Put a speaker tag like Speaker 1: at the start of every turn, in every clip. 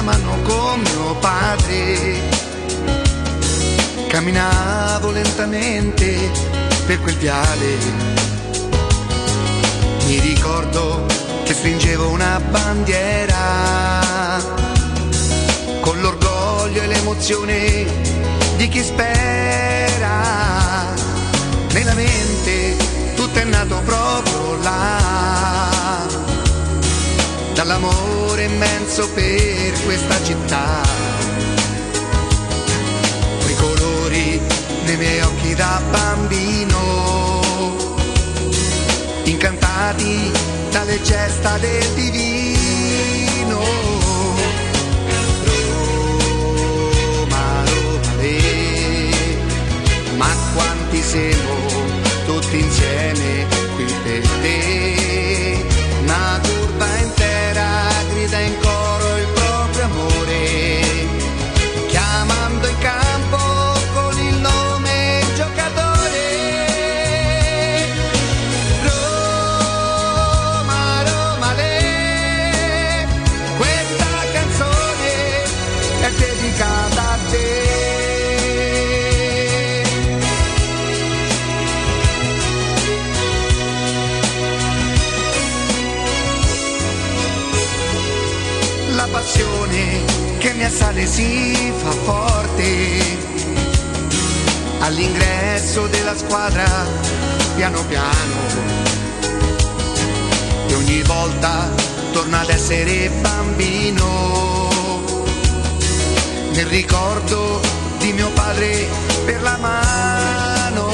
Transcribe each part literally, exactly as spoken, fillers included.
Speaker 1: mano con mio padre. Camminavo lentamente per quel viale, mi ricordo che stringevo una bandiera con l'orgoglio e l'emozione di chi spera. Nella mente tutto è nato proprio là, dall'amore immenso per questa città. Quei colori nei miei occhi da bambino, incantati dalle gesta del divino. Roma, Roma, le, ma quanti siamo tutti insieme qui per te. Una curva intera grida in coro il proprio amore, chiamando in campo con il nome giocatore. Roma, Roma, le, questa canzone è dedicata a te. La passione che mi assale si fa forte all'ingresso della squadra, piano piano, e ogni volta torna ad essere bambino nel ricordo di mio padre per la mano.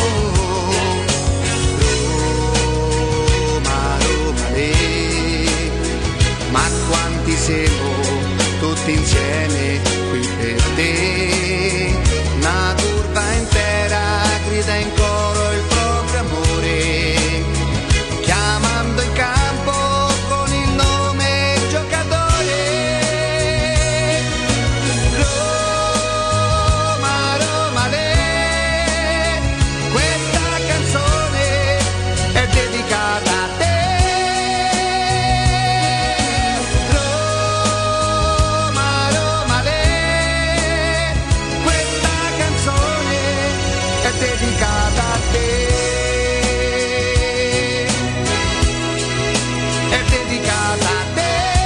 Speaker 1: Roma, Roma, le, ma quanti siamo tutti insieme qui per te. Una curva intera grida in coro il proprio amore, chiamando in campo con il nome giocatore. Roma, Roma, le, questa canzone è dedicata a te. Dedicata a te, è dedicata a te.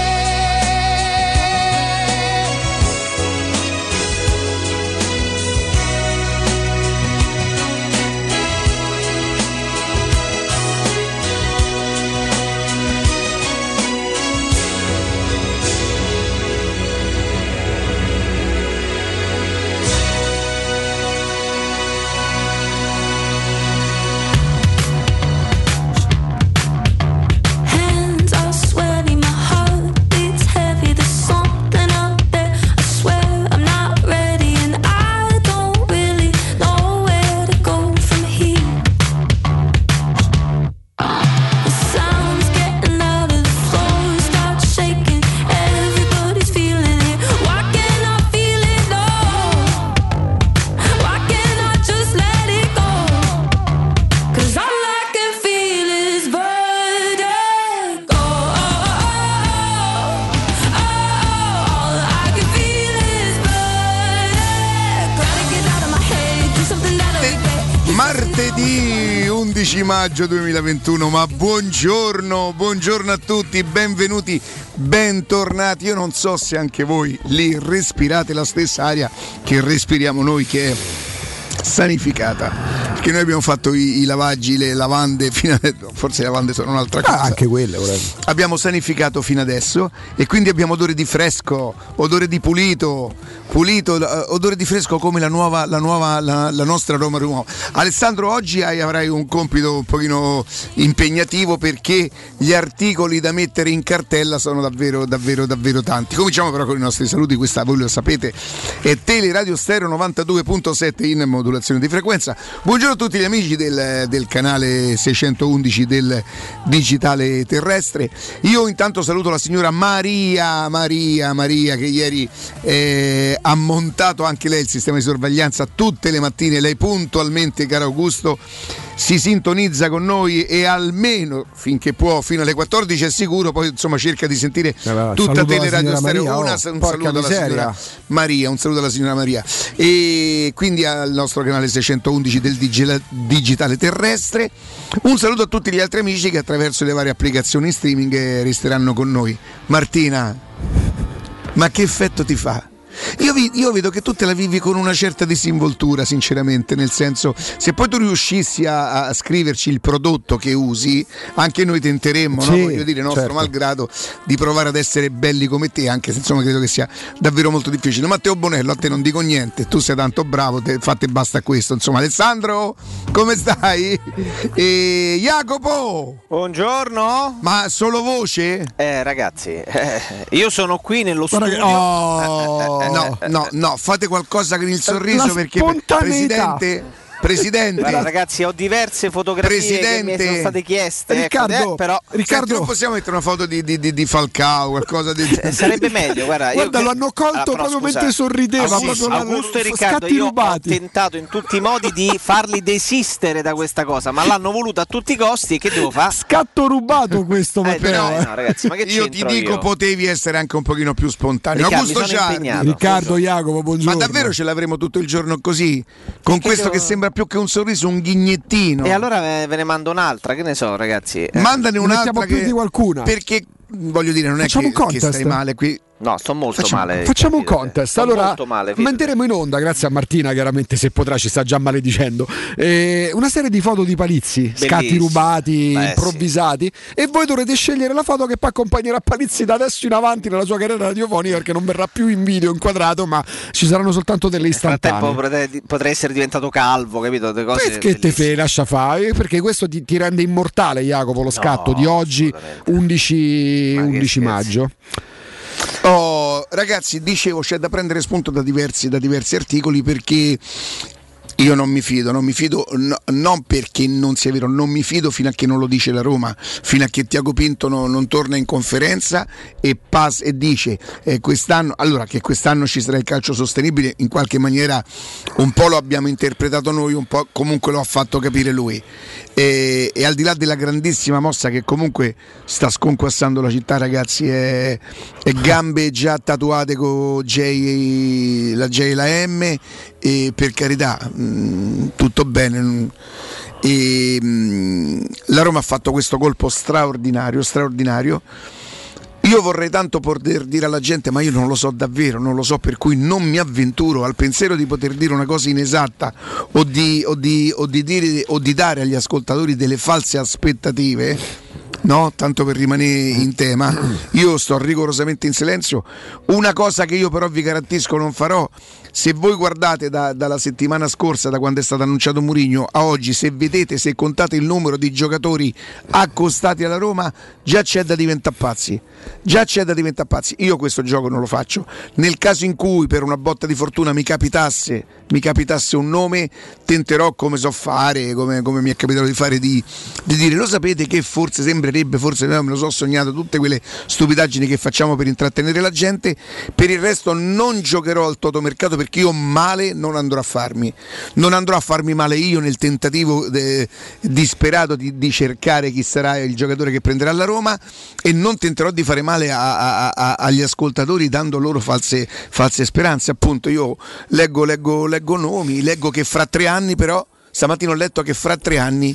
Speaker 2: Martedì undici maggio duemilaventuno, ma buongiorno, buongiorno a tutti, benvenuti, bentornati. Io non so se anche voi lì respirate la stessa aria che respiriamo noi, che è sanificata, perché noi abbiamo fatto i, i lavaggi, le lavande fino adesso, forse le lavande sono un'altra cosa,
Speaker 3: ah, anche quelle vorrei.
Speaker 2: Abbiamo sanificato fino adesso e quindi abbiamo odore di fresco, odore di pulito, pulito, odore di fresco come la nuova, la nuova, la, la nostra Roma Roma. Alessandro, oggi hai, avrai un compito un pochino impegnativo, perché gli articoli da mettere in cartella sono davvero, davvero, davvero tanti. Cominciamo però con i nostri saluti. Questa, voi lo sapete, è Teleradio Stereo novantadue virgola sette in modulazione di frequenza. Buongiorno a tutti gli amici del, del canale seicentoundici del digitale terrestre. Io intanto saluto la signora Maria, Maria, Maria, che ieri eh, ha montato anche lei il sistema di sorveglianza tutte le mattine. Lei puntualmente, caro Augusto, si sintonizza con noi e almeno finché può fino alle quattordici è sicuro, poi insomma cerca di sentire allora, tutta Teleradio Stereo.
Speaker 3: Maria,
Speaker 2: Una,
Speaker 3: oh,
Speaker 2: un saluto alla
Speaker 3: miseria.
Speaker 2: signora Maria, un saluto alla signora Maria e quindi al nostro canale seicentoundici del digi- digitale terrestre. Un saluto a tutti gli altri amici che attraverso le varie applicazioni streaming resteranno con noi. Martina, ma che effetto ti fa? Io, vi, io vedo che tu te la vivi con una certa disinvoltura, sinceramente, nel senso, se poi tu riuscissi a, a scriverci il prodotto che usi, anche noi tenteremmo,
Speaker 3: sì,
Speaker 2: no? Voglio dire, nostro
Speaker 3: certo.
Speaker 2: malgrado, di provare ad essere belli come te, anche se insomma credo che sia davvero molto difficile. Matteo Bonello, a te non dico niente, tu sei tanto bravo, te, fate basta questo. Insomma, Alessandro, come stai? E Jacopo!
Speaker 4: Buongiorno!
Speaker 2: Ma solo voce?
Speaker 4: Eh ragazzi, eh, io sono qui nello
Speaker 3: Guarda
Speaker 4: studio.
Speaker 3: che- oh.
Speaker 4: Eh, eh,
Speaker 2: No, no, no, fate qualcosa con il sorriso
Speaker 3: La
Speaker 2: perché
Speaker 3: spontaneità.
Speaker 2: Presidente, Presidente,
Speaker 4: Guarda ragazzi, ho diverse fotografie
Speaker 2: Presidente.
Speaker 4: che mi sono state chieste.
Speaker 3: Riccardo,
Speaker 4: ecco, eh, però
Speaker 3: Riccardo,
Speaker 2: Senti, non possiamo mettere una foto di, di, di, di Falcao, qualcosa di...
Speaker 4: eh, sarebbe meglio. Guarda,
Speaker 3: Guarda,
Speaker 4: io,
Speaker 3: lo hanno colto
Speaker 4: allora, però,
Speaker 3: proprio
Speaker 4: scusa,
Speaker 3: mentre sorrideva,
Speaker 4: Augusto,
Speaker 3: proprio la-
Speaker 4: Augusto e
Speaker 3: scatti
Speaker 4: Riccardo, io
Speaker 3: rubati.
Speaker 4: ho tentato in tutti i modi di farli desistere da questa cosa, ma l'hanno voluto a tutti i costi e che devo fare?
Speaker 3: Scatto rubato questo,
Speaker 4: Eh,
Speaker 3: Matteo.
Speaker 4: no,
Speaker 3: eh.
Speaker 4: no, ragazzi, ma che
Speaker 2: Io ti
Speaker 4: c'entro
Speaker 2: dico,
Speaker 4: io?
Speaker 2: potevi essere anche un pochino più spontaneo.
Speaker 4: Riccardo,
Speaker 2: Augusto
Speaker 4: mi sono
Speaker 2: Ciardi.
Speaker 4: impegnato.
Speaker 3: Riccardo, Jacopo, buongiorno.
Speaker 2: Ma davvero ce l'avremo tutto il giorno così? Con
Speaker 4: che
Speaker 2: questo
Speaker 4: devo-
Speaker 2: che sembra più che un sorriso, un ghignettino.
Speaker 4: E allora ve ve ne mando un'altra, che ne so, ragazzi. Eh,
Speaker 2: Mandane
Speaker 3: Ne
Speaker 2: un'altra
Speaker 3: mettiamo più
Speaker 2: che...
Speaker 3: di qualcuna.
Speaker 2: Perché, voglio dire, non è
Speaker 3: Facciamo
Speaker 2: che,
Speaker 3: un
Speaker 2: che
Speaker 3: contest.
Speaker 2: stai male qui.
Speaker 4: No, sto molto
Speaker 2: Facciamo-
Speaker 4: male.
Speaker 3: Facciamo un
Speaker 4: capito?
Speaker 3: contest.
Speaker 4: Sto
Speaker 3: Allora,
Speaker 4: molto male, fidati.
Speaker 3: manderemo in onda, grazie a Martina, chiaramente, se potrà, ci sta già maledicendo. Eh, una serie di foto di Palizzi, scatti
Speaker 4: Bellissimo.
Speaker 3: rubati,
Speaker 4: Beh,
Speaker 3: improvvisati. E voi dovrete scegliere la foto che poi accompagnerà Palizzi da adesso in avanti nella sua carriera radiofonica, perché non verrà più in video inquadrato, ma ci saranno soltanto delle
Speaker 4: Nel frattempo
Speaker 3: istantanee.
Speaker 4: potrei, potrei essere diventato calvo, capito? Le cose
Speaker 3: Perché te
Speaker 4: bellissime.
Speaker 3: fe lascia fare? Perché questo ti, ti rende immortale, Jacopo, lo scatto
Speaker 4: No,
Speaker 3: di oggi,
Speaker 4: assolutamente.
Speaker 3: undici,
Speaker 4: Ma che
Speaker 3: undici
Speaker 4: scherzi.
Speaker 3: maggio.
Speaker 2: Oh, ragazzi, dicevo, c'è da prendere spunto da diversi, da diversi articoli perché io non mi fido, non mi fido no, non perché non sia vero, non mi fido fino a che non lo dice la Roma, fino a che Tiago Pinto no, non torna in conferenza e, pass, e dice eh, quest'anno, allora che quest'anno ci sarà il calcio sostenibile, in qualche maniera un po' lo abbiamo interpretato noi, un po' comunque lo ha fatto capire lui. E, e al di là della grandissima mossa che comunque sta sconquassando la città, ragazzi, è, è gambe già tatuate con J, la J e la M, e per carità, mh, tutto bene. mh, E, mh, la Roma ha fatto questo colpo straordinario, straordinario. Io vorrei tanto poter dire alla gente, ma io non lo so davvero, non lo so, per cui non mi avventuro al pensiero di poter dire una cosa inesatta o di, o di, o di, dire, o di dare agli ascoltatori delle false aspettative, no? Tanto per rimanere in tema, io sto rigorosamente in silenzio. Una cosa che io però vi garantisco non farò: se voi guardate da, dalla settimana scorsa, da quando è stato annunciato Mourinho a oggi, se vedete, se contate il numero di giocatori accostati alla Roma, già c'è da diventare pazzi, già c'è da diventare pazzi. Io questo gioco non lo faccio. Nel caso in cui per una botta di fortuna mi capitasse mi capitasse un nome, tenterò, come so fare, come, come mi è capitato di fare, di, di dire: lo sapete che forse sembrerebbe, forse no, me lo so sognato, tutte quelle stupidaggini che facciamo per intrattenere la gente. Per il resto non giocherò al totomercato, perché io male non andrò a farmi, non andrò a farmi male io nel tentativo de, disperato di, di cercare chi sarà il giocatore che prenderà la Roma, e non tenterò di fare male a, a, a, agli ascoltatori dando loro false, false speranze. Appunto, io leggo, leggo, leggo nomi, leggo che fra tre anni però, stamattina ho letto che fra tre anni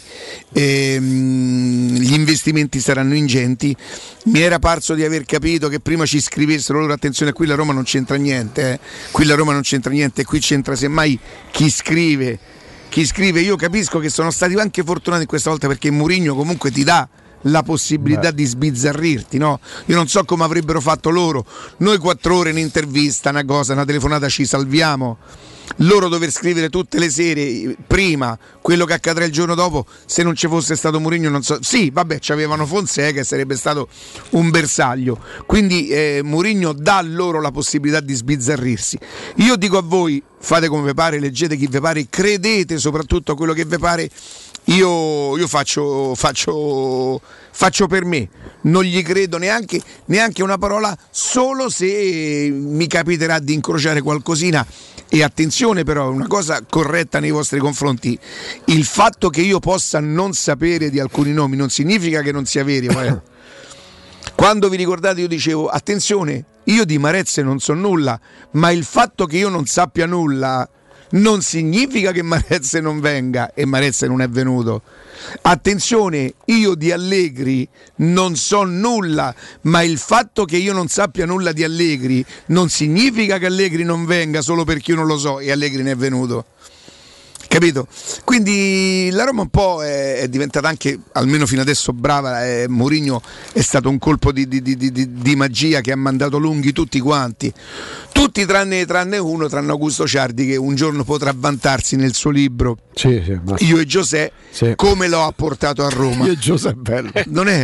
Speaker 2: ehm, gli investimenti saranno ingenti. Mi era parso di aver capito che prima ci scrivessero loro: attenzione, qui la Roma non c'entra niente, eh. qui la Roma non c'entra niente, qui c'entra semmai chi scrive. Chi scrive, io capisco che sono stati anche fortunati questa volta, perché Mourinho comunque ti dà la possibilità Beh. di sbizzarrirti, no? Io non so come avrebbero fatto loro. Noi quattro ore in intervista, una cosa, una telefonata ci salviamo. Loro dover scrivere tutte le sere prima quello che accadrà il giorno dopo, se non ci fosse stato Mourinho, non so. Sì, vabbè, c'avevano Fonseca, sarebbe stato un bersaglio. Quindi eh, Mourinho dà loro la possibilità di sbizzarrirsi. Io dico a voi: fate come vi pare, leggete chi vi pare, credete soprattutto a quello che vi pare, io, io faccio, faccio, faccio per me, non gli credo neanche, neanche una parola, solo se mi capiterà di incrociare qualcosina. E attenzione però, una cosa corretta nei vostri confronti, il fatto che io possa non sapere di alcuni nomi non significa che non sia vero. Eh. Quando vi ricordate io dicevo, attenzione, io di Marezze non so nulla, ma il fatto che io non sappia nulla non significa che Marezze non venga, e Marezze non è venuto. Attenzione, io di Allegri non so nulla, ma il fatto che io non sappia nulla di Allegri non significa che Allegri non venga solo perché io non lo so e Allegri ne è venuto. Capito? Quindi la Roma un po' è, è diventata anche, almeno fino adesso, brava. eh, Mourinho è stato un colpo di, di, di, di, di magia che ha mandato lunghi tutti quanti, tutti tranne, tranne uno, tranne Augusto Ciardi, che un giorno potrà vantarsi nel suo libro
Speaker 3: sì, sì, ma...
Speaker 2: Io e Giuseppe, sì. Come l'ho portato a Roma.
Speaker 3: Io e Giuseppe bello.
Speaker 2: Non è...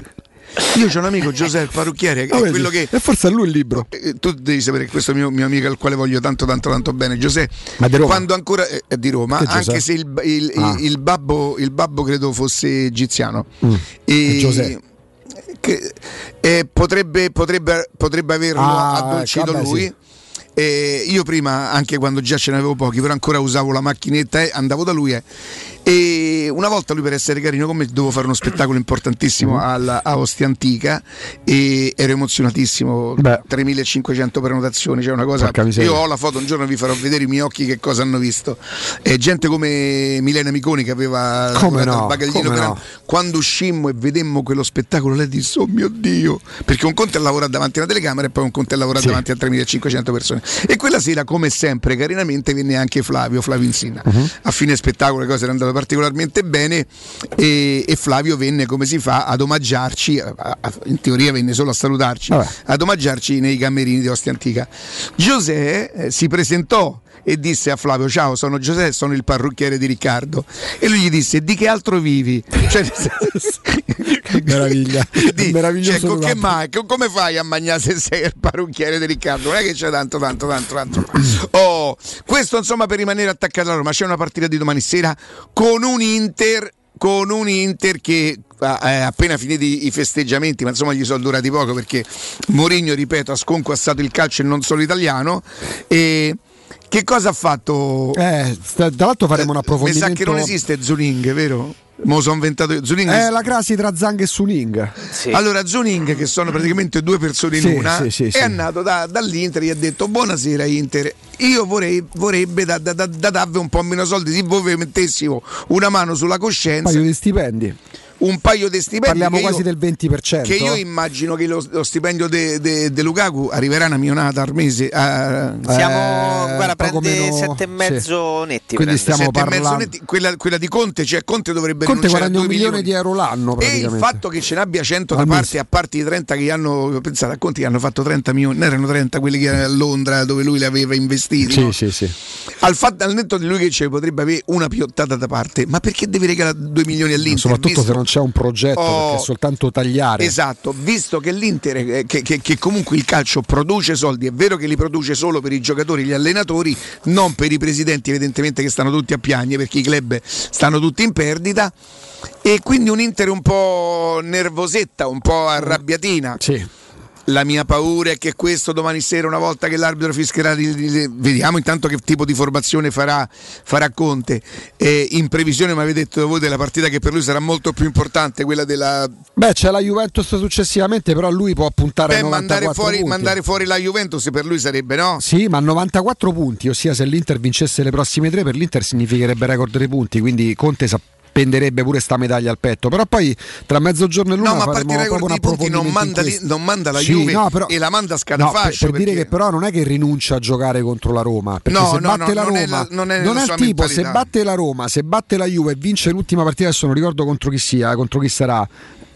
Speaker 2: Io c'ho un amico, Giuseppe il parrucchiere, che
Speaker 3: oh,
Speaker 2: è quello che.
Speaker 3: E forse è lui il libro.
Speaker 2: Eh, tu devi sapere che questo è mio, mio amico al quale voglio tanto tanto tanto bene, Giuseppe.
Speaker 3: Ma di Roma?
Speaker 2: Quando ancora è eh, di Roma, anche se il, il, ah. il, il, babbo, il babbo credo fosse egiziano. Mm. E Giuseppe. Che, eh, potrebbe, potrebbe, potrebbe averlo ah, addolcito ecco, lui. Sì. Eh, io prima, anche quando già ce ne avevo pochi, però ancora usavo la macchinetta e eh, andavo da lui. Eh. E una volta lui, per essere carino con me, dovevo fare uno spettacolo importantissimo alla, a Ostia Antica e ero emozionatissimo. Beh. tremilacinquecento prenotazioni, cioè una cosa. Io ho la foto, un giorno vi farò vedere i miei occhi che cosa hanno visto. E gente come Milena Miconi che aveva
Speaker 3: come no,
Speaker 2: il bagaglino
Speaker 3: come no.
Speaker 2: Quando uscimmo e vedemmo quello spettacolo, lei disse: oh mio Dio, perché un conto è lavorare davanti a una telecamera e poi un conto è lavorare sì. davanti a tremilacinquecento persone. E quella sera, come sempre, carinamente venne anche Flavio, Flavio Insina. Uh-huh. A fine spettacolo le cose erano andate particolarmente bene e, e Flavio venne, come si fa, ad omaggiarci, in teoria venne solo a salutarci, Vabbè. ad omaggiarci nei camerini di Ostia Antica. Giuseppe eh, si presentò e disse a Flavio: ciao, sono Giuseppe, sono il parrucchiere di Riccardo. E lui gli disse: di che altro vivi? Cioè,
Speaker 3: che meraviglia,
Speaker 2: di, cioè, con che mai, come fai a mangiare se sei il parrucchiere di Riccardo? Non è che c'è tanto tanto tanto tanto oh, questo insomma per rimanere attaccato alla Roma. C'è una partita di domani sera con un Inter con un Inter che eh, appena finiti i festeggiamenti, ma insomma gli sono durati poco perché Mourinho, ripeto, ha sconquassato il calcio e non solo italiano. E che cosa ha fatto?
Speaker 3: Eh, sta, tra l'altro faremo un approfondimento.
Speaker 2: Mi sa che non esiste Zuning, vero? Mo sono inventato io. Zuning
Speaker 3: è la crasi tra Zang e Suning.
Speaker 2: Sì. Allora Zuning, che sono praticamente due persone in sì, una, sì, sì, è sì. andato da, dall'Inter, gli ha detto: buonasera Inter, io vorrei, vorrebbe da, da, da, da darvi un po' meno soldi, se voi vi mettessimo una mano sulla coscienza.
Speaker 3: Un paio di stipendi.
Speaker 2: Un paio di stipendi.
Speaker 3: Parliamo quasi
Speaker 2: io,
Speaker 3: del venti per cento.
Speaker 2: Che io immagino che lo, lo stipendio di Lukaku arriverà una milionata al mese. A,
Speaker 4: Siamo,
Speaker 3: eh,
Speaker 4: guarda, prende
Speaker 3: meno,
Speaker 4: sette e mezzo
Speaker 3: sì.
Speaker 4: netti.
Speaker 3: Quindi stiamo
Speaker 2: sette
Speaker 3: parlando.
Speaker 2: E mezzo netti, quella, quella di Conte, cioè Conte dovrebbe
Speaker 3: Conte guadagna un
Speaker 2: milioni.
Speaker 3: milione di euro l'anno.
Speaker 2: E il fatto che ce n'abbia cento da parte, a parte i trenta che hanno, pensate a Conte che hanno fatto trenta milioni, non erano trenta quelli che erano a Londra dove lui li aveva investiti.
Speaker 3: Sì,
Speaker 2: no?
Speaker 3: sì, sì.
Speaker 2: Al, fatto, al netto di lui che ce potrebbe avere una piottata da parte, ma perché deve regalare due milioni all'Inter?
Speaker 3: Soprattutto
Speaker 2: visto?
Speaker 3: se non c'è un progetto. Perché è soltanto tagliare.
Speaker 2: Esatto, visto che l'Inter, che, che, che comunque il calcio produce soldi, è vero che li produce solo per i giocatori e gli allenatori, non per i presidenti, evidentemente, che stanno tutti a piagne perché i club stanno tutti in perdita, e quindi un Inter un po' nervosetta, un po' arrabbiatina.
Speaker 3: Sì.
Speaker 2: La mia paura è che questo domani sera, una volta che l'arbitro fischierà, vediamo intanto che tipo di formazione farà, farà Conte. Eh, in previsione, mi avete detto voi, della partita che per lui sarà molto più importante, quella della.
Speaker 3: Beh, c'è la Juventus successivamente, però lui può puntare
Speaker 2: Beh,
Speaker 3: a
Speaker 2: mandare fuori,
Speaker 3: punti.
Speaker 2: mandare fuori la Juventus per lui sarebbe, no?
Speaker 3: Sì, ma novantaquattro punti, ossia se l'Inter vincesse le prossime tre, per l'Inter significherebbe record dei punti, quindi Conte sa. Penderebbe pure sta medaglia al petto, però poi tra mezzogiorno e l'una
Speaker 2: no, ma
Speaker 3: faremo proprio un
Speaker 2: approfondimento. Non manda, li, non manda la sì, Juve no, però, e la manda a scatafascio.
Speaker 3: No, per, per dire che però non è che rinuncia a giocare contro la Roma, perché
Speaker 2: no,
Speaker 3: se
Speaker 2: no,
Speaker 3: batte
Speaker 2: no,
Speaker 3: la
Speaker 2: non
Speaker 3: Roma
Speaker 2: è, la, non è,
Speaker 3: non è il tipo,
Speaker 2: mentalità.
Speaker 3: Se batte la Roma, se batte la Juve e vince l'ultima partita, adesso non ricordo contro chi sia, contro chi sarà.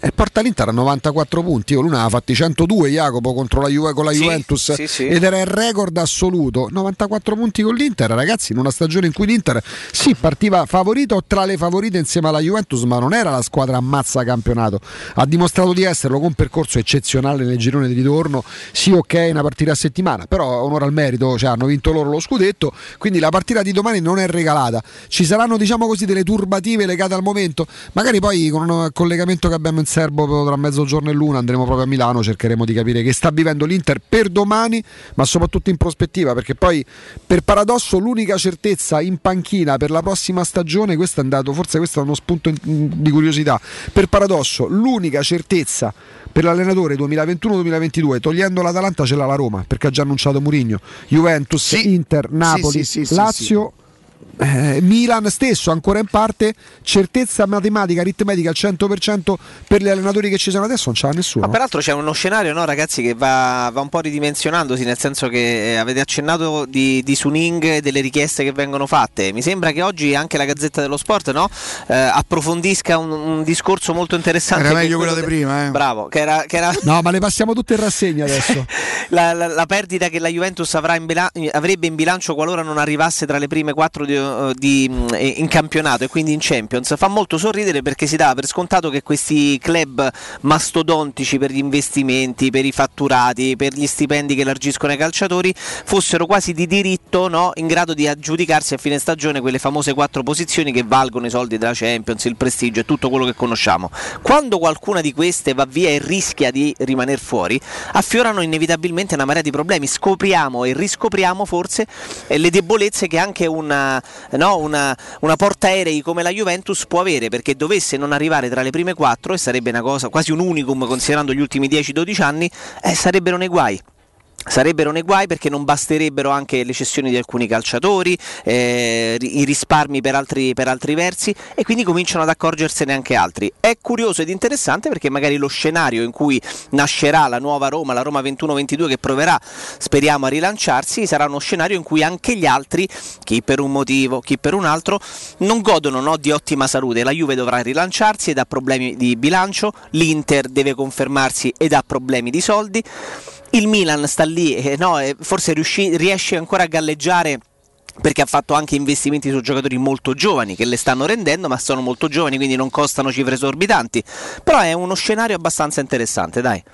Speaker 3: e porta l'Inter a novantaquattro punti. L'una ha fatti centodue Jacopo contro la Juve, con la
Speaker 4: Sì,
Speaker 3: Juventus
Speaker 4: sì, sì.
Speaker 3: ed era il record assoluto. novantaquattro punti con l'Inter, ragazzi, in una stagione in cui l'Inter sì partiva favorito tra le favorite insieme alla Juventus, ma non era la squadra ammazza campionato. Ha dimostrato di esserlo con un percorso eccezionale nel girone di ritorno. Sì, ok, una partita a settimana, però onore al merito, cioè hanno vinto loro lo scudetto, quindi la partita di domani non è regalata. Ci saranno, diciamo così, delle turbative legate al momento, magari poi con un collegamento che abbiamo in serbo tra mezzogiorno e l'una andremo proprio a Milano, cercheremo di capire che sta vivendo l'Inter per domani, ma soprattutto in prospettiva, perché poi per paradosso l'unica certezza in panchina per la prossima stagione, questo è andato, forse questo è uno spunto di curiosità, per paradosso l'unica certezza per l'allenatore duemilaventuno duemilaventidue, togliendo l'Atalanta, ce l'ha la Roma, perché ha già annunciato Mourinho. Juventus,
Speaker 2: sì.
Speaker 3: Inter, Napoli,
Speaker 2: sì, sì, sì,
Speaker 3: Lazio,
Speaker 2: sì, sì.
Speaker 3: Eh, Milan stesso ancora in parte, certezza matematica, aritmetica al cento per cento per gli allenatori che ci sono adesso non ce l'ha nessuno.
Speaker 4: Ma peraltro c'è uno scenario, no, ragazzi, che va, va un po' ridimensionandosi, nel senso che avete accennato di, di Suning, delle richieste che vengono fatte. Mi sembra che oggi anche la Gazzetta dello Sport, no, eh, approfondisca un, un discorso molto interessante.
Speaker 2: Era meglio quello di
Speaker 4: de...
Speaker 2: prima, eh.
Speaker 4: Bravo, che era, che era...
Speaker 3: No, ma le passiamo tutte in rassegna adesso.
Speaker 4: la, la, la perdita che la Juventus avrà in bila- avrebbe in bilancio qualora non arrivasse tra le prime quattro di, di in campionato e quindi in Champions, fa molto sorridere, perché si dava per scontato che questi club mastodontici per gli investimenti, per i fatturati, per gli stipendi che elargiscono ai calciatori fossero quasi di diritto, no, in grado di aggiudicarsi a fine stagione quelle famose quattro posizioni che valgono i soldi della Champions, il prestigio e tutto quello che conosciamo. Quando qualcuna di queste va via e rischia di rimanere fuori, affiorano inevitabilmente una marea di problemi. Scopriamo e riscopriamo forse eh, le debolezze che anche una, no, una una portaerei come la Juventus può avere, perché dovesse non arrivare tra le prime quattro, e sarebbe una cosa quasi un unicum considerando gli ultimi dieci dodici anni, eh, sarebbero nei guai. Sarebbero nei guai, perché non basterebbero anche le cessioni di alcuni calciatori, eh, i risparmi per altri, per altri versi, e quindi cominciano ad accorgersene anche altri. È curioso ed interessante, perché magari lo scenario in cui nascerà la nuova Roma, la Roma ventuno ventidue, che proverà, speriamo, a rilanciarsi, sarà uno scenario in cui anche gli altri, chi per un motivo, chi per un altro, non godono, no, di ottima salute. La Juve dovrà rilanciarsi ed ha problemi di bilancio, l'Inter deve confermarsi ed ha problemi di soldi, il Milan sta lì, eh, no, eh, forse riusci- riesce ancora a galleggiare, perché ha fatto anche investimenti su giocatori molto giovani che le stanno rendendo, ma sono molto giovani, quindi non costano cifre esorbitanti. Però è uno scenario abbastanza interessante, dai.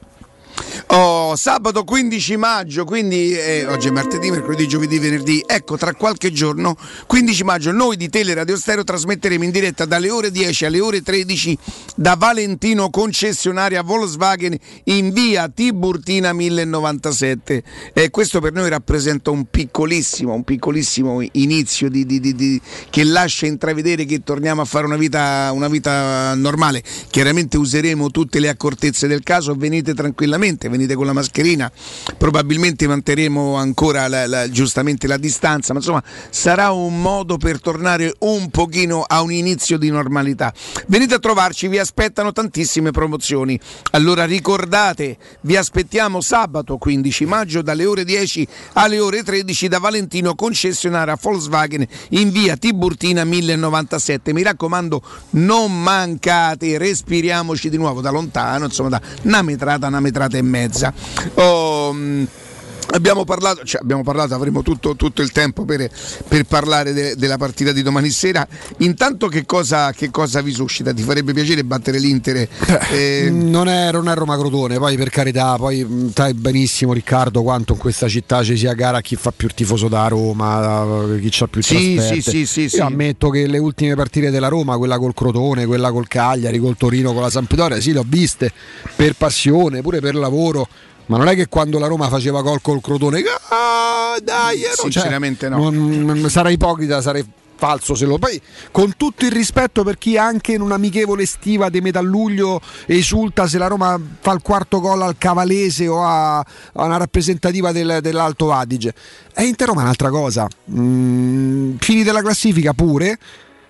Speaker 2: Oh, sabato quindici maggio, quindi eh, oggi è martedì, mercoledì, giovedì, venerdì, ecco, tra qualche giorno, quindici maggio, noi di Teleradio Stereo trasmetteremo in diretta dalle ore dieci alle ore tredici da Valentino, concessionaria Volkswagen in via Tiburtina mille novantasette. E questo per noi rappresenta un piccolissimo, un piccolissimo inizio di, di, di, di, che lascia intravedere che torniamo a fare una vita, una vita normale. Chiaramente useremo tutte le accortezze del caso, venite tranquillamente, venite con la mascherina, probabilmente manterremo ancora la, la, giustamente la distanza, ma insomma sarà un modo per tornare un pochino a un inizio di normalità. Venite a trovarci, vi aspettano tantissime promozioni, allora ricordate, vi aspettiamo sabato quindici maggio dalle ore dieci alle ore tredici da Valentino, concessionaria Volkswagen in via Tiburtina mille novantasette. Mi raccomando, non mancate, respiriamoci di nuovo da lontano, insomma, da una metrata, una metrata e mezza. Oh, Abbiamo parlato, cioè abbiamo parlato, avremo tutto, tutto il tempo per, per parlare de, della partita di domani sera. Intanto che cosa, che cosa vi suscita? Ti farebbe piacere battere l'Inter? Eh...
Speaker 3: Non, è, non è Roma Crotone, poi per carità, poi sai benissimo Riccardo quanto in questa città ci sia gara a chi fa più il tifoso da Roma, chi c'ha più
Speaker 2: sì,
Speaker 3: trasferte.
Speaker 2: sì, sì, sì,
Speaker 3: Io
Speaker 2: sì.
Speaker 3: ammetto che le ultime partite della Roma, quella col Crotone, quella col Cagliari, col Torino, con la Sampdoria, sì, le ho viste per passione, pure per lavoro. Ma non è che quando la Roma faceva gol col Crotone, ah, dai, ero,
Speaker 2: sinceramente
Speaker 3: cioè,
Speaker 2: no.
Speaker 3: Non, sarei ipocrita, sarei falso se lo. Poi, con tutto il rispetto per chi anche in un'amichevole estiva di metà luglio esulta se la Roma fa il quarto gol al Cavalese o a, a una rappresentativa del, dell'Alto Adige, è Inter Roma è un'altra cosa. Mm, fini della classifica pure.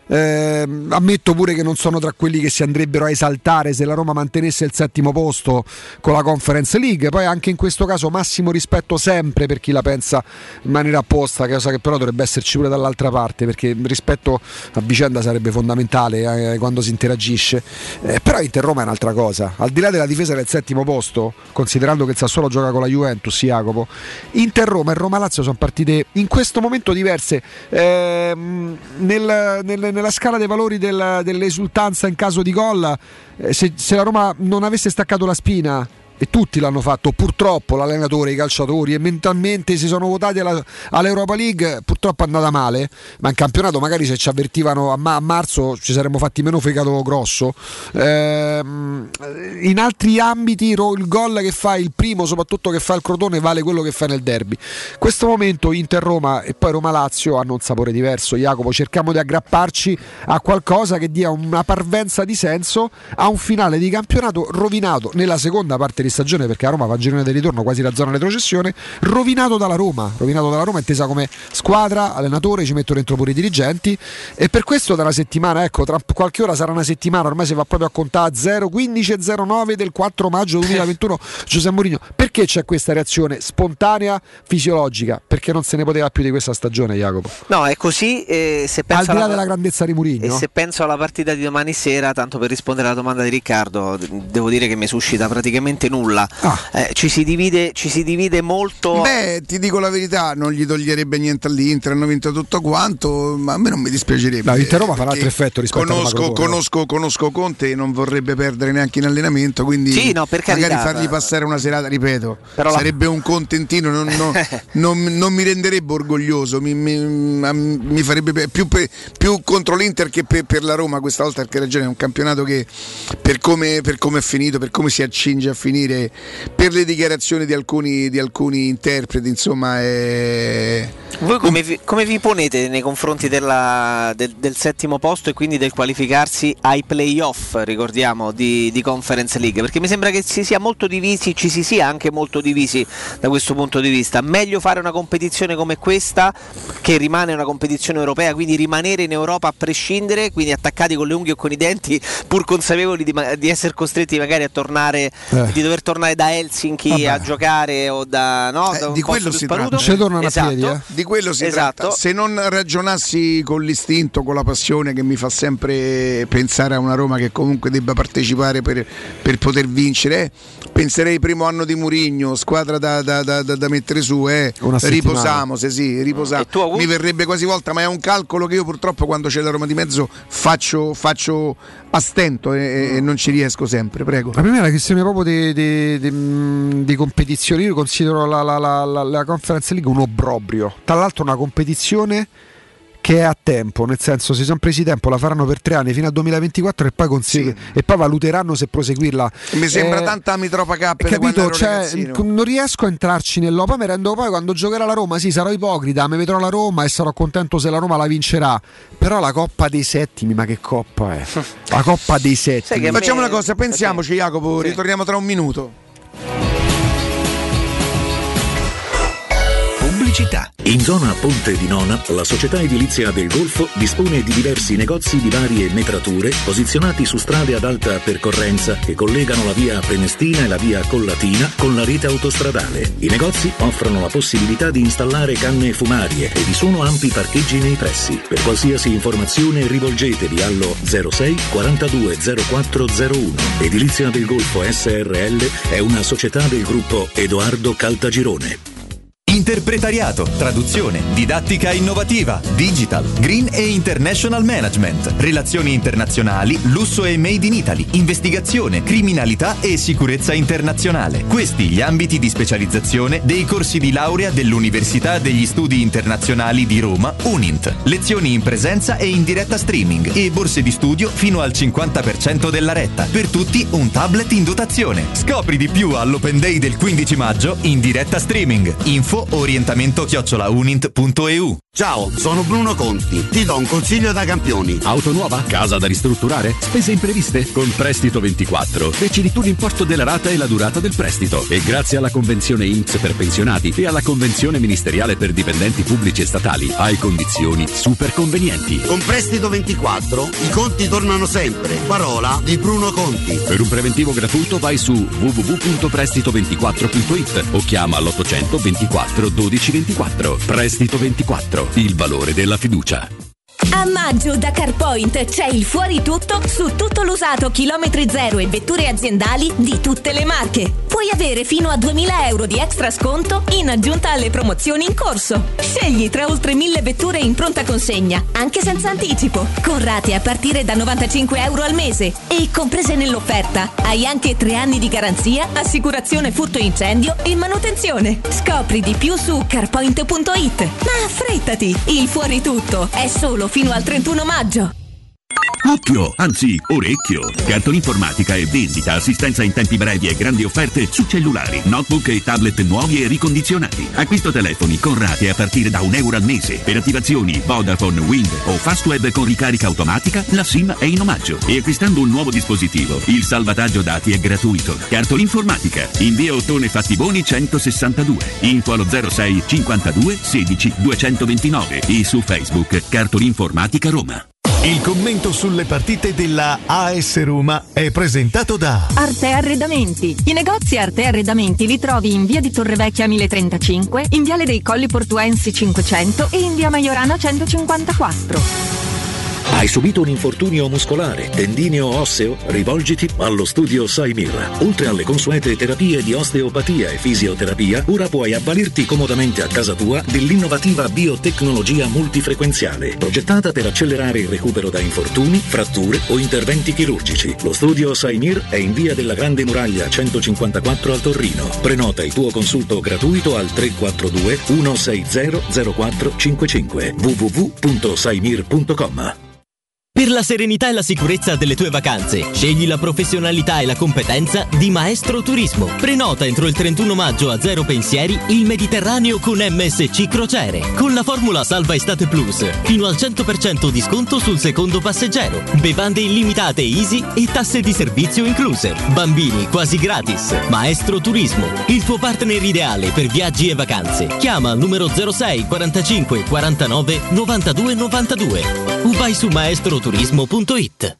Speaker 3: Eh, ammetto pure che non sono tra quelli che si andrebbero a esaltare se la Roma mantenesse il settimo posto con la Conference League. Poi anche in questo caso massimo rispetto sempre per chi la pensa in maniera opposta, cosa che però dovrebbe esserci pure dall'altra parte, perché rispetto a vicenda sarebbe fondamentale eh, quando si interagisce. Eh, però Inter Roma è un'altra cosa, al di là della difesa del settimo posto, considerando che il Sassuolo gioca con la Juventus, Jacopo, Inter Roma e Roma Lazio sono partite in questo momento diverse. Eh, nel, nel nella scala dei valori del, dell'esultanza in caso di gol, eh, se, se la Roma non avesse staccato la spina, e tutti l'hanno fatto, purtroppo l'allenatore, i calciatori, e mentalmente si sono votati alla, all'Europa League, purtroppo è andata male, ma in campionato magari se ci avvertivano a, ma- a marzo ci saremmo fatti meno fegato grosso. Ehm, in altri ambiti il gol che fa il primo, soprattutto che fa il Crotone, vale quello che fa nel derby. Questo momento Inter Roma e poi Roma Lazio hanno un sapore diverso, Jacopo, cerchiamo di aggrapparci a qualcosa che dia una parvenza di senso a un finale di campionato rovinato nella seconda parte di stagione, perché a Roma va a girone di ritorno quasi la zona retrocessione, rovinato dalla Roma rovinato dalla Roma intesa come squadra, allenatore, ci metto dentro pure i dirigenti, e per questo da una settimana, ecco, tra qualche ora sarà una settimana, ormai si va proprio a contare zero quindici e zero nove del quattro maggio duemilaventuno. Giuseppe Mourinho, perché c'è questa reazione spontanea, fisiologica? Perché non se ne poteva più di questa stagione, Jacopo.
Speaker 4: No, è così, eh, se penso
Speaker 3: al di là
Speaker 4: alla...
Speaker 3: della grandezza di Mourinho,
Speaker 4: e se penso alla partita di domani sera, tanto per rispondere alla domanda di Riccardo, devo dire che mi suscita praticamente nulla. Ah. Eh, ci si divide ci si divide molto.
Speaker 2: Beh, ti dico la verità, non gli toglierebbe niente all'Inter, hanno vinto tutto quanto, ma a me non mi dispiacerebbe.
Speaker 3: No, l'Inter Roma farà altro effetto rispetto
Speaker 2: conosco,
Speaker 3: a Roma.
Speaker 2: conosco, conosco Conte e non vorrebbe perdere neanche in allenamento, quindi
Speaker 4: sì, no, per
Speaker 2: magari
Speaker 4: carità,
Speaker 2: fargli passare una serata, ripeto,
Speaker 4: però
Speaker 2: sarebbe
Speaker 4: la...
Speaker 2: un contentino, non, non, non, non mi renderebbe orgoglioso, mi, mi, mi farebbe più, più contro l'Inter che per, per la Roma questa volta, perché ragione è un campionato che per come, per come è finito, per come si accinge a finire, per le dichiarazioni di alcuni, di alcuni interpreti, insomma è...
Speaker 4: Voi come vi, come vi ponete nei confronti della, del, del settimo posto e quindi del qualificarsi ai playoff, ricordiamo, di, di Conference League? Perché mi sembra che si sia molto divisi, ci si sia anche molto divisi da questo punto di vista. Meglio fare una competizione come questa, che rimane una competizione europea, quindi rimanere in Europa a prescindere, quindi attaccati con le unghie o con i denti, pur consapevoli di, di essere costretti magari a tornare, eh. di dover tornare da Helsinki Vabbè. a giocare o da, no,
Speaker 2: eh,
Speaker 4: da un
Speaker 2: di quello si
Speaker 4: sparuto.
Speaker 2: tratta.
Speaker 3: Tornano
Speaker 4: esatto.
Speaker 3: a piedi, eh?
Speaker 2: Di quello si
Speaker 4: esatto.
Speaker 2: tratta. Se non ragionassi con l'istinto, con la passione che mi fa sempre pensare a una Roma che comunque debba partecipare per, per poter vincere, penserei primo anno di Mourinho, squadra da, da, da, da mettere su, eh. riposiamo, se sì, riposiamo.
Speaker 4: Tu,
Speaker 2: mi verrebbe quasi volta, ma è un calcolo che io purtroppo quando c'è la Roma di mezzo faccio, faccio a stento e, e non ci riesco sempre. Prego.
Speaker 3: La prima è una questione proprio di, di, di, di competizione. Io considero la, la, la, la, la Conference League un obbrobrio, tra l'altro una competizione che è a tempo, nel senso si sono presi tempo, la faranno per tre anni fino al duemilaventiquattro e poi, consegui, sì. e poi valuteranno se proseguirla.
Speaker 2: Mi sembra eh, tanta Mitropa Cup,
Speaker 3: capito? Cioè, non riesco a entrarci nell'Opa, mi rendo poi quando giocherà la Roma, sì, sarò ipocrita, mi vedrò la Roma e sarò contento se la Roma la vincerà, però la Coppa dei Settimi, ma che Coppa è? La Coppa dei Settimi.
Speaker 2: Facciamo una cosa, pensiamoci, Jacopo, sì. ritorniamo tra un minuto.
Speaker 5: Pubblicità. In zona Ponte di Nona, la società edilizia del Golfo dispone di diversi negozi di varie metrature posizionati su strade ad alta percorrenza che collegano la via Prenestina e la via Collatina con la rete autostradale. I negozi offrono la possibilità di installare canne fumarie e vi sono ampi parcheggi nei pressi. Per qualsiasi informazione rivolgetevi allo zero sei quarantadue zero quattro zero uno. Edilizia del Golfo S R L è una società del gruppo Edoardo Caltagirone.
Speaker 6: Interpretariato, traduzione, didattica innovativa, digital, green e international management, relazioni internazionali, lusso e made in Italy, investigazione, criminalità e sicurezza internazionale. Questi gli ambiti di specializzazione dei corsi di laurea dell'Università degli Studi Internazionali di Roma, UNINT. Lezioni in presenza e in diretta streaming e borse di studio fino al cinquanta per cento della retta. Per tutti un tablet in dotazione. Scopri di più all'Open Day del quindici maggio in diretta streaming. Info Info orientamento chiocciola unint punto e u.
Speaker 7: Ciao, sono Bruno Conti. Ti do un consiglio da campioni.
Speaker 8: Auto nuova? Casa da ristrutturare? Spese impreviste? Con Prestito ventiquattro decidi tu l'importo della rata e la durata del prestito. E grazie alla convenzione I N P S per pensionati e alla convenzione ministeriale per dipendenti pubblici e statali hai condizioni super convenienti.
Speaker 7: Con Prestito ventiquattro i conti tornano sempre. Parola di Bruno Conti.
Speaker 8: Per un preventivo gratuito vai su w w w punto prestito ventiquattro punto i t o chiama all'ottocento ventiquattro dodici ventiquattro. Prestito ventiquattro. Il valore della fiducia.
Speaker 9: A maggio da CarPoint c'è il fuori tutto su tutto l'usato chilometri zero e vetture aziendali di tutte le marche. Puoi avere fino a duemila euro di extra sconto in aggiunta alle promozioni in corso. Scegli tra oltre mille vetture in pronta consegna, anche senza anticipo, con rate a partire da novantacinque euro al mese. E comprese nell'offerta hai anche tre anni di garanzia, assicurazione furto incendio e manutenzione. Scopri di più su carpoint punto i t. Ma affrettati, il fuori tutto è solo fino al trentuno maggio.
Speaker 10: Occhio, anzi orecchio. Cartolinformatica e vendita, assistenza in tempi brevi e grandi offerte su cellulari, notebook e tablet nuovi e ricondizionati. Acquisto telefoni con rate a partire da un euro al mese. Per attivazioni Vodafone, Wind o Fastweb con ricarica automatica, la SIM è in omaggio. E acquistando un nuovo dispositivo, il salvataggio dati è gratuito. Cartolinformatica, in via Ottone Fattiboni centosessantadue. Info allo zero sei cinquantadue sedici duecentoventinove e su Facebook Cartolinformatica Roma.
Speaker 11: Il commento sulle partite della A S Roma è presentato da
Speaker 12: Arte Arredamenti. I negozi Arte Arredamenti li trovi in via di Torrevecchia mille trentacinque, in viale dei Colli Portuensi cinquecento e in via Maiorana centocinquantaquattro.
Speaker 5: Hai subito un infortunio muscolare, tendineo o osseo? Rivolgiti allo studio Saimir. Oltre alle consuete terapie di osteopatia e fisioterapia, ora puoi avvalerti comodamente a casa tua dell'innovativa biotecnologia multifrequenziale, progettata per accelerare il recupero da infortuni, fratture o interventi chirurgici. Lo studio Saimir è in via della Grande Muraglia centocinquantaquattro al Torrino. Prenota il tuo consulto gratuito al tre quattro due uno sei zero zero quattro cinque cinque w w w punto saimir punto com.
Speaker 13: Per la serenità e la sicurezza delle tue vacanze, scegli la professionalità e la competenza di Maestro Turismo. Prenota entro il trentuno maggio a zero pensieri il Mediterraneo con M S C Crociere. Con la formula Salva Estate Plus, fino al cento per cento di sconto sul secondo passeggero. Bevande illimitate easy e tasse di servizio incluse. Bambini quasi gratis. Maestro Turismo, il tuo partner ideale per viaggi e vacanze. Chiama al numero zero sei quarantacinque quarantanove novantadue novantadue o vai su maestro turismo punto i t.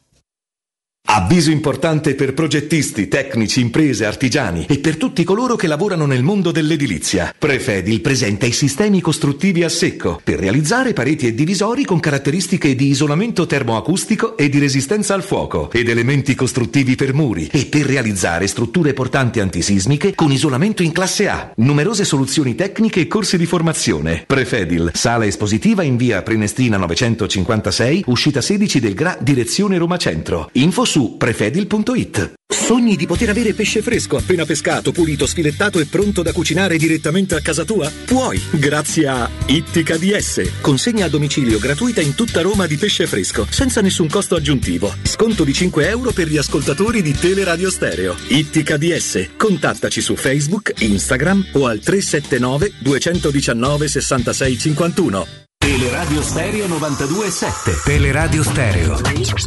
Speaker 11: Avviso importante per progettisti, tecnici, imprese, artigiani e per tutti coloro che lavorano nel mondo dell'edilizia. Prefedil presenta i sistemi costruttivi a secco per realizzare pareti e divisori con caratteristiche di isolamento termoacustico e di resistenza al fuoco ed elementi costruttivi per muri e per realizzare strutture portanti antisismiche con isolamento in classe A. Numerose soluzioni tecniche e corsi di formazione. Prefedil, sala espositiva in via Prenestina novecentocinquantasei, uscita sedici del Gra, direzione Roma Centro. Info su prefedil punto i t. Sogni di poter avere pesce fresco appena pescato, pulito, sfilettato e pronto da cucinare direttamente a casa tua? Puoi, grazie a Ittica D S. Consegna a domicilio gratuita in tutta Roma di pesce fresco, senza nessun costo aggiuntivo. Sconto di cinque euro per gli ascoltatori di Teleradio Stereo. Ittica D S. Contattaci su Facebook, Instagram o al tre sette nove due uno nove sessantasei cinquantuno.
Speaker 14: Teleradio Stereo novantadue e sette. Teleradio Stereo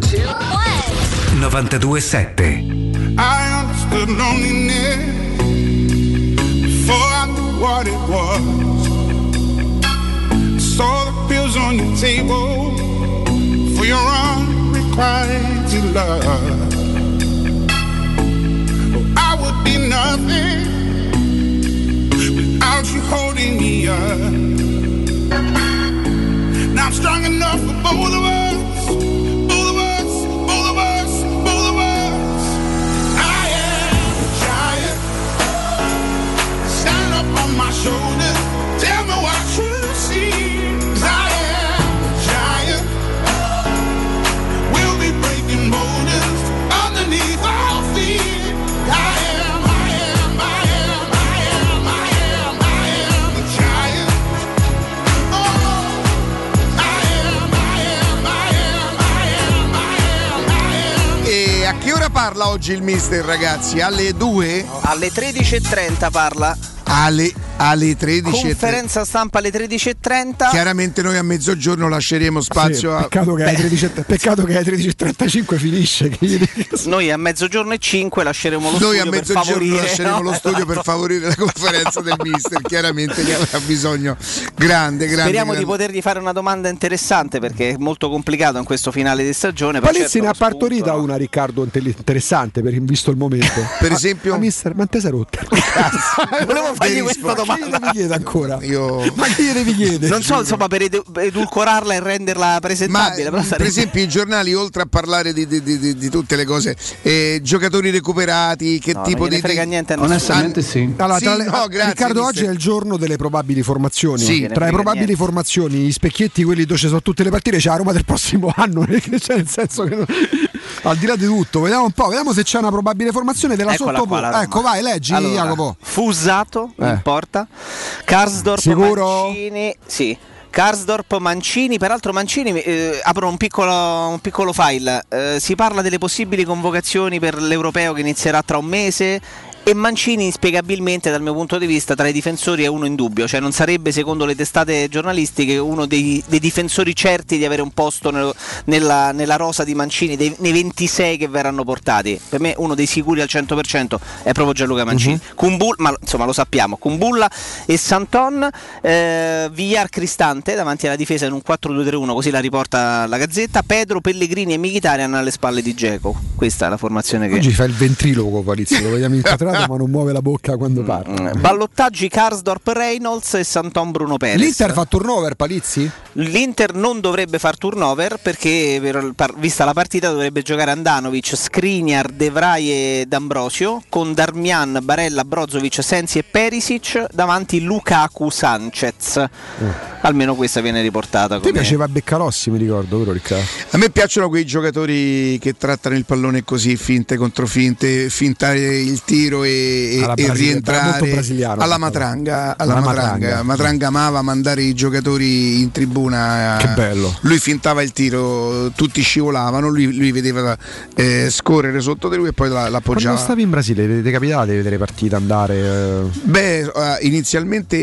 Speaker 14: novantadue e sette.
Speaker 15: I understood loneliness before I knew what it was. Saw the pills on your table for your unrequited love. Oh, I would be nothing without you holding me up. Now I'm strong enough for both of us. My shoulders, tell me what you see. 'Cause I am a giant. We'll be breaking boulders underneath our feet. I am, I am, I am, I am, I am, I am a giant. Oh, I am, I am, I am, I am, I am, I am.
Speaker 2: E a che ora parla oggi il mister, ragazzi? Alle due?
Speaker 4: Alle tredici e trenta parla.
Speaker 2: Alle alle tredici.
Speaker 4: Conferenza stampa alle tredici e trenta.
Speaker 2: Chiaramente noi a mezzogiorno lasceremo spazio
Speaker 3: sì,
Speaker 2: a
Speaker 3: peccato che alle tredici, peccato che alle tredici e trentacinque finisce. Che
Speaker 4: noi a mezzogiorno e cinque lasceremo lo
Speaker 2: noi
Speaker 4: studio
Speaker 2: a
Speaker 4: per
Speaker 2: mezzogiorno
Speaker 4: favorire,
Speaker 2: lasceremo
Speaker 4: no?
Speaker 2: lo studio per favorire la conferenza del mister, chiaramente che avrà bisogno. Grande, grande.
Speaker 4: Speriamo
Speaker 2: grande.
Speaker 4: di potergli fare una domanda interessante, perché è molto complicato in questo finale di stagione.
Speaker 3: Palizzi
Speaker 4: certo
Speaker 3: ne ha
Speaker 4: spunto,
Speaker 3: partorita
Speaker 4: no?
Speaker 3: una, Riccardo, interessante per visto il momento.
Speaker 2: Per esempio,
Speaker 3: ma, ma mister, ma te sei rotta?
Speaker 4: Volevo fargli questa domanda.
Speaker 3: Ma che gli chiede ancora?
Speaker 2: Io...
Speaker 3: Ma che gli devi chiedere?
Speaker 4: Non so, insomma, per ed- edulcorarla e renderla presentabile.
Speaker 2: Ma
Speaker 4: però sarebbe...
Speaker 2: per esempio i giornali, oltre a parlare di, di, di, di tutte le cose, eh, giocatori recuperati, che
Speaker 4: no,
Speaker 2: tipo
Speaker 4: non
Speaker 2: di
Speaker 4: frega niente a
Speaker 16: onestamente
Speaker 4: nessuno.
Speaker 16: sì.
Speaker 3: Allora,
Speaker 2: sì,
Speaker 3: tra le,
Speaker 2: no, grazie,
Speaker 3: Riccardo,
Speaker 2: mister.
Speaker 3: oggi è il giorno delle probabili formazioni.
Speaker 2: Sì.
Speaker 3: Tra le probabili
Speaker 4: niente.
Speaker 3: formazioni, gli specchietti, quelli dove ci sono tutte le partite, c'è la Roma del prossimo anno. Cioè, nel senso che non... al di là di tutto, vediamo un po', vediamo se c'è una probabile formazione della sottopongo. Ecco, vai, leggi,
Speaker 4: allora,
Speaker 3: Jacopo.
Speaker 4: Fusato
Speaker 3: Eh.
Speaker 4: in porta, Karsdorp,
Speaker 3: Sicuro?
Speaker 4: Mancini, sì. Karsdorp, Mancini, peraltro Mancini, eh, apro un piccolo, un piccolo file, eh, si parla delle possibili convocazioni per l'Europeo che inizierà tra un mese. E Mancini, inspiegabilmente dal mio punto di vista, tra i difensori è uno in dubbio, cioè non sarebbe, secondo le testate giornalistiche, uno dei, dei difensori certi di avere un posto nel, nella, nella rosa di Mancini, dei, nei ventisei che verranno portati. Per me uno dei sicuri al cento per cento è proprio Gianluca Mancini. Uh-huh. Kumbulla, ma insomma lo sappiamo, Kumbulla e Santon, eh, Villar Cristante davanti alla difesa in un quattro due tre uno, così la riporta la Gazzetta, Pedro, Pellegrini e Mkhitaryan alle spalle di Dzeko. Questa è la formazione che...
Speaker 3: Oggi fa il ventriloquo, Palizzi, lo vediamo inquadrato ma non muove la bocca quando parla.
Speaker 4: Ballottaggi Karsdorp, Reynolds e Santon, Bruno Perez.
Speaker 3: L'Inter fa turnover, Palizzi?
Speaker 4: L'Inter non dovrebbe far turnover perché per, per, vista la partita dovrebbe giocare Andanovic, Skriniar, De Vrij e D'Ambrosio con Darmian, Barella, Brozovic, Sensi e Perisic davanti Lukaku, Sanchez. Mm. Almeno questa viene riportata.
Speaker 3: Ti piaceva Beccalossi, mi ricordo, vero Riccardo?
Speaker 2: A me piacciono quei giocatori che trattano il pallone così, finte contro finte, fintare il tiro e,
Speaker 3: alla
Speaker 2: e rientrare
Speaker 3: alla
Speaker 2: matranga, alla
Speaker 3: alla
Speaker 2: matranga.
Speaker 3: matranga.
Speaker 2: Matranga amava mandare i giocatori in tribuna.
Speaker 3: Che bello.
Speaker 2: Lui fintava il tiro, tutti scivolavano, lui, lui vedeva eh, scorrere sotto di lui e poi la, l'appoggiava.
Speaker 3: Quando stavi in Brasile, vedete capitava di vedere partite andare? Eh...
Speaker 2: Beh, uh, inizialmente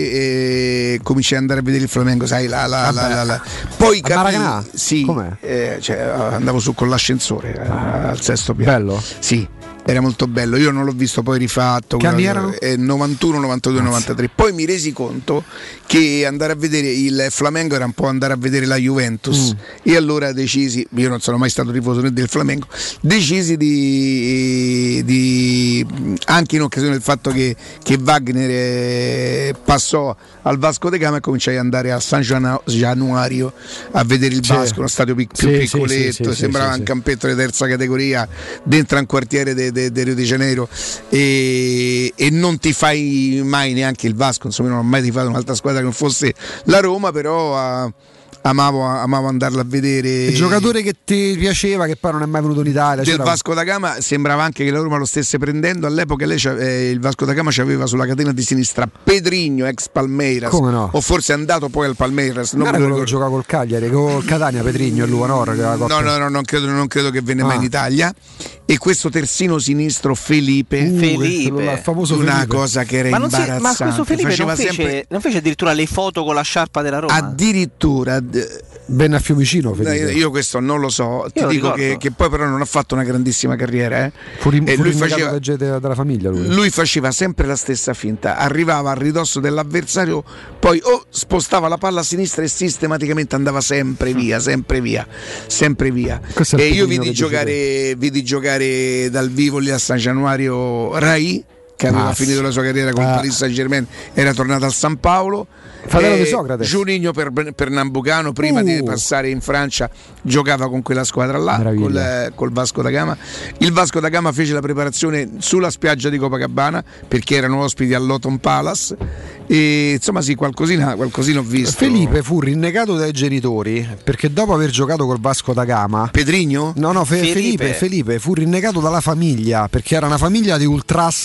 Speaker 2: eh, cominciai ad andare a vedere il Flamengo, sai, la, la, la, la, la. Poi
Speaker 3: capì,
Speaker 2: sì, eh, cioè, andavo su con l'ascensore eh, al sesto piano.
Speaker 3: Bello?
Speaker 2: Sì. Era molto bello, io non l'ho visto poi rifatto.
Speaker 3: Che anni erano?
Speaker 2: Eh, novantuno, novantadue, novantatré. Poi mi resi conto che andare a vedere il Flamengo era un po' andare a vedere la Juventus. Mm. E allora decisi, io non sono mai stato tifoso né del Flamengo, decisi di, di anche in occasione del fatto che, che Wagner eh, passò al Vasco da Gama e cominciai ad andare a San Januario a vedere il Vasco, sì. Uno stadio pic- più sì, piccoletto, sì, sì, sembrava sì, sì, un campetto di terza categoria dentro un quartiere del de, de Rio de Janeiro e, e non ti fai mai neanche il Vasco, insomma non ho mai tifato un'altra squadra che non fosse la Roma, però a, amavo, amavo andarla a vedere.
Speaker 3: Il giocatore che ti piaceva, che poi non è mai venuto in Italia,
Speaker 2: del Vasco da Gama, sembrava anche che la Roma lo stesse prendendo. All'epoca lei eh, il Vasco da Gama c'aveva sulla catena di sinistra Pedrinho, ex Palmeiras.
Speaker 3: Come no?
Speaker 2: O forse è andato poi al Palmeiras.
Speaker 3: Non, non era quello che giocava col Cagliari, col Catania, Pedrinho e Luanor.
Speaker 2: No, no, no, non credo, non credo che venne ah. mai in Italia. E questo terzino sinistro Felipe,
Speaker 4: uh, Felipe.
Speaker 3: Il famoso
Speaker 2: una
Speaker 3: Felipe.
Speaker 2: cosa che era
Speaker 4: ma
Speaker 2: imbarazzante.
Speaker 4: Si, ma questo Felipe non fece,
Speaker 2: sempre...
Speaker 4: non fece addirittura le foto con la sciarpa della Roma?
Speaker 2: Addirittura
Speaker 3: venne a Fiumicino Felipe.
Speaker 2: Io questo non lo so, ti
Speaker 4: io
Speaker 2: dico che, che poi però non ha fatto una grandissima carriera eh.
Speaker 3: fu, rim-
Speaker 2: e
Speaker 3: fu
Speaker 2: lui faceva
Speaker 3: della famiglia lui.
Speaker 2: lui faceva sempre la stessa finta, arrivava a ridosso dell'avversario, poi o oh, spostava la palla a sinistra e sistematicamente andava sempre via, sempre via, sempre via. E io vidi giocare, vidi giocare dal vivo lì a San Januario Rai, che aveva Mazza. finito la sua carriera con il ah. Paris Saint-Germain, era tornato al San Paolo.
Speaker 3: Fratello di Socrate.
Speaker 2: Juninho per, per Nambucano, prima uh. di passare in Francia, giocava con quella squadra là, col, col Vasco da Gama. Il Vasco da Gama fece la preparazione sulla spiaggia di Copacabana perché erano ospiti all'Autumn Palace. E insomma sì, qualcosina, qualcosina ho visto.
Speaker 3: Felipe fu rinnegato dai genitori perché dopo aver giocato col Vasco da Gama,
Speaker 2: Pedrinho?
Speaker 3: No, no, Fe- Felipe. Felipe Felipe fu rinnegato dalla famiglia perché era una famiglia di ultras del Vasco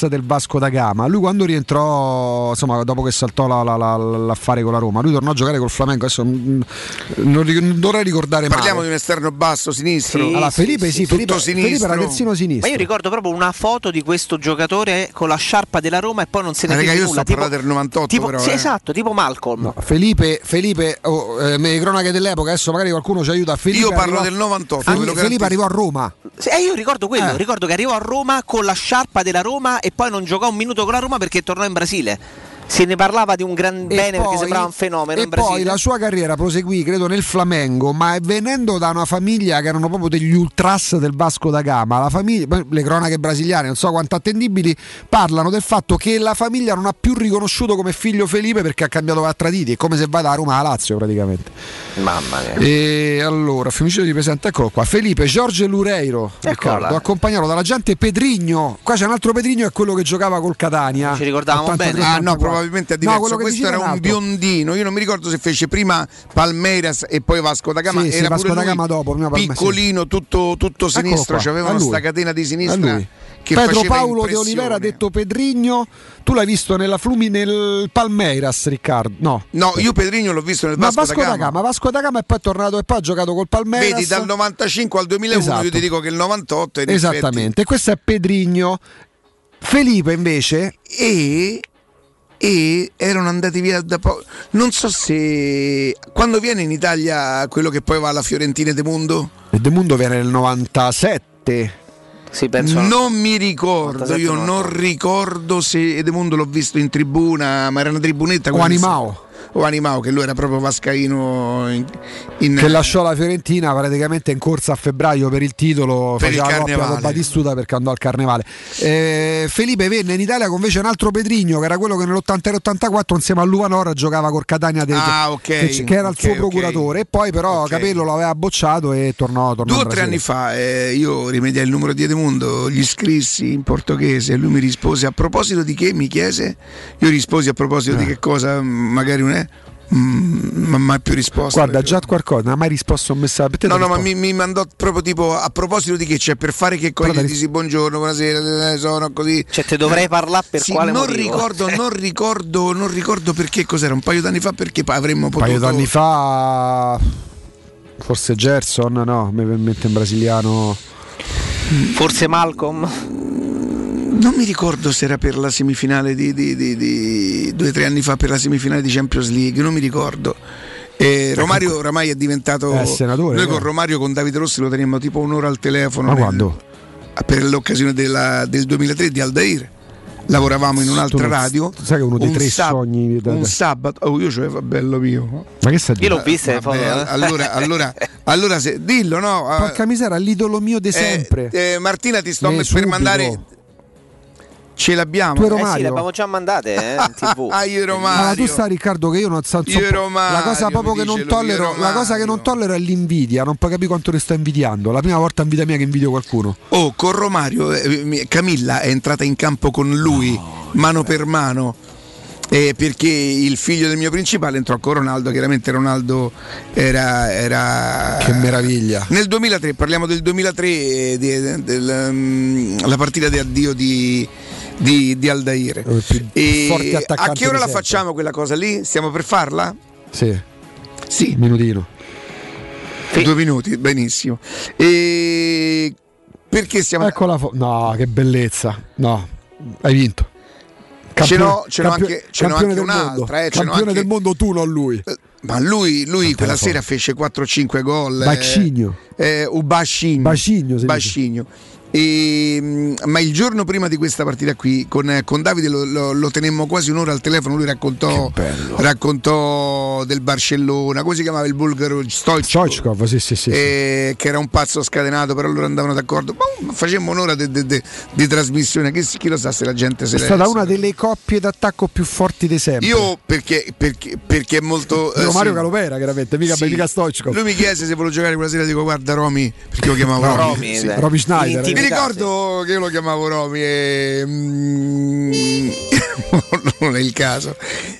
Speaker 3: Vasco da Gama. Lui quando rientrò, insomma, dopo che saltò la, la, la, l'affare con la Roma, lui tornò a giocare col Flamengo. Adesso mh, non, non dovrei ricordare mai.
Speaker 2: Parliamo di un esterno basso sinistro.
Speaker 3: Sì, allora, Felipe, sì, sì, Felipe, Felipe era terzino sinistro.
Speaker 4: Ma io ricordo proprio una foto di questo giocatore con la sciarpa della Roma e poi non se ne
Speaker 2: fece
Speaker 4: nulla.
Speaker 2: Io sto
Speaker 4: tipo,
Speaker 2: parlando del novantotto,
Speaker 4: tipo,
Speaker 2: però,
Speaker 4: sì,
Speaker 2: eh.
Speaker 4: esatto, tipo Malcolm.
Speaker 3: No, Felipe, Felipe oh, eh, le cronache dell'epoca, adesso magari qualcuno ci aiuta. Felipe
Speaker 2: io parlo
Speaker 3: arrivò,
Speaker 2: del novantotto.
Speaker 3: Felipe, Felipe arrivò a Roma.
Speaker 4: Sì, eh, io ricordo quello,
Speaker 3: Eh.
Speaker 4: ricordo che arrivò a Roma con la sciarpa della Roma e poi non giocò un minuto con la Roma perché tornò in Brasile. Se ne parlava di un gran
Speaker 3: E
Speaker 4: bene
Speaker 3: poi-
Speaker 4: perché sembrava un fenomeno
Speaker 3: e
Speaker 4: in Brasile.
Speaker 3: poi la sua carriera proseguì, credo, nel Flamengo, ma venendo da una famiglia che erano proprio degli ultras del Vasco da Gama. La famiglia, le cronache brasiliane, non so quanto attendibili, parlano del fatto che la famiglia non ha più riconosciuto come figlio Felipe perché ha cambiato Valtraditi. È come se va da Roma alla Lazio praticamente.
Speaker 4: Mamma mia.
Speaker 3: E allora, Fiumicino di presente, eccolo qua. Felipe Jorge Lureiro, Riccardo, accompagnato dall'agente Pedrigno. Qua c'è un altro Pedrigno, è quello che giocava col Catania.
Speaker 4: Ci ricordavamo
Speaker 3: ottantadue,
Speaker 4: bene.
Speaker 2: Ah no,
Speaker 3: ottantaquattro.
Speaker 2: probabilmente è diverso.
Speaker 3: No, quello che
Speaker 2: questo
Speaker 3: dicevi
Speaker 2: era un
Speaker 3: altro.
Speaker 2: biondino. Io non mi ricordo se fece prima Palmeiras e poi Vasco da Gama.
Speaker 3: Sì, sì,
Speaker 2: era
Speaker 3: Vasco
Speaker 2: pure
Speaker 3: da
Speaker 2: lui
Speaker 3: Gama dopo, prima Palmeiras,
Speaker 2: piccolino, tutto, tutto
Speaker 3: Eccolo
Speaker 2: sinistro.
Speaker 3: qua,
Speaker 2: C'avevano
Speaker 3: a lui.
Speaker 2: sta catena di
Speaker 3: A
Speaker 2: sinistra
Speaker 3: lui.
Speaker 2: che
Speaker 3: Pedro
Speaker 2: faceva
Speaker 3: Paolo de
Speaker 2: impressione.
Speaker 3: Oliveira, detto Pedrigno. Tu l'hai visto nella Flumi nel Palmeiras, Riccardo? No.
Speaker 2: No, io Pedrigno l'ho visto nel
Speaker 3: Ma
Speaker 2: Vasco,
Speaker 3: Vasco da Gama, Vasco da Gama e poi è tornato e poi ha giocato col Palmeiras.
Speaker 2: Vedi, dal novantacinque al duemilauno
Speaker 3: Esatto.
Speaker 2: io ti dico che il novantotto in
Speaker 3: Esattamente, e questo è Pedrigno. Felipe invece
Speaker 2: e, e erano andati via da poco. Non so se quando viene in Italia quello che poi va alla Fiorentina De Mundo.
Speaker 3: De Mundo viene nel novantasette.
Speaker 4: Sì, penso
Speaker 2: non mi ricordo,
Speaker 4: novantasette,
Speaker 2: io non ricordo se Edemundo l'ho visto in tribuna, ma era una tribunetta
Speaker 3: O Animao.
Speaker 2: o Animao, che lui era proprio vascaino in, in-
Speaker 3: Che lasciò la Fiorentina praticamente in corsa a febbraio per il titolo,
Speaker 2: Per il
Speaker 3: faceva coppia
Speaker 2: Carnevale.
Speaker 3: con Batistuta perché andò al Carnevale. Eh, Felipe venne in Italia con invece un altro Pedrigno che era quello che nell'ottantasei ottantaquattro insieme a Luvanor giocava col Catania de,
Speaker 2: Ah, ok,
Speaker 3: che, che era il
Speaker 2: ok,
Speaker 3: suo
Speaker 2: ok.
Speaker 3: procuratore, e poi però
Speaker 2: Ok.
Speaker 3: Capello lo aveva bocciato e tornò, tornò
Speaker 2: Due o
Speaker 3: in
Speaker 2: tre
Speaker 3: Brasile.
Speaker 2: anni fa eh, io rimediai il numero di Edemundo, gli scrissi in portoghese e lui mi rispose a proposito di che, mi chiese, io risposi a proposito
Speaker 3: Eh.
Speaker 2: di che cosa, magari non è, mm, ma mai più risposta.
Speaker 3: Guarda, già qualcosa, non ha mai risposto a un messaggio. Per te
Speaker 2: No,
Speaker 3: ti
Speaker 2: no, ma
Speaker 3: rispondo.
Speaker 2: mi, mi mandò proprio tipo a proposito di che c'è, per fare che cosa,
Speaker 3: Però
Speaker 2: gli
Speaker 3: da-
Speaker 2: dissi buongiorno, buonasera, eh, sono così.
Speaker 4: Cioè, te dovrei parlare per
Speaker 2: Sì,
Speaker 4: quale
Speaker 2: non
Speaker 4: motivo?
Speaker 2: ricordo, non ricordo, non ricordo perché cos'era, un paio d'anni fa perché poi avremmo
Speaker 3: Un
Speaker 2: potuto.
Speaker 3: paio d'anni fa, forse Gerson, no, mi viene in mente in brasiliano.
Speaker 4: Forse Malcolm?
Speaker 2: Non mi ricordo se era per la semifinale di, di, di, di due o tre anni fa per la semifinale di Champions League, non mi ricordo. E Romario oramai è diventato
Speaker 3: È senatore,
Speaker 2: noi
Speaker 3: vero?
Speaker 2: con Romario, con Davide Rossi lo tenemmo tipo un'ora al telefono.
Speaker 3: Ma
Speaker 2: nel-
Speaker 3: quando?
Speaker 2: Per l'occasione della- del duemilatré di Aldair. Lavoravamo in un'altra
Speaker 3: Tu non-
Speaker 2: radio.
Speaker 3: tu sai che uno dei
Speaker 2: un
Speaker 3: tre
Speaker 2: sab-
Speaker 3: sogni da-
Speaker 2: un
Speaker 3: da-
Speaker 2: sabato. Oh, io c'avevo bello mio.
Speaker 3: Ma che stai
Speaker 4: Io l'ho
Speaker 3: dicendo?
Speaker 4: vista le
Speaker 2: Vabbè,
Speaker 4: foto, eh.
Speaker 2: allora, allora, allora se, dillo, no? eh,
Speaker 3: Porca miseria, l'idolo mio di
Speaker 2: eh,
Speaker 3: sempre.
Speaker 2: eh, Martina, ti sto
Speaker 3: Ne
Speaker 2: per
Speaker 3: subito.
Speaker 2: mandare. Ce l'abbiamo.
Speaker 3: Tu ero
Speaker 4: Eh sì,
Speaker 3: Mario.
Speaker 4: le abbiamo già mandate eh, in tv.
Speaker 2: Ah, io ero
Speaker 3: Ma
Speaker 2: Mario.
Speaker 3: tu sai, Riccardo, che io non so,
Speaker 2: Io ero
Speaker 3: la cosa
Speaker 2: Mario,
Speaker 3: proprio
Speaker 2: mi
Speaker 3: che non
Speaker 2: dice lui,
Speaker 3: tollero,
Speaker 2: io ero
Speaker 3: la cosa che non
Speaker 2: Mario.
Speaker 3: tollero è l'invidia, non puoi capire quanto ti sto invidiando. La prima volta in vita mia che invidio qualcuno.
Speaker 2: Oh, con Romario, eh, mi- Camilla è entrata in campo con lui, mano per mano. eh, perché il figlio del mio principale entrò con Ronaldo. Chiaramente Ronaldo era, era
Speaker 3: Che meraviglia.
Speaker 2: nel duemilatré, parliamo del duemilatré, eh, di- del, mm, la partita di addio di, di, di Aldair.
Speaker 3: Il più
Speaker 2: E
Speaker 3: forte
Speaker 2: a
Speaker 3: attaccante
Speaker 2: che ora
Speaker 3: di
Speaker 2: la
Speaker 3: sempre.
Speaker 2: facciamo quella cosa lì? Stiamo per farla?
Speaker 3: Sì,
Speaker 2: Sì,
Speaker 3: un minutino.
Speaker 2: due minuti, benissimo. E perché stiamo
Speaker 3: Ecco la fo- no, che bellezza. No, hai vinto.
Speaker 2: Ce n'ho- ce n'ho
Speaker 3: campio-
Speaker 2: anche- ce n'ho
Speaker 3: campione
Speaker 2: anche
Speaker 3: del
Speaker 2: un'altra,
Speaker 3: mondo.
Speaker 2: eh, ce n'ho
Speaker 3: campione
Speaker 2: anche-
Speaker 3: del mondo tu, non lui.
Speaker 2: Ma lui, lui
Speaker 3: Quanta
Speaker 2: quella
Speaker 3: la
Speaker 2: sera
Speaker 3: foto.
Speaker 2: fece quattro cinque gol. eh,
Speaker 3: Bacigno.
Speaker 2: Eh, o Bacigno.
Speaker 3: Bacigno, si dice.
Speaker 2: Bacigno. E, mh, ma il giorno prima di questa partita qui con, con Davide lo, lo- lo tenemmo quasi un'ora al telefono. Lui raccontò,
Speaker 3: Che bello.
Speaker 2: raccontò del Barcellona, come si chiamava il bulgaro Stoichkov,
Speaker 3: Stoichkov, sì, sì, sì.
Speaker 2: eh, che era un pazzo scatenato, però loro andavano d'accordo. Ma facemmo un'ora de- de- de- di trasmissione, che chi lo sa se la gente se
Speaker 3: È
Speaker 2: le-
Speaker 3: stata
Speaker 2: se-
Speaker 3: una delle coppie d'attacco più forti di sempre.
Speaker 2: Io perché, perché, perché è molto eh,
Speaker 3: Romario
Speaker 2: sì.
Speaker 3: Calopera, chiaramente, mica,
Speaker 2: Sì.
Speaker 3: mica Stoichkov.
Speaker 2: Lui mi chiese se volevo giocare quella sera, dico guarda Romy, perché lo chiamavo
Speaker 3: No,
Speaker 2: Romy,
Speaker 4: Romy,
Speaker 2: sì.
Speaker 4: dai.
Speaker 3: Romy Schneider.
Speaker 2: Mi
Speaker 4: Intimidati.
Speaker 2: ricordo che io lo chiamavo Romy e mm, non è il caso.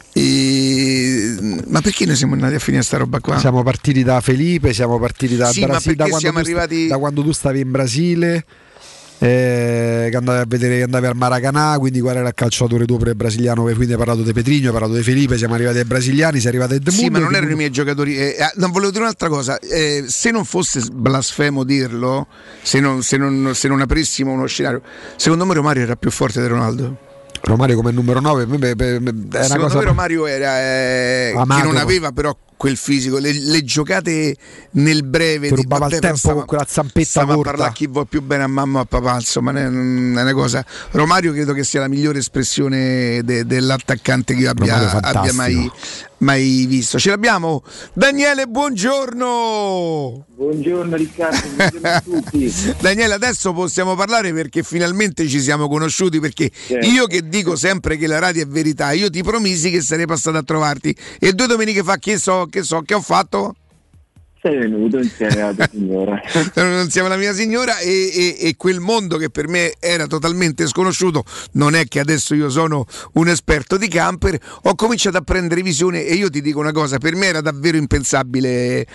Speaker 2: E, ma perché noi siamo andati a finire sta roba qua?
Speaker 3: Siamo partiti da Felipe, siamo partiti da
Speaker 2: Sì, ma
Speaker 3: Brasile, da
Speaker 2: perché
Speaker 3: quando,
Speaker 2: siamo
Speaker 3: tu, sta-
Speaker 2: arrivati-
Speaker 3: da quando tu stavi in Brasile. eh, che andavi a vedere, che andavi al Maracanã, quindi qual era il calciatore tuo pre brasiliano, quindi hai parlato di Petrigno, hai parlato di Felipe, siamo arrivati ai brasiliani, sei arrivato a Edmundo.
Speaker 2: Sì, ma non erano i miei giocatori. Eh, non volevo dire un'altra cosa, eh, se non fosse blasfemo dirlo, se non, se, non, se non aprissimo uno scenario, secondo me Romario era più forte di Ronaldo.
Speaker 3: Romario come numero nove, è una
Speaker 2: secondo
Speaker 3: cosa...
Speaker 2: me Romario era eh, che non aveva però quel fisico, le, le giocate nel breve
Speaker 3: ti rubava
Speaker 2: di,
Speaker 3: il tempo
Speaker 2: stava,
Speaker 3: con quella zampetta
Speaker 2: stava
Speaker 3: corta.
Speaker 2: A parlare chi vuole più bene a mamma o a papà, insomma è una cosa. Romario credo che sia la migliore espressione de, dell'attaccante che io abbia, abbia mai, mai visto. Ce l'abbiamo? Daniele, buongiorno.
Speaker 16: Buongiorno Riccardo, buongiorno a tutti.
Speaker 2: Daniele, adesso possiamo parlare perché finalmente ci siamo conosciuti, perché certo. Io che dico sempre che la radio è verità, io ti promisi che sarei passato a trovarti e due domeniche fa che so che so che ho fatto?
Speaker 16: Sei venuto insieme alla tua signora.
Speaker 2: Insieme alla mia signora e, e, e quel mondo che per me era totalmente sconosciuto, non è che adesso io sono un esperto di camper, ho cominciato a prendere visione e io ti dico una cosa, per me era davvero impensabile,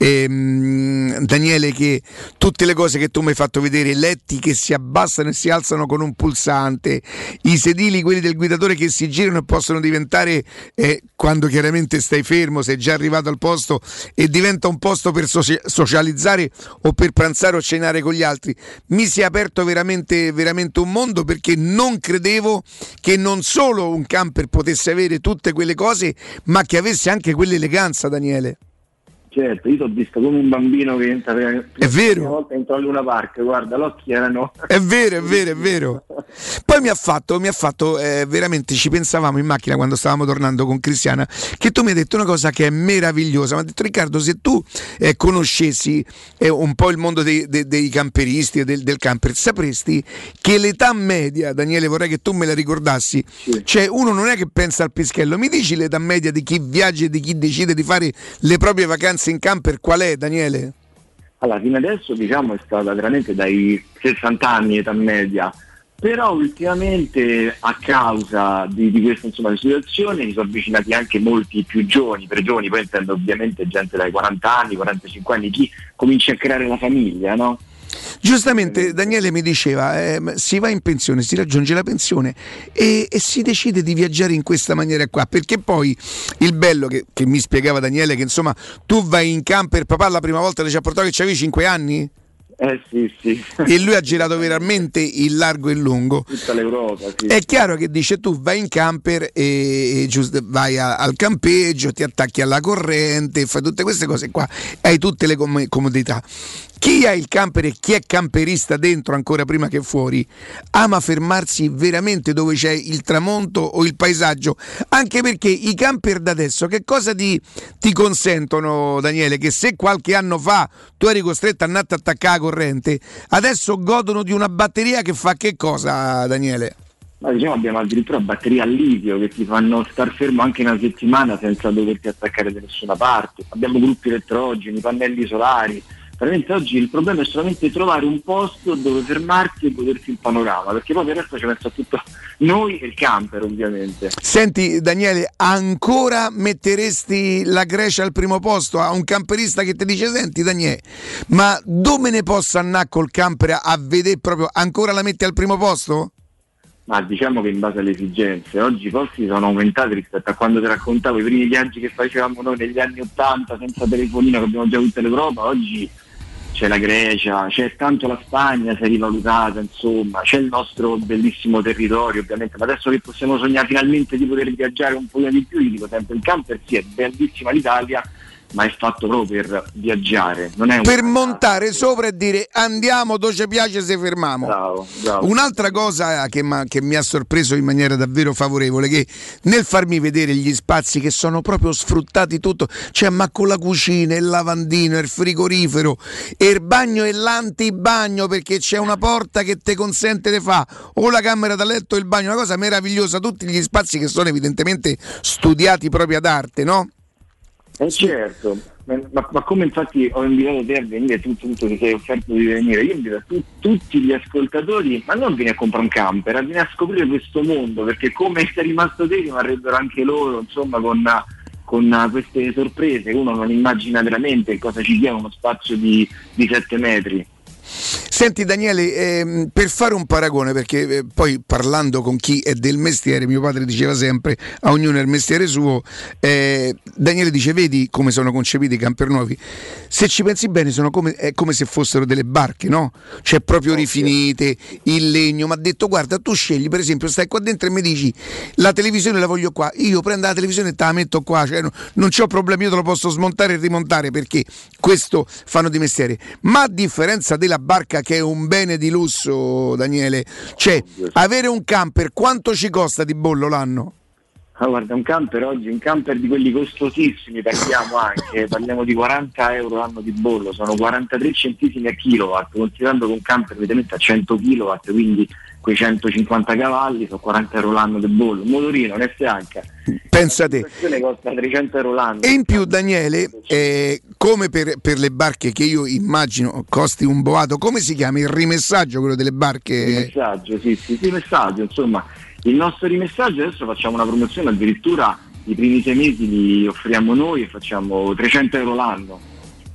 Speaker 2: ehm, Daniele, che tutte le cose che tu mi hai fatto vedere, letti che si abbassano e si alzano con un pulsante, i sedili quelli del guidatore che si girano e possono diventare, eh, quando chiaramente stai fermo, sei già arrivato al posto e diventa un posto per socializzare o per pranzare o cenare con gli altri, mi si è aperto veramente, veramente un mondo, perché non credevo che non solo un camper potesse avere tutte quelle cose, ma che avesse anche quell'eleganza, Daniele.
Speaker 16: Certo, io ti ho visto come un bambino che entra per
Speaker 2: è vero.
Speaker 16: Una volta entrò a Luna Park, guarda, l'occhi erano...
Speaker 2: È vero, è vero, è vero. Poi mi ha fatto, mi ha fatto eh, veramente, ci pensavamo in macchina quando stavamo tornando con Cristiana, che tu mi hai detto una cosa che è meravigliosa. Mi ha detto: Riccardo, se tu eh, conoscessi eh, un po' il mondo dei, dei, dei camperisti e del, del camper, sapresti che l'età media, Daniele, vorrei che tu me la ricordassi, sì. Cioè uno non è che pensa al pischello, mi dici l'età media di chi viaggia e di chi decide di fare le proprie vacanze in camper qual è, Daniele?
Speaker 16: Allora, fino adesso diciamo è stata veramente dai sessanta anni età media, però ultimamente a causa di, di questa insomma situazione si sono avvicinati anche molti più giovani, per giovani poi intendo ovviamente gente dai quaranta anni, quarantacinque anni, chi comincia a creare la famiglia, no?
Speaker 2: Giustamente Daniele mi diceva, eh, si va in pensione, si raggiunge la pensione e, e si decide di viaggiare in questa maniera qua, perché poi il bello che, che mi spiegava Daniele, che insomma tu vai in camper, papà la prima volta ci ha portato che c'avevi cinque anni?
Speaker 16: Eh sì, sì.
Speaker 2: E lui ha girato veramente in largo e in lungo.
Speaker 16: Tutta l'Europa, sì.
Speaker 2: È chiaro che dice tu vai in camper e, e giusto, vai a, al campeggio, ti attacchi alla corrente, fai tutte queste cose qua, hai tutte le com- comodità. Chi ha il camper e chi è camperista dentro ancora prima che fuori ama fermarsi veramente dove c'è il tramonto o il paesaggio, anche perché i camper da adesso che cosa ti, ti consentono, Daniele? Che se qualche anno fa tu eri costretto a andare a attaccare la corrente, adesso godono di una batteria che fa che cosa, Daniele?
Speaker 16: Ma diciamo abbiamo addirittura batterie a litio che ti fanno star fermo anche una settimana senza doverti attaccare da nessuna parte, abbiamo gruppi elettrogeni, pannelli solari. Veramente oggi il problema è solamente trovare un posto dove fermarti e godersi il panorama, perché poi per il resto ci pensa tutto noi e il camper ovviamente.
Speaker 2: Senti Daniele, ancora metteresti la Grecia al primo posto a un camperista che ti dice: senti Daniele, ma dove ne posso andare col camper a vedere proprio, ancora la metti al primo posto?
Speaker 16: Ma diciamo che in base alle esigenze, oggi i costi sono aumentati rispetto a quando ti raccontavo i primi viaggi che facevamo noi negli anni ottanta senza telefonino, che abbiamo già tutta l'Europa. Oggi c'è la Grecia, c'è tanto la Spagna, si è rivalutata, insomma, c'è il nostro bellissimo territorio ovviamente, ma adesso che possiamo sognare finalmente di poter viaggiare un po' di più, io dico sempre il camper sì, è bellissima l'Italia, ma è fatto proprio per viaggiare, non è un
Speaker 2: per montare sopra e dire andiamo dove ci piace se fermiamo.
Speaker 16: Bravo, bravo.
Speaker 2: Un'altra cosa che, ma, che mi ha sorpreso in maniera davvero favorevole, che nel farmi vedere gli spazi che sono proprio sfruttati tutto, cioè ma con la cucina, il lavandino, il frigorifero, e il bagno e l'antibagno, perché c'è una porta che ti consente di fare o la camera da letto o il bagno, una cosa meravigliosa, tutti gli spazi che sono evidentemente studiati proprio ad arte, no?
Speaker 16: Eh certo, ma, ma come infatti ho invitato te a venire, tu, tu, tu ti sei offerto di venire, io invito tu, tutti gli ascoltatori, ma non vieni a comprare un camper, a venire a scoprire questo mondo, perché come sei rimasto te rimarrebbero anche loro, insomma, con, con queste sorprese, uno non immagina veramente cosa ci sia uno spazio di, di sette metri.
Speaker 2: Senti Daniele, ehm, per fare un paragone, perché eh, poi parlando con chi è del mestiere, mio padre diceva sempre a ognuno il mestiere suo, eh, Daniele dice vedi come sono concepiti i campernuovi, se ci pensi bene sono come, è come se fossero delle barche, no? Cioè proprio rifinite, il legno, mi ha detto guarda tu scegli, per esempio stai qua dentro e mi dici la televisione la voglio qua, io prendo la televisione e te la metto qua, cioè, no, non c'ho problemi, io te lo posso smontare e rimontare perché questo fanno di mestiere, ma a differenza della barca che è un bene di lusso, Daniele, cioè avere un camper quanto ci costa di bollo l'anno?
Speaker 16: Ah, guarda, un camper oggi, un camper di quelli costosissimi, parliamo anche, parliamo di quaranta euro l'anno di bollo, sono quarantatré centesimi a kilowatt, considerando che un camper vedete a cento kilowatt, quindi quei centocinquanta cavalli, sono quaranta euro l'anno di bollo, un motorino, un S H.
Speaker 2: Pensa te.
Speaker 16: Costa trecento euro l'anno.
Speaker 2: E in più Daniele, eh, come per, per le barche che io immagino costi un boato, come si chiama il rimessaggio quello delle barche?
Speaker 16: Il rimessaggio, sì, sì, rimessaggio, insomma. Il nostro rimessaggio adesso facciamo una promozione, addirittura i primi sei mesi li offriamo noi e facciamo trecento euro l'anno.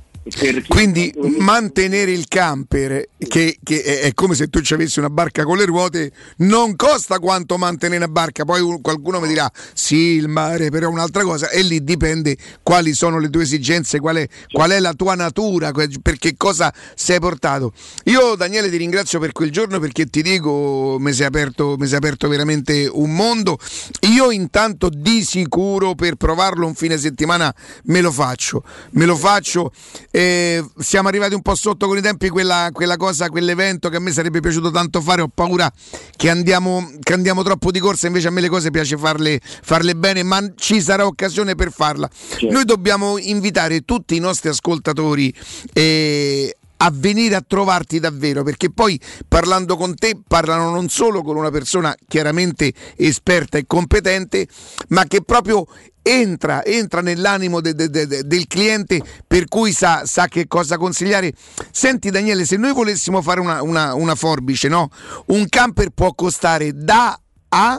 Speaker 2: Quindi mantenere il camper, che, che è come se tu ci avessi una barca con le ruote, non costa quanto mantenere una barca. Poi qualcuno mi dirà sì, il mare però è un'altra cosa, e lì dipende quali sono le tue esigenze, qual è, qual è la tua natura, per che cosa sei portato. Io Daniele ti ringrazio per quel giorno, perché ti dico mi sei aperto, mi sei aperto veramente un mondo. Io intanto di sicuro per provarlo un fine settimana me lo faccio, me lo faccio. Eh, siamo arrivati un po' sotto con i tempi, quella, quella cosa, quell'evento che a me sarebbe piaciuto tanto fare, ho paura che andiamo, che andiamo troppo di corsa, invece a me le cose piace farle, farle bene, ma ci sarà occasione per farla. Certo. Noi dobbiamo invitare tutti i nostri ascoltatori eh, a venire a trovarti davvero, perché poi parlando con te parlano non solo con una persona chiaramente esperta e competente, ma che proprio entra, entra nell'animo de, de, de, del cliente, per cui sa, sa che cosa consigliare. Senti Daniele, se noi volessimo fare una, una, una forbice, no? Un camper può costare da a...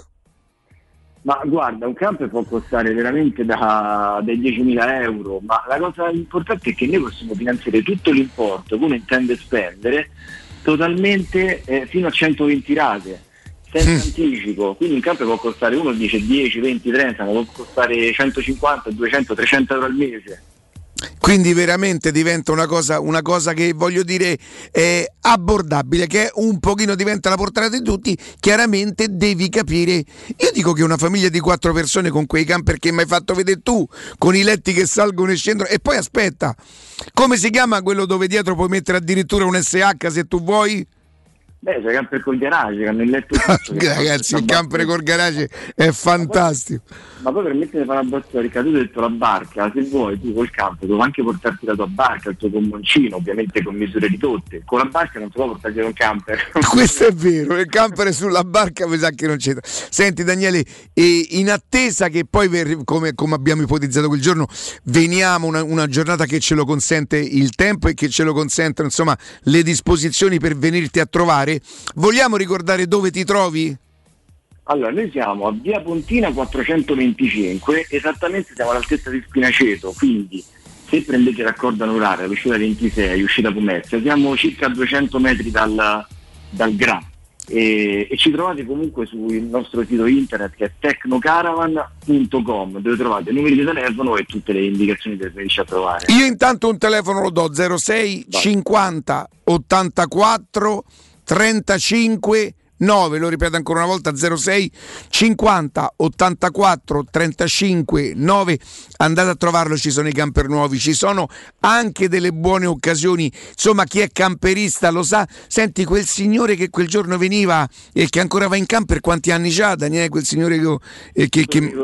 Speaker 16: Ma guarda, un camper può costare veramente da, dai diecimila euro, ma la cosa importante è che noi possiamo finanziare tutto l'importo, come intende spendere, totalmente eh, fino a centoventi rate, senza mm. anticipo. Quindi un camper può costare, uno dice dieci, venti, trenta, ma può costare centocinquanta, duecento, trecento euro al mese.
Speaker 2: Quindi veramente diventa una cosa, una cosa che voglio dire è abbordabile, che un pochino diventa la portata di tutti. Chiaramente devi capire, io dico che una famiglia di quattro persone con quei camper che mi hai fatto vedere tu, con i letti che salgono e scendono, e poi aspetta, come si chiama quello dove dietro puoi mettere addirittura un S H se tu vuoi?
Speaker 16: Beh, c'è il camper col garage, che hanno il letto tutto.
Speaker 2: Ragazzi, il camper col garage è fantastico.
Speaker 16: Ma poi per mettere fare la battuta, Riccardo, tu hai detto la barca, se vuoi tu col camper devi anche portarti la tua barca, il tuo gommoncino, ovviamente con misure ridotte. Con la barca non si può portarti un camper.
Speaker 2: Questo è vero, il camper è sulla barca, mi sa che non c'entra. Senti Daniele, e in attesa che poi, come, come abbiamo ipotizzato quel giorno, veniamo una, una giornata che ce lo consente il tempo e che ce lo consentono insomma le disposizioni per venirti a trovare, vogliamo ricordare dove ti trovi?
Speaker 16: Allora, noi siamo a via Pontina quattrocentoventicinque, esattamente siamo all'altezza di Spinaceto, quindi se prendete raccordo anulare all'uscita ventisei, uscita Pomezia, siamo circa a duecento metri dal, dal Gra, e, e ci trovate comunque sul nostro sito internet che è tecnocaravan punto com, dove trovate i numeri di telefono e tutte le indicazioni per venirci a trovare.
Speaker 2: Io intanto un telefono lo do: zero sei cinquanta ottantaquattro trentacinque nove, lo ripeto ancora una volta, zero sei cinquanta ottantaquattro trentacinque nove, andate a trovarlo, ci sono i camper nuovi, ci sono anche delle buone occasioni, insomma chi è camperista lo sa. Senti, quel signore che quel giorno veniva e che ancora va in camper, quanti anni c'ha Daniele, quel signore che... Eh, che, che...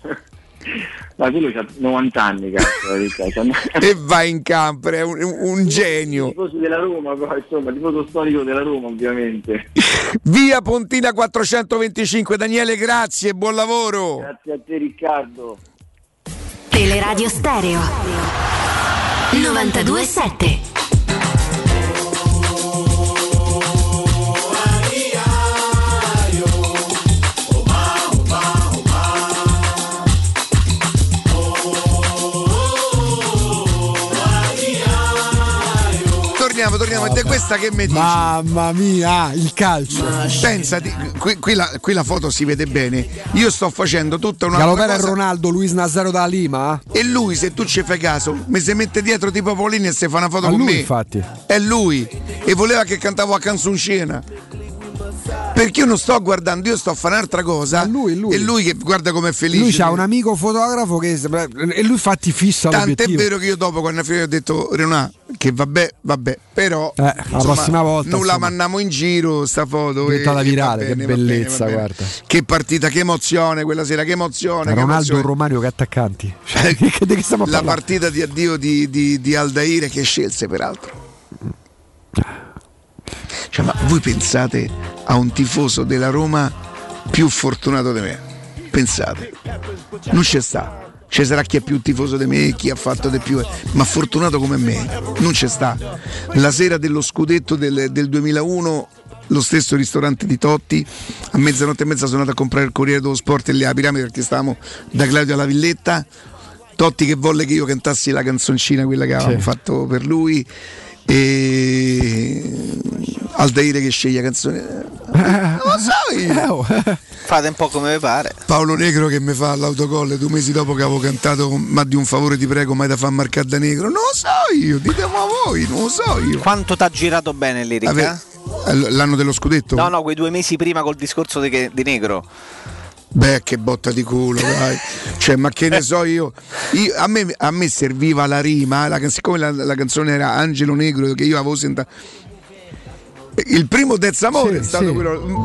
Speaker 16: Ma quello c'ha novanta anni, cazzo,
Speaker 2: e va in camper, è un, un genio.
Speaker 16: Tifoso della Roma, poi, insomma, tifoso storico della Roma, ovviamente.
Speaker 2: Via Pontina quattrocentoventicinque, Daniele, grazie, buon lavoro.
Speaker 16: Grazie a te, Riccardo.
Speaker 9: Teleradio Stereo novantadue sette.
Speaker 2: torniamo, torniamo. Ed è questa che mi dici.
Speaker 3: Mamma mia, il calcio.
Speaker 2: Pensati, qui, qui, la, qui la foto si vede bene. Io sto facendo tutta una
Speaker 3: Galopera
Speaker 2: cosa.
Speaker 3: e Ronaldo, Luis Nazaro da Lima.
Speaker 2: E lui, se tu ci fai caso, mi si mette dietro tipo Paolini e si fa una foto
Speaker 3: A
Speaker 2: con
Speaker 3: lui,
Speaker 2: me.
Speaker 3: infatti.
Speaker 2: È lui. E voleva che cantavo a canzoncina. Perché io non sto guardando, io sto a fare un'altra cosa.
Speaker 3: Lui, lui.
Speaker 2: E lui che guarda com'è felice.
Speaker 3: Lui c'ha un amico fotografo che e lui infatti fissa
Speaker 2: Tant'è
Speaker 3: l'obiettivo.
Speaker 2: vero che io dopo quando ho detto Renà che vabbè, vabbè, però
Speaker 3: eh, la
Speaker 2: insomma,
Speaker 3: prossima volta
Speaker 2: non
Speaker 3: insomma,
Speaker 2: la mandiamo in giro sta foto
Speaker 3: diventata
Speaker 2: e,
Speaker 3: virale,
Speaker 2: e bene,
Speaker 3: che bellezza,
Speaker 2: bene,
Speaker 3: guarda.
Speaker 2: Che partita, che emozione quella sera, che emozione.
Speaker 3: Ronaldo,
Speaker 2: che
Speaker 3: Romario, che attaccanti. Cioè, che, che, che stiamo a
Speaker 2: la
Speaker 3: parlare?
Speaker 2: partita di addio di, di, di Aldair che scelse peraltro. Cioè, ma voi pensate a un tifoso della Roma più fortunato di me? Pensate, non c'è sta. Ci sarà chi è più tifoso di me, chi ha fatto di più, ma fortunato come me non c'è sta. La sera dello scudetto del, del duemilauno, lo stesso ristorante di Totti, a mezzanotte e mezza sono andato a comprare il Corriere dello Sport e le a Piramide perché stavamo da Claudio alla Villetta. Totti che volle che io cantassi la canzoncina, quella che avevamo
Speaker 3: sì.
Speaker 2: fatto per lui, e Aldair che sceglie canzone. Non lo so io.
Speaker 4: Fate un po' come vi pare.
Speaker 2: Paolo Negro che mi fa l'autogol due mesi dopo che avevo cantato ma di un favore ti prego mai da far marcare da Negro. Non lo so io, ditemi a voi, non lo so io.
Speaker 4: Quanto t'ha girato bene l'Erica?
Speaker 2: L'anno dello scudetto?
Speaker 4: No, no, quei due mesi prima col discorso di, che, di Negro.
Speaker 2: Beh, che botta di culo, dai. Cioè, ma che ne so io. io a, me, a me serviva la rima, la, siccome la, la canzone era Angelo Negro, che io avevo sentito. Il primo Terzo Amore sì, è stato sì, quello.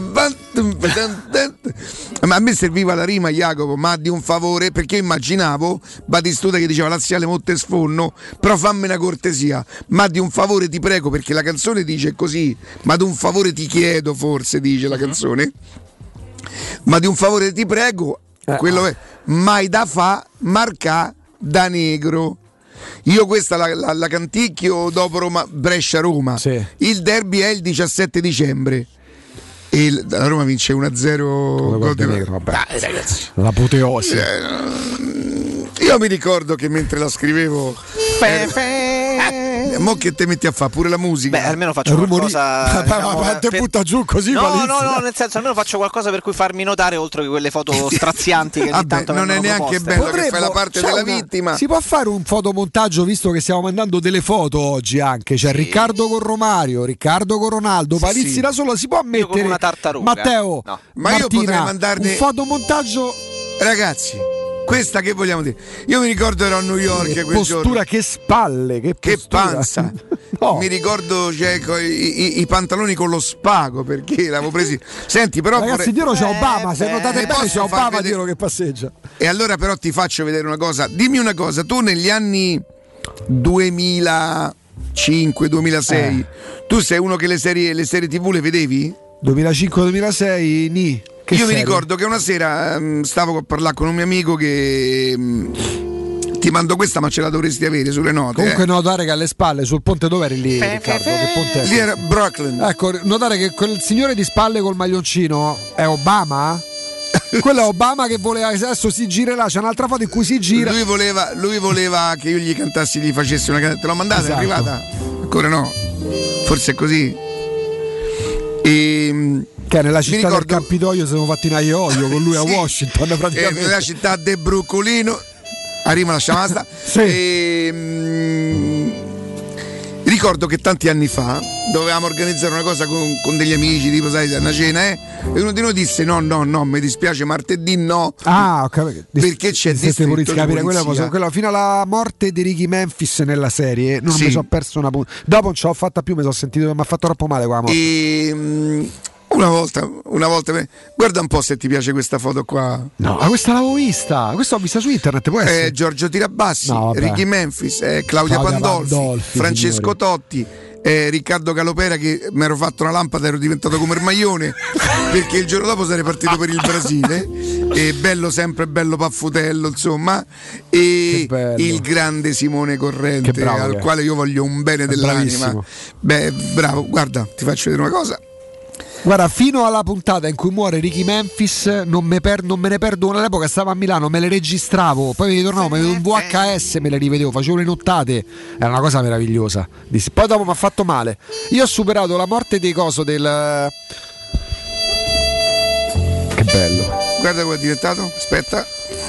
Speaker 2: Sì. Ma a me serviva la rima, Jacopo, ma di un favore, perché io immaginavo Batistuta che diceva laziale motte sfonno, però fammi una cortesia, ma di un favore ti prego, perché la canzone dice così, ma di un favore ti chiedo, forse dice la canzone. Ma di un favore ti prego, eh, quello è mai da fa marcà da Negro. Io questa la, la, la canticchio dopo Roma, Brescia-Roma. Sì. Il derby è il diciassette dicembre. E il, la Roma vince uno a zero.
Speaker 3: Negro, vabbè. Dai, ragazzi. L'apoteosi.
Speaker 2: Eh, io mi ricordo che mentre la scrivevo. Fe, fe. Eh, mo che te metti a fare pure la musica?
Speaker 4: Beh, almeno faccio qualcosa.
Speaker 3: Diciamo, ma te
Speaker 4: per...
Speaker 3: butta giù così.
Speaker 4: No,
Speaker 3: Valizia.
Speaker 4: no, no, nel senso almeno faccio qualcosa per cui farmi notare oltre che quelle foto strazianti che ogni tanto
Speaker 2: non è neanche
Speaker 4: proposte.
Speaker 2: bello
Speaker 3: Potremmo,
Speaker 2: che fai la parte della
Speaker 3: una,
Speaker 2: vittima.
Speaker 3: Si può fare un fotomontaggio visto che stiamo mandando delle foto oggi anche. C'è cioè sì. Riccardo con Romario, Riccardo con Ronaldo, sì, Palizzi sì. da solo. Si può mettere
Speaker 4: con una tartaruga.
Speaker 3: Matteo,
Speaker 4: no.
Speaker 2: Ma
Speaker 3: Martina,
Speaker 2: io potrei mandarne
Speaker 3: un fotomontaggio.
Speaker 2: Ragazzi, questa che vogliamo dire? Io mi ricordo ero a New York
Speaker 3: che
Speaker 2: quel
Speaker 3: postura,
Speaker 2: giorno.
Speaker 3: che spalle, che,
Speaker 2: che panza.
Speaker 3: No.
Speaker 2: Mi ricordo cioè, i, i, i pantaloni con lo spago perché l'avevo presi. Senti, però
Speaker 3: ragazzi,
Speaker 2: vorrei...
Speaker 3: dietro c'è Obama, se notate bene c'è Obama
Speaker 2: vedere...
Speaker 3: dietro che passeggia.
Speaker 2: E allora però ti faccio vedere una cosa. Dimmi una cosa, tu negli anni duemilacinque duemilasei eh. tu sei uno che le serie, le serie tivù le vedevi?
Speaker 3: duemilacinque duemilasei ni. Che
Speaker 2: Io
Speaker 3: serie?
Speaker 2: mi ricordo che una sera um, stavo a parlare con un mio amico che um, ti mando questa ma ce la dovresti avere sulle note.
Speaker 3: Comunque
Speaker 2: eh.
Speaker 3: notare che alle spalle sul ponte dove eri lì Riccardo? Che ponte è?
Speaker 2: Lì era Brooklyn.
Speaker 3: Ecco, notare che quel signore di spalle col maglioncino è Obama? Quello è Obama che voleva adesso si girerà, c'è un'altra foto in cui si gira.
Speaker 2: Lui voleva, lui voleva che io gli cantassi, gli facessi una canzone. Te l'ho mandata, esatto. È arrivata? Ancora no. Forse è così. E
Speaker 3: che nella città
Speaker 2: ricordo...
Speaker 3: del Campidoglio siamo fatti in aioio con lui sì. a Washington praticamente.
Speaker 2: E nella città del Broccolino arriva la sciamasta. Sì. E, mh, ricordo che tanti anni fa dovevamo organizzare una cosa con, con degli amici, tipo sai, una cena, eh? E uno di noi disse no, no, no, mi dispiace, martedì no.
Speaker 3: Ah, ok.
Speaker 2: Perché c'è distretto di
Speaker 3: capire quella cosa, quella, fino alla morte di Ricky Memphis nella serie non sì. mi sono perso una punta. Dopo non ce l'ho fatta più, mi sono sentito che mi ha fatto troppo male quella morte.
Speaker 2: E mh, una volta, una volta, guarda un po' se ti piace questa foto qua.
Speaker 3: No, ma questa l'avevo vista, questa l'ho vista su internet, può essere?
Speaker 2: Eh, Giorgio Tirabassi,
Speaker 3: no,
Speaker 2: Ricky Memphis, eh, Claudia, Claudia Pandolfi, Pandolfi, Francesco signori. Totti. Eh, Riccardo Calopera che mi ero fatto una lampada, ero diventato come il maglione perché il giorno dopo sarei partito per il Brasile e bello sempre bello Paffutello insomma e il grande Simone Corrente bravo, al eh. quale io voglio un bene è dell'anima bravissimo. Beh bravo, guarda ti faccio vedere una cosa
Speaker 3: Guarda, fino alla puntata in cui muore Ricky Memphis non me, per, non me ne perdo una. All'epoca stavo a Milano, me le registravo, poi mi ritornavo, mi vedevo un V H S, me le rivedevo, facevo le nottate, era una cosa meravigliosa. Poi dopo mi ha fatto male. Io ho superato la morte dei coso del... Che bello.
Speaker 2: Guarda come è diventato, aspetta.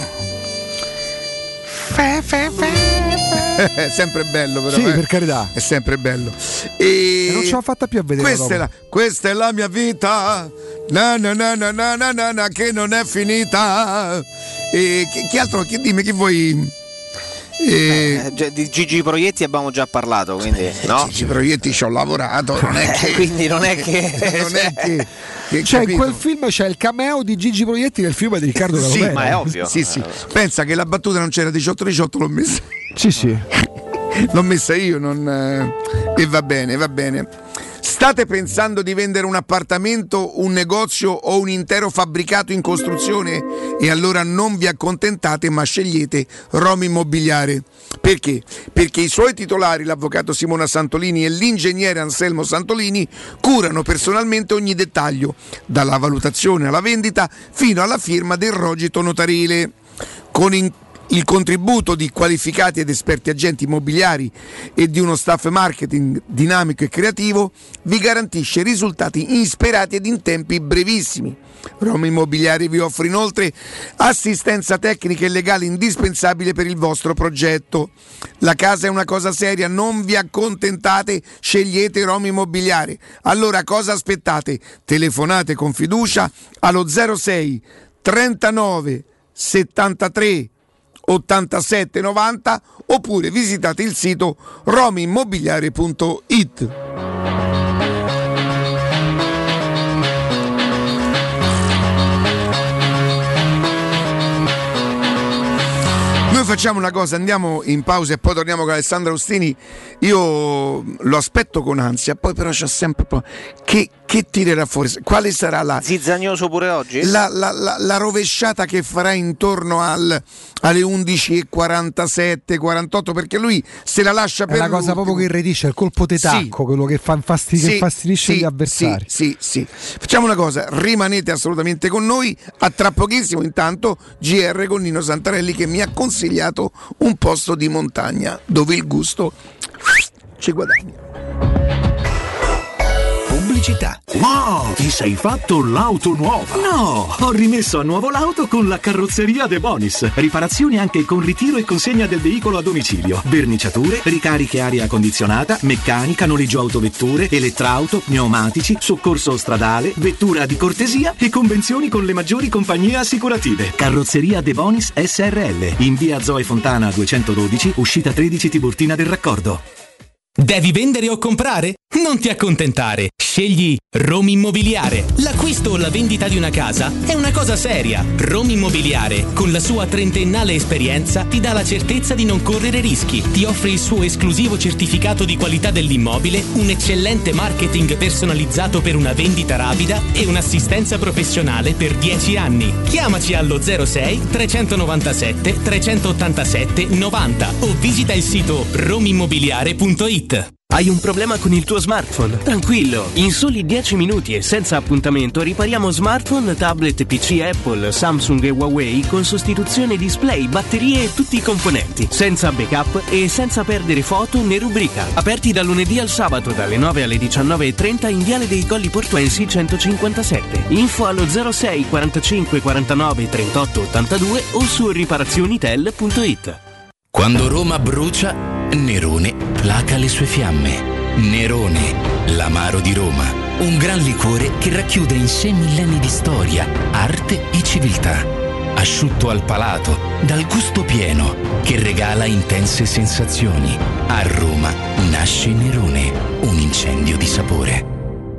Speaker 2: È sempre bello, però.
Speaker 3: Sì,
Speaker 2: eh.
Speaker 3: per carità.
Speaker 2: È sempre bello. E,
Speaker 3: e non ce l'ho fatta più a vedere.
Speaker 2: Questa è, la, questa è la mia vita. Na na na na na na na, na che non è finita. E che, che altro? Che, dimmi che vuoi.
Speaker 4: E... Eh, di Gigi Proietti abbiamo già parlato, quindi
Speaker 2: eh,
Speaker 4: no?
Speaker 2: Gigi Proietti ci ho lavorato, non è che.
Speaker 4: quindi non è che.
Speaker 2: non è che. che
Speaker 3: cioè,
Speaker 2: capito?
Speaker 3: in quel film c'è il cameo di Gigi Proietti nel film di Riccardo Calopera.
Speaker 4: Sì, ma è ovvio.
Speaker 2: Sì, sì. Pensa che la battuta non c'era diciotto diciotto, l'ho messa.
Speaker 3: Sì, sì.
Speaker 2: L'ho messa io, non... e va bene, va bene. State pensando di vendere un appartamento, un negozio o un intero fabbricato in costruzione? E allora non vi accontentate, ma scegliete Roma Immobiliare. Perché? Perché i suoi titolari, l'avvocato Simona Santolini e l'ingegnere Anselmo Santolini, curano personalmente ogni dettaglio, dalla valutazione alla vendita fino alla firma del rogito notarile. Con in- il contributo di qualificati ed esperti agenti immobiliari e di uno staff marketing dinamico e creativo vi garantisce risultati insperati ed in tempi brevissimi. Roma Immobiliare vi offre inoltre assistenza tecnica e legale indispensabile per il vostro progetto. La casa è una cosa seria, non vi accontentate, scegliete Roma Immobiliare. Allora cosa aspettate? Telefonate con fiducia allo zero sei trentanove settantatré ottantasette novanta oppure visitate il sito romimmobiliare punto it. Noi facciamo una cosa, andiamo in pausa e poi torniamo con Alessandro Austini. Io lo aspetto con ansia, poi però c'è sempre che, che tirerà fuori, quale sarà la
Speaker 4: zizzagnoso pure oggi?
Speaker 2: La, la, la, la rovesciata che farà intorno al, alle undici e quarantasette quarantotto, perché lui se la lascia per
Speaker 3: è la cosa
Speaker 2: l'ultimo.
Speaker 3: Proprio che irretisce, il colpo di tacco, sì. Quello che fa infastid-
Speaker 2: sì,
Speaker 3: che infastidisce
Speaker 2: sì,
Speaker 3: gli avversari.
Speaker 2: Sì, sì, sì. Facciamo una cosa, rimanete assolutamente con noi, a tra pochissimo. Intanto G R con Nino Santarelli che mi ha consigliato un posto di montagna dove il gusto ci guadagna.
Speaker 14: Pubblicità. Wow, ti sei fatto l'auto nuova?
Speaker 17: No, ho rimesso a nuovo l'auto con la carrozzeria De Bonis. Riparazioni anche con ritiro e consegna del veicolo a domicilio. Verniciature, ricariche aria condizionata, meccanica, noleggio autovetture, elettrauto, pneumatici, soccorso stradale, vettura di cortesia e convenzioni con le maggiori compagnie assicurative. Carrozzeria De Bonis S R L, in via Zoe Fontana duecentododici, uscita tredici Tiburtina del Raccordo.
Speaker 13: Devi vendere o comprare? Non ti accontentare. Scegli Roma Immobiliare. L'acquisto o la vendita di una casa è una cosa seria. Roma Immobiliare, con la sua trentennale esperienza, ti dà la certezza di non correre rischi. Ti offre il suo esclusivo certificato di qualità dell'immobile, un eccellente marketing personalizzato per una vendita rapida e un'assistenza professionale per dieci anni. Chiamaci allo zero sei trecentonovantasette trecentottantasette novanta o visita il sito romimmobiliare punto it.
Speaker 18: Hai un problema con il tuo smartphone? Tranquillo, in soli dieci minuti e senza appuntamento ripariamo smartphone, tablet, P C Apple, Samsung e Huawei con sostituzione display, batterie e tutti i componenti, senza backup e senza perdere foto né rubrica. Aperti dal lunedì al sabato dalle nove alle diciannove e trenta in Viale dei Colli Portuensi centocinquantasette. Info allo zero sei quarantacinque quarantanove trentotto ottantadue o su riparazionitel punto it.
Speaker 19: Quando Roma brucia, Nerone placa le sue fiamme. Nerone, l'amaro di Roma. Un gran liquore che racchiude in sé millenni di storia, arte e civiltà. Asciutto al palato, dal gusto pieno, che regala intense sensazioni. A Roma nasce Nerone, un incendio di sapore.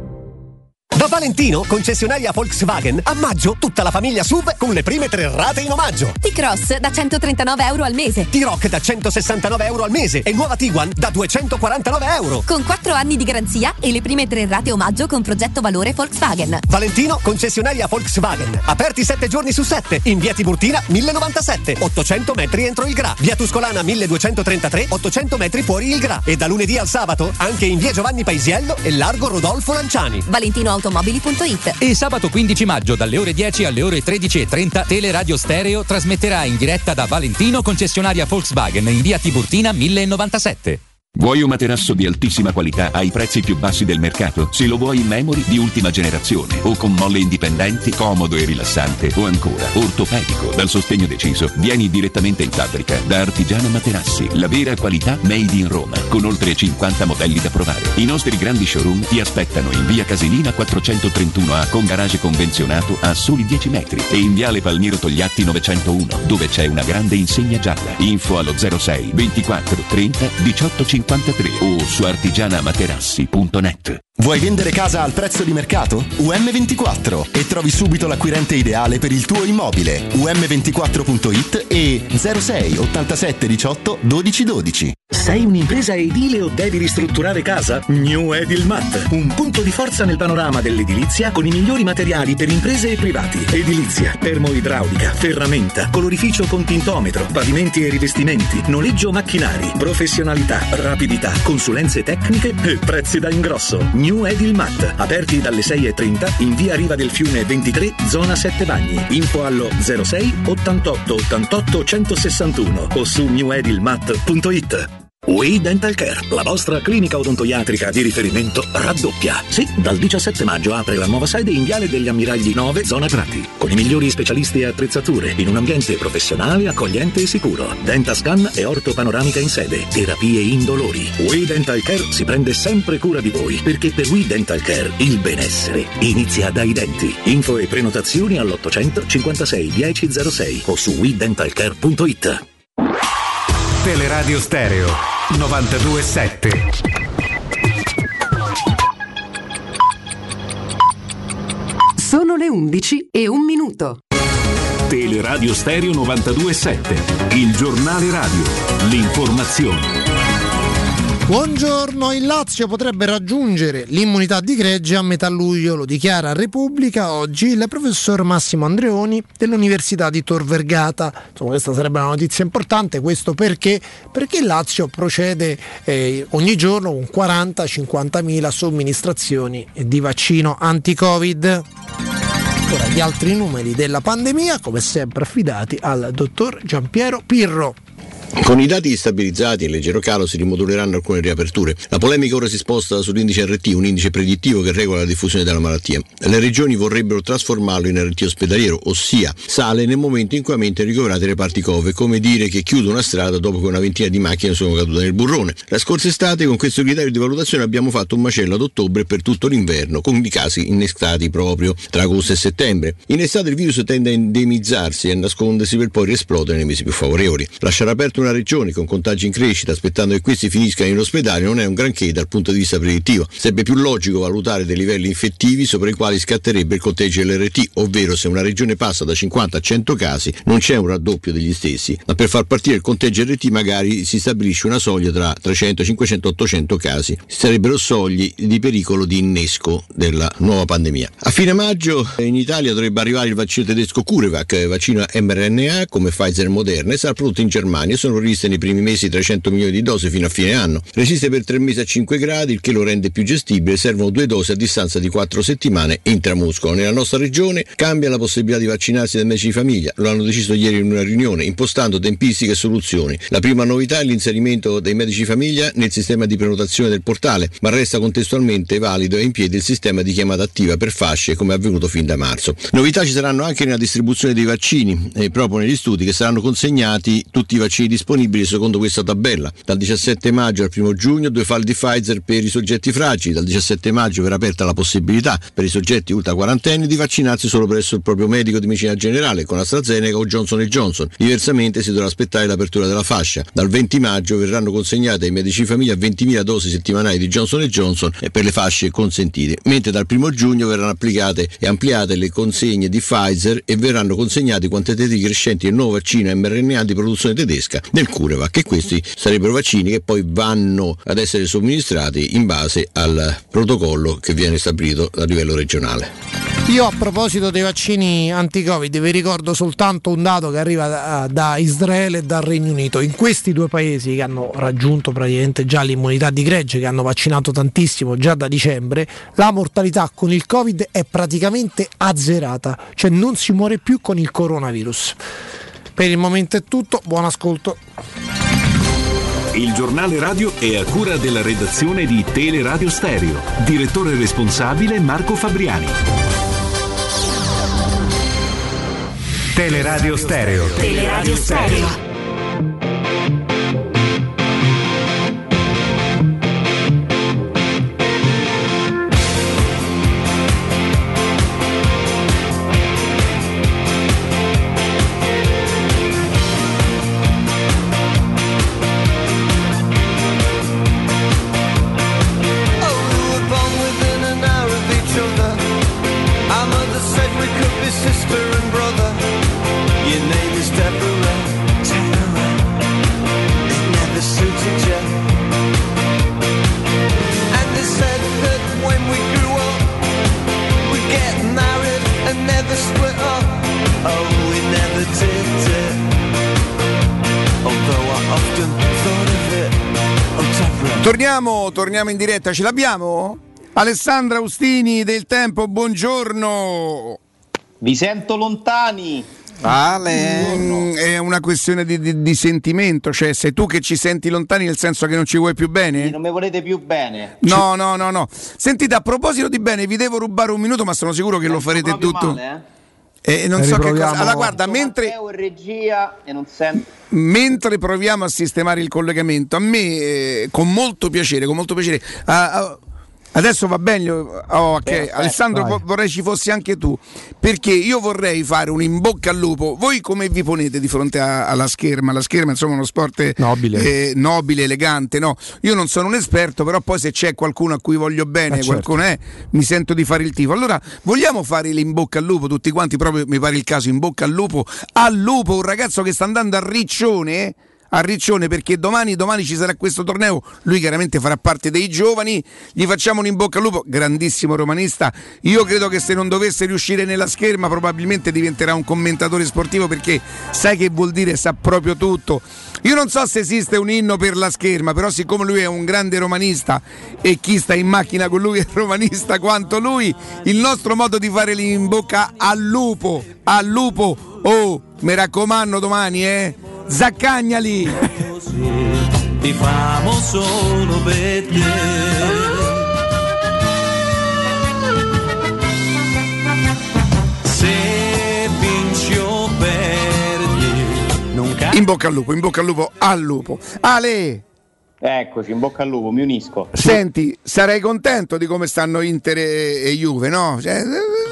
Speaker 20: Da Valentino, concessionaria Volkswagen, a maggio tutta la famiglia S U V con le prime tre rate in omaggio.
Speaker 21: T-Cross da centotrentanove euro al mese.
Speaker 20: T-Roc da centosessantanove euro al mese e nuova Tiguan da duecentoquarantanove euro.
Speaker 21: Con quattro anni di garanzia e le prime tre rate omaggio con progetto valore Volkswagen.
Speaker 20: Valentino, concessionaria Volkswagen. Aperti sette giorni su sette. In via Tiburtina mille novantasette, ottocento metri entro il Gra. Via Tuscolana milleduecentotrentatré, ottocento metri fuori il Gra. E da lunedì al sabato anche in via Giovanni Paisiello e largo Rodolfo Lanciani.
Speaker 21: valentino automobili mobili punto it.
Speaker 1: E sabato quindici maggio dalle ore dieci alle ore tredici e trenta Teleradio Stereo trasmetterà in diretta da Valentino, concessionaria Volkswagen in via Tiburtina mille novantasette.
Speaker 10: Vuoi un materasso di altissima qualità ai prezzi più bassi del mercato? Se lo vuoi in memory di ultima generazione o con molle indipendenti, comodo e rilassante, o ancora ortopedico dal sostegno deciso, vieni direttamente in fabbrica da Artigiana Materassi, la vera qualità made in Roma, con oltre cinquanta modelli da provare. I nostri grandi showroom ti aspettano in via Casilina quattrocentotrentuno A con garage convenzionato a soli dieci metri e in viale Palmiro Togliatti novecentouno, dove c'è una grande insegna gialla. Info allo zero sei ventiquattro trenta diciotto cinquantatré o su artigianamaterassi punto net.
Speaker 22: Vuoi vendere casa al prezzo di mercato? U M ventiquattro e trovi subito l'acquirente ideale per il tuo immobile. U M ventiquattro punto it e zero sei ottantasette diciotto dodici dodici.
Speaker 5: Sei un'impresa edile o devi ristrutturare casa? New Edilmat, un punto di forza nel panorama dell'edilizia con i migliori materiali per imprese e privati. Edilizia, termoidraulica, ferramenta, colorificio con tintometro, pavimenti e rivestimenti, noleggio macchinari, professionalità, rapidità, consulenze tecniche e prezzi da ingrosso. New Edilmat, aperti dalle sei e trenta in via Riva del Fiume ventitré, zona Sette Bagni. Info allo zero sei ottantotto ottantotto centosessantuno o su new edilmat punto it. We Dental Care, la vostra clinica odontoiatrica di riferimento, raddoppia. Sì, dal diciassette maggio apre la nuova sede in Viale degli Ammiragli nove, zona Prati, con i migliori specialisti e attrezzature, in un ambiente professionale, accogliente e sicuro. Dentascan e ortopanoramica in sede, terapie indolori. We Dental Care si prende sempre cura di voi, perché per We Dental Care il benessere inizia dai denti. Info e prenotazioni all'ottocento cinquantasei dieci zero sei o su we dental care punto it.
Speaker 23: Teleradio Stereo novantadue sette.
Speaker 24: Sono le undici e un minuto.
Speaker 14: Teleradio Stereo novantadue sette, il giornale radio, l'informazione.
Speaker 25: Buongiorno, il Lazio potrebbe raggiungere l'immunità di gregge a metà luglio, lo dichiara a Repubblica oggi il professor Massimo Andreoni dell'Università di Tor Vergata. Insomma, questa sarebbe una notizia importante, questo perché? Perché il Lazio procede eh, ogni giorno con quaranta cinquantamila somministrazioni di vaccino anti-Covid. Ora gli altri numeri della pandemia, come sempre affidati al dottor Giampiero Pirro.
Speaker 26: Con i dati stabilizzati e in leggero calo si rimoduleranno alcune riaperture. La polemica ora si sposta sull'indice R T, un indice predittivo che regola la diffusione della malattia. Le regioni vorrebbero trasformarlo in R T ospedaliero, ossia sale nel momento in cui aumenta i ricoverati ai reparti Covid, come dire che chiude una strada dopo che una ventina di macchine sono cadute nel burrone. La scorsa estate con questo criterio di valutazione abbiamo fatto un macello ad ottobre per tutto l'inverno, con i casi innestati proprio tra agosto e settembre. In estate il virus tende a endemizzarsi e a nascondersi per poi riesplodere nei mesi più favorevoli. Lasciare aperto una regione con contagi in crescita aspettando che questi finiscano in ospedale non è un granché dal punto di vista predittivo. Sarebbe più logico valutare dei livelli infettivi sopra i quali scatterebbe il conteggio dell'R T, ovvero se una regione passa da cinquanta a cento casi non c'è un raddoppio degli stessi, ma per far partire il conteggio R T magari si stabilisce una soglia tra trecento, cinquecento, ottocento casi. Sarebbero soglie di pericolo di innesco della nuova pandemia. A fine maggio in Italia dovrebbe arrivare il vaccino tedesco CureVac, vaccino mRNA come Pfizer e Moderna, e sarà prodotto in Germania. Sono previste nei primi mesi trecento milioni di dosi fino a fine anno. Resiste per tre mesi a cinque gradi, il che lo rende più gestibile. Servono due dosi a distanza di quattro settimane intramuscolo. Nella nostra regione cambia la possibilità di vaccinarsi dai medici di famiglia. Lo hanno deciso ieri in una riunione, impostando tempistiche e soluzioni. La prima novità è l'inserimento dei medici di famiglia nel sistema di prenotazione del portale, ma resta contestualmente valido e in piedi il sistema di chiamata attiva per fasce, come è avvenuto fin da marzo. Novità ci saranno anche nella distribuzione dei vaccini, e proprio negli studi che saranno consegnati tutti i vaccini disponibili secondo questa tabella. Dal diciassette maggio al primo giugno due falli di Pfizer per i soggetti fragili. Dal diciassette maggio verrà aperta la possibilità per i soggetti ultra quarantenni di vaccinarsi solo presso il proprio medico di medicina generale con AstraZeneca o Johnson and Johnson. Diversamente si dovrà aspettare l'apertura della fascia. Dal venti maggio verranno consegnate ai medici di famiglia ventimila dosi settimanali di Johnson and Johnson per le fasce consentite, mentre dal primo giugno verranno applicate e ampliate le consegne di Pfizer e verranno consegnati quantitativi crescenti del nuovo vaccino mRNA di produzione tedesca del CureVac, e questi sarebbero vaccini che poi vanno ad essere somministrati in base al protocollo che viene stabilito a livello regionale.
Speaker 25: Io a proposito dei vaccini anti-Covid vi ricordo soltanto un dato che arriva da, da Israele e dal Regno Unito. In questi due paesi che hanno raggiunto praticamente già l'immunità di gregge, che hanno vaccinato tantissimo già da dicembre, la mortalità con il Covid è praticamente azzerata, cioè non si muore più con il coronavirus. Per il momento è tutto, buon ascolto.
Speaker 23: Il giornale radio è a cura della redazione di Teleradio Stereo. Direttore responsabile Marco Fabriani. Teleradio Stereo.
Speaker 9: Teleradio Stereo.
Speaker 2: Torniamo, torniamo in diretta, ce l'abbiamo? Alessandra Austini del Tempo, buongiorno.
Speaker 6: Vi sento lontani.
Speaker 2: Ale, mm, è una questione di, di, di sentimento, cioè sei tu che ci senti lontani nel senso che non ci vuoi più bene?
Speaker 6: Sì, non mi volete più bene.
Speaker 2: No, no, no, no. Sentite, a proposito di bene, vi devo rubare un minuto, ma sono sicuro che
Speaker 6: Sento
Speaker 2: lo farete tutto.
Speaker 6: Male, eh?
Speaker 2: E non so che cosa. Allora, guarda,
Speaker 6: Sono
Speaker 2: mentre.
Speaker 6: Matteo in regia e non sento.
Speaker 2: Mentre proviamo a sistemare il collegamento, a me eh, con molto piacere, con molto piacere. Ah, ah, adesso va bene, oh, okay. Perfetto, Alessandro, vai. Vorrei ci fossi anche tu, perché io vorrei fare un in bocca al lupo. Voi come vi ponete di fronte a, alla scherma? La scherma insomma è uno sport nobile, eh, nobile, elegante, no? Io non sono un esperto, però poi se c'è qualcuno a cui voglio bene, eh, qualcuno certo. è, mi sento di fare il tifo. Allora, vogliamo fare l'in bocca al lupo tutti quanti, proprio mi pare il caso, in bocca al lupo, al lupo, un ragazzo che sta andando a Riccione, a Riccione, perché domani, domani ci sarà questo torneo, lui chiaramente farà parte dei giovani, gli facciamo un in bocca al lupo, grandissimo romanista. Io credo che se non dovesse riuscire nella scherma probabilmente diventerà un commentatore sportivo, perché sai che vuol dire, sa proprio tutto. Io non so se esiste un inno per la scherma, però siccome lui è un grande romanista e chi sta in macchina con lui è romanista quanto lui, il nostro modo di fare l'in bocca al lupo, al lupo, oh, mi raccomando domani, eh, Zaccagnali.
Speaker 7: Ti famo solo per te. Se vinci o perdi non ca-
Speaker 2: in bocca al lupo, in bocca al lupo, al lupo. Ale,
Speaker 6: eccoci, in bocca al lupo, mi unisco.
Speaker 2: Senti, sarei contento di come stanno Inter e, e Juve, no? Cioè,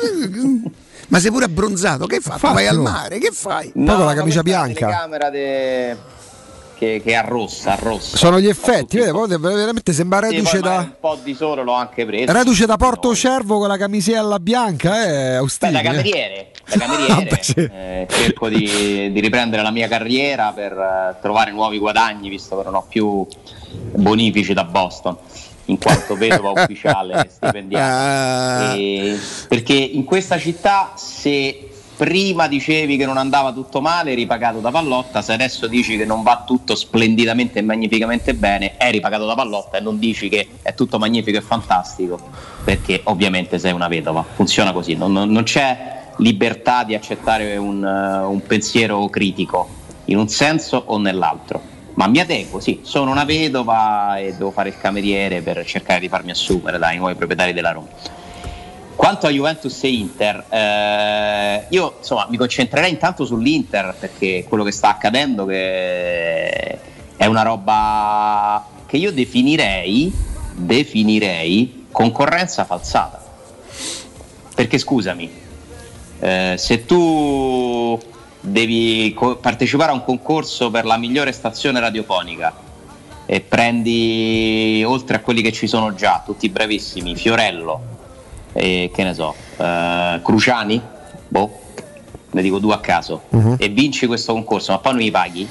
Speaker 2: ma sei pure abbronzato, che fai? Vai al mare, che fai?
Speaker 6: No,
Speaker 3: con la camicia bianca.
Speaker 6: La telecamera de... che, che è arrossa, arrossa.
Speaker 3: Sono gli effetti, vedi, poi veramente sembra reduce
Speaker 6: sì,
Speaker 3: da
Speaker 6: un po' di sole l'ho anche preso.
Speaker 3: Reduce da Porto Cervo con la camisella bianca, eh, Austini.
Speaker 6: Beh, da cameriere, da cameriere. ah, sì. eh, cerco di, di riprendere la mia carriera per uh, trovare nuovi guadagni, visto che non ho più bonifici da Boston, in quanto vedova ufficiale stipendiale. E perché in questa città, se prima dicevi che non andava tutto male, eri pagato da Pallotta, se adesso dici che non va tutto splendidamente e magnificamente bene, eri pagato da Pallotta e non dici che è tutto magnifico e fantastico, perché ovviamente sei una vedova. Funziona così, non, non, non c'è libertà di accettare un, uh, un pensiero critico in un senso o nell'altro. Ma mi adeguo, sì, sono una vedova e devo fare il cameriere per cercare di farmi assumere dai nuovi proprietari della Roma. Quanto a Juventus e Inter, eh, io insomma mi concentrerei intanto sull'Inter, perché quello che sta accadendo che è una roba che io definirei, definirei concorrenza falsata. Perché scusami, eh, se tu devi co- partecipare a un concorso per la migliore stazione radiofonica e prendi, oltre a quelli che ci sono già, tutti bravissimi, Fiorello, e che ne so, uh, Cruciani, boh, ne dico due a caso, uh-huh. e vinci questo concorso, ma poi non mi paghi?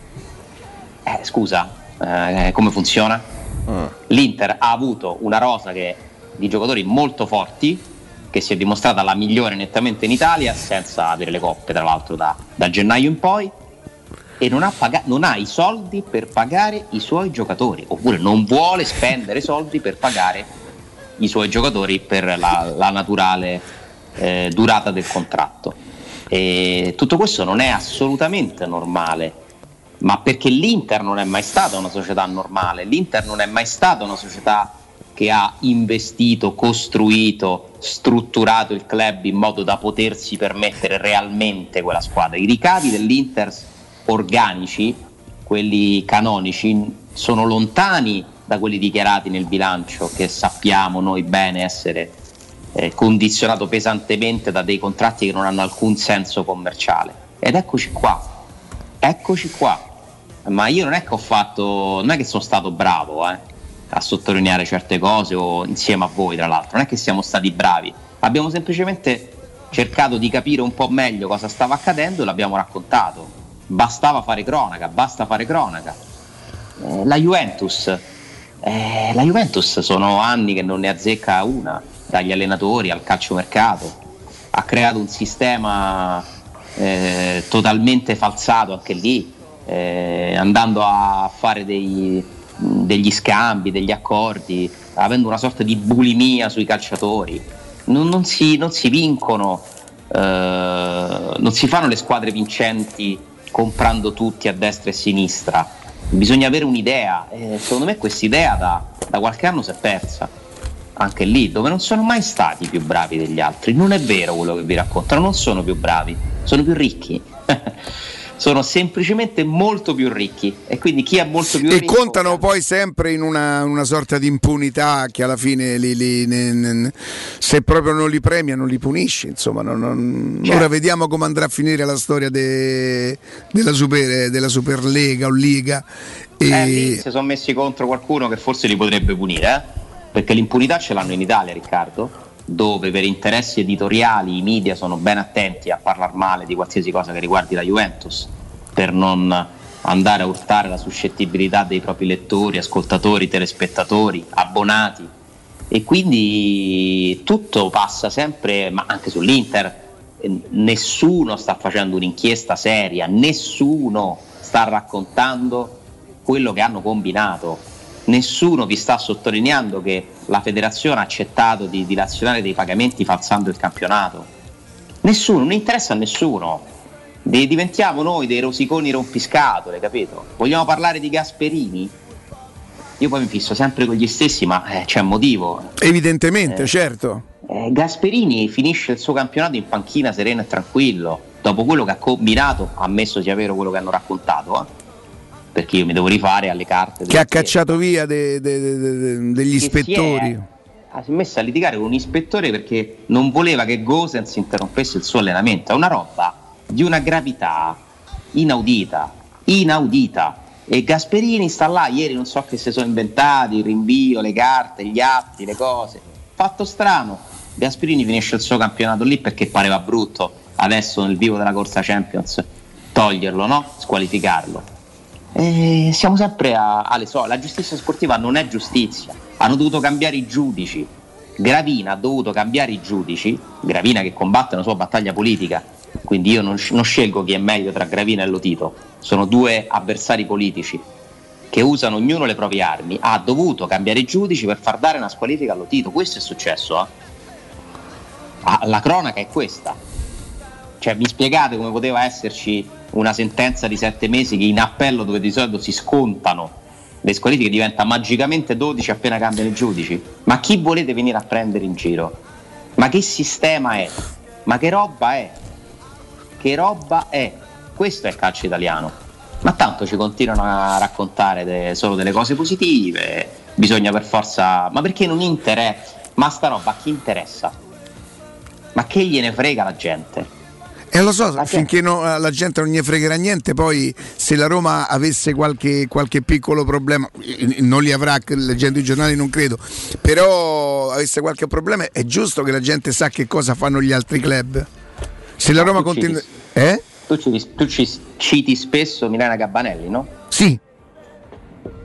Speaker 6: Eh, scusa, eh, come funziona? Uh. L'Inter ha avuto una rosa che, di giocatori molto forti, che si è dimostrata la migliore nettamente in Italia, senza avere le coppe tra l'altro da, da gennaio in poi, e non ha, paga- non ha i soldi per pagare i suoi giocatori, oppure non vuole spendere soldi per pagare i suoi giocatori per la, la naturale eh, durata del contratto. E tutto questo non è assolutamente normale, ma perché l'Inter non è mai stata una società normale, l'Inter non è mai stata una società che ha investito, costruito, strutturato il club in modo da potersi permettere realmente quella squadra. I ricavi dell'Inter organici, quelli canonici, sono lontani da quelli dichiarati nel bilancio, che sappiamo noi bene essere eh, condizionato pesantemente da dei contratti che non hanno alcun senso commerciale. Ed eccoci qua, eccoci qua. Ma io non è che ho fatto, non è che sono stato bravo eh, a sottolineare certe cose, o insieme a voi tra l'altro, non è che siamo stati bravi, abbiamo semplicemente cercato di capire un po' meglio cosa stava accadendo e l'abbiamo raccontato. Bastava fare cronaca, basta fare cronaca. Eh, la Juventus, eh, la Juventus sono anni che non ne azzecca una, dagli allenatori al calciomercato, ha creato un sistema eh, totalmente falsato anche lì. Eh, andando a fare dei, degli scambi, degli accordi, avendo una sorta di bulimia sui calciatori. Non, non, si, non si vincono, eh, non si fanno le squadre vincenti comprando tutti a destra e a sinistra. Bisogna avere un'idea. Eh, secondo me quest'idea da, da qualche anno si è persa. Anche lì, dove non sono mai stati più bravi degli altri. Non è vero quello che vi raccontano, non sono più bravi, sono più ricchi. Sono semplicemente molto più ricchi, e quindi chi è molto più
Speaker 2: e
Speaker 6: ricco,
Speaker 2: e contano poi sempre in una, una sorta di impunità che alla fine li, li, ne, ne, se proprio non li premia non li punisce, insomma non, non, certo. Ora vediamo come andrà a finire la storia de, della, super, della Superlega o Liga e...
Speaker 6: eh, lì si sono messi contro qualcuno che forse li potrebbe punire, eh? Perché l'impunità ce l'hanno in Italia, Riccardo, dove per interessi editoriali i media sono ben attenti a parlare male di qualsiasi cosa che riguardi la Juventus, per non andare a urtare la suscettibilità dei propri lettori, ascoltatori, telespettatori, abbonati, e quindi tutto passa sempre, ma anche sull'Inter nessuno sta facendo un'inchiesta seria, nessuno sta raccontando quello che hanno combinato. Nessuno vi sta sottolineando che la federazione ha accettato di dilazionare dei pagamenti falsando il campionato. Nessuno, non interessa a nessuno. De- diventiamo noi dei rosiconi rompiscatole, capito? Vogliamo parlare di Gasperini? Io poi mi fisso sempre con gli stessi, ma eh, c'è un motivo.
Speaker 2: Evidentemente,
Speaker 6: eh,
Speaker 2: certo.
Speaker 6: Eh, Gasperini finisce il suo campionato in panchina sereno e tranquillo, dopo quello che ha combinato, ammesso sia vero quello che hanno raccontato, eh? Perché io mi devo rifare alle carte
Speaker 2: che ha cacciato via de, de, de, de, degli ispettori.
Speaker 6: Si è, si è messo a litigare con un ispettore perché non voleva che Gosens interrompesse il suo allenamento. È una roba di una gravità inaudita, inaudita. E Gasperini sta là, ieri non so che si sono inventati, il rinvio, le carte, gli atti, le cose. Fatto strano, Gasperini finisce il suo campionato lì perché pareva brutto adesso nel vivo della corsa Champions toglierlo, no? Squalificarlo. E siamo sempre a, alle solite. La giustizia sportiva non è giustizia, hanno dovuto cambiare i giudici. Gravina ha dovuto cambiare i giudici, Gravina che combatte una sua battaglia politica, quindi io non, non scelgo chi è meglio tra Gravina e Lotito, sono due avversari politici che usano ognuno le proprie armi. Ha dovuto cambiare i giudici per far dare una squalifica a Lotito. Questo è successo, eh? Ah, la cronaca è questa. Cioè, mi spiegate come poteva esserci una sentenza di sette mesi che in appello, dove di solito si scontano le squalifiche, diventa magicamente dodici appena cambiano i giudici? Ma chi volete venire a prendere in giro? Ma che sistema è? Ma che roba è? Che roba è? Questo è il calcio italiano. Ma tanto ci continuano a raccontare de- solo delle cose positive, bisogna per forza... Ma perché non interessa? Ma sta roba a chi interessa? Ma che gliene frega la gente?
Speaker 2: E eh, lo so, la finché no, la gente non gli fregherà niente, poi se la Roma avesse qualche, qualche piccolo problema, non li avrà leggendo i giornali, non credo, però avesse qualche problema, è giusto che la gente sa che cosa fanno gli altri club. Se la Roma continua... Eh?
Speaker 6: Tu, ci, tu ci citi spesso Milena Gabanelli, no?
Speaker 2: Sì.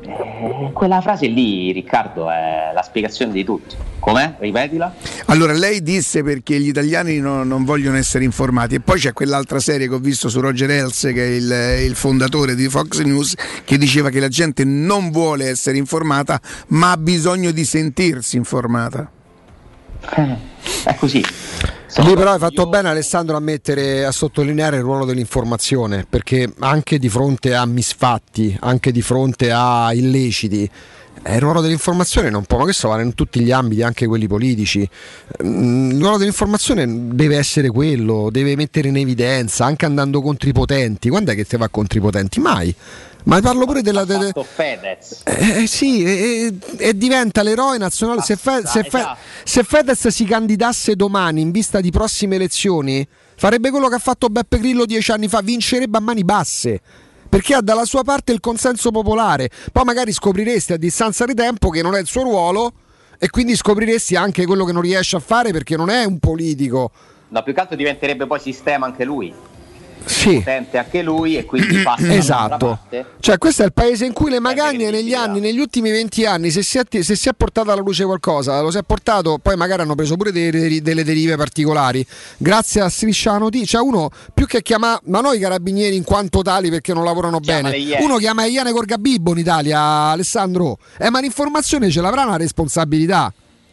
Speaker 6: Eh, quella frase lì, Riccardo, è la spiegazione di tutto. Com'è? Ripetila.
Speaker 2: Allora, lei disse perché gli italiani no, non vogliono essere informati, e poi c'è quell'altra serie che ho visto su Roger Ailes, che è il, il fondatore di Fox News, che diceva che la gente non vuole essere informata ma ha bisogno di sentirsi informata.
Speaker 6: Eh, è così.
Speaker 3: Lì però hai fatto bene, Alessandro, a mettere, a sottolineare il ruolo dell'informazione, perché anche di fronte a misfatti, anche di fronte a illeciti, il ruolo dell'informazione non può, ma questo vale in tutti gli ambiti, anche quelli politici. Il ruolo dell'informazione deve essere quello, deve mettere in evidenza, anche andando contro i potenti. Quando è che te va contro i potenti? Mai. Ma parlo pure della. delle...
Speaker 6: Fedez.
Speaker 3: Eh, sì, e, e diventa l'eroe nazionale. Se, Fe, se, Fe, se Fedez si candidasse domani in vista di prossime elezioni, farebbe quello che ha fatto Beppe Grillo dieci anni fa, vincerebbe a mani basse. Perché ha dalla sua parte il consenso popolare. Poi magari scopriresti a distanza di tempo che non è il suo ruolo, e quindi scopriresti anche quello che non riesce a fare perché non è un politico.
Speaker 6: No, più che altro diventerebbe poi sistema anche lui.
Speaker 3: Sì.
Speaker 6: Potente anche lui, e quindi passa
Speaker 3: esatto. Cioè, questo è il paese in cui le magagne negli anni, negli ultimi venti anni, se si, è, se si è portato alla luce qualcosa, lo si è portato, poi magari hanno preso pure delle, delle derive particolari grazie a Striscia Notizia. Cioè, uno più che chiama, ma noi carabinieri in quanto tali, perché non lavorano chiama bene, uno chiama Iane Corgabibbo in Italia, Alessandro, eh, ma l'informazione ce l'avrà una responsabilità.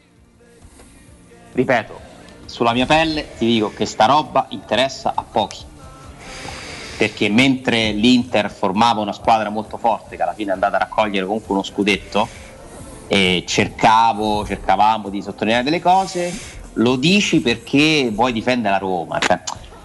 Speaker 6: Ripeto, sulla mia pelle ti dico che sta roba interessa a pochi, perché mentre l'Inter formava una squadra molto forte che alla fine è andata a raccogliere comunque uno scudetto, e cercavo, cercavamo di sottolineare delle cose, lo dici perché vuoi difendere la Roma, cioè,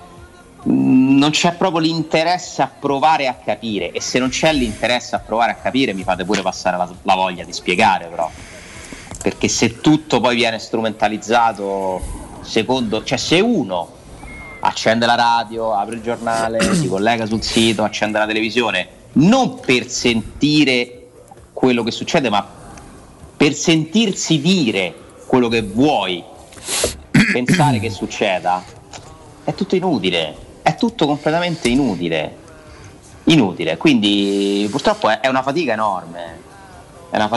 Speaker 6: non c'è proprio l'interesse a provare a capire, e se non c'è l'interesse a provare a capire mi fate pure passare la, la voglia di spiegare, però, perché se tutto poi viene strumentalizzato secondo, cioè se uno accende la radio, apre il giornale, si collega sul sito, accende la televisione, non per sentire quello che succede, ma per sentirsi dire quello che vuoi pensare che succeda, è tutto inutile, è tutto completamente inutile, inutile. Quindi purtroppo è una fatica enorme, è una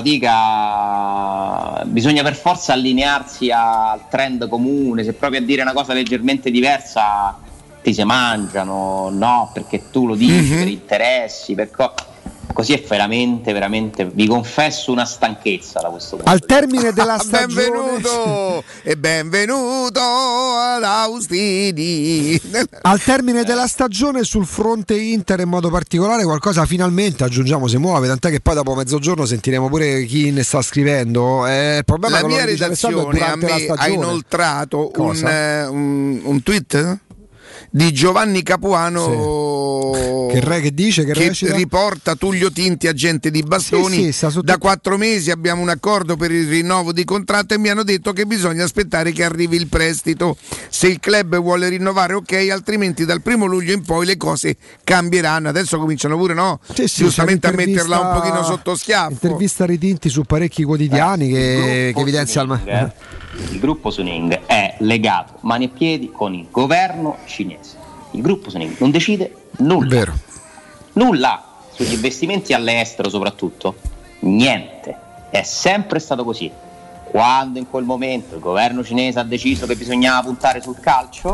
Speaker 6: fatica, bisogna per forza allinearsi al trend comune. Se provi a dire una cosa leggermente diversa ti se mangiano, no, perché tu lo dici mm-hmm. per interessi, per co- così è veramente, veramente, vi confesso, una stanchezza da questo punto.
Speaker 3: Al termine della stagione
Speaker 2: benvenuto e benvenuto ad Austini.
Speaker 3: Al termine della stagione sul fronte Inter in modo particolare qualcosa finalmente, aggiungiamo, si muove, tant'è che poi dopo mezzogiorno sentiremo pure chi ne sta scrivendo. Eh, il problema
Speaker 2: la mia redazione a me ha inoltrato un, uh, un, un tweet di Giovanni Capuano,
Speaker 3: sì. che, re, che dice che,
Speaker 2: che riporta Tullio Tinti, agente di Bastoni,
Speaker 3: sì, sì,
Speaker 2: da quattro mesi abbiamo un accordo per il rinnovo di contratto e mi hanno detto che bisogna aspettare che arrivi il prestito, se il club vuole rinnovare ok, altrimenti dal primo luglio in poi le cose cambieranno. Adesso cominciano pure, no?
Speaker 3: Sì, sì,
Speaker 2: giustamente a metterla un pochino sotto schiaffo.
Speaker 3: Intervista Ritinti su parecchi quotidiani eh, che, che evidenzia
Speaker 6: Suning, il, il gruppo Suning è legato mani e piedi con il governo cinese. Il gruppo Suning non decide nulla.
Speaker 3: Vero.
Speaker 6: Nulla sugli investimenti all'estero, soprattutto niente. È sempre stato così. Quando in quel momento il governo cinese ha deciso che bisognava puntare sul calcio,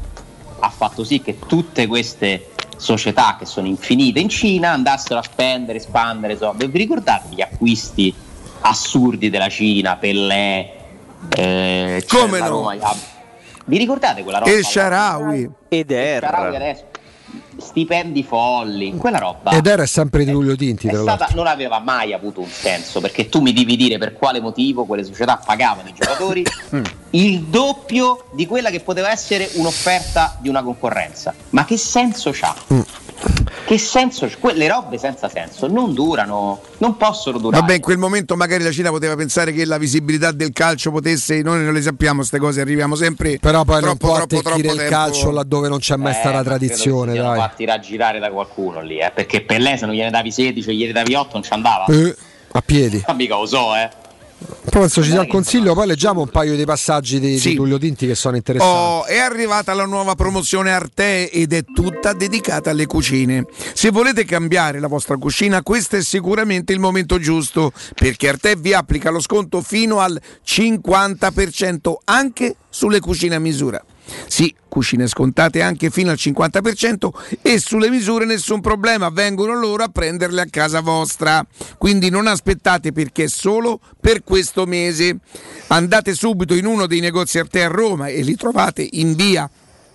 Speaker 6: ha fatto sì che tutte queste società che sono infinite in Cina andassero a spendere, espandere soldi. Vi ricordate gli acquisti assurdi della Cina, Pellè, eh,
Speaker 2: come no?
Speaker 6: Roma, vi ricordate quella roba?
Speaker 2: El Shaarawy
Speaker 6: ed er stipendi folli, quella roba.
Speaker 3: Ed era sempre di Tullio Tinti,
Speaker 6: è stata, non aveva mai avuto un senso, perché tu mi devi dire per quale motivo quelle società pagavano i giocatori il doppio di quella che poteva essere un'offerta di una concorrenza. Ma che senso c'ha? Mm. Che senso? Quelle robe senza senso non durano, non possono durare.
Speaker 2: Vabbè, in quel momento magari la Cina poteva pensare che la visibilità del calcio potesse, noi non le sappiamo queste cose, arriviamo sempre,
Speaker 3: però poi
Speaker 2: troppo,
Speaker 3: non può
Speaker 2: troppo, troppo
Speaker 3: il
Speaker 2: tempo.
Speaker 3: Calcio laddove non c'è mai
Speaker 6: eh,
Speaker 3: stata tradizione,
Speaker 6: si
Speaker 3: dai.
Speaker 6: Sono fatti raggirare da qualcuno lì, eh, perché per lei se non gliene davi sedici o gliene davi otto non ci andava.
Speaker 3: Eh, a piedi.
Speaker 6: Ma mica lo so, eh.
Speaker 3: Penso ci sia il consiglio, poi leggiamo un paio di passaggi di,
Speaker 2: Sì.
Speaker 3: di Tullio Tinti che sono interessanti.
Speaker 2: Oh, è arrivata la nuova promozione Arte ed è tutta dedicata alle cucine. Se volete cambiare la vostra cucina, questo è sicuramente il momento giusto, perché Arte vi applica lo sconto fino al cinquanta per cento anche sulle cucine a misura. Sì, cucine scontate anche fino al cinquanta per cento e sulle misure nessun problema, vengono loro a prenderle a casa vostra. Quindi non aspettate, perché è solo per questo mese. Andate subito in uno dei negozi Arte a Roma e li trovate in via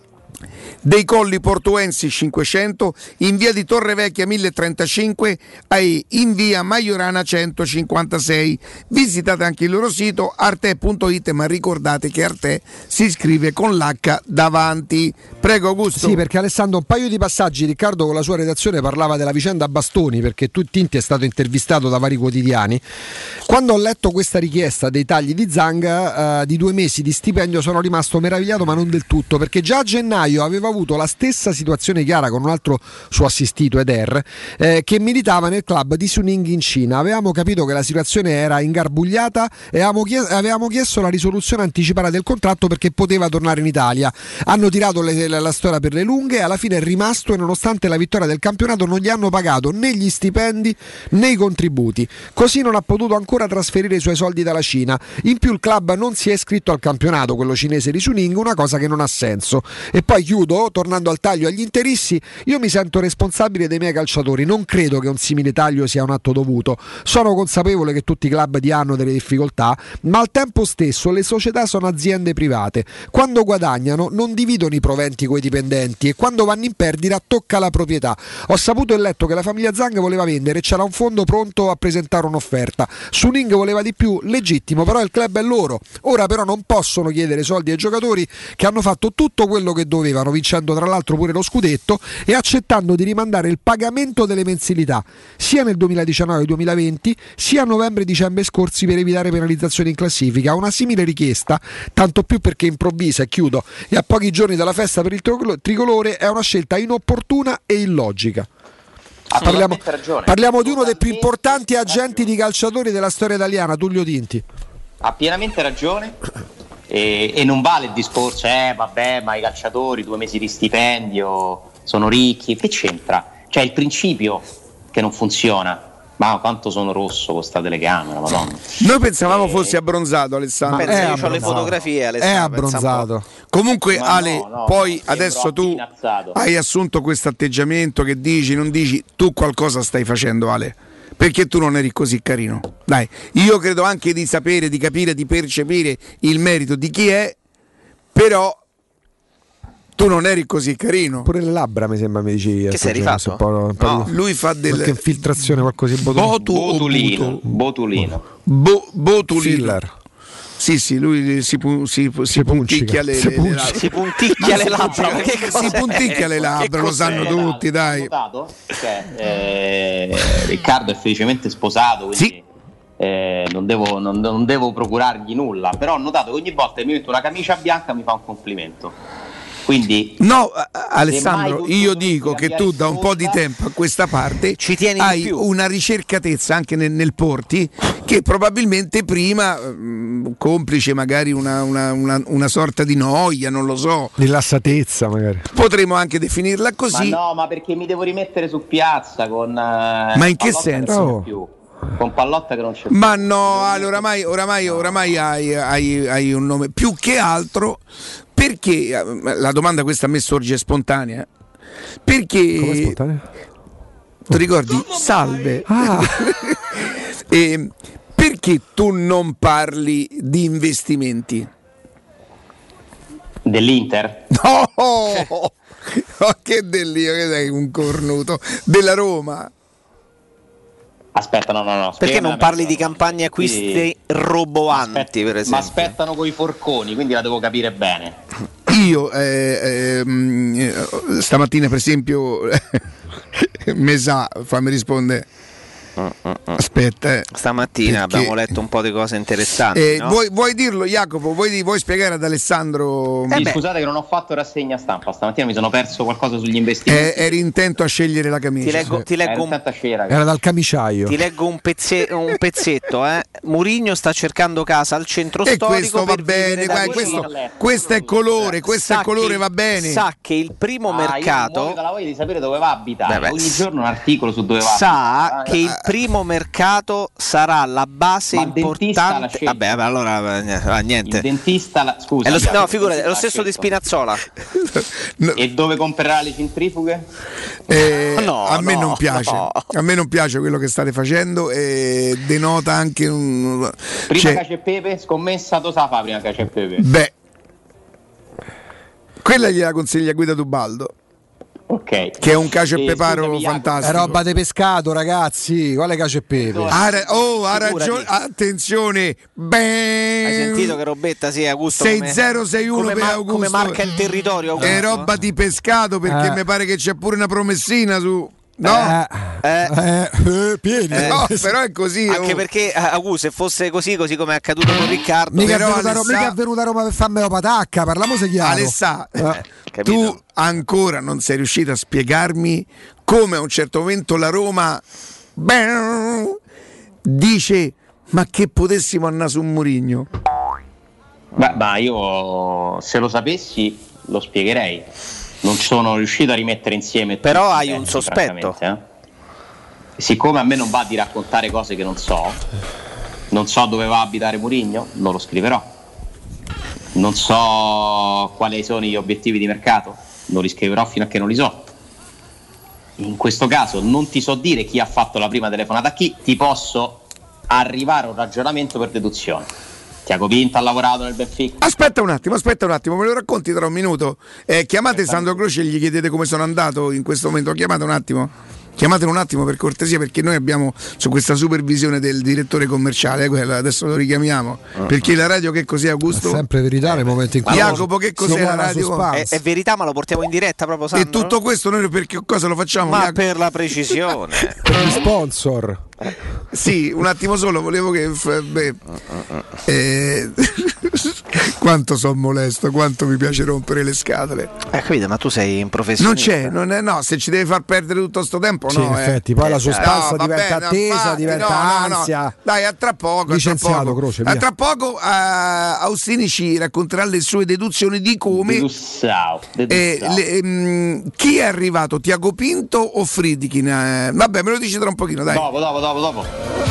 Speaker 2: dei Colli Portuensi cinquecento, in via di Torrevecchia mille trentacinque e in via Maiorana centocinquantasei. Visitate anche il loro sito arte punto it, ma ricordate che Arte si scrive con l'H davanti. Prego Augusto.
Speaker 3: Sì, perché Alessandro, un paio di passaggi. Riccardo con la sua redazione parlava della vicenda Bastoni, perché tu Tinti è stato intervistato da vari quotidiani. Quando ho letto questa richiesta dei tagli di Zanga eh, di due mesi di stipendio, sono rimasto meravigliato, ma non del tutto, perché già a gennaio aveva avuto la stessa situazione chiara con un altro suo assistito, Eder, eh, che militava nel club di Suning in Cina. Avevamo capito che la situazione era ingarbugliata e avevamo chiesto, avevamo chiesto la risoluzione anticipata del contratto perché poteva tornare in Italia. Hanno tirato le, la, la storia per le lunghe e alla fine è rimasto, e nonostante la vittoria del campionato non gli hanno pagato né gli stipendi né i contributi. Così non ha potuto ancora trasferire i suoi soldi dalla Cina. In più il club non si è iscritto al campionato, quello cinese di Suning, una cosa che non ha senso. E poi chiudo, tornando al taglio agli interissi, io mi sento responsabile dei miei calciatori, non credo che un simile taglio sia un atto dovuto. Sono consapevole che tutti i club di hanno delle difficoltà, ma al tempo stesso le società sono aziende private. Quando guadagnano non dividono i proventi coi dipendenti e quando vanno in perdita tocca la proprietà. Ho saputo e letto che la famiglia Zang voleva vendere e c'era un fondo pronto a presentare un'offerta. Suning voleva di più, legittimo, però il club è loro. Ora però non possono chiedere soldi ai giocatori che hanno fatto tutto quello che dovevano, vincendo tra l'altro pure lo scudetto e accettando di rimandare il pagamento delle mensilità sia nel duemiladiciannove duemilaventi sia a novembre e dicembre scorsi per evitare penalizzazioni in classifica. Una simile richiesta, tanto più perché improvvisa, e chiudo, e a pochi giorni dalla festa per il tricolore, è una scelta inopportuna e illogica. Parliamo, parliamo di uno dei più importanti agenti di calciatori della storia italiana, Tullio Tinti.
Speaker 6: Ha pienamente ragione. E, e non vale il discorso, eh vabbè, ma i calciatori due mesi di stipendio sono ricchi, che c'entra? Cioè il principio che non funziona. Ma quanto sono rosso con sta telecamera, madonna.
Speaker 2: Noi pensavamo e... fossi abbronzato, Alessandro.
Speaker 4: Penso, io ho le fotografie, Alessandro.
Speaker 2: È abbronzato. Comunque ma Ale, no, no, poi adesso tu hai assunto questo atteggiamento che dici, non dici, tu qualcosa stai facendo, Ale. Perché tu non eri così carino. Dai, io credo anche di sapere, di capire, di percepire il merito di chi è, però tu non eri così carino.
Speaker 3: Pure le labbra mi sembra, mi dici.
Speaker 4: Che sei rifatto?
Speaker 3: Un po', un po
Speaker 2: no, lui fa del
Speaker 3: qualche infiltrazione, qualcosa di
Speaker 6: botu, botulino. Botulino.
Speaker 2: Bo, botulino.
Speaker 3: Filler.
Speaker 2: Sì, sì, lui si, pu- si, pu- si, si punticchia le,
Speaker 4: si
Speaker 2: le, le labbra.
Speaker 4: Si punticchia le labbra.
Speaker 2: Si, si punticchia le labbra, lo sanno tutti, dai.
Speaker 6: Cioè, eh, Riccardo è felicemente sposato, quindi
Speaker 2: sì.
Speaker 6: eh, non, devo, non, non devo procurargli nulla. Però ho notato che ogni volta che mi metto una camicia bianca mi fa un complimento. Quindi,
Speaker 2: no, Alessandro, io dico che tu da un po' di tempo a questa parte
Speaker 4: ci tieni
Speaker 2: hai
Speaker 4: più.
Speaker 2: una ricercatezza anche nel, nel porti che probabilmente prima, mh, complice magari una, una, una, una sorta di noia, non lo so,
Speaker 3: rilassatezza magari,
Speaker 2: potremmo anche definirla così.
Speaker 6: Ma no, ma perché mi devo rimettere su piazza con uh,
Speaker 2: ma in che senso?
Speaker 6: Oh. Più. Con Pallotta che non c'è più.
Speaker 2: Ma no, Ale, oramai, oramai, oramai hai, hai, hai un nome più che altro. Perché la domanda questa a me sorge spontanea? Perché
Speaker 3: come spontanea?
Speaker 2: Ti ricordi? Salve.
Speaker 3: Ah.
Speaker 2: E perché tu non parli di investimenti?
Speaker 6: Dell'Inter?
Speaker 2: No, oh, che dell'io, che sei un cornuto della Roma.
Speaker 6: Aspetta, no, no, no.
Speaker 4: Perché non parli di campagne acquisti quindi, roboanti, aspetta, per esempio?
Speaker 6: Ma aspettano coi forconi, quindi la devo capire bene.
Speaker 2: Io eh, eh, stamattina, per esempio, Mesà, fammi rispondere. Aspetta, eh.
Speaker 4: Stamattina
Speaker 2: Perché-
Speaker 4: abbiamo letto un po' di cose interessanti.
Speaker 2: Eh,
Speaker 4: no?
Speaker 2: vuoi, vuoi dirlo, Jacopo? Vuoi, di- vuoi spiegare ad Alessandro?
Speaker 6: Sì, scusate che non ho fatto rassegna stampa stamattina, mi sono perso qualcosa sugli investimenti.
Speaker 2: Eh, eri intento a scegliere la camicia.
Speaker 4: Ti leggo, ti leggo un,
Speaker 3: Era dal camiciaio.
Speaker 4: ti leggo un, pezze- un pezzetto. Eh. Mourinho sta cercando casa al centro
Speaker 2: E
Speaker 4: storico.
Speaker 2: questo va
Speaker 4: per
Speaker 2: bene,
Speaker 4: vivere da
Speaker 2: guarda,
Speaker 4: vicino.
Speaker 2: questo, questo è colore, questo
Speaker 4: Sa
Speaker 2: è colore,
Speaker 4: che-
Speaker 2: va bene.
Speaker 4: Sa che il primo
Speaker 6: Ah, io non
Speaker 4: mercato.
Speaker 6: muoio dalla voglia di sapere dove va a abitare.
Speaker 4: Beh, beh,
Speaker 6: Ogni giorno un articolo su dove va.
Speaker 4: Sa
Speaker 6: Ah,
Speaker 4: che il primo mercato sarà la base
Speaker 6: Ma il dentista l'ha
Speaker 4: importante.
Speaker 6: scelto.
Speaker 4: Vabbè, vabbè, allora eh, ah, niente.
Speaker 6: Il dentista, la... scusa.
Speaker 4: È lo,
Speaker 6: Jacopo,
Speaker 4: no,
Speaker 6: il
Speaker 4: figurati, è lo
Speaker 6: dentista
Speaker 4: stesso
Speaker 6: l'ha
Speaker 4: di Spinazzola.
Speaker 6: scelto. E dove comprerà le centrifughe?
Speaker 2: Eh,
Speaker 4: No,
Speaker 2: a me
Speaker 4: no,
Speaker 2: non piace,
Speaker 4: no.
Speaker 2: a me non piace quello che state facendo e denota anche un.
Speaker 6: Prima
Speaker 2: cioè,
Speaker 6: cacio e pepe, scommessa, dove sa fa prima cacio e pepe?
Speaker 2: beh, quella gliela consiglia Guida Tubaldo.
Speaker 6: Ok.
Speaker 2: Che è un cacio e
Speaker 6: Eh,
Speaker 2: peparo
Speaker 6: scusami, Jacopo.
Speaker 2: fantastico.
Speaker 3: È roba di pescato, ragazzi. Quale cacio e pepe?
Speaker 2: Ha ra- oh, ha
Speaker 4: Figurati.
Speaker 2: ragione. Attenzione, ben.
Speaker 4: Hai sentito che robetta sì, Augusto? come-
Speaker 2: sei zero sei uno
Speaker 4: come
Speaker 2: per
Speaker 4: mar-
Speaker 2: Augusto.
Speaker 4: Come marca il territorio, Augusto?
Speaker 2: È roba di pescato perché
Speaker 3: Eh.
Speaker 2: mi pare che c'è pure una promessina su. No,
Speaker 3: Eh, eh, eh, pieni.
Speaker 2: no, però è così.
Speaker 4: Anche
Speaker 2: oh.
Speaker 4: perché eh, Augusto, se fosse così, così come è accaduto con Riccardo,
Speaker 3: Mica è,
Speaker 2: Però
Speaker 3: venuta, a Ro-
Speaker 2: Alessà-
Speaker 3: mica è venuta a Roma per farmelo patacca, parliamo se chiaro.
Speaker 2: Alessà,
Speaker 3: Eh.
Speaker 4: capito?
Speaker 2: tu ancora non sei riuscito a spiegarmi come a un certo momento la Roma beh, dice ma che potessimo andare su Mourinho.
Speaker 6: Beh, ma io se lo sapessi lo spiegherei. Non sono riuscito a rimettere insieme.
Speaker 4: Però
Speaker 6: tutti i
Speaker 4: hai un
Speaker 6: pezzi,
Speaker 4: sospetto.
Speaker 6: francamente, eh. Siccome a me non va di raccontare cose che non so, non so dove va a abitare Mourinho, non lo scriverò. Non so quali sono gli obiettivi di mercato, non li scriverò fino a che non li so. In questo caso non ti so dire chi ha fatto la prima telefonata a chi, ti posso arrivare a un ragionamento per deduzione. Tiago Pinto ha lavorato nel Benfica.
Speaker 2: Aspetta un attimo, aspetta un attimo, me lo racconti tra un minuto. Eh, chiamate Sandro Croce e gli chiedete come sono andato in questo momento. Chiamate un attimo. Chiamatelo un attimo per cortesia perché noi abbiamo su questa supervisione del direttore commerciale, eh, quella, adesso lo richiamiamo. Perché la radio che cos'è, Augusto?
Speaker 3: È sempre verità nei momenti in cui
Speaker 2: Jacopo, che cos'è la radio?
Speaker 4: È, è verità, ma lo portiamo in diretta proprio,
Speaker 2: E
Speaker 4: Sandro?
Speaker 2: tutto questo noi per che cosa lo facciamo?
Speaker 4: Ma
Speaker 2: Jacopo?
Speaker 4: per la precisione.
Speaker 3: per gli sponsor.
Speaker 2: Sì, un attimo solo, volevo che f- beh, eh, quanto sono molesto, quanto mi piace rompere le scatole.
Speaker 4: Eh, capito, ma tu sei un
Speaker 2: Non
Speaker 4: professionista.
Speaker 2: c'è, non è, no, se ci deve far perdere tutto sto tempo,
Speaker 3: Sì,
Speaker 2: no.
Speaker 3: in
Speaker 2: eh.
Speaker 3: effetti, poi la sospensa
Speaker 2: No, vabbè,
Speaker 3: diventa
Speaker 2: no,
Speaker 3: attesa,
Speaker 2: infatti,
Speaker 3: diventa
Speaker 2: no, no, no.
Speaker 3: ansia.
Speaker 2: Dai, a tra poco. a tra
Speaker 3: Licenziato,
Speaker 2: poco.
Speaker 3: Croce,
Speaker 2: A
Speaker 3: via.
Speaker 2: tra poco eh, Austini ci racconterà le sue deduzioni di come.
Speaker 6: Dedussao,
Speaker 2: eh,
Speaker 6: dedussao.
Speaker 2: le- ehm, chi è arrivato? Tiago Pinto o Friedkin? Eh, vabbè, me lo dici tra un pochino, dai.
Speaker 6: Dopo, dopo, dopo, dopo.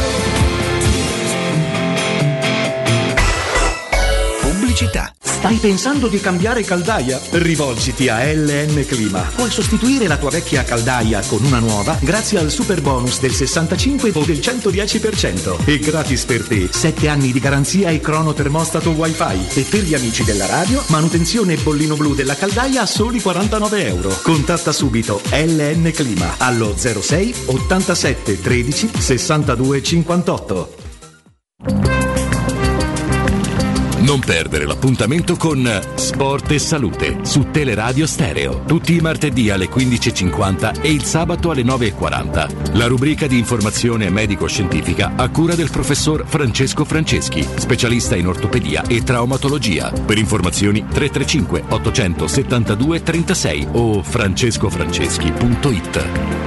Speaker 14: Pubblicità. Stai pensando di cambiare caldaia? Rivolgiti a L N Clima. Puoi sostituire la tua vecchia caldaia con una nuova grazie al super bonus del sessantacinque o del centodieci per cento. E gratis per te sette anni di garanzia e cronotermostato wifi. E per gli amici della radio, manutenzione e bollino blu della caldaia a soli quarantanove euro. Contatta subito L N Clima allo zero sei ottantasette tredici sessantadue cinquantotto.
Speaker 10: Non perdere l'appuntamento con Sport e Salute su Teleradio Stereo. Tutti i martedì alle quindici e cinquanta e il sabato alle nove e quaranta. La rubrica di informazione medico-scientifica a cura del professor Francesco Franceschi, specialista in ortopedia e traumatologia. Per informazioni tre tre cinque ottocentosettantadue trentasei o francescofranceschi punto it.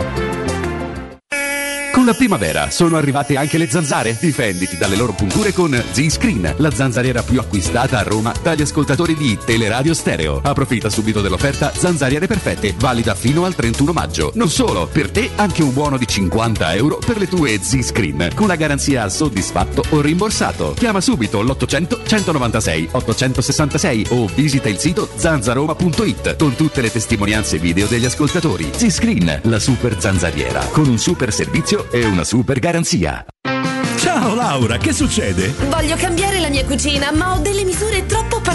Speaker 10: Con la primavera sono arrivate anche le zanzare. Difenditi dalle loro punture con Z-Screen, la zanzariera più acquistata a Roma dagli ascoltatori di Teleradio Stereo. Approfitta subito dell'offerta Zanzariere Perfette, valida fino al trentuno maggio. Non solo, per te anche un buono di cinquanta euro per le tue Z-Screen, con la garanzia soddisfatto o rimborsato. Chiama subito l'ottocento centonovantasei ottocentosessantasei o visita il sito zanzaroma punto it con tutte le testimonianze video degli ascoltatori. Z-Screen, la super zanzariera, con un super servizio e una super garanzia.
Speaker 14: Ciao Laura, che succede?
Speaker 9: Voglio cambiare la mia cucina, ma ho delle misure troppo particolari.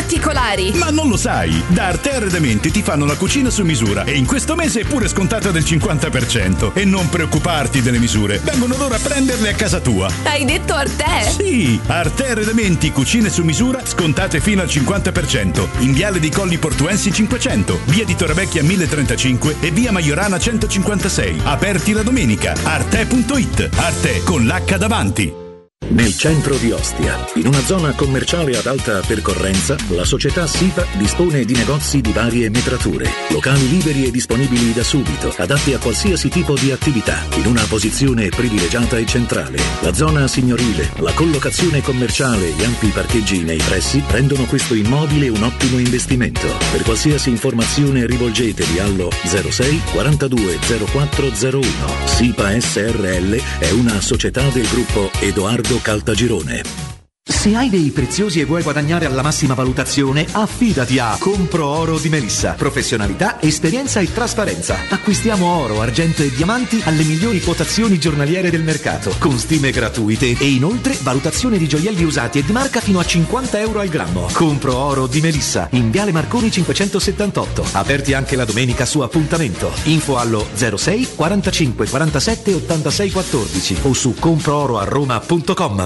Speaker 8: particolari.
Speaker 10: Ma non lo sai, da Arte Arredamenti ti fanno la cucina su misura e in questo mese è pure scontata del cinquanta per cento. E non preoccuparti delle misure, vengono loro a prenderle a casa tua.
Speaker 8: Hai detto Arte?
Speaker 10: Sì, Arte Arredamenti, cucine su misura, scontate fino al cinquanta per cento. In Viale dei Colli Portuensi cinquecento, via di Torrevecchia mille trentacinque e via Maiorana centocinquantasei. Aperti la domenica. arte punto it. Arte con l'H davanti.
Speaker 5: Nel centro di Ostia, in una zona commerciale ad alta percorrenza, la società SIPA dispone di negozi di varie metrature, locali liberi e disponibili da subito, adatti a qualsiasi tipo di attività, in una posizione privilegiata e centrale. La zona signorile, la collocazione commerciale e gli ampi parcheggi nei pressi rendono questo immobile un ottimo investimento. Per qualsiasi informazione rivolgetevi allo zero sei quarantadue zero quattro zero uno. SIPA S R L è una società del gruppo Edoardo Caltagirone.
Speaker 14: Se hai dei preziosi e vuoi guadagnare alla massima valutazione, affidati a Compro Oro di Melissa. Professionalità, esperienza e trasparenza. Acquistiamo oro, argento e diamanti alle migliori quotazioni giornaliere del mercato, con stime gratuite e inoltre valutazione di gioielli usati e di marca fino a cinquanta euro al grammo. Compro Oro di Melissa, in Viale Marconi cinquecentosettantotto. Aperti anche la domenica su appuntamento. Info allo zero sei quarantacinque quarantasette ottantasei quattordici o su compro oro a roma punto com.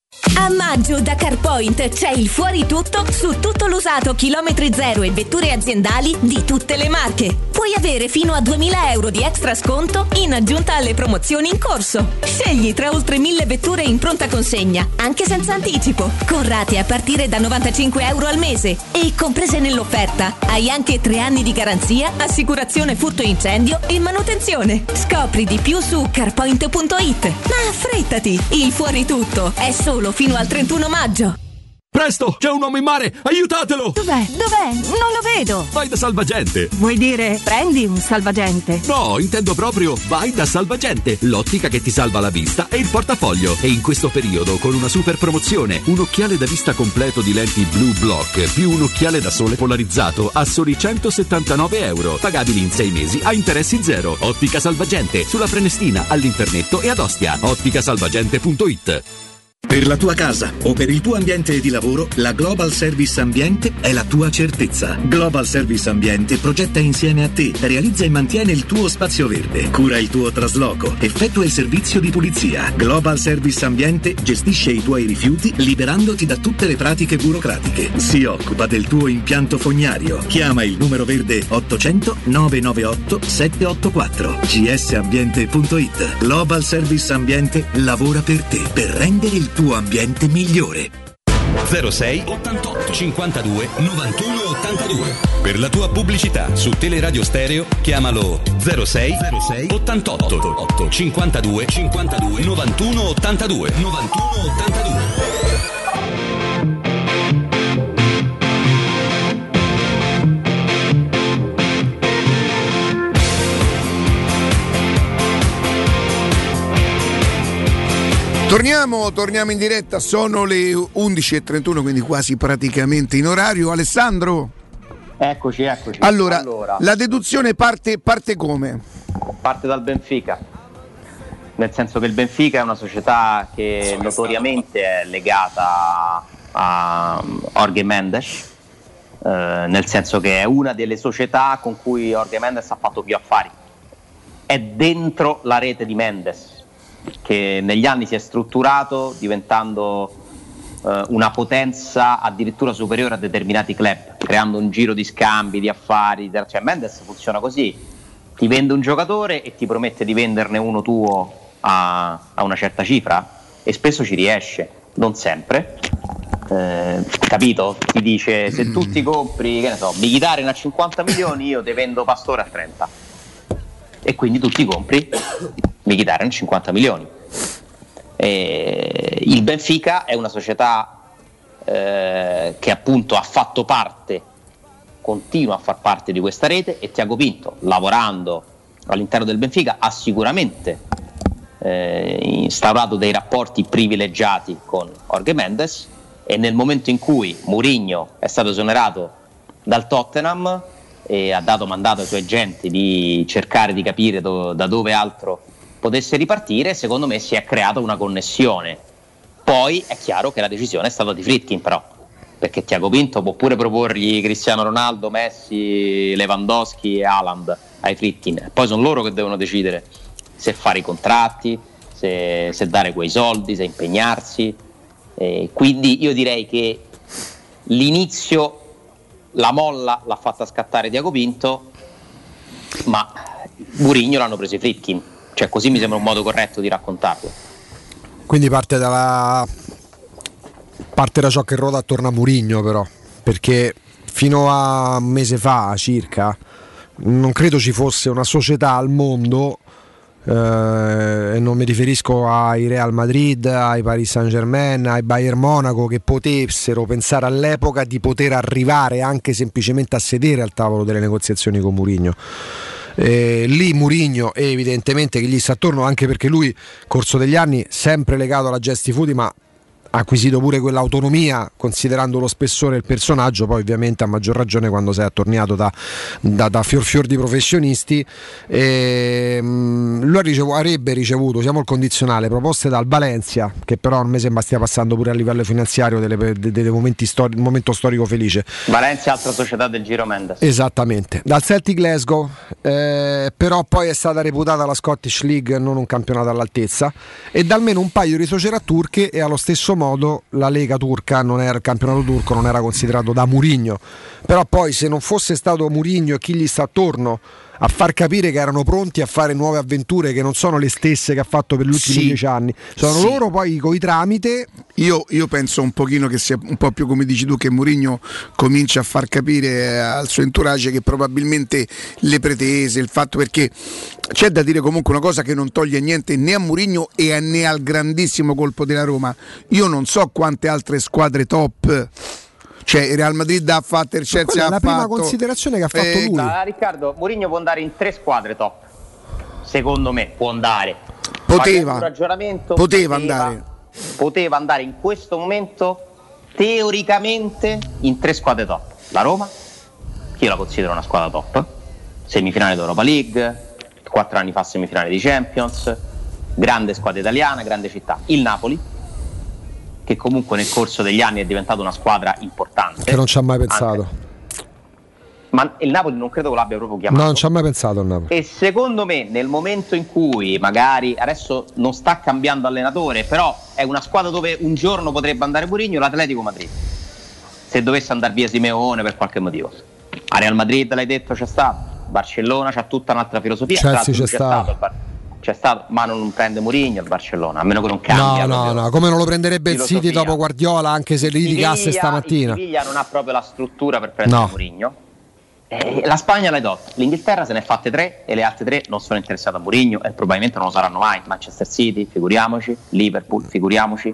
Speaker 9: A maggio da CarPoint c'è il fuori tutto su tutto l'usato chilometri zero e vetture aziendali di tutte le marche. Puoi avere fino a duemila euro di extra sconto in aggiunta alle promozioni in corso. Scegli tra oltre mille vetture in pronta consegna, anche senza anticipo, con rate a partire da novantacinque euro al mese. E comprese nell'offerta hai anche tre anni di garanzia, assicurazione furto incendio e manutenzione. Scopri di più su carpoint punto it. Ma affrettati, il fuori tutto è solo fino al trentuno maggio.
Speaker 10: Presto, c'è un uomo in mare, aiutatelo!
Speaker 8: Dov'è? Dov'è? Non lo vedo.
Speaker 10: Vai da Salvagente.
Speaker 8: Vuoi dire prendi un salvagente?
Speaker 10: No, intendo proprio vai da Salvagente, l'ottica che ti salva la vista e il portafoglio. E in questo periodo con una super promozione, un occhiale da vista completo di lenti Blue Block più un occhiale da sole polarizzato a soli centosettantanove euro, pagabili in sei mesi a interessi zero. Ottica Salvagente, sulla Prenestina, all'Internetto e ad Ostia. ottica salvagente punto it.
Speaker 5: Per la tua casa o per il tuo ambiente di lavoro, la Global Service Ambiente è la tua certezza. Global Service Ambiente progetta insieme a te, realizza e mantiene il tuo spazio verde, cura il tuo trasloco, effettua il servizio di pulizia. Global Service Ambiente gestisce i tuoi rifiuti liberandoti da tutte le pratiche burocratiche. Si occupa del tuo impianto fognario. Chiama il numero verde ottocento nove nove otto sette otto quattro. g s ambiente punto it. Global Service Ambiente lavora per te, per rendere il tuo ambiente migliore.
Speaker 1: zero sei ottantotto cinquantadue novantuno ottantadue. Per la tua pubblicità su Teleradio Stereo chiamalo zero sei ottantotto cinquantadue cinquantadue novantuno ottantadue novantuno ottantadue.
Speaker 2: Torniamo, torniamo in diretta, sono le undici e trentuno, quindi quasi praticamente in orario. Alessandro?
Speaker 6: Eccoci, eccoci.
Speaker 2: Allora,
Speaker 6: allora
Speaker 2: la deduzione parte, parte come?
Speaker 6: Parte dal Benfica, nel senso che il Benfica è una società che notoriamente è legata a Jorge Mendes, eh, nel senso che è una delle società con cui Jorge Mendes ha fatto più affari. È dentro la rete di Mendes, che negli anni si è strutturato diventando eh, una potenza addirittura superiore a determinati club, creando un giro di scambi, di affari, cioè Mendes funziona così: ti vende un giocatore e ti promette di venderne uno tuo a, a una certa cifra, e spesso ci riesce, non sempre, eh, capito? Ti dice: se tu ti compri, che ne so, Mkhitaryan a cinquanta milioni, io ti vendo Pastore a trenta, e quindi tu ti compri Mkhitaryan cinquanta milioni. E il Benfica è una società eh, che appunto ha fatto parte, continua a far parte di questa rete, e Tiago Pinto, lavorando all'interno del Benfica, ha sicuramente eh, instaurato dei rapporti privilegiati con Jorge Mendes, e nel momento in cui Mourinho è stato esonerato dal Tottenham e ha dato mandato ai suoi agenti di cercare di capire do, da dove altro potesse ripartire, secondo me si è creata una connessione. Poi è chiaro che la decisione è stata di Friedkin, però perché Tiago Pinto può pure proporgli Cristiano Ronaldo, Messi, Lewandowski e Haaland ai Friedkin, poi sono loro che devono decidere se fare i contratti, se, se dare quei soldi, se impegnarsi, eh, quindi io direi che l'inizio, la molla l'ha fatta scattare Tiago Pinto, ma Mourinho l'hanno preso i Friedkin, cioè così mi sembra un modo corretto di raccontarlo.
Speaker 3: Quindi parte dalla parte da ciò che ruota attorno a Mourinho, però, perché fino a un mese fa circa non credo ci fosse una società al mondo, eh, e non mi riferisco ai Real Madrid, ai Paris Saint-Germain, ai Bayern Monaco, che potessero pensare all'epoca di poter arrivare anche semplicemente a sedere al tavolo delle negoziazioni con Mourinho. Eh, lì Mourinho è evidentemente che gli sta attorno, anche perché lui corso degli anni sempre legato alla Gesti Food, ma ha acquisito pure quell'autonomia considerando lo spessore del personaggio, poi ovviamente a maggior ragione quando sei attorniato da, da, da fior fior di professionisti. E, mh, lui ricevu, avrebbe ricevuto, siamo il condizionale, proposte dal Valencia, che però a me sembra stia passando pure a livello finanziario delle, dei, dei momenti stori, momento storico felice.
Speaker 6: Valencia, altra società del Giro Mendes.
Speaker 3: Esattamente, dal Celtic Glasgow, eh, però poi è stata reputata la Scottish League non un campionato all'altezza, e da almeno un paio di società turche, e allo stesso modo la Lega turca non era, il campionato turco non era considerato da Mourinho. Però poi se non fosse stato Mourinho e chi gli sta attorno a far capire che erano pronti a fare nuove avventure che non sono le stesse che ha fatto per gli ultimi
Speaker 2: sì,
Speaker 3: dieci anni, sono sì. loro poi coi tramite.
Speaker 2: Io, io penso un pochino che sia un po' più come dici tu, che Mourinho comincia a far capire al suo entourage che probabilmente le pretese, il fatto, perché c'è da dire comunque una cosa che non toglie niente né a Mourinho e a, né al grandissimo colpo della Roma. Io non so quante altre squadre top, cioè il Real Madrid ha fatto, il Chelsea ha
Speaker 3: fatto. È la prima considerazione che ha fatto
Speaker 2: eh,
Speaker 3: lui.
Speaker 6: Da, Riccardo, Mourinho può andare in tre squadre top. Secondo me può andare.
Speaker 2: Poteva.
Speaker 6: Un ragionamento,
Speaker 2: poteva, poteva
Speaker 6: andare. Poteva andare in questo momento teoricamente in tre squadre top. La Roma, che io la considero una squadra top, semifinale d'Europa League, quattro anni fa semifinale di Champions, grande squadra italiana, grande città. Il Napoli, che comunque nel corso degli anni è diventata una squadra importante,
Speaker 3: che non ci ha mai pensato,
Speaker 6: anche. Ma il Napoli non credo che l'abbia proprio chiamato.
Speaker 3: No, non ci ha mai pensato il Napoli.
Speaker 6: E secondo me nel momento in cui magari adesso non sta cambiando allenatore, però è una squadra dove un giorno potrebbe andare Mourinho, l'Atletico Madrid, se dovesse andare via Simeone per qualche motivo. A Real Madrid, l'hai detto, c'è stato. Barcellona c'ha tutta un'altra filosofia.
Speaker 3: Chelsea c'è, c'è stato,
Speaker 6: stato c'è stato, ma non prende Mourinho il Barcellona, a meno che non cambia.
Speaker 3: No, no, no, come non lo prenderebbe il City dopo Guardiola, anche se litigasse stamattina.
Speaker 6: Il Siviglia non ha proprio la struttura per prendere
Speaker 3: no.
Speaker 6: Mourinho. Eh, la Spagna l'hai detto, l'Inghilterra se ne è fatte tre e le altre tre non sono interessate a Mourinho e probabilmente non lo saranno mai. Manchester City, figuriamoci, Liverpool, figuriamoci.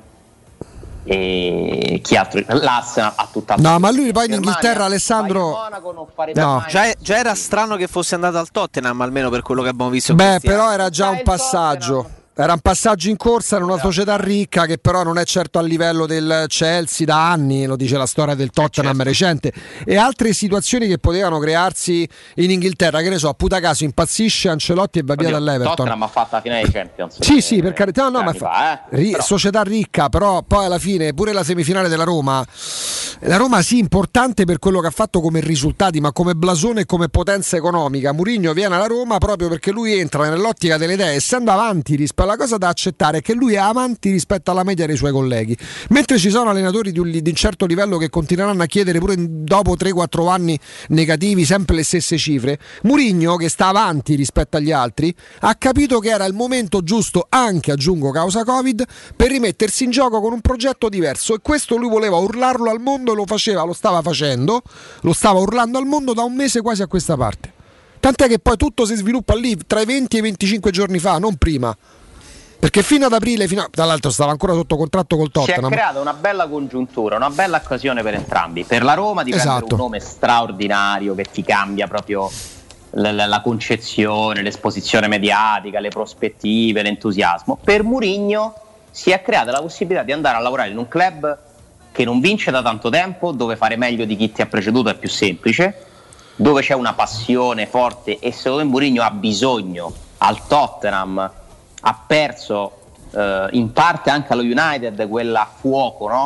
Speaker 6: E chi altro? L'Arsenal ha tutt'altro.
Speaker 3: No, ma lui poi in Inghilterra, Alessandro,
Speaker 6: Monaco non
Speaker 3: no.
Speaker 4: già, già era strano che fosse andato al Tottenham, almeno per quello che abbiamo visto.
Speaker 3: Beh, però era già un passaggio. Era un passaggio in corsa in una società ricca che però non è certo a livello del Chelsea da anni, lo dice la storia del Tottenham recente, e altre situazioni che potevano crearsi in Inghilterra, che ne so, a puta caso impazzisce Ancelotti e va via dall'Everton.
Speaker 6: Tottenham ha fatto la finale di Champions.
Speaker 3: Sì, sì, per carità, no, no, ma
Speaker 6: fa, eh?
Speaker 3: ri- società ricca, però poi alla fine pure la semifinale della Roma, la Roma sì, importante per quello che ha fatto come risultati, ma come blasone e come potenza economica. Mourinho viene alla Roma proprio perché lui entra nell'ottica delle idee, essendo avanti rispetto. La cosa da accettare è che lui è avanti rispetto alla media dei suoi colleghi, mentre ci sono allenatori di un, di un certo livello che continueranno a chiedere pure dopo tre quattro anni negativi sempre le stesse cifre. Mourinho, che sta avanti rispetto agli altri, ha capito che era il momento giusto, anche aggiungo causa Covid, per rimettersi in gioco con un progetto diverso, e questo lui voleva urlarlo al mondo e lo faceva, lo stava facendo, lo stava urlando al mondo da un mese quasi a questa parte, tant'è che poi tutto si sviluppa lì tra i venti e i venticinque giorni fa, non prima. Perché fino ad aprile, fino a, tra l'altro stava ancora sotto contratto col Tottenham.
Speaker 6: Si è creata una bella congiuntura, una bella occasione per entrambi. Per la Roma di
Speaker 3: esatto.
Speaker 6: prendere un nome straordinario che ti cambia proprio la, la, la concezione, l'esposizione mediatica, le prospettive, l'entusiasmo. Per Mourinho si è creata la possibilità di andare a lavorare in un club che non vince da tanto tempo, dove fare meglio di chi ti ha preceduto è più semplice, dove c'è una passione forte, e secondo me Mourinho ha bisogno al Tottenham. Ha perso eh, in parte anche allo United quella a fuoco, no?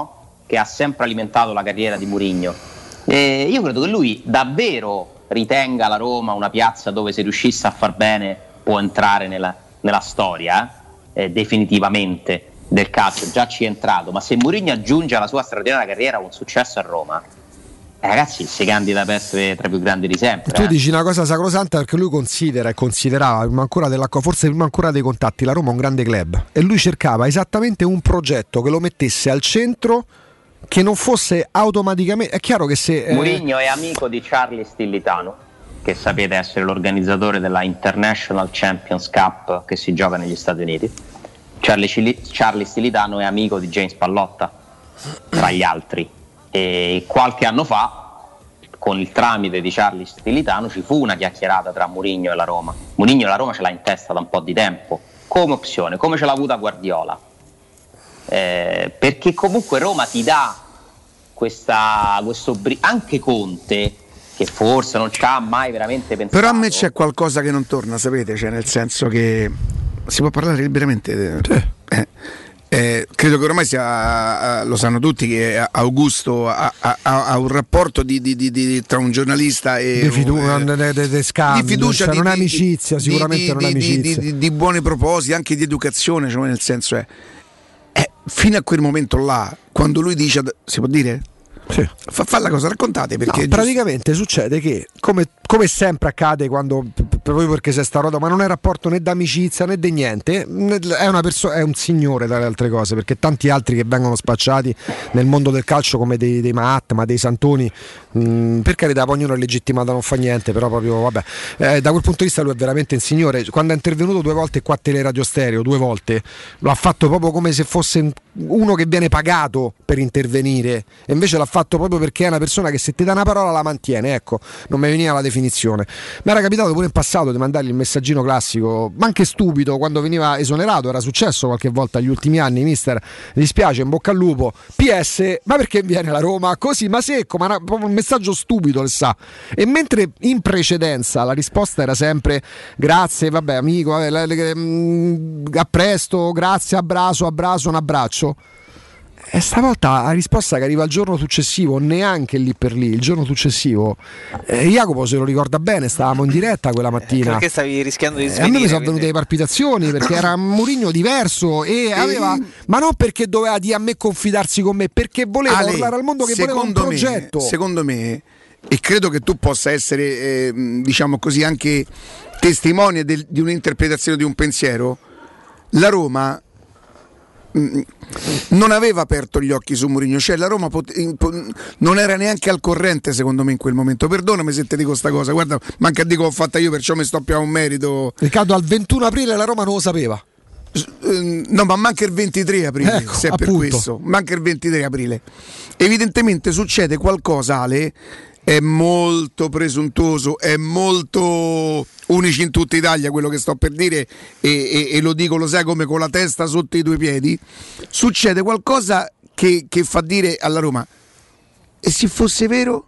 Speaker 6: che ha sempre alimentato la carriera di Mourinho. E io credo che lui davvero ritenga la Roma una piazza dove, se riuscisse a far bene, può entrare nella, nella storia eh, definitivamente del calcio. Già ci è entrato, ma se Mourinho aggiunge alla sua straordinaria carriera un successo a Roma, eh, ragazzi, si candida per essere tra i più grandi di sempre.
Speaker 3: Tu
Speaker 6: eh.
Speaker 3: dici una cosa sacrosanta, perché lui considera e considerava prima ancora della, forse prima ancora dei contatti, la Roma è un grande club, e lui cercava esattamente un progetto che lo mettesse al centro, che non fosse automaticamente. È chiaro che se eh...
Speaker 6: Mourinho è amico di Charlie Stillitano, che sapete essere l'organizzatore della International Champions Cup che si gioca negli Stati Uniti. Charlie, Charlie Stillitano è amico di James Pallotta, tra gli altri, e qualche anno fa, con il tramite di Charlie Stillitano, ci fu una chiacchierata tra Mourinho e la Roma. Mourinho la Roma ce l'ha in testa da un po' di tempo come opzione, come ce l'ha avuta Guardiola, eh, perché comunque Roma ti dà questa, questo bri- anche Conte, che forse non ci ha mai veramente pensato.
Speaker 2: Però a me c'è qualcosa che non torna, sapete, cioè nel senso che si può parlare liberamente. Eh, eh, credo che ormai sia, lo sanno tutti, che Augusto ha, ha, ha un rapporto di, di, di, di, tra un giornalista e
Speaker 3: di, fidu-
Speaker 2: un,
Speaker 3: de, de, de scambio,
Speaker 2: di fiducia,
Speaker 3: cioè
Speaker 2: di,
Speaker 3: non è
Speaker 2: di,
Speaker 3: amicizia,
Speaker 2: di,
Speaker 3: sicuramente
Speaker 2: di,
Speaker 3: non è amicizia.
Speaker 2: Di, di, di buoni propositi, anche di educazione, cioè nel senso è, è fino a quel momento là, quando lui dice, si può dire?
Speaker 3: Sì.
Speaker 2: Fa, fa la cosa, raccontate, perché
Speaker 3: no, praticamente succede che come, come sempre accade quando, proprio perché c'è sta roba, ma non è rapporto né d'amicizia né di niente, è una persona, è un signore dalle altre cose, perché tanti altri che vengono spacciati nel mondo del calcio come dei, dei Mahatma, dei Santoni, mh, per carità, poi ognuno è legittimato a non fa niente, però proprio vabbè, eh, da quel punto di vista lui è veramente un signore. Quando è intervenuto due volte qua a Teleradio Stereo, due volte lo ha fatto proprio come se fosse uno che viene pagato per intervenire, e invece l'ha fatto proprio perché è una persona che se ti dà una parola la mantiene. Ecco, non mi veniva la definizione. Mi era capitato pure in passato di mandargli il messaggino classico, ma anche stupido, quando veniva esonerato, era successo qualche volta negli ultimi anni: mister, mi dispiace, in bocca al lupo, P S, ma perché viene la Roma? Così, ma secco, ma una, proprio un messaggio stupido, le sa. E mentre in precedenza la risposta era sempre grazie, vabbè amico, vabbè, le, le, mh, a presto, grazie, abbraccio, abbraccio, un abbraccio. E stavolta la risposta che arriva il giorno successivo, neanche lì per lì, il giorno successivo, eh, Jacopo se lo ricorda bene, stavamo in diretta quella mattina.
Speaker 4: Perché stavi rischiando di svenire?
Speaker 3: Eh, a me mi sono
Speaker 4: quindi...
Speaker 3: venute le palpitazioni, perché era un Mourinho diverso e aveva, ma non perché doveva dire a me confidarsi con me, perché voleva
Speaker 2: Ale,
Speaker 3: urlare al mondo che voleva un progetto.
Speaker 2: Me, secondo me, e credo che tu possa essere, eh, diciamo così, anche testimone del, di un'interpretazione di un pensiero, la Roma non aveva aperto gli occhi su Mourinho, cioè la Roma pot- non era neanche al corrente, secondo me, in quel momento. Perdonami se ti dico sta cosa, guarda, manca a dire che l'ho fatta io, perciò mi sto più a un merito.
Speaker 3: Riccardo, al ventuno aprile la Roma non lo sapeva.
Speaker 2: No, ma manca il ventitré aprile,
Speaker 3: ecco,
Speaker 2: se è per questo, manca il ventitré aprile. Evidentemente succede qualcosa, Ale, è molto presuntuoso, è molto unici in tutta Italia quello che sto per dire, e, e, e lo dico, lo sai, come con la testa sotto i due piedi. Succede qualcosa che, che fa dire alla Roma: e se fosse vero?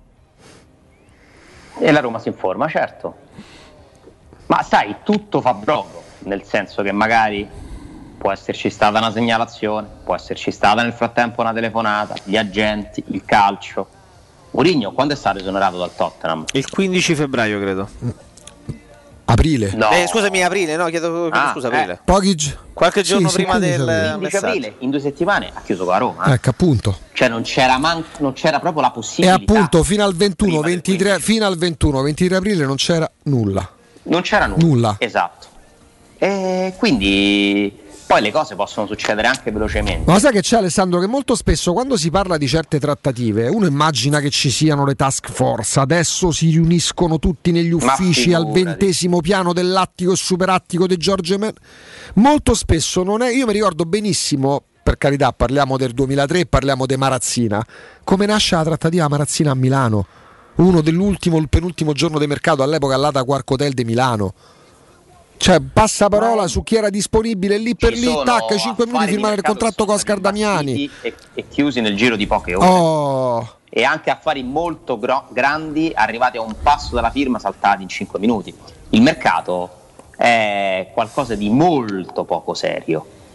Speaker 6: E la Roma si informa, certo, ma sai, tutto fa brodo, nel senso che magari può esserci stata una segnalazione, può esserci stata nel frattempo una telefonata, gli agenti, il calcio. Mourinho quando è stato esonerato dal Tottenham?
Speaker 4: Il quindici febbraio, credo.
Speaker 3: Aprile.
Speaker 6: No.
Speaker 4: Eh, scusami, aprile, no, chiedo, chiedo
Speaker 6: Ah,
Speaker 4: scusa, aprile.
Speaker 6: eh.
Speaker 3: Pochi...
Speaker 4: Qualche giorno
Speaker 3: sì,
Speaker 4: prima
Speaker 3: sì,
Speaker 4: del
Speaker 6: quindici
Speaker 4: messaggio.
Speaker 6: aprile, in due settimane ha chiuso con la Roma.
Speaker 3: Ecco, appunto.
Speaker 6: Cioè non c'era, man- non c'era proprio la
Speaker 3: E
Speaker 6: possibilità.
Speaker 3: appunto fino al ventuno,
Speaker 6: Prima del
Speaker 3: ventitré, fino al ventuno, ventitré aprile non c'era nulla.
Speaker 6: Non c'era nulla.
Speaker 3: Nulla.
Speaker 6: Esatto. E quindi poi le cose possono succedere anche velocemente.
Speaker 3: Ma sai che c'è, Alessandro, che molto spesso quando si parla di certe trattative uno immagina che ci siano le task force, adesso si riuniscono tutti negli uffici al ventesimo piano dell'attico e superattico di Giorgio Men- molto spesso non è. Io mi ricordo benissimo, per carità, parliamo del duemilatré, parliamo di Marazzina, come nasce la trattativa Marazzina a Milano, uno dell'ultimo, il penultimo giorno di mercato all'epoca all'Ada Quark Hotel di Milano. Cioè, passa parola su chi era disponibile lì per lì, tac, cinque minuti firmare il contratto con Oscar Damiani
Speaker 6: e, e chiusi nel giro di poche ore.
Speaker 3: Oh.
Speaker 6: E anche affari molto gro- grandi arrivati a un passo dalla firma, saltati in cinque minuti. Il mercato è qualcosa di molto poco serio.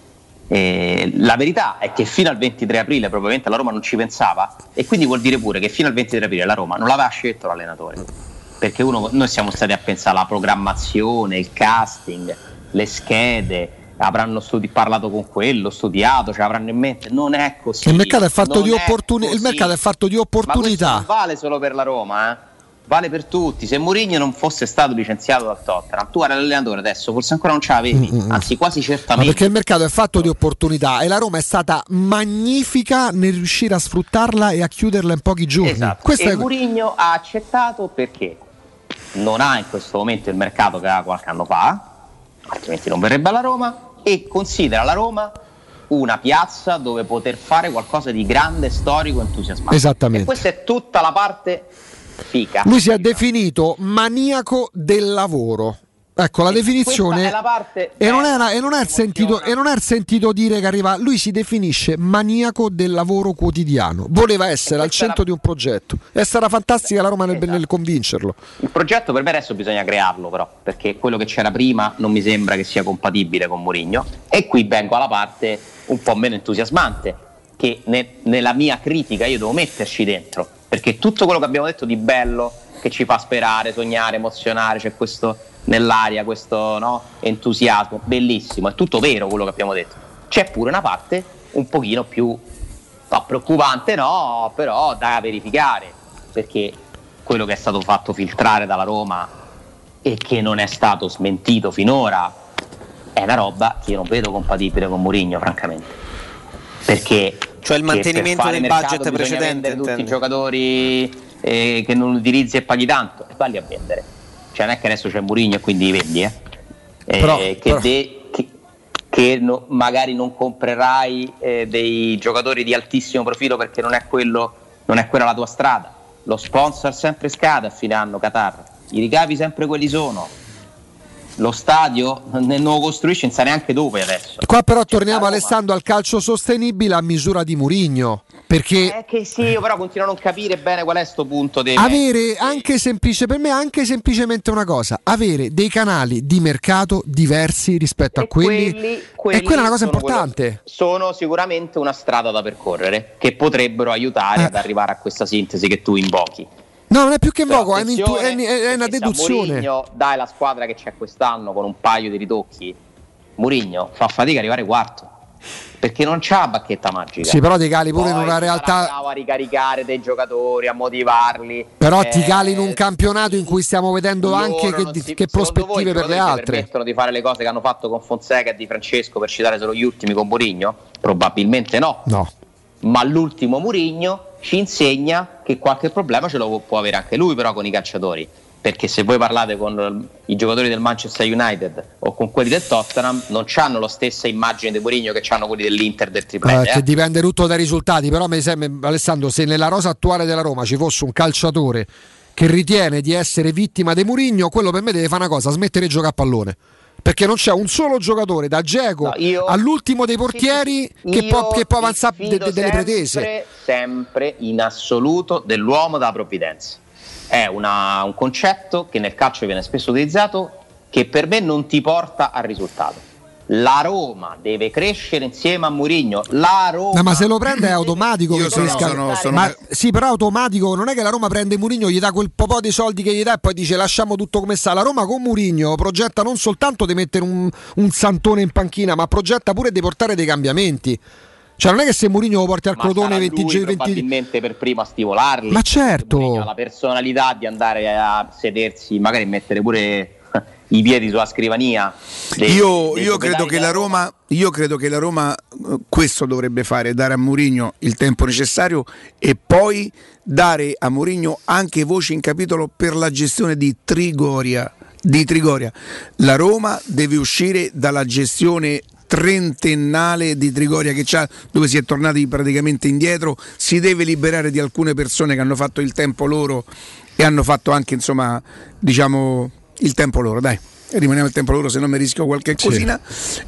Speaker 6: Eh, la verità è che fino al ventitré aprile probabilmente la Roma non ci pensava, e quindi vuol dire pure che fino al ventitré aprile la Roma non l'aveva scelto l'allenatore, perché uno, noi siamo stati a pensare alla programmazione, il casting, le schede, avranno studi- parlato con quello, studiato, ce l'avranno in mente. Non è così.
Speaker 3: Il mercato è fatto
Speaker 6: non
Speaker 3: di
Speaker 6: è
Speaker 3: opportunità. Il mercato è fatto di
Speaker 6: Ma questo
Speaker 3: opportunità.
Speaker 6: non vale solo per la Roma, eh? Vale per tutti. Se Mourinho non fosse stato licenziato dal Tottenham, tu eri l'allenatore adesso, forse ancora non ce l'avevi,
Speaker 3: Mm-mm.
Speaker 6: anzi quasi
Speaker 3: Ma
Speaker 6: certamente.
Speaker 3: perché il mercato è fatto di opportunità e la Roma è stata magnifica nel riuscire a sfruttarla e a chiuderla in pochi giorni.
Speaker 6: Esatto.
Speaker 3: Questa
Speaker 6: E
Speaker 3: è...
Speaker 6: Mourinho ha accettato perché non ha in questo momento il mercato che aveva qualche anno fa, altrimenti non verrebbe alla Roma, e considera la Roma una piazza dove poter fare qualcosa di grande, storico, entusiasmante.
Speaker 3: Esattamente.
Speaker 6: E questa è tutta la parte fica.
Speaker 3: Lui si è definito maniaco del lavoro. Ecco la definizione.
Speaker 6: Questa è la parte
Speaker 3: E non, era, e, non è sentito, e non è sentito dire che arriva. Lui si definisce maniaco del lavoro quotidiano. Voleva essere al centro
Speaker 6: la...
Speaker 3: di un progetto. E sarà fantastica la Roma nel,
Speaker 6: Esatto.
Speaker 3: nel convincerlo.
Speaker 6: Il progetto per me adesso bisogna crearlo, però, perché quello che c'era prima non mi sembra che sia compatibile con Mourinho. E qui vengo alla parte un po' meno entusiasmante, che ne, nella mia critica io devo metterci dentro, perché tutto quello che abbiamo detto di bello, che ci fa sperare, sognare, emozionare, c'è questo nell'aria, questo no, entusiasmo, bellissimo, è tutto vero quello che abbiamo detto. C'è pure una parte un pochino più no, preoccupante, no, però da verificare, perché quello che è stato fatto filtrare dalla Roma e che non è stato smentito finora è una roba che io non vedo compatibile con Mourinho, francamente, perché
Speaker 4: cioè il mantenimento del budget precedente,
Speaker 6: tutti intendi. I giocatori eh, che non utilizzi e paghi tanto, e valli a vendere. Cioè non è che adesso c'è Mourinho e quindi li vendi, eh? Eh,
Speaker 3: però,
Speaker 6: che,
Speaker 3: però.
Speaker 6: De, che, che no, magari non comprerai eh, dei giocatori di altissimo profilo perché non è quello, non è quella la tua strada. Lo sponsor sempre scade a fine anno, Qatar, i ricavi sempre quelli sono. Lo stadio non lo costruisce, non sa neanche dove adesso.
Speaker 3: Qua però torniamo, Alessandro, al calcio sostenibile a misura di Mourinho, perché
Speaker 6: è che sì, io però continuo a non capire bene qual è sto punto dei
Speaker 3: avere anche semplice per me anche semplicemente una cosa, avere dei canali di mercato diversi rispetto
Speaker 6: e
Speaker 3: a quelli,
Speaker 6: quelli, quelli
Speaker 3: e quella è una cosa
Speaker 6: sono
Speaker 3: importante.
Speaker 6: Quello, sono sicuramente una strada da percorrere che potrebbero aiutare
Speaker 3: eh.
Speaker 6: ad arrivare a questa sintesi che tu invochi.
Speaker 3: No, non è più che invoco, è,
Speaker 6: è,
Speaker 3: è una deduzione.
Speaker 6: Mourinho dai la squadra che c'è quest'anno con un paio di ritocchi, Mourinho fa fatica a arrivare quarto, perché non c'ha la bacchetta magica.
Speaker 3: Sì, però ti cali pure
Speaker 6: Poi
Speaker 3: in una realtà
Speaker 6: bravo a ricaricare dei giocatori, a motivarli.
Speaker 3: Però
Speaker 6: eh,
Speaker 3: ti cali in un campionato in cui stiamo vedendo anche che,
Speaker 6: si,
Speaker 3: che prospettive per le altre.
Speaker 6: Permettono di fare le cose che hanno fatto con Fonseca e Di Francesco, per citare solo gli ultimi, con Mourinho? Probabilmente no.
Speaker 3: No.
Speaker 6: Ma l'ultimo Mourinho ci insegna che qualche problema ce lo può avere anche lui però con i calciatori, perché se voi parlate con i giocatori del Manchester United o con quelli del Tottenham non hanno la stessa immagine di Mourinho che hanno quelli dell'Inter, del triplete,
Speaker 3: eh, che
Speaker 6: eh.
Speaker 3: dipende tutto dai risultati, però mi sembra, Alessandro, se nella rosa attuale della Roma ci fosse un calciatore che ritiene di essere vittima di Mourinho, quello per me deve fare una cosa, smettere di giocare a pallone, perché non c'è un solo giocatore da Dzeko no, io, all'ultimo dei portieri sì, sì, che, può, che può avanzare de, de, delle pretese
Speaker 6: sempre, sempre in assoluto dell'uomo della provvidenza. È una, un concetto che nel calcio viene spesso utilizzato, che per me non ti porta al risultato. La Roma deve crescere insieme a Mourinho. La Roma,
Speaker 3: no, ma se lo prende è automatico.
Speaker 2: Io
Speaker 3: che
Speaker 2: sono,
Speaker 3: sono,
Speaker 2: sono, sono...
Speaker 3: Ma, sì, però è automatico. Non è che la Roma prende Mourinho, gli dà quel po' di soldi che gli dà e poi dice lasciamo tutto come sta. La Roma con Mourinho progetta non soltanto di mettere un, un santone in panchina, ma progetta pure di portare dei cambiamenti. Cioè non è che se Mourinho lo porti al
Speaker 6: ma
Speaker 3: Crotone venti
Speaker 6: lui
Speaker 3: venti
Speaker 6: probabilmente per primo a stimolarli.
Speaker 3: Ma certo,
Speaker 6: ha la personalità di andare a sedersi, magari mettere pure i piedi sulla scrivania. Dei,
Speaker 2: io,
Speaker 6: dei
Speaker 2: io credo che la Roma, Roma io credo che la Roma questo dovrebbe fare, dare a Mourinho il tempo necessario e poi dare a Mourinho anche voci in capitolo per la gestione di Trigoria, di Trigoria. La Roma deve uscire dalla gestione trentennale di Trigoria che c'ha, dove si è tornati praticamente indietro, si deve liberare di alcune persone che hanno fatto il tempo loro e hanno fatto anche, insomma, diciamo, il tempo loro, dai, rimaniamo il tempo loro, se no mi rischio qualche cosina. Sì.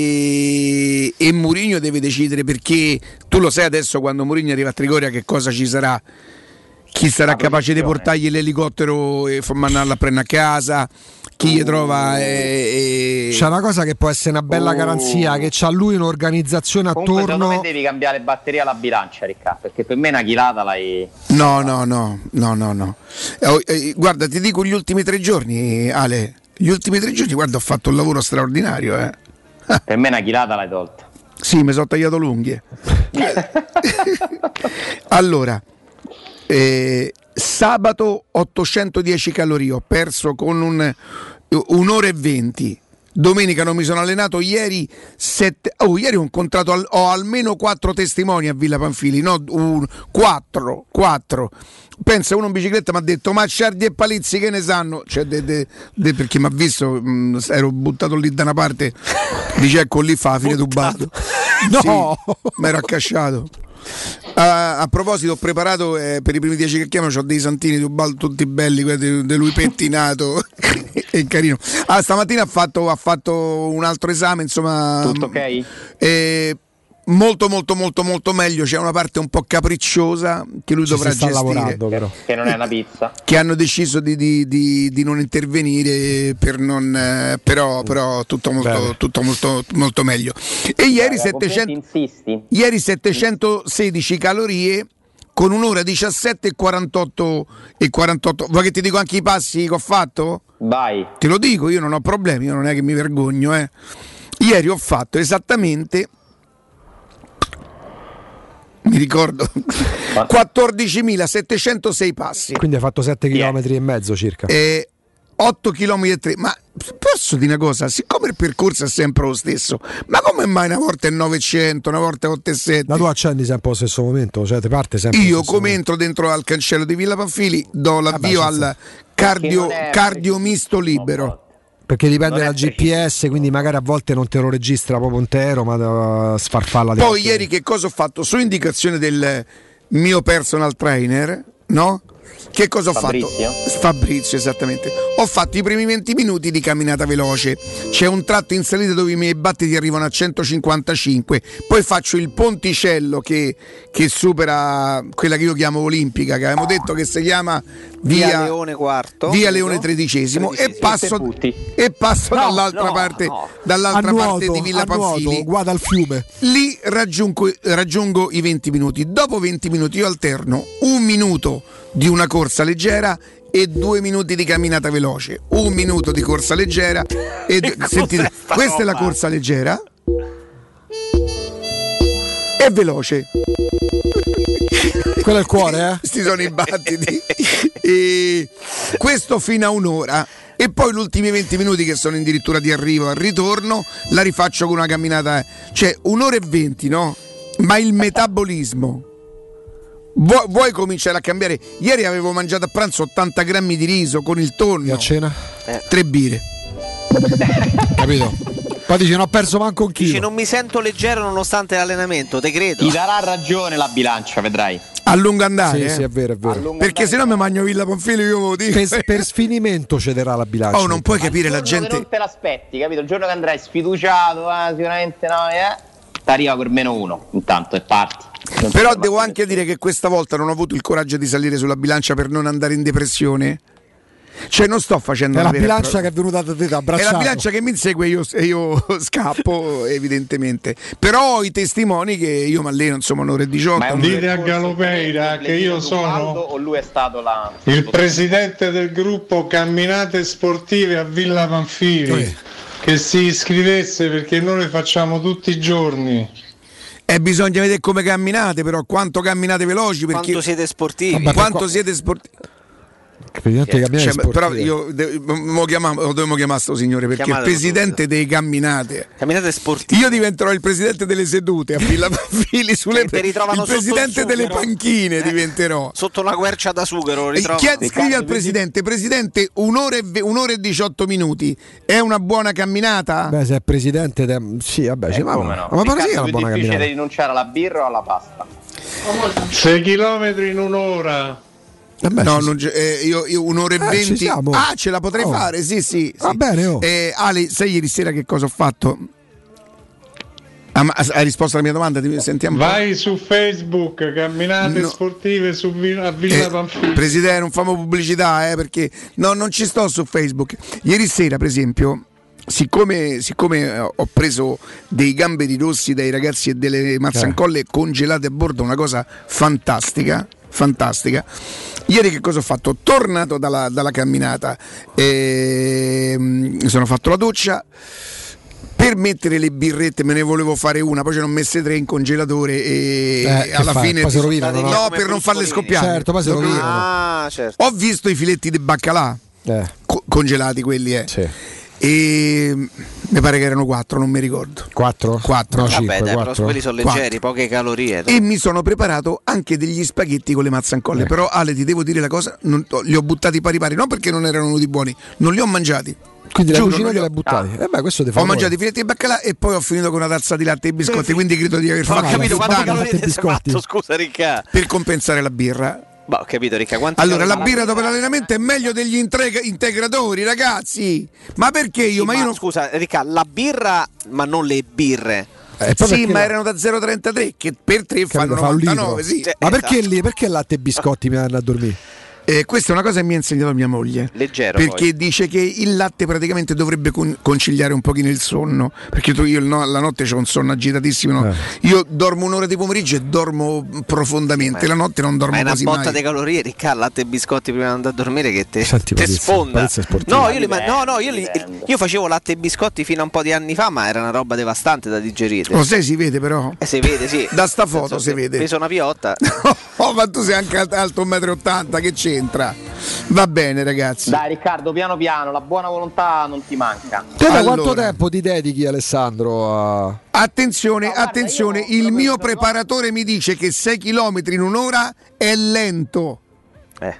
Speaker 2: e, e Mourinho deve decidere, perché tu lo sai adesso quando Mourinho arriva a Trigoria che cosa ci sarà, chi sarà capace di portargli l'elicottero e mandarlo a prendere a casa, chi gli trova e, e...
Speaker 3: C'è una cosa che può essere una bella
Speaker 6: Oh.
Speaker 3: garanzia, che c'ha lui un'organizzazione
Speaker 6: Comunque secondo
Speaker 3: attorno.
Speaker 6: me devi cambiare batteria alla bilancia, Riccardo, perché per me una chilata l'hai...
Speaker 2: No, no, no, no, no, no. Eh, eh, guarda, ti dico gli ultimi tre giorni, Ale, gli ultimi tre giorni, guarda, ho fatto un lavoro straordinario, eh.
Speaker 6: Per me una chilata l'hai tolta.
Speaker 2: Sì, mi sono tagliato l'unghie. Allora, eh, sabato ottocentodieci calorie, ho perso con un, un'ora e venti. Domenica non mi sono allenato, ieri sette, oh, ieri ho incontrato al, ho almeno quattro testimoni a Villa Panfili, no, un, quattro, quattro. Pensa, uno in bicicletta mi ha detto ma Ciardi e Palizzi che ne sanno? Cioè, de, de, de, perché mi ha visto, mh, ero buttato lì da una parte, dice ecco lì fa la fine tubato.
Speaker 3: No,
Speaker 2: sì, mi ero accasciato. A, a proposito, ho preparato eh, per i primi dieci che chiamano, ho dei santini tubaldo tutti belli, quelli di lui pettinato e carino. Ah, stamattina ha fatto, ha fatto un altro esame, insomma.
Speaker 6: Tutto ok?
Speaker 2: Eh, molto molto molto molto meglio. C'è una parte un po' capricciosa che lui
Speaker 3: Ci
Speaker 2: dovrà
Speaker 3: si sta
Speaker 2: gestire,
Speaker 3: lavorando, però.
Speaker 6: Che non è una pizza.
Speaker 2: che hanno deciso di, di, di, di non intervenire per non, eh, però, però tutto molto, tutto molto molto meglio. E ieri
Speaker 6: Raga,
Speaker 2: settecento
Speaker 6: insisti.
Speaker 2: ieri settecentosedici calorie con un'ora diciassette e quarantotto e quarantotto. Vuoi che ti dico anche i passi che ho fatto?
Speaker 6: Vai.
Speaker 2: Te lo dico, io non ho problemi, io non è che mi vergogno, eh. Ieri ho fatto esattamente, mi ricordo, quattordicimilasettecentosei passi.
Speaker 3: Quindi hai fatto sette chilometri e mezzo circa.
Speaker 2: E otto chilometri e tre. Ma posso dire una cosa? Siccome il percorso è sempre lo stesso, ma come mai una volta è novecento, una volta è otto e sette?
Speaker 3: Ma tu accendi sempre allo stesso momento, cioè ti parte sempre.
Speaker 2: Io come entro dentro al cancello di Villa Panfili do l'avvio
Speaker 3: Vabbè,
Speaker 2: al cardio,
Speaker 6: Perché non è
Speaker 2: cardio misto libero.
Speaker 3: Perché dipende
Speaker 6: Non è
Speaker 3: dal G P S, quindi magari a volte non te lo registra proprio intero, ma uh, sfarfalla. di
Speaker 2: Poi
Speaker 3: altri.
Speaker 2: ieri che cosa ho fatto? Su indicazione del mio personal trainer, no? Che cosa ho
Speaker 6: Fabrizio?
Speaker 2: fatto? Fabrizio, esattamente. Ho fatto i primi venti minuti di camminata veloce. C'è un tratto in salita dove i miei battiti arrivano a centocinquantacinque. Poi faccio il ponticello che, che supera quella che io chiamo olimpica, che avevamo detto che si chiama
Speaker 4: Via,
Speaker 2: via
Speaker 4: Leone quarto.
Speaker 2: Via Leone tredicesimo, e passo, e passo
Speaker 4: No,
Speaker 2: dall'altra
Speaker 4: no,
Speaker 2: parte,
Speaker 4: no.
Speaker 2: dall'altra
Speaker 3: A
Speaker 2: parte
Speaker 3: nuoto,
Speaker 2: di Villa
Speaker 3: a nuoto,
Speaker 2: Panfili.
Speaker 3: guarda al fiume.
Speaker 2: Lì raggiungo, raggiungo i venti minuti. Dopo venti minuti io alterno un minuto di una corsa leggera e due minuti di camminata veloce. Un minuto di corsa leggera e due- sentite, questa è la corsa leggera e veloce.
Speaker 3: Quello è il cuore, eh?
Speaker 2: Questi sono i battiti. E questo fino a un'ora. E poi gli ultimi venti minuti, che sono addirittura di arrivo al ritorno, la rifaccio con una camminata. Cioè un'ora e venti, no? Ma il metabolismo. Vuoi, vuoi cominciare a cambiare? Ieri avevo mangiato a pranzo ottanta grammi di riso con il tonno.
Speaker 3: E a cena?
Speaker 2: Tre birre.
Speaker 3: Capito? Poi dici non ho perso manco un
Speaker 4: Dici
Speaker 3: chilo.
Speaker 4: non mi sento leggero nonostante l'allenamento, te credo.
Speaker 6: Ti darà ragione la bilancia, vedrai.
Speaker 2: A lungo andare,
Speaker 3: Sì,
Speaker 2: eh?
Speaker 3: sì, è vero, è vero.
Speaker 6: lungo
Speaker 2: Perché
Speaker 6: andare
Speaker 2: se no mi mangio Villa Panfili, io ve lo dico.
Speaker 3: Per, per sfinimento cederà la bilancia.
Speaker 2: Oh, non puoi capire
Speaker 6: Il
Speaker 2: la
Speaker 6: giorno che
Speaker 2: gente.
Speaker 6: non te l'aspetti, capito? Il giorno che andrai sfiduciato, eh, sicuramente no, eh. Ti arriva per meno uno, intanto e parti. Non
Speaker 2: Però
Speaker 6: ti
Speaker 2: devo
Speaker 6: fermare.
Speaker 2: anche dire che questa volta non ho avuto il coraggio di salire sulla bilancia per non andare in depressione. Cioè non sto facendo
Speaker 3: È
Speaker 2: una
Speaker 3: la
Speaker 2: vera e
Speaker 3: bilancia
Speaker 2: propria-
Speaker 3: che è venuta da te, da
Speaker 2: È
Speaker 3: abbracciato.
Speaker 2: la bilancia che mi insegue e io, e io scappo, evidentemente. Però ho i testimoni che io mi alleno, insomma, un'ora e diciotto.
Speaker 6: Ma è un
Speaker 11: Dite a
Speaker 6: percorso
Speaker 11: Galopeira
Speaker 6: che
Speaker 11: che io
Speaker 6: Ubaldo
Speaker 11: sono
Speaker 6: o lui è stato la
Speaker 11: il presidente del gruppo Camminate Sportive a Villa Panfili,
Speaker 3: Eh.
Speaker 11: che si iscrivesse perché noi le facciamo tutti i giorni.
Speaker 2: E bisogna vedere come camminate, però quanto camminate veloci, perché
Speaker 4: Quanto siete sportivi?
Speaker 3: Vabbè, per
Speaker 2: quanto
Speaker 3: qua-
Speaker 2: siete sportivi.
Speaker 3: Presidente dei camminati
Speaker 2: Cioè, però
Speaker 3: sportivi.
Speaker 2: io de- mo chiamavo- lo dobbiamo chiamare sto signore perché
Speaker 4: Chiamatelo
Speaker 2: il presidente dei camminate.
Speaker 4: Camminate sportive.
Speaker 2: Io diventerò il presidente delle sedute a Villa Panfili sulle
Speaker 4: Che ti ritrovano
Speaker 2: il
Speaker 4: sotto il
Speaker 2: presidente delle
Speaker 4: sughero.
Speaker 2: panchine
Speaker 4: Eh.
Speaker 2: diventerò.
Speaker 4: Sotto una quercia da sughero
Speaker 2: E
Speaker 4: ritrovo.
Speaker 2: chied- scrivi al presidente, presidente, un'ora e, ve- un'ora e diciotto minuti è una buona camminata?
Speaker 3: Beh, se è presidente, de- sì, vabbè, sì,
Speaker 6: Eh,
Speaker 3: ma,
Speaker 6: come no?
Speaker 3: ma pare
Speaker 6: Riccardo,
Speaker 3: sì che è una
Speaker 6: più
Speaker 3: buona
Speaker 6: difficile
Speaker 3: camminata.
Speaker 6: rinunciare alla birra o alla pasta?
Speaker 11: sei chilometri in un'ora.
Speaker 3: Vabbè,
Speaker 2: No,
Speaker 3: ci-
Speaker 2: non c'è- eh, io, io un'ora e
Speaker 3: Eh, ci
Speaker 2: venti.
Speaker 3: siamo.
Speaker 2: Ah, ce la potrei
Speaker 3: Oh.
Speaker 2: fare, sì, sì.
Speaker 3: Va
Speaker 2: sì.
Speaker 3: bene, oh.
Speaker 2: Eh, Ale, sai ieri sera che cosa ho fatto? Ah, ma hai risposto alla mia domanda? Ti sentiamo.
Speaker 11: Vai su Facebook, camminate
Speaker 2: No.
Speaker 11: sportive su Villa, a Villa
Speaker 2: Eh,
Speaker 11: Pamphili.
Speaker 2: Presidente, non famo pubblicità, eh, perché no, non ci sto su Facebook. Ieri sera, per esempio, siccome, siccome eh, ho preso dei gamberi rossi dai ragazzi e delle mazzancolle congelate a bordo, una cosa fantastica, fantastica. Ieri che cosa ho fatto? Tornato dalla, dalla camminata, eh, mi sono fatto la doccia. Per mettere le birrette me ne volevo fare una, poi ce ne ho messe tre in congelatore e
Speaker 3: Eh,
Speaker 2: alla
Speaker 3: che fai?
Speaker 2: fine
Speaker 3: Poi si rovinano, no?
Speaker 2: no, per non farle scoppiare.
Speaker 3: Certo, poi si
Speaker 2: No,
Speaker 3: rovinano.
Speaker 4: Ah, certo.
Speaker 2: Ho visto i filetti di baccalà
Speaker 3: Eh.
Speaker 2: co- congelati quelli, eh.
Speaker 3: Sì.
Speaker 2: E mi pare che erano quattro, non mi ricordo.
Speaker 3: Quattro?
Speaker 2: Quattro.
Speaker 3: No,
Speaker 4: Vabbè,
Speaker 3: cinque,
Speaker 4: dai, però
Speaker 3: quattro.
Speaker 4: quelli sono leggeri,
Speaker 2: Quattro.
Speaker 4: poche calorie. dai.
Speaker 2: E mi sono preparato anche degli spaghetti con le mazzancolle.
Speaker 3: Eh.
Speaker 2: Però Ale, ti devo dire la cosa, non- li ho buttati pari pari, non perché non erano venuti buoni, non li ho mangiati.
Speaker 3: Quindi la
Speaker 2: Giuro,
Speaker 3: cucina
Speaker 2: non li
Speaker 3: te
Speaker 2: ho-
Speaker 3: l'hai buttati. Eh beh, questo ti fa
Speaker 2: Ho
Speaker 3: onore.
Speaker 2: mangiato i filetti di baccalà e poi ho finito con una tazza di latte e biscotti, quindi credo di aver
Speaker 4: Non ho
Speaker 2: fatto
Speaker 4: capito
Speaker 2: più
Speaker 4: quante
Speaker 2: danno
Speaker 4: calorie ti sei
Speaker 3: biscotti.
Speaker 4: fatto, scusa Ricca.
Speaker 2: per compensare la birra.
Speaker 4: Ma ho capito Ricca, quante
Speaker 2: Allora, la
Speaker 4: calorie-
Speaker 2: birra dopo l'allenamento è meglio degli intreg- integratori, ragazzi. Ma perché io?
Speaker 4: Sì,
Speaker 2: ma io non...
Speaker 4: Scusa Ricca, la birra, ma non le birre.
Speaker 3: Eh, poi
Speaker 2: Sì,
Speaker 3: perché
Speaker 2: ma
Speaker 3: la-
Speaker 2: erano da zero virgola trentatré che per tre fanno
Speaker 3: fa un litro.
Speaker 2: novantanove, sì.
Speaker 4: Cioè,
Speaker 3: Ma perché
Speaker 4: esatto.
Speaker 3: lì? Perché latte e biscotti mi hanno a dormire?
Speaker 2: Eh, questa è una cosa che mi ha insegnato mia moglie.
Speaker 4: Leggero,
Speaker 2: Perché
Speaker 4: poi.
Speaker 2: dice che il latte praticamente dovrebbe con- conciliare un pochino il sonno. Perché tu, io no, la notte ho un sonno agitatissimo. no?
Speaker 3: Eh.
Speaker 2: Io dormo un'ora di pomeriggio e dormo profondamente.
Speaker 4: Beh,
Speaker 2: La notte non
Speaker 4: Ma
Speaker 2: dormo
Speaker 4: è una
Speaker 2: quasi
Speaker 4: botta
Speaker 2: mai.
Speaker 4: di calorie, Ricca, latte e biscotti prima di andare a dormire che te,
Speaker 3: Senti,
Speaker 4: te
Speaker 3: Patrizia,
Speaker 4: sfonda.
Speaker 3: Patrizia è sportiva.
Speaker 4: No, io, li ma- no, no, io, li-
Speaker 6: Dipende.
Speaker 4: io facevo latte e biscotti fino a un po' di anni fa, ma era una roba devastante da digerire.
Speaker 2: Lo sai, si vede però.
Speaker 4: E si vede, sì.
Speaker 2: Da sta foto
Speaker 4: Penso
Speaker 2: si
Speaker 4: che
Speaker 2: vede.
Speaker 4: Peso una piotta.
Speaker 2: Oh, ma tu sei anche alt- alto un metro e ottanta, che c'entra? Va bene, ragazzi.
Speaker 6: Dai Riccardo, piano piano, la buona volontà non ti manca.
Speaker 3: Te da
Speaker 2: Allora.
Speaker 3: quanto tempo ti dedichi, Alessandro? A...
Speaker 2: Attenzione,
Speaker 6: No, guarda,
Speaker 2: attenzione,
Speaker 6: io
Speaker 2: il
Speaker 6: proprio
Speaker 2: mio
Speaker 6: sono-
Speaker 2: preparatore mi dice che sei chilometri in un'ora è lento.
Speaker 4: Eh.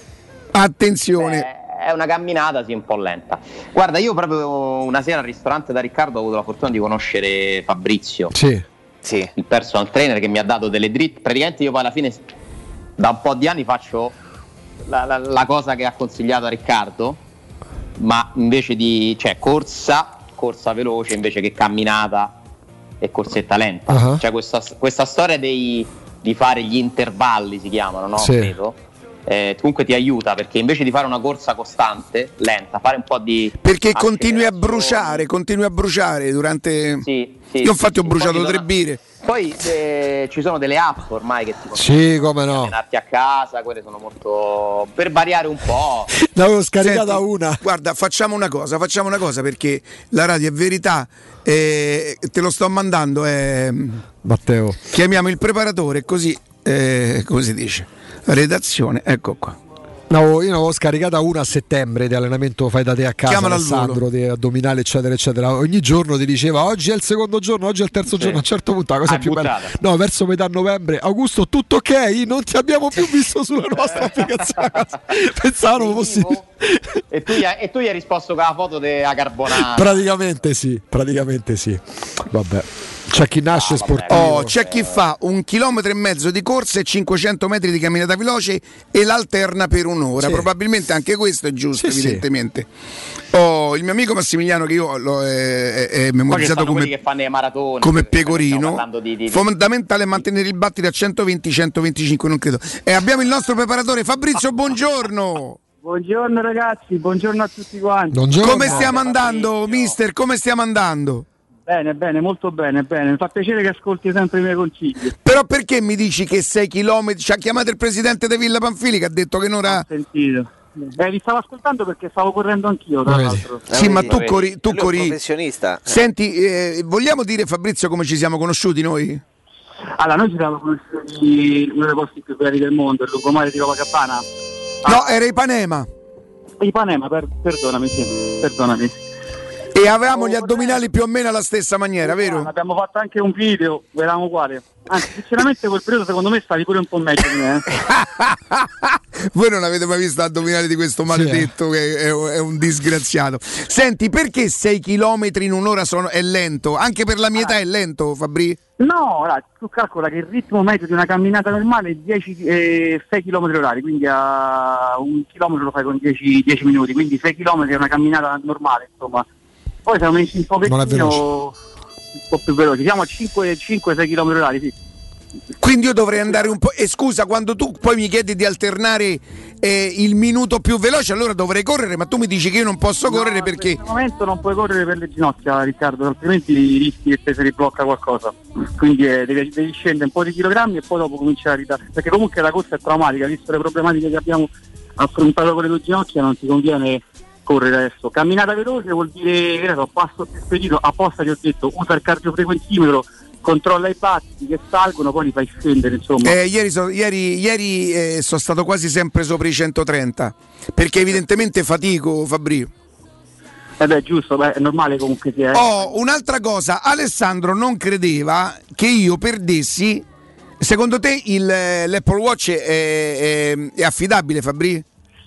Speaker 2: Attenzione.
Speaker 6: Eh, è una camminata, sì, un po' lenta. Guarda, io proprio una sera al ristorante da Riccardo ho avuto la fortuna di conoscere Fabrizio,
Speaker 3: Sì.
Speaker 4: Sì.
Speaker 6: il personal trainer che mi ha dato delle dritte. Praticamente io poi alla fine da un po' di anni faccio la, la- la cosa che ha consigliato a Riccardo, ma invece di, cioè, corsa, corsa veloce invece che camminata e corsetta lenta.
Speaker 3: Ah.
Speaker 6: Cioè questa, questa storia dei, di fare gli intervalli si chiamano, no?
Speaker 3: Sì.
Speaker 6: Credo. Eh, comunque ti aiuta perché invece di fare una corsa costante, lenta, fare un po' di
Speaker 2: Perché continui a
Speaker 6: accelerazioni.
Speaker 2: bruciare, continui a bruciare durante...
Speaker 6: Sì, sì,
Speaker 2: Io infatti
Speaker 6: sì,
Speaker 2: ho
Speaker 6: sì.
Speaker 2: bruciato
Speaker 6: Poi ci
Speaker 2: tre
Speaker 6: sono-
Speaker 2: birre.
Speaker 6: Poi eh, ci sono delle app ormai che ti
Speaker 3: Sì, come no.
Speaker 6: allenarti a casa, quelle sono molto per variare un po'.
Speaker 3: Ne avevo scaricata
Speaker 2: Senti,
Speaker 3: una.
Speaker 2: Guarda, facciamo una cosa, facciamo una cosa perché la radio è verità, eh, te lo sto mandando, eh,
Speaker 3: Matteo.
Speaker 2: chiamiamo il preparatore così, eh, come si dice, redazione, ecco qua.
Speaker 3: No, io ne avevo scaricata una a settembre di allenamento fai da te a casa,
Speaker 2: Chiamala al
Speaker 3: Alessandro,
Speaker 2: volo.
Speaker 3: di addominali eccetera eccetera. Ogni giorno ti diceva oggi è il secondo giorno, oggi è il terzo
Speaker 6: Sì.
Speaker 3: giorno. A un certo punto la cosa
Speaker 6: Ah,
Speaker 3: più bella,
Speaker 6: buttata.
Speaker 3: no, verso metà novembre, Augusto tutto ok, non ti abbiamo più visto sulla nostra applicazione. Pensavano fossi
Speaker 6: E tu, gli hai, e tu gli hai risposto con la foto della carbonara.
Speaker 3: praticamente sì, praticamente sì. Vabbè. C'è chi nasce
Speaker 6: Ah, vabbè.
Speaker 3: sportivo.
Speaker 2: Oh, c'è chi fa un chilometro e mezzo di corsa e cinquecento metri di camminata veloce e l'alterna per un'ora.
Speaker 3: Sì.
Speaker 2: Probabilmente anche questo è giusto,
Speaker 3: Sì, sì.
Speaker 2: evidentemente. Oh, il mio amico Massimiliano, che io l'ho è, è- è
Speaker 6: Poi ci
Speaker 2: memorizzato
Speaker 6: stanno quelli
Speaker 2: come,
Speaker 6: che fanno le maratone,
Speaker 2: come
Speaker 6: stiamo
Speaker 2: pecorino.
Speaker 6: parlando di- di- di-
Speaker 2: Fondamentale è mantenere il battito a centoventi centoventicinque, non credo. E abbiamo il nostro preparatore Fabrizio, buongiorno.
Speaker 12: Buongiorno ragazzi, buongiorno a tutti quanti.
Speaker 3: Buongiorno.
Speaker 2: Come stiamo andando, mister? Come stiamo andando?
Speaker 12: Bene, bene, molto bene, bene. Mi fa piacere che ascolti sempre i miei consigli.
Speaker 2: Però perché mi dici che sei chilometri? Ci ha chiamato il presidente di Villa Pamphili che ha detto che non ha...
Speaker 12: Sentito. Eh, vi stavo ascoltando perché stavo correndo anch'io, tra
Speaker 3: Vedi.
Speaker 12: l'altro.
Speaker 2: Sì, ma tu
Speaker 4: Vedi,
Speaker 2: corri, tu
Speaker 4: lui è un
Speaker 2: corri.
Speaker 4: professionista.
Speaker 2: Senti, eh, vogliamo dire Fabrizio come ci siamo conosciuti noi?
Speaker 12: Allora, noi ci siamo conosciuti in uno dei posti più belli del mondo, il lungomare di Copacabana.
Speaker 2: No, era Ipanema.
Speaker 12: Ipanema, per, perdonami, sì, perdonami.
Speaker 2: E avevamo gli addominali più o meno alla stessa maniera, vero?
Speaker 12: Abbiamo fatto anche un video, eravamo uguali. Anzi, sinceramente quel periodo secondo me stavi pure un po' meglio di me. Eh.
Speaker 2: Voi non avete mai visto addominali di questo maledetto che è, è un disgraziato. Senti, perché sei chilometri in un'ora sono, è lento? Anche per la mia età è lento, Fabri?
Speaker 12: No, allora, tu calcola che il ritmo medio di una camminata normale è dieci, eh, sei chilometri orari, quindi a un chilometro lo fai con dieci, dieci minuti, quindi sei chilometri è una camminata normale, insomma. Poi siamo messi un
Speaker 3: Non è
Speaker 12: pochettino un po' più veloci, siamo a cinque sei chilometri orari, sì.
Speaker 2: Quindi io dovrei andare un po'. E scusa, quando tu poi mi chiedi di alternare eh, il minuto più veloce, allora dovrei correre, ma tu mi dici che io non posso
Speaker 12: No,
Speaker 2: correre perché.
Speaker 12: In questo momento non puoi correre per le ginocchia, Riccardo, altrimenti rischi che te si riblocca qualcosa. Quindi eh, devi, devi scendere un po' di chilogrammi e poi dopo cominciare a ridare. Perché comunque la corsa è traumatica, visto le problematiche che abbiamo affrontato con le due ginocchia, non ti conviene correre adesso. Camminata veloce vuol dire che so, passo più spedito, apposta ti ho detto, usa il cardiofrequenzimetro, controlla i passi che salgono, poi li fai scendere, insomma.
Speaker 2: Eh, ieri so, ieri, ieri eh, sono stato quasi sempre sopra i centotrenta, perché evidentemente fatico, Fabrizio.
Speaker 12: Eh beh, giusto, beh, è normale comunque sia. Eh.
Speaker 2: Oh, un'altra cosa, Alessandro non credeva che io perdessi. Secondo te il, l'Apple Watch è, è, è affidabile, Fabrizio?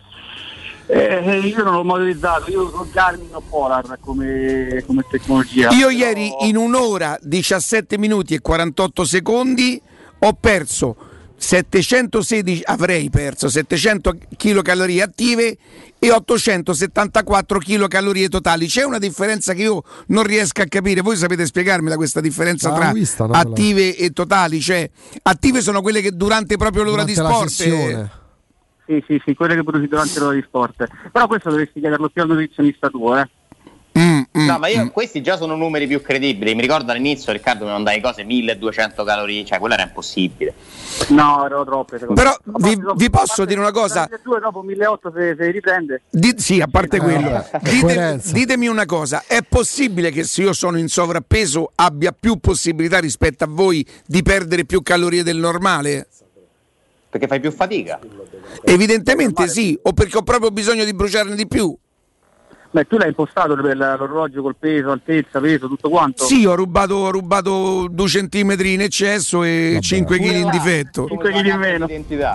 Speaker 12: Eh, io non l'ho motorizzato, io uso Garmin o Polar come, come tecnologia.
Speaker 2: Io ieri in un'ora, diciassette minuti e quarantotto secondi ho perso settecentosedici, avrei perso settecento chilocalorie attive e ottocentosettantaquattro chilocalorie totali. C'è una differenza che io non riesco a capire. Voi sapete spiegarmela questa differenza
Speaker 3: ah,
Speaker 2: tra
Speaker 3: vista, no,
Speaker 2: attive e totali? Cioè, attive sono quelle che durante proprio l'ora
Speaker 3: durante
Speaker 2: di sport
Speaker 3: eh,
Speaker 12: Sì, sì, sì, quelle che produci durante l'ora di sport. Però questo dovresti chiederlo più al nutrizionista tuo, eh.
Speaker 2: Mm, mm,
Speaker 6: no, ma io
Speaker 2: mm.
Speaker 6: questi già sono numeri più credibili. Mi ricordo all'inizio, Riccardo, mi mandai cose milleduecento calorie, cioè quello era impossibile.
Speaker 12: No, erano troppe.
Speaker 2: Però vi, vi posso dire una cosa.
Speaker 12: Due dopo milleottocento se, se riprende.
Speaker 2: Di, sì, a parte
Speaker 12: Eh,
Speaker 2: quello. Dite, ditemi una cosa, è possibile che se io sono in sovrappeso abbia più possibilità rispetto a voi di perdere più calorie del normale?
Speaker 6: Perché fai più fatica?
Speaker 2: Evidentemente sì, o perché ho proprio bisogno di bruciarne di più.
Speaker 12: Beh, tu l'hai impostato per l'orologio col peso, altezza, peso, tutto quanto?
Speaker 2: Sì, ho rubato, ho rubato due centimetri in eccesso e Vabbè. cinque chili in difetto.
Speaker 12: cinque chili in meno.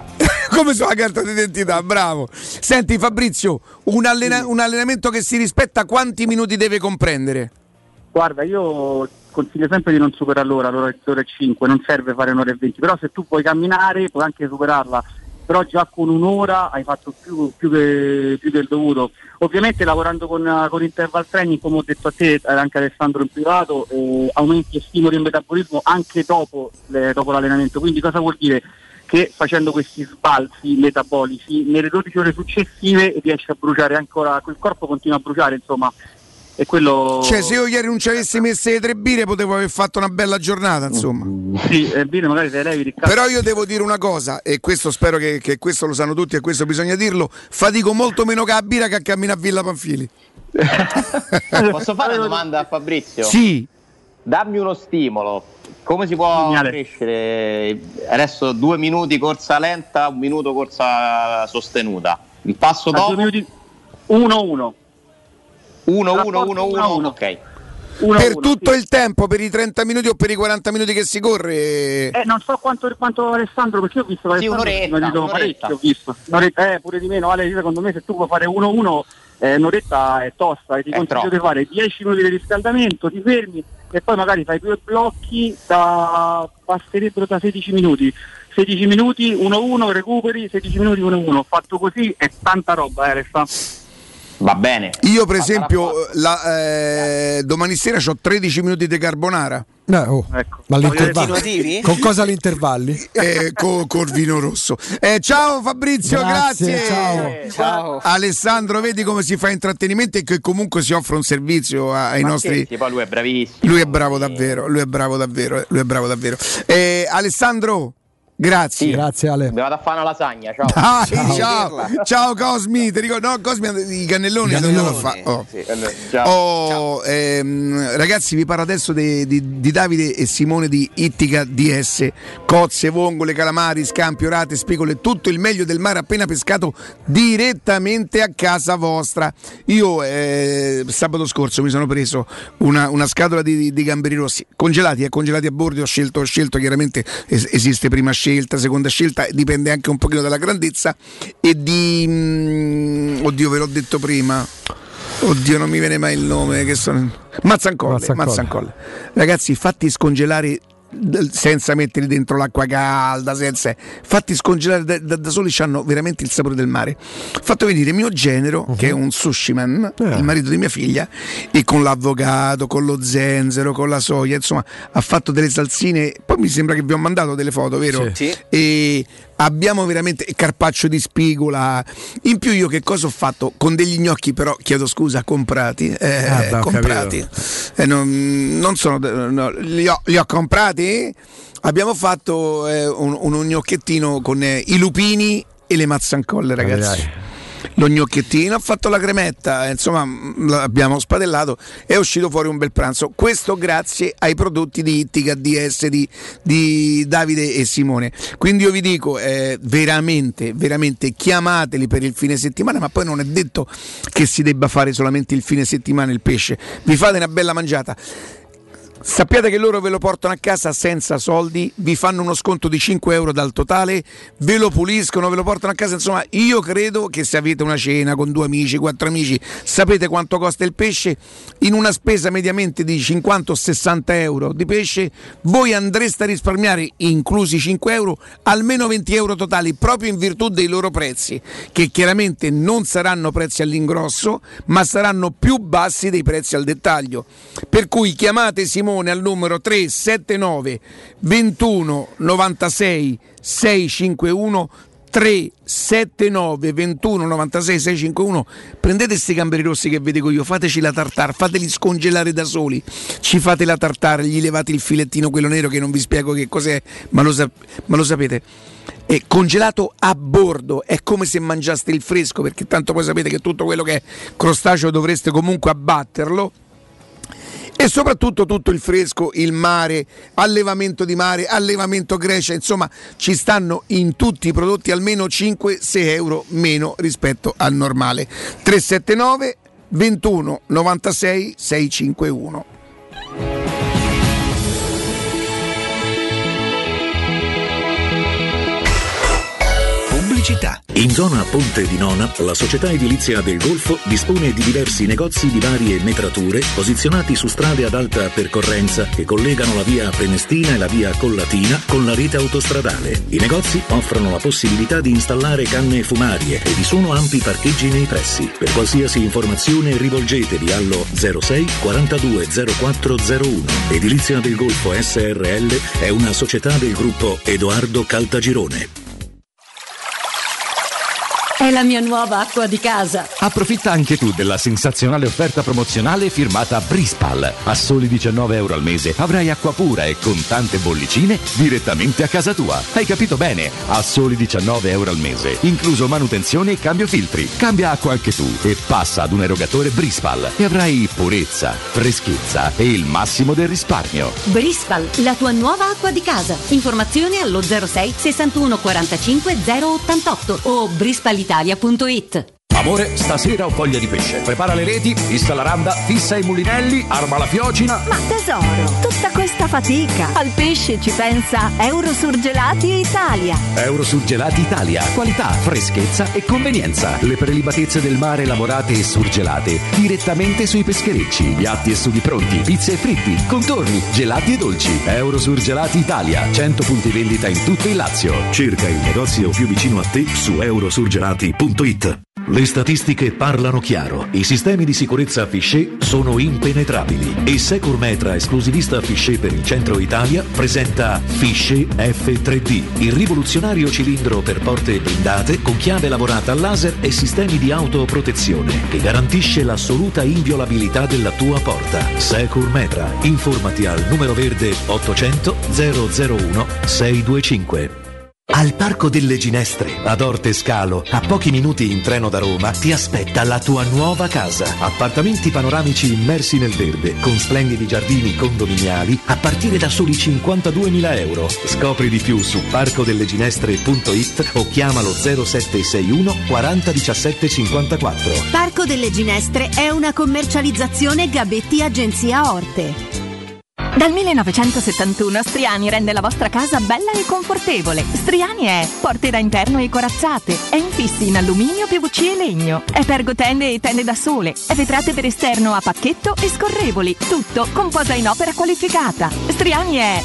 Speaker 2: Come sulla carta d'identità, bravo. Senti Fabrizio, un, allena- un allenamento che si rispetta quanti minuti deve comprendere?
Speaker 12: Guarda, io consiglio sempre di non superare l'ora, l'ora e cinque, non serve fare un'ora e venti, però se tu puoi camminare puoi anche superarla, però già con un'ora hai fatto più, più, che, più del dovuto. Ovviamente lavorando con, con interval training, come ho detto a te e anche Alessandro in privato, eh, aumenti e stimoli il metabolismo anche dopo, le, dopo l'allenamento. Quindi cosa vuol dire? Che facendo questi sbalzi metabolici nelle dodici ore successive riesci a bruciare ancora, il corpo continua a bruciare, insomma. E quello...
Speaker 2: Cioè se io ieri non ci avessi messo le tre birre potevo aver fatto una bella giornata, insomma.
Speaker 12: Sì, le birre magari te levi, Riccardo.
Speaker 2: Però io devo dire una cosa, e questo spero che, che questo lo sanno tutti e questo bisogna dirlo, fatico molto meno che a birra che a camminare a Villa Panfili.
Speaker 6: Posso fare una domanda a Fabrizio?
Speaker 2: Sì.
Speaker 6: Dammi uno stimolo. Come si può
Speaker 12: Segnale.
Speaker 6: crescere? Adesso due minuti corsa lenta, un minuto corsa sostenuta. Il passo
Speaker 12: A
Speaker 6: dopo?
Speaker 12: due minuti uno uno.
Speaker 6: uno uno uno uno, ok.
Speaker 12: uno
Speaker 2: Per
Speaker 12: uno,
Speaker 2: tutto
Speaker 12: sì.
Speaker 2: il tempo, per i trenta minuti o per i quaranta minuti che si corre?
Speaker 12: Eh, non so quanto, quanto Alessandro, perché io ho visto che
Speaker 6: Sì,
Speaker 12: Alessandro
Speaker 6: un'oretta,
Speaker 12: mi ha detto
Speaker 6: un'oretta.
Speaker 12: parecchio, ho visto. Un'oretta, eh, pure di meno. Ale, secondo me se tu puoi fare uno uno, eh, un'oretta è tosta, e ti
Speaker 6: È
Speaker 12: consiglio
Speaker 6: troppo.
Speaker 12: di fare dieci minuti di riscaldamento, ti fermi e poi magari fai due blocchi, da passerebbero da sedici minuti. sedici minuti, uno uno, recuperi, sedici minuti, uno uno. Fatto così è tanta roba, eh, Alessandro.
Speaker 6: Va bene.
Speaker 2: Io per esempio la, eh, domani sera ho tredici minuti di carbonara.
Speaker 3: Eh, oh.
Speaker 12: Ecco.
Speaker 3: Ma l'intervallo?
Speaker 4: Continuativi?
Speaker 3: Con cosa l'intervalli?
Speaker 2: Eh, co- col vino rosso. Eh, ciao Fabrizio, grazie.
Speaker 3: Grazie, ciao.
Speaker 4: Eh, ciao.
Speaker 2: Alessandro, vedi come si fa intrattenimento e che comunque si offre un servizio a- ai
Speaker 6: Ma
Speaker 2: nostri.
Speaker 6: scherzi, poi lui è bravissimo.
Speaker 2: Lui è bravo davvero, lui è bravo davvero, eh, lui è bravo davvero. Eh, Alessandro, grazie.
Speaker 6: Sì.
Speaker 3: Grazie Ale.
Speaker 6: Mi vado a fare una lasagna, ciao.
Speaker 2: Dai,
Speaker 6: Ciao.
Speaker 2: ciao, ciao Cosmi, ti ricordo, no, Cosmi, i cannelloni,
Speaker 3: I
Speaker 2: li dobbiamo
Speaker 3: cannelloni.
Speaker 2: fare. Oh.
Speaker 6: Sì, allora, ciao.
Speaker 2: Oh, ehm, ragazzi, vi parlo adesso di, di- di Davide e Simone di Ittica D S. Cozze, vongole, calamari, scampi, orate, spigole, tutto il meglio del mare appena pescato direttamente a casa vostra. Io eh, sabato scorso mi sono preso una, una scatola di, di gamberi rossi congelati, eh, congelati a bordo. Ho scelto, ho scelto chiaramente, es- esiste prima scelta, seconda scelta, dipende anche un pochino dalla grandezza e di mm, oddio, ve l'ho detto prima. Oddio, non mi viene mai il nome, che sono Mazzancolle,
Speaker 3: Mazzancolle.
Speaker 2: Mazzancolle. Ragazzi, fatti scongelare senza metterli dentro l'acqua calda, senza fatti scongelare da, da, da soli, hanno veramente il sapore del mare. Ho fatto venire mio genero, uh-huh. che è un sushi man, yeah. il marito di mia figlia, e con l'avocado, con lo zenzero, con la soia, insomma ha fatto delle salsine. Poi mi sembra che vi ho mandato delle foto, vero?
Speaker 4: Sì.
Speaker 2: E abbiamo veramente carpaccio di spigola. In più io che cosa ho fatto? Con degli gnocchi, però chiedo scusa, comprati eh,
Speaker 13: ah, beh,
Speaker 2: comprati eh, non, non sono no, li, ho, li ho comprati. Abbiamo fatto eh, un, un gnocchettino con eh, i lupini e le mazzancolle, ragazzi. Dai, dai. Lo gnocchettino, ho fatto la cremetta, insomma l'abbiamo spadellato, è uscito fuori un bel pranzo. Questo grazie ai prodotti di Ittica D S di, di Davide e Simone. Quindi io vi dico eh, veramente, veramente chiamateli per il fine settimana, ma poi non è detto che si debba fare solamente il fine settimana il pesce. Vi fate una bella mangiata. Sappiate che loro ve lo portano a casa senza soldi, vi fanno uno sconto di cinque euro dal totale, ve lo puliscono, ve lo portano a casa. Insomma, io credo che se avete una cena con due amici, quattro amici, sapete quanto costa il pesce, in una spesa mediamente di cinquanta o sessanta euro di pesce voi andreste a risparmiare, inclusi cinque euro, almeno venti euro totali, proprio in virtù dei loro prezzi, che chiaramente non saranno prezzi all'ingrosso, ma saranno più bassi dei prezzi al dettaglio. Per cui chiamate Simone al numero tre sette nove ventuno novantasei seicentocinquantuno, tre sette nove ventuno novantasei seicentocinquantuno. Prendete questi gamberi rossi che vi dico io, fateci la tartare, fateli scongelare da soli, ci fate la tartare, gli levate il filettino quello nero che non vi spiego che cos'è, ma lo, sap- ma lo sapete, è congelato a bordo, è come se mangiaste il fresco, perché tanto poi sapete che tutto quello che è crostaceo dovreste comunque abbatterlo. E soprattutto tutto il fresco, il mare, allevamento di mare, allevamento Grecia, insomma ci stanno in tutti i prodotti almeno cinque sei euro meno rispetto al normale. tre sette nove ventuno novantasei seicentocinquantuno.
Speaker 5: Pubblicità. In zona Ponte di Nona, la società edilizia del Golfo dispone di diversi negozi di varie metrature posizionati su strade ad alta percorrenza che collegano la via Prenestina e la via Collatina con la rete autostradale. I negozi offrono la possibilità di installare canne fumarie e vi sono ampi parcheggi nei pressi. Per qualsiasi informazione rivolgetevi allo zero sei quarantadue zero quattro zero uno. Edilizia del Golfo S R L è una società del gruppo Edoardo Caltagirone.
Speaker 21: È la mia nuova acqua di casa.
Speaker 15: Approfitta anche tu della sensazionale offerta promozionale firmata Brispal. A soli diciannove euro al mese avrai acqua pura e con tante bollicine direttamente a casa tua. Hai capito bene? A soli diciannove euro al mese, incluso manutenzione e cambio filtri. Cambia acqua anche tu e passa ad un erogatore Brispal e avrai purezza, freschezza e il massimo del risparmio.
Speaker 21: Brispal, la tua nuova acqua di casa. Informazioni allo zero sei sessantuno quarantacinque zero ottantotto o brispal italia punto it.
Speaker 15: Amore, stasera ho voglia di pesce. Prepara le reti, fissa la randa, fissa i mulinelli, arma la fiocina.
Speaker 8: Ma tesoro, tutta questa fatica. Al pesce ci pensa Eurosurgelati Italia.
Speaker 15: Eurosurgelati Italia. Qualità, freschezza e convenienza. Le prelibatezze del mare lavorate e surgelate direttamente sui pescherecci. Piatti e sughi pronti, pizze e fritti, contorni, gelati e dolci. Eurosurgelati Italia. cento punti vendita in tutto il Lazio.
Speaker 5: Cerca il negozio più vicino a te su eurosurgelati punto it. Le statistiche parlano chiaro. I sistemi di sicurezza Fichet sono impenetrabili e Securmetra, esclusivista Fichet per il centro Italia, presenta Fichet F tre D, il rivoluzionario cilindro per porte blindate con chiave lavorata a laser e sistemi di autoprotezione che garantisce l'assoluta inviolabilità della tua porta. Securmetra. Informati al numero verde ottocento zero zero uno sei due cinque. Al Parco delle Ginestre, ad Orte Scalo, a pochi minuti in treno da Roma, ti aspetta la tua nuova casa. Appartamenti panoramici immersi nel verde, con splendidi giardini condominiali, a partire da soli cinquantaduemila euro. Scopri di più su parco delle ginestre punto it o chiamalo zero sette sei uno quaranta diciassette cinquantaquattro.
Speaker 21: Parco delle Ginestre è una commercializzazione Gabetti Agenzia Orte.
Speaker 8: Dal millenovecentosettantuno Striani rende la vostra casa bella e confortevole. Striani è porte da interno e corazzate, è infissi in alluminio, P V C e legno, è pergotende e tende da sole, è vetrate per esterno a pacchetto e scorrevoli, tutto con posa in opera qualificata. Striani è il top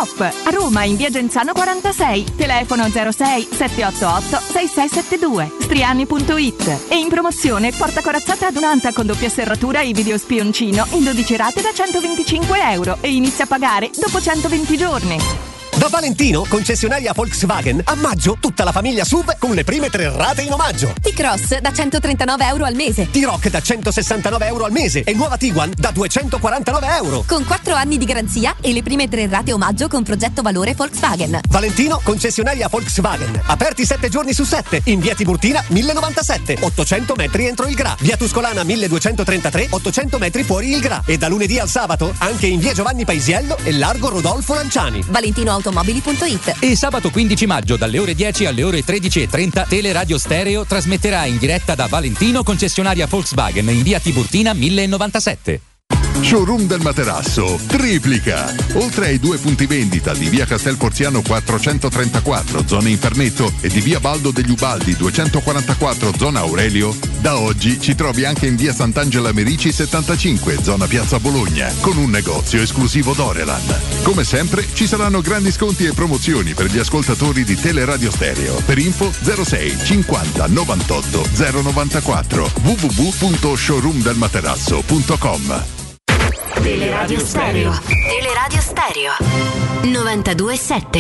Speaker 8: Shop, a Roma in via Genzano quarantasei, telefono zero sei sette otto otto sei sei sette due, striani punto it. E in promozione porta corazzata adunanta con doppia serratura e video spioncino in dodici rate da centoventicinque euro e inizia a pagare dopo centoventi giorni.
Speaker 13: Da Valentino, concessionaria Volkswagen, a maggio tutta la famiglia S U V con le prime tre rate in omaggio.
Speaker 9: T-Cross da centotrentanove euro al mese.
Speaker 13: T-Rock da centosessantanove euro al mese e nuova Tiguan da duecentoquarantanove euro.
Speaker 9: Con quattro anni di garanzia e le prime tre rate omaggio con progetto valore Volkswagen.
Speaker 13: Valentino, concessionaria Volkswagen. Aperti sette giorni su sette. In via Tiburtina mille novantasette, ottocento metri entro il Gra. Via Tuscolana milleduecentotrentatré, ottocento metri fuori il Gra. E da lunedì al sabato anche in via Giovanni Paisiello e largo Rodolfo Lanciani.
Speaker 9: Valentino automobili punto it.
Speaker 16: E sabato quindici maggio dalle ore dieci alle ore tredici e trenta Teleradio Stereo trasmetterà in diretta da Valentino, concessionaria Volkswagen in via Tiburtina mille novantasette.
Speaker 17: Showroom del Materasso triplica. Oltre ai due punti vendita di via Castel Porziano quattrocentotrentaquattro, zona Infernetto, e di via Baldo degli Ubaldi duecentoquarantaquattro, zona Aurelio, da oggi ci trovi anche in via Sant'Angela Merici settantacinque, zona Piazza Bologna, con un negozio esclusivo Dorelan. Come sempre ci saranno grandi sconti e promozioni per gli ascoltatori di Teleradio Stereo. Per info zero sei cinquanta novantotto zero novantaquattro w w w punto showroom del materasso punto com.
Speaker 21: Teleradio Stereo. Teleradio Stereo. novantadue sette.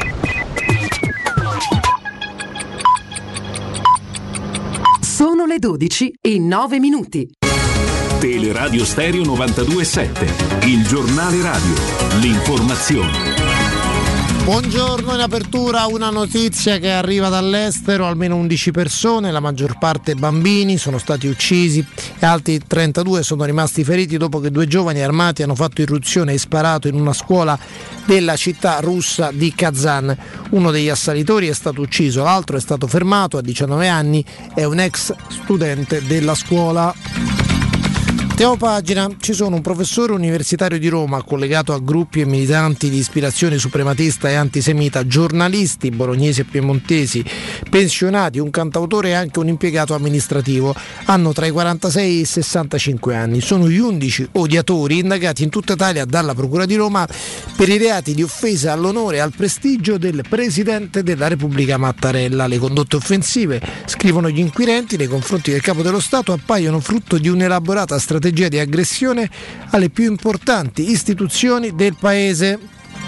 Speaker 24: Sono le dodici e nove minuti.
Speaker 23: Teleradio Stereo novantadue sette. Il giornale radio. L'informazione.
Speaker 25: Buongiorno, in apertura una notizia che arriva dall'estero, almeno undici persone, la maggior parte bambini, sono stati uccisi e altri trentadue sono rimasti feriti dopo che due giovani armati hanno fatto irruzione e sparato in una scuola della città russa di Kazan. Uno degli assalitori è stato ucciso, l'altro è stato fermato, a diciannove anni, è un ex studente della scuola. Mettiamo pagina, ci sono un professore universitario di Roma collegato a gruppi e militanti di ispirazione suprematista e antisemita, giornalisti bolognesi e piemontesi, pensionati, un cantautore e anche un impiegato amministrativo. Hanno tra i quarantasei e i sessantacinque anni. Sono gli undici odiatori indagati in tutta Italia dalla Procura di Roma per i reati di offesa all'onore e al prestigio del Presidente della Repubblica Mattarella. Le condotte offensive, scrivono gli inquirenti, nei confronti del Capo dello Stato appaiono frutto di un'elaborata strategia di aggressione alle più importanti istituzioni del paese.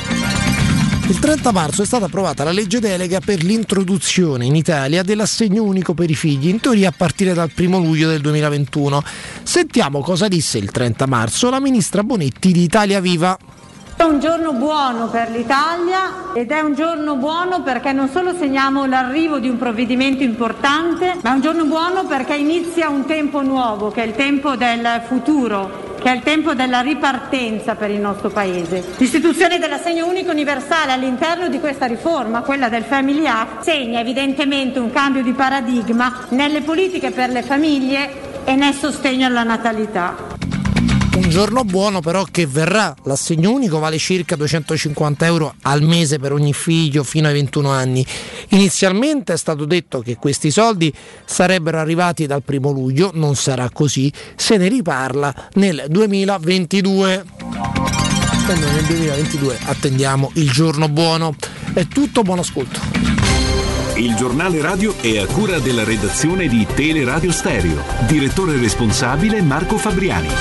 Speaker 25: Il trenta marzo è stata approvata la legge delega per l'introduzione in Italia dell'assegno unico per i figli, in teoria a partire dal primo luglio del duemilaventuno. Sentiamo cosa disse il trenta marzo la ministra Bonetti di Italia Viva.
Speaker 18: È un giorno buono per l'Italia ed è un giorno buono perché non solo segniamo l'arrivo di un provvedimento importante, ma è un giorno buono perché inizia un tempo nuovo, che è il tempo del futuro, che è il tempo della ripartenza per il nostro Paese. L'istituzione dell'assegno unico universale all'interno di questa riforma, quella del Family Act, segna evidentemente un cambio di paradigma nelle politiche per le famiglie e nel sostegno alla natalità.
Speaker 25: Un giorno buono però che verrà. L'assegno unico vale circa duecentocinquanta euro al mese per ogni figlio fino ai ventuno anni. Inizialmente è stato detto che questi soldi sarebbero arrivati dal primo luglio, non sarà così, se ne riparla nel duemilaventidue. E noi nel duemilaventidue attendiamo il giorno buono. È tutto, buon ascolto.
Speaker 23: Il giornale radio è a cura della redazione di Teleradio Stereo. Direttore responsabile Marco Fabriani.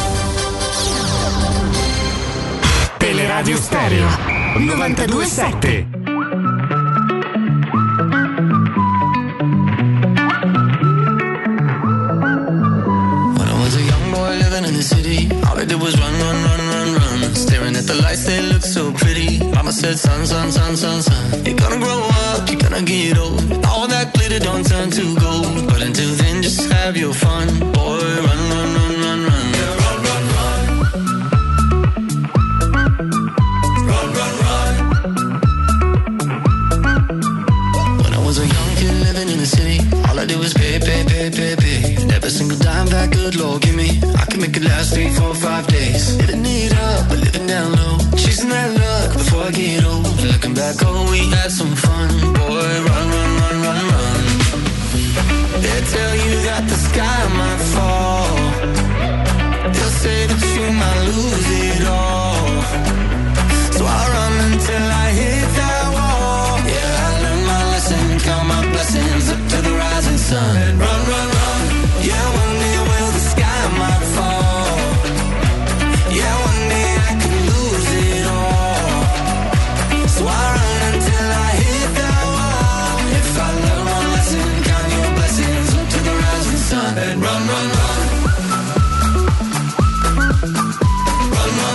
Speaker 21: Teleradio Stereo novantadue sette.
Speaker 19: When I was a young boy living in the city, all I did was run, run, run, run, run. Staring at the lights, they look so pretty. Mama said, son, son, son, son, son, you're gonna grow up, you're gonna get old. All that glitter don't turn to gold. But until then, just have your fun. Boy, run, run, run, run, run. I do is pay, pay, pay, pay, pay. And every single dime that good Lord give me, I can make it last three, four, five days. Living it up, but living down low. Chasing that luck before I get old. Looking back, oh, we had some fun. Boy, run, run, run, run, run. They tell you that the sky might fall. They'll say that you might lose it all. So I run until run and run, run, run. Run, run,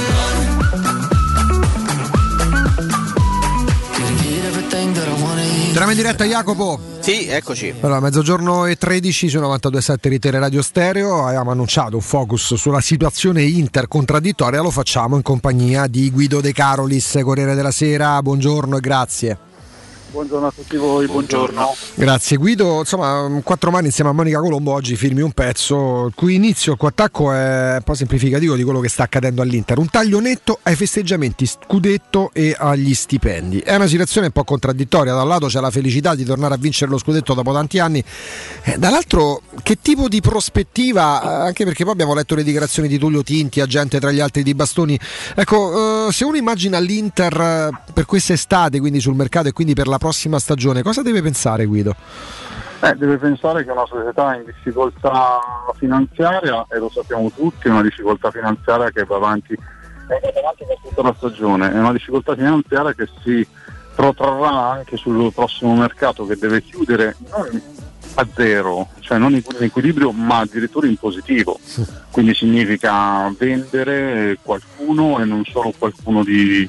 Speaker 19: run.
Speaker 3: Entriamo in diretta, Jacopo.
Speaker 4: Sì, eccoci.
Speaker 3: Allora, mezzogiorno e tredici su novantadue virgola sette di Tele Radio Stereo. Abbiamo annunciato un focus sulla situazione Inter contraddittoria. Lo facciamo in compagnia di Guido De Carolis, Corriere della Sera. Buongiorno e grazie.
Speaker 12: Buongiorno a tutti voi, buongiorno.
Speaker 3: Grazie Guido, insomma quattro mani insieme a Monica Colombo oggi firmi un pezzo il cui inizio, il cui attacco è un po' semplificativo di quello che sta accadendo all'Inter, un taglio netto ai festeggiamenti scudetto e agli stipendi. È una situazione un po' contraddittoria, da un lato c'è la felicità di tornare a vincere lo scudetto dopo tanti anni, eh, dall'altro che tipo di prospettiva, anche perché poi abbiamo letto le dichiarazioni di Tullio Tinti, agente tra gli altri di Bastoni, ecco, eh, se uno immagina l'Inter per quest'estate, quindi sul mercato e quindi per la prossima stagione, cosa deve pensare Guido?
Speaker 12: Eh, deve pensare che è una società in difficoltà finanziaria, e lo sappiamo tutti, è una difficoltà finanziaria che va avanti, è avanti per tutta la stagione, è una difficoltà finanziaria che si protrarrà anche sul prossimo mercato, che deve chiudere non a zero, cioè non in equilibrio ma addirittura in positivo, quindi significa vendere qualcuno e non solo qualcuno di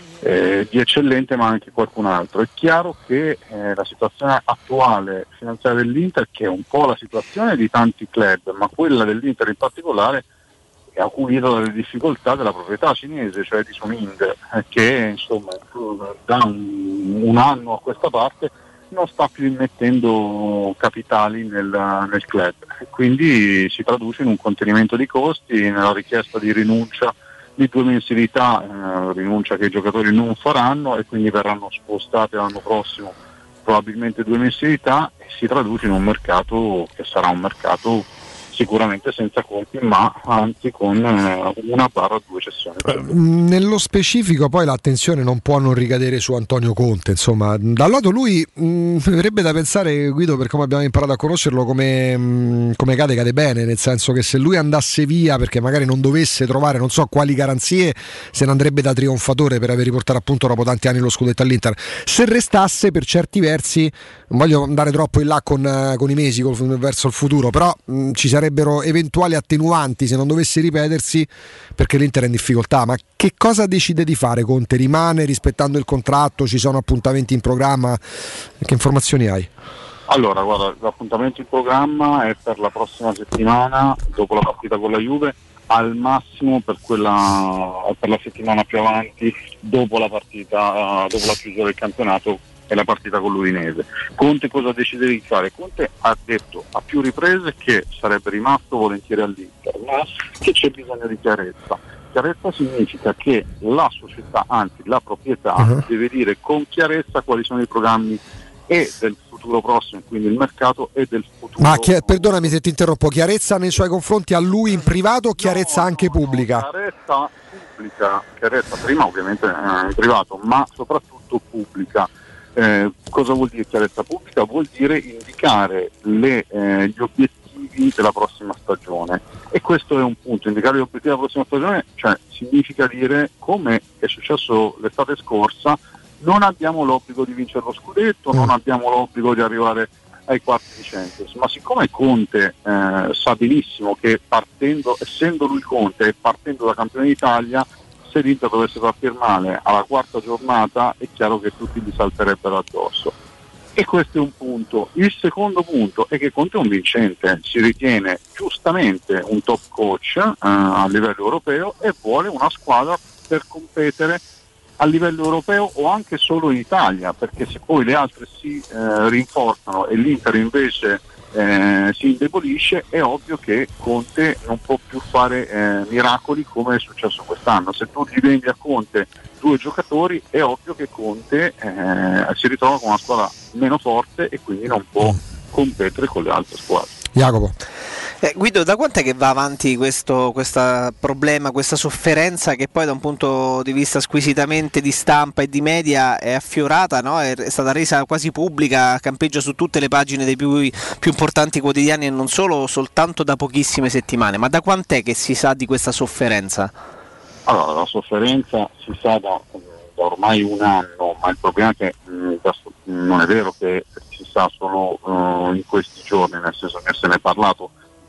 Speaker 12: Eh, di eccellente, ma anche qualcun altro. È chiaro che eh, la situazione attuale finanziaria dell'Inter, che è un po' la situazione di tanti club, ma quella dell'Inter in particolare è acuita dalle difficoltà della proprietà cinese, cioè di Suning, eh, che insomma da un, un anno a questa parte non sta più immettendo capitali nel, nel club, e quindi si traduce in un contenimento di costi, nella richiesta di rinuncia di due mensilità, eh, rinuncia che i giocatori non faranno, e quindi verranno spostate l'anno prossimo probabilmente due mensilità, e si traduce in un mercato che sarà un mercato sicuramente senza conti, ma anzi con eh, una barra due cessioni.
Speaker 3: Nello specifico poi l'attenzione non può non ricadere su Antonio Conte, insomma, dal lato lui mh, verrebbe da pensare, Guido, per come abbiamo imparato a conoscerlo, come, mh, come cade cade bene, nel senso che se lui andasse via perché magari non dovesse trovare non so quali garanzie, se ne andrebbe da trionfatore per aver riportato appunto dopo tanti anni lo scudetto all'Inter. Se restasse, per certi versi, non voglio andare troppo in là con, con i mesi col, verso il futuro, però mh, ci sarebbe eventuali attenuanti se non dovesse ripetersi, perché l'Inter è in difficoltà. Ma che cosa decide di fare Conte? Rimane rispettando il contratto? Ci sono appuntamenti in programma? Che informazioni hai?
Speaker 12: Allora, guarda, l'appuntamento in programma è per la prossima settimana, dopo la partita con la Juve, al massimo per quella per la settimana più avanti, dopo la partita, dopo la chiusura del campionato e la partita con l'Udinese. Conte cosa decide di fare? Conte ha detto a più riprese che sarebbe rimasto volentieri all'Inter, ma che c'è bisogno di chiarezza. Chiarezza significa che la società, anzi la proprietà, uh-huh. deve dire con chiarezza quali sono i programmi e del futuro prossimo, quindi il mercato, e del futuro.
Speaker 3: Ma chi- perdonami se ti interrompo, chiarezza nei suoi confronti a lui in privato o chiarezza no, anche no, pubblica?
Speaker 12: No, chiarezza pubblica, chiarezza prima ovviamente eh, in privato, ma soprattutto pubblica. Eh, cosa vuol dire chiarezza pubblica? Vuol dire indicare le, eh, gli obiettivi della prossima stagione, e questo è un punto. Indicare gli obiettivi della prossima stagione, cioè significa dire, come è successo l'estate scorsa, non abbiamo l'obbligo di vincere lo scudetto, non abbiamo l'obbligo di arrivare ai quarti di Champions, ma siccome Conte eh, sa benissimo che partendo, essendo lui Conte e partendo da campione d'Italia, se l'Inter dovesse far firmare alla quarta giornata è chiaro che tutti gli salterebbero addosso, e questo è un punto. Il secondo punto è che Conte è un vincente, si ritiene giustamente un top coach eh, a livello europeo, e vuole una squadra per competere a livello europeo o anche solo in Italia, perché se poi le altre si eh, rinforzano e l'Inter invece Eh, si indebolisce, è ovvio che Conte non può più fare eh, miracoli come è successo quest'anno. Se tu gli vendi a Conte due giocatori, è ovvio che Conte eh, si ritrova con una squadra meno forte e quindi non può competere con le altre squadre.
Speaker 3: Jacopo.
Speaker 4: Eh, Guido, da quant'è che va avanti questo questa problema, questa sofferenza che poi da un punto di vista squisitamente di stampa e di media è affiorata, no? È stata resa quasi pubblica, campeggia su tutte le pagine dei più, più importanti quotidiani, e non solo, soltanto da pochissime settimane. Ma da quant'è che si sa di questa sofferenza?
Speaker 12: Allora, la sofferenza si sa da, da ormai un anno, ma il problema è che mh, non è vero che si sa solo uh, in questi giorni, nel senso che se ne è parlato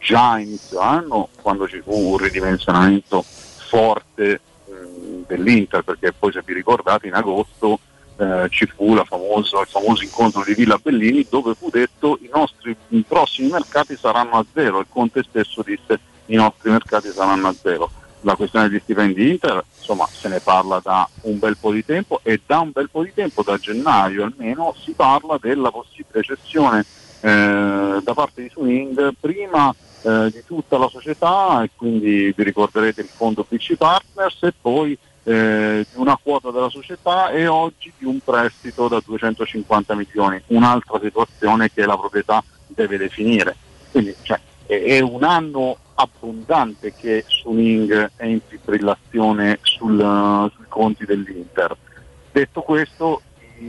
Speaker 7: già a inizio anno, quando ci fu un ridimensionamento forte mh, dell'Inter, perché poi, se vi ricordate, in agosto eh, ci fu la famoso, il famoso incontro di Villa Bellini, dove fu detto i nostri i prossimi mercati saranno a zero, e Conte stesso disse i nostri mercati saranno a zero. La questione degli stipendi Inter, insomma, se ne parla da un bel po' di tempo, e da un bel po' di tempo, da gennaio almeno, si parla della possibile cessione eh, da parte di Swing, prima eh, di tutta la società, e quindi vi ricorderete il fondo P C Partners, e poi eh, di una quota della società, e oggi di un prestito da duecentocinquanta milioni, un'altra situazione che la proprietà deve definire. Quindi, cioè, è, è un anno abbondante che Suning è in fibrillazione sul, uh, sui conti dell'Inter. Detto questo,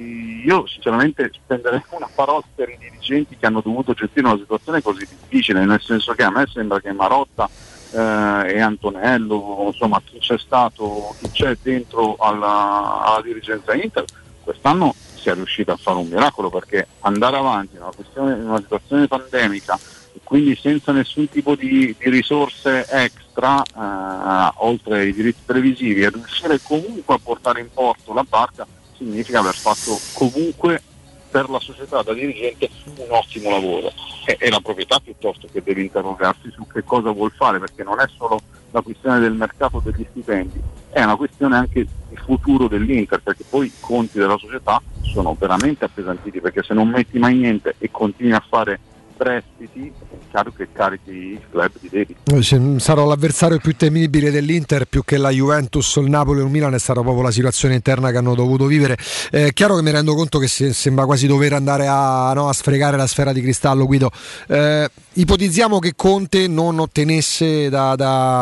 Speaker 7: io sinceramente spenderei una parola per i dirigenti che hanno dovuto gestire una situazione così difficile, nel senso che a me sembra che Marotta eh, e Antonello, insomma chi c'è stato, chi c'è dentro alla, alla dirigenza Inter, quest'anno sia riuscito a fare un miracolo, perché andare avanti in una, questione, in una situazione pandemica, quindi senza nessun tipo di, di risorse extra, eh, oltre ai diritti televisivi, e riuscire comunque a portare in porto la barca, significa aver fatto comunque per la società da dirigente un ottimo lavoro. E, e la proprietà piuttosto che deve interrogarsi su che cosa vuol fare, perché non è solo la questione del mercato degli stipendi, è una questione anche di futuro dell'Inter, perché poi i conti della società sono veramente appesantiti, perché se non metti mai niente e continui a fare prestiti, è chiaro che carichi il club di debiti.
Speaker 3: Sarò l'avversario più temibile dell'Inter, più che la Juventus, il Napoli o il Milan. È stata proprio la situazione interna che hanno dovuto vivere. È eh, chiaro che mi rendo conto che se, sembra quasi dover andare a, no, a sfregare la sfera di cristallo, Guido. Eh, ipotizziamo che Conte non ottenesse da,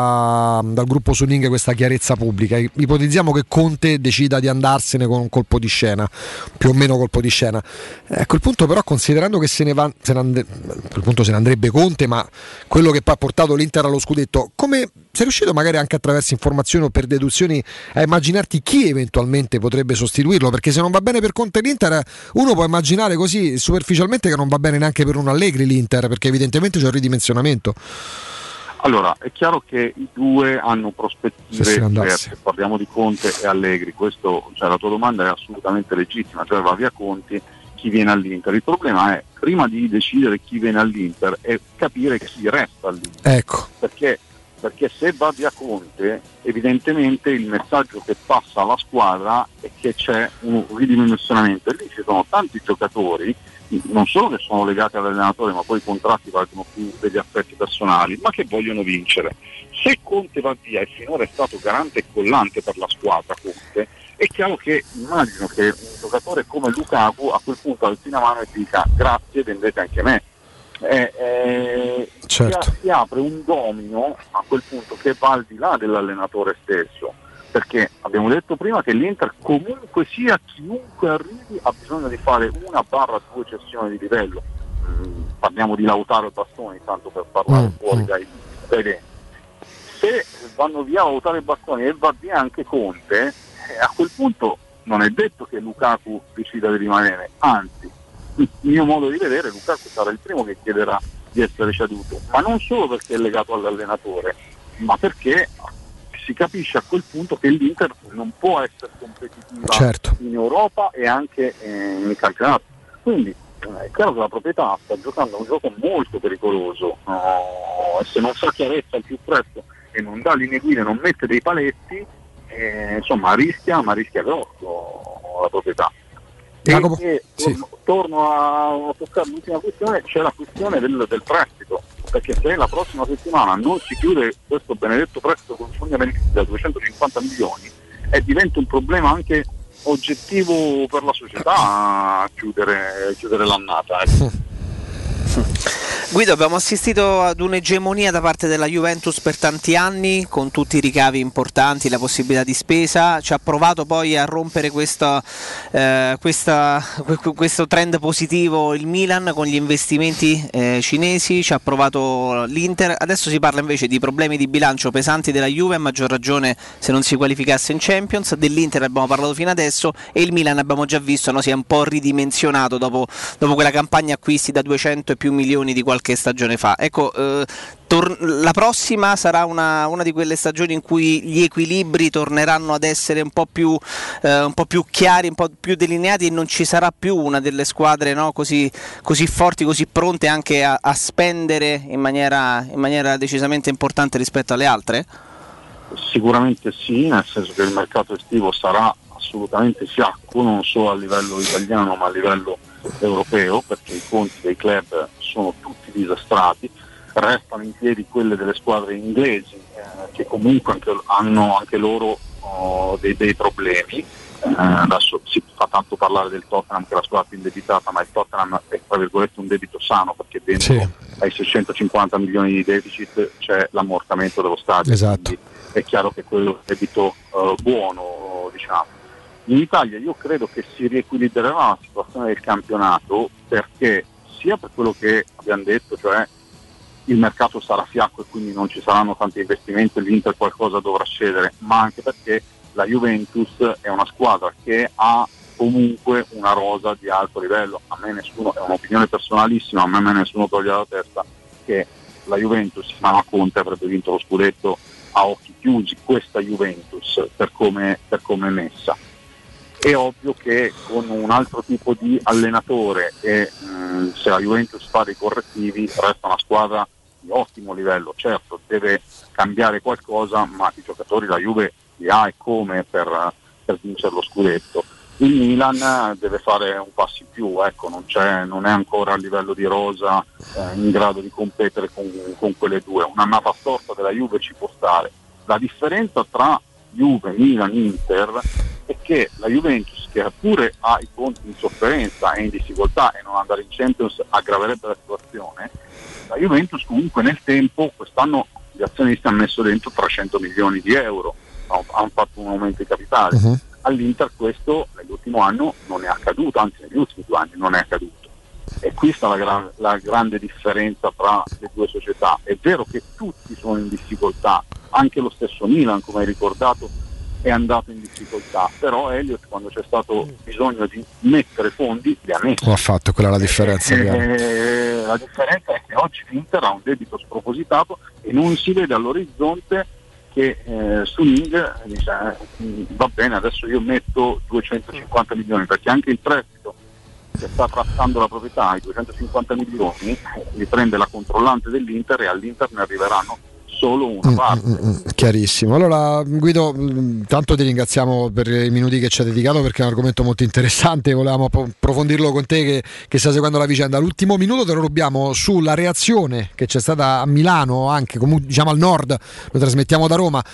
Speaker 3: da, dal gruppo Suning questa chiarezza pubblica, ipotizziamo che Conte decida di andarsene con un colpo di scena, più o meno colpo di scena. Eh, a quel punto però, considerando che se ne va, se ne and- a quel punto se ne andrebbe Conte, ma quello che poi ha portato l'Inter allo scudetto, come sei riuscito magari anche attraverso informazioni o per deduzioni a immaginarti chi eventualmente potrebbe sostituirlo? Perché se non va bene per Conte l'Inter, uno può immaginare così superficialmente che non va bene neanche per un Allegri l'Inter, perché evidentemente c'è un ridimensionamento.
Speaker 7: Allora, è chiaro che i due hanno prospettive diverse, parliamo di Conte e Allegri, questo, cioè, la tua domanda è assolutamente legittima, cioè va via Conte, chi viene all'Inter. Il problema è, prima di decidere chi viene all'Inter, è capire chi resta all'Inter.
Speaker 3: Ecco.
Speaker 7: Perché, perché se va via Conte, evidentemente il messaggio che passa alla squadra è che c'è un ridimensionamento, e lì ci sono tanti giocatori, non solo che sono legati all'allenatore, ma poi i contratti valgono più degli aspetti personali, ma che vogliono vincere. Se Conte va via, e finora è stato garante e collante per la squadra Conte, è chiaro che immagino che un giocatore come Lukaku a quel punto alzi la mano e dica grazie, vendete anche me. Eh, eh,
Speaker 3: certo.
Speaker 7: si, si apre un domino a quel punto che va al di là dell'allenatore stesso, perché abbiamo detto prima che l'Inter, comunque sia, chiunque arrivi ha bisogno di fare una barra due cessioni di livello. Mm, parliamo di Lautaro e Bastoni, tanto per parlare mm, fuori mm. dai denti. Se vanno via Lautaro e Bastoni e va via anche Conte, eh, a quel punto non è detto che Lukaku decida di rimanere, anzi, il mio modo di vedere, Lukaku sarà il primo che chiederà di essere ceduto, ma non solo perché è legato all'allenatore, ma perché si capisce a quel punto che l'Inter non può essere competitiva, certo, in Europa e anche eh, in campionato. Quindi eh, è chiaro che la proprietà sta giocando un gioco molto pericoloso, no? E se non fa chiarezza al più presto e non dà linee guida, non mette dei paletti, eh, insomma rischia, ma rischia grosso la proprietà. E, e sì. torno, torno a toccare l'ultima questione, c'è la questione del, del prestito, perché se la prossima settimana non si chiude questo benedetto prestito con fondi americani da duecentocinquanta milioni, e diventa un problema anche oggettivo per la società chiudere, chiudere l'annata. Ecco.
Speaker 4: Guido, abbiamo assistito ad un'egemonia da parte della Juventus per tanti anni, con tutti i ricavi importanti, la possibilità di spesa. Ci ha provato poi a rompere questa, eh, questa, questo trend positivo il Milan con gli investimenti eh, cinesi, ci ha provato l'Inter. Adesso si parla invece di problemi di bilancio pesanti della Juve, a maggior ragione se non si qualificasse in Champions. Dell'Inter abbiamo parlato fino adesso, e il Milan abbiamo già visto, no, si è un po' ridimensionato dopo, dopo quella campagna acquisti da duecento e più milioni di qualche qualche stagione fa. Ecco, eh, tor- la prossima sarà una, una di quelle stagioni in cui gli equilibri torneranno ad essere un po' più, eh, un po' più chiari, un po' più delineati, e non ci sarà più una delle squadre, no, così, così forti, così pronte anche a, a spendere in maniera, in maniera decisamente importante rispetto alle altre?
Speaker 7: Sicuramente sì, nel senso che il mercato estivo sarà assolutamente fiacco, non solo a livello italiano ma a livello europeo, perché i conti dei club sono tutti disastrati. Restano in piedi quelle delle squadre inglesi, eh, che comunque anche, hanno anche loro oh, dei, dei problemi. Eh, adesso si fa tanto parlare del Tottenham, che è la squadra più indebitata, ma il Tottenham è tra virgolette un debito sano, perché dentro sì. ai seicentocinquanta milioni di deficit c'è l'ammortamento dello stadio.
Speaker 3: Esatto.
Speaker 7: È chiaro che quello è un debito uh, buono, diciamo. In Italia io credo che si riequilibrerà la situazione del campionato, perché sia per quello che abbiamo detto, cioè il mercato sarà fiacco e quindi non ci saranno tanti investimenti e l'Inter qualcosa dovrà cedere, ma anche perché la Juventus è una squadra che ha comunque una rosa di alto livello. A me nessuno, è un'opinione personalissima, a me nessuno toglie dalla testa che la Juventus, ma Conte avrebbe vinto lo scudetto a occhi chiusi, questa Juventus per come, per come è messa. È ovvio che con un altro tipo di allenatore e mh, se la Juventus fa dei correttivi resta una squadra di ottimo livello. Certo, deve cambiare qualcosa, ma i giocatori la Juve li ha e come per, per vincere lo scudetto. Il Milan deve fare un passo in più, ecco, non, c'è, non è ancora a livello di rosa eh, in grado di competere con, con quelle due. Un'annata storta della Juve ci può stare. La differenza tra Juve, Milan, Inter è che la Juventus, che pure ha i conti in sofferenza e in difficoltà, e non andare in Champions aggraverebbe la situazione, la Juventus comunque nel tempo, quest'anno gli azionisti hanno messo dentro trecento milioni di euro, hanno fatto un aumento di capitale. Uh-huh. All'Inter questo nell'ultimo anno non è accaduto, anzi negli ultimi due anni non è accaduto. E qui sta la, gra- la grande differenza tra le due società. È vero che tutti sono in difficoltà, anche lo stesso Milan, come hai ricordato, è andato in difficoltà, però Elliott quando c'è stato bisogno di mettere fondi li ha messi.
Speaker 3: Ho fatto, quella è la differenza.
Speaker 7: Eh, la differenza è che oggi l'Inter ha un debito spropositato e non si vede all'orizzonte che eh, Suning dice eh, va bene, adesso io metto duecentocinquanta milioni, perché anche il prestito che sta trattando la proprietà, i duecentocinquanta milioni li prende la controllante dell'Inter e all'Inter ne arriveranno solo una parte. Mm, mm, mm,
Speaker 3: chiarissimo. Allora Guido, tanto ti ringraziamo per i minuti che ci hai dedicato, perché è un argomento molto interessante, volevamo approfondirlo con te che, che stai seguendo la vicenda. L'ultimo minuto te lo rubiamo sulla reazione che c'è stata a Milano, anche comunque diciamo al nord, lo trasmettiamo da Roma,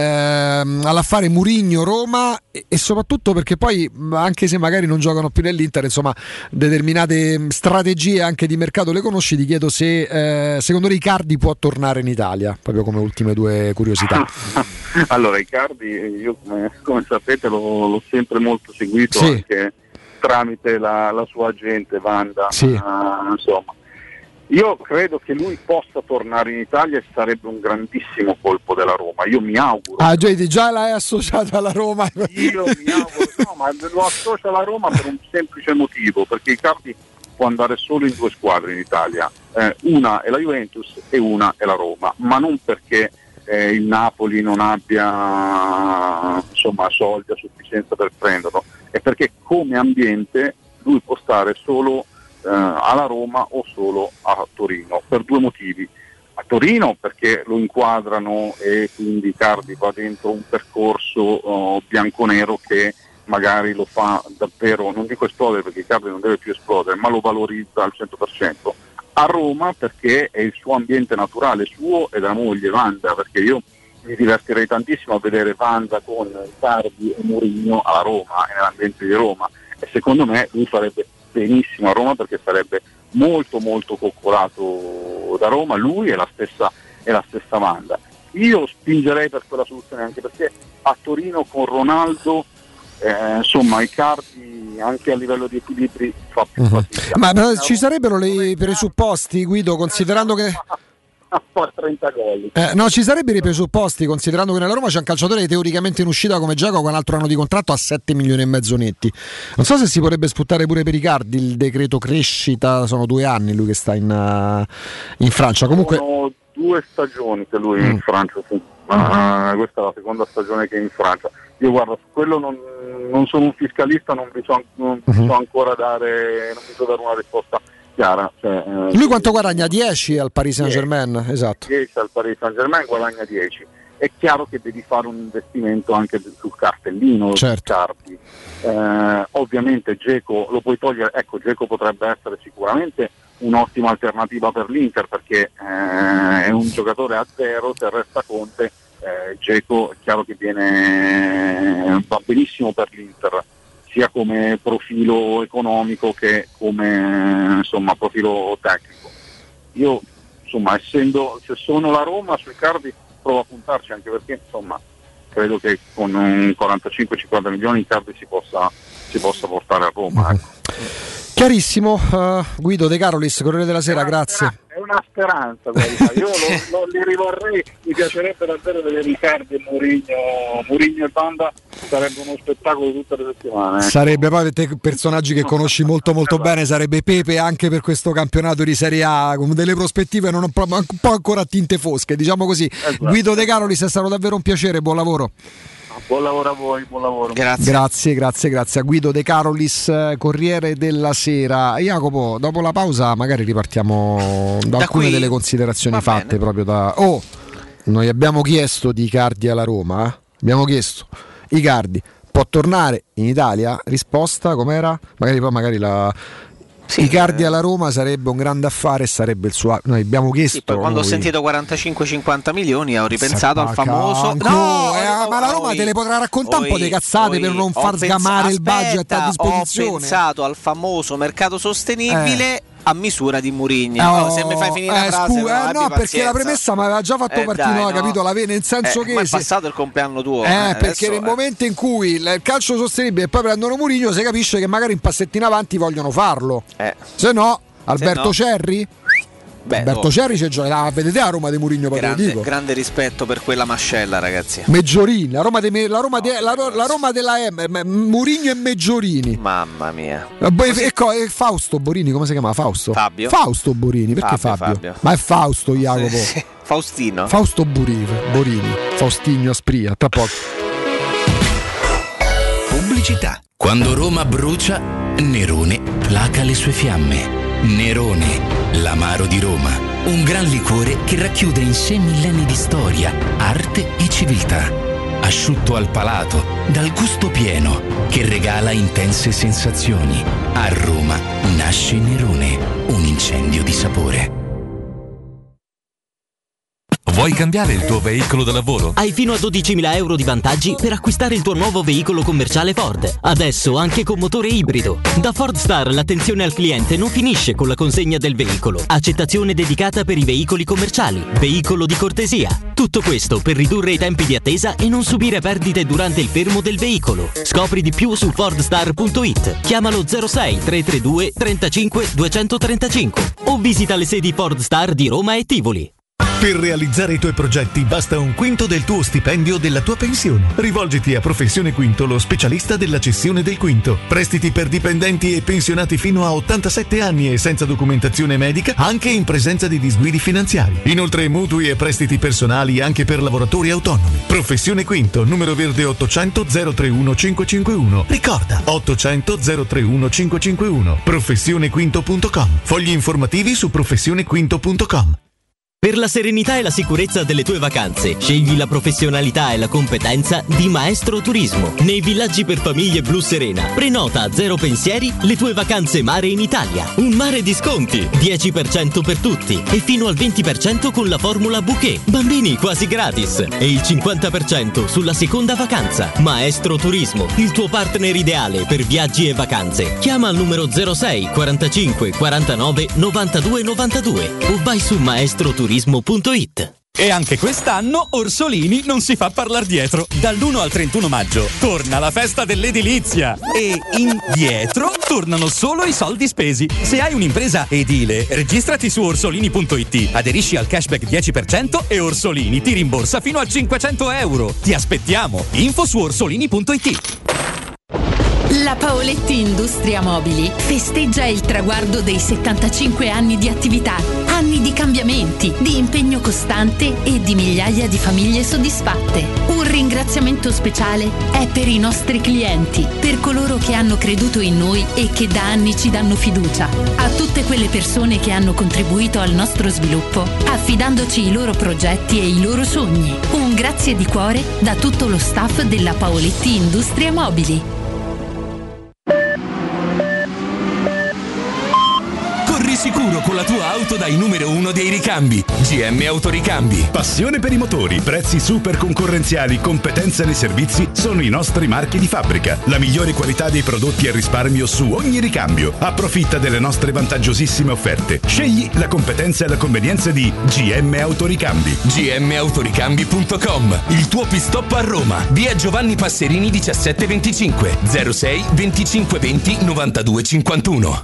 Speaker 3: ehm, all'affare Mourinho-Roma, e, e soprattutto perché poi, anche se magari non giocano più nell'Inter, insomma determinate strategie anche di mercato le conosci, ti chiedo se eh, secondo te Icardi può tornare in Italia, proprio come ultime due curiosità.
Speaker 7: Allora Icardi, io come, come sapete l'ho, l'ho sempre molto seguito, sì. Anche tramite la, la sua agente Wanda, sì. uh, insomma io credo che lui possa tornare in Italia e sarebbe un grandissimo colpo della Roma, io mi auguro.
Speaker 3: Ah, già, già l'hai associato alla Roma?
Speaker 7: Io mi auguro, no, ma lo associo alla Roma per un semplice motivo, perché Icardi può andare solo in due squadre in Italia, eh, una è la Juventus e una è la Roma, ma non perché eh, il Napoli non abbia insomma soldi a sufficienza per prenderlo, è perché come ambiente lui può stare solo eh, alla Roma o solo a Torino, per due motivi. A Torino perché lo inquadrano e quindi Icardi va dentro un percorso oh, bianconero che magari lo fa davvero, non dico esplodere perché Icardi non deve più esplodere, ma lo valorizza al cento per cento. A Roma perché è il suo ambiente naturale, suo e della moglie Wanda, perché io mi divertirei tantissimo a vedere Wanda con Icardi e Mourinho alla Roma e nell'ambiente di Roma, e secondo me lui farebbe benissimo a Roma perché sarebbe molto molto coccolato da Roma, lui e la stessa, e la stessa Wanda. Io spingerei per quella soluzione, anche perché a Torino con Ronaldo Eh, insomma Icardi anche a livello di equilibri fa più fatica.
Speaker 3: Uh-huh. Ma, ma ci sarebbero i presupposti, Guido, considerando che
Speaker 7: fa trenta gol.
Speaker 3: Eh, no, ci sarebbero i presupposti, considerando che nella Roma c'è un calciatore teoricamente in uscita come Giacomo con un altro anno di contratto a sette milioni e mezzo netti. Non so se si potrebbe sputtare pure per Icardi il decreto crescita, sono due anni lui che sta in, uh, in Francia. Comunque
Speaker 7: sono due stagioni che lui è
Speaker 3: mm.
Speaker 7: in Francia, sì. Uh, questa è la seconda stagione che è in Francia. Io guarda, su quello non, non sono un fiscalista, non vi so, non vi
Speaker 3: uh-huh.
Speaker 7: so ancora dare, non vi so dare una risposta chiara. Cioè, eh,
Speaker 3: lui quanto guadagna? dieci al Paris Saint-Germain? Esatto.
Speaker 7: dieci al Paris Saint-Germain, guadagna dieci. È chiaro che devi fare un investimento anche sul cartellino,
Speaker 3: certo.
Speaker 7: Carpi. Eh, ovviamente Dzeko lo puoi togliere, ecco, Dzeko potrebbe essere sicuramente un'ottima alternativa per l'Inter, perché eh, è un giocatore a zero, se resta Conte, eh, Dzeko è chiaro che viene, va benissimo per l'Inter, sia come profilo economico che come insomma profilo tecnico. Io insomma, essendo, se sono la Roma sui Cardi provo a puntarci, anche perché insomma credo che con un quarantacinque cinquanta milioni i Cardi si possa, si possa portare a Roma. Ecco.
Speaker 3: Chiarissimo, uh, Guido De Carolis, Corriere della Sera, grazie.
Speaker 7: È una speranza quella. Io lo, lo, li rivorrei, mi piacerebbe davvero vedere Riccardi e Mourinho, Mourinho e Banda, sarebbe uno spettacolo tutte le settimane.
Speaker 3: Sarebbe poi te personaggi che conosci molto molto esatto. bene, sarebbe Pepe anche per questo campionato di Serie A, con delle prospettive non un po', un po' ancora a tinte fosche, diciamo così. Esatto. Guido De Carolis, è stato davvero un piacere, buon lavoro.
Speaker 7: Buon lavoro a voi, buon lavoro.
Speaker 3: Grazie, grazie, grazie, grazie a Guido De Carolis, Corriere della Sera. Jacopo, dopo la pausa magari ripartiamo da, da alcune qui... delle considerazioni fatte proprio da... Oh, noi abbiamo chiesto di Icardi alla Roma, eh? abbiamo chiesto, Icardi può tornare in Italia? Risposta com'era? Magari poi magari la... Sì, Icardi alla Roma sarebbe un grande affare e sarebbe il suo. Noi abbiamo chiesto.
Speaker 4: Sì, poi quando noi... ho sentito quarantacinque cinquanta milioni ho ripensato al famoso.
Speaker 3: No, eh, ma la Roma oi, te le potrà raccontare oi, un po' di cazzate oi, per non far pens- sgamare aspetta, il budget a disposizione.
Speaker 4: Ho pensato al famoso mercato sostenibile. Eh. A misura di Mourinho.
Speaker 3: Oh,
Speaker 4: oh, se mi fai finire la
Speaker 3: eh,
Speaker 4: frase,
Speaker 3: scu- eh, no, perché la premessa mi aveva già fatto
Speaker 4: eh,
Speaker 3: partire,
Speaker 4: dai,
Speaker 3: no,
Speaker 4: no.
Speaker 3: capito? La nel senso
Speaker 4: eh,
Speaker 3: che
Speaker 4: ma è
Speaker 3: se...
Speaker 4: passato il compleanno tuo.
Speaker 3: Eh,
Speaker 4: eh,
Speaker 3: perché
Speaker 4: adesso,
Speaker 3: nel
Speaker 4: eh.
Speaker 3: momento in cui il calcio sostenibile e poi prendono Mourinho, si capisce che magari un passettino avanti vogliono farlo.
Speaker 4: Eh.
Speaker 3: Se no, Alberto
Speaker 4: se no.
Speaker 3: Cerri?
Speaker 4: Beh,
Speaker 3: Alberto
Speaker 4: oh.
Speaker 3: Cerri c'è già, vedete a Roma di Mourinho,
Speaker 4: grande,
Speaker 3: dico.
Speaker 4: grande rispetto per quella mascella, ragazzi.
Speaker 3: Meggiorini, la Roma, de, la Roma, de, la, la Roma della M, Mourinho e Meggiorini.
Speaker 4: Mamma mia.
Speaker 3: E, e Fausto Borini, come si chiama? Fausto?
Speaker 4: Fabio.
Speaker 3: Fausto Borini, perché
Speaker 4: Fabio?
Speaker 3: Fabio?
Speaker 4: Fabio.
Speaker 3: Ma è Fausto, Jacopo.
Speaker 4: Sì, sì. Faustino.
Speaker 3: Fausto Borini, Borini. Faustigno Spria, tra poco.
Speaker 1: Pubblicità. Quando Roma brucia, Nerone placa le sue fiamme. Nerone, l'amaro di Roma, un gran liquore che racchiude in sé millenni di storia, arte e civiltà. Asciutto al palato, dal gusto pieno, che regala intense sensazioni. A Roma nasce Nerone, un incendio di sapore.
Speaker 10: Vuoi cambiare il tuo veicolo da lavoro?
Speaker 14: Hai fino a dodicimila euro di vantaggi per acquistare il tuo nuovo veicolo commerciale Ford. Adesso anche con motore ibrido. Da Ford Star l'attenzione al cliente non finisce con la consegna del veicolo. Accettazione dedicata per i veicoli commerciali. Veicolo di cortesia. Tutto questo per ridurre i tempi di attesa e non subire perdite durante il fermo del veicolo. Scopri di più su fordstar punto it. Chiamalo zero sei tre tre due trentacinque duecentotrentacinque o visita le sedi Ford Star di Roma e Tivoli.
Speaker 20: Per realizzare i tuoi progetti basta un quinto del tuo stipendio della tua pensione. Rivolgiti a Professione Quinto, lo specialista della cessione del quinto. Prestiti per dipendenti e pensionati fino a ottantasette anni e senza documentazione medica, anche in presenza di disguidi finanziari. Inoltre mutui e prestiti personali anche per lavoratori autonomi. Professione Quinto, numero verde ottocento zero trentuno cinquecentocinquantuno. Ricorda, ottocento zero trentuno cinquecentocinquantuno. professione quinto punto com. Fogli informativi su professione quinto punto com.
Speaker 14: Per la serenità e la sicurezza delle tue vacanze, scegli la professionalità e la competenza di Maestro Turismo. Nei villaggi per famiglie Blu Serena, prenota a zero pensieri le tue vacanze mare in Italia. Un mare di sconti, dieci per cento per tutti e fino al venti per cento con la formula bouquet. Bambini quasi gratis e il cinquanta per cento sulla seconda vacanza. Maestro Turismo, il tuo partner ideale per viaggi e vacanze. Chiama al numero zero sei quarantacinque quarantanove novantadue novantadue o vai su maestro turismo punto it.
Speaker 16: E anche quest'anno Orsolini non si fa parlar dietro. Dall'primo al trentuno maggio torna la festa dell'edilizia e indietro tornano solo i soldi spesi. Se hai un'impresa edile, registrati su orsolini punto it, aderisci al cashback dieci per cento e Orsolini ti rimborsa fino a cinquecento euro. Ti aspettiamo. Info su orsolini punto it.
Speaker 2: La Paoletti Industria Mobili festeggia il traguardo dei settantacinque anni di attività, anni di cambiamenti, di impegno costante e di migliaia di famiglie soddisfatte. Un ringraziamento speciale è per i nostri clienti, per coloro che hanno creduto in noi e che da anni ci danno fiducia, a tutte quelle persone che hanno contribuito al nostro sviluppo, affidandoci i loro progetti e i loro sogni. Un grazie di cuore da tutto lo staff della Paoletti Industria Mobili.
Speaker 1: Corri sicuro con la tua auto dai numero uno dei ricambi. G M Autoricambi.
Speaker 6: Passione per i motori, prezzi super concorrenziali, competenza nei servizi sono i nostri marchi di fabbrica. La migliore qualità dei prodotti e risparmio su ogni ricambio. Approfitta delle nostre vantaggiosissime offerte. Scegli la competenza e la convenienza di G M Autoricambi.
Speaker 1: G M Autoricambi punto com. Il tuo pit stop a Roma. Via Giovanni Passerini diciassette venticinque zero sei venticinque venti novantadue cinquantuno.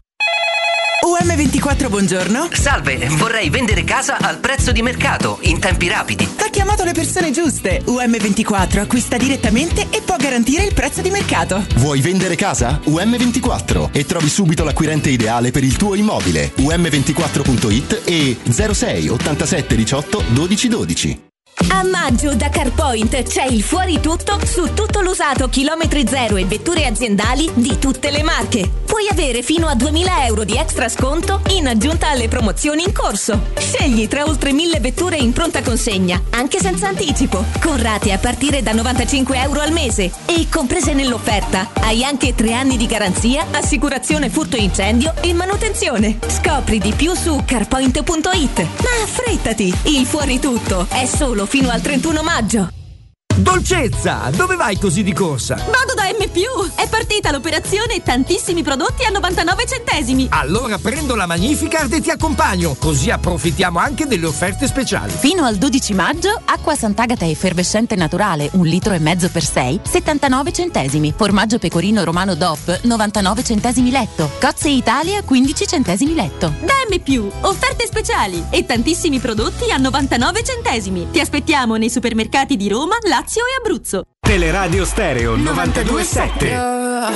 Speaker 11: U M ventiquattro, buongiorno. Salve, vorrei vendere casa al prezzo di mercato, in tempi rapidi.
Speaker 15: Ha chiamato le persone giuste. U M ventiquattro acquista direttamente e può garantire il prezzo di mercato.
Speaker 22: Vuoi vendere casa? U M ventiquattro e trovi subito l'acquirente ideale per il tuo immobile. U M ventiquattro punto it e zero sei ottantasette diciotto dodici dodici.
Speaker 9: A maggio da CarPoint c'è il fuori tutto su tutto l'usato chilometri zero e vetture aziendali di tutte le marche. Puoi avere fino a duemila euro di extra sconto in aggiunta alle promozioni in corso. Scegli tra oltre mille vetture in pronta consegna, anche senza anticipo, con rate a partire da novantacinque euro al mese. E comprese nell'offerta hai anche tre anni di garanzia, assicurazione furto incendio e manutenzione. Scopri di più su carpoint punto it. Ma affrettati, il fuori tutto è solo fino al trentuno maggio.
Speaker 26: Dolcezza, dove vai così di corsa?
Speaker 27: Vado da M più, è partita l'operazione e tantissimi prodotti a novantanove centesimi.
Speaker 26: Allora prendo la Magnificard e ti accompagno, così approfittiamo anche delle offerte speciali.
Speaker 21: Fino al dodici maggio, acqua Sant'Agata effervescente naturale, un litro e mezzo per sei, settantanove centesimi. Formaggio pecorino romano D O P, novantanove centesimi letto. Cozze Italia, quindici centesimi letto.
Speaker 27: Da M più, offerte speciali e tantissimi prodotti a novantanove centesimi. Ti aspettiamo nei supermercati di Roma, Lazio e Abruzzo.
Speaker 23: Teleradio Stereo novantadue sette.
Speaker 19: Yeah.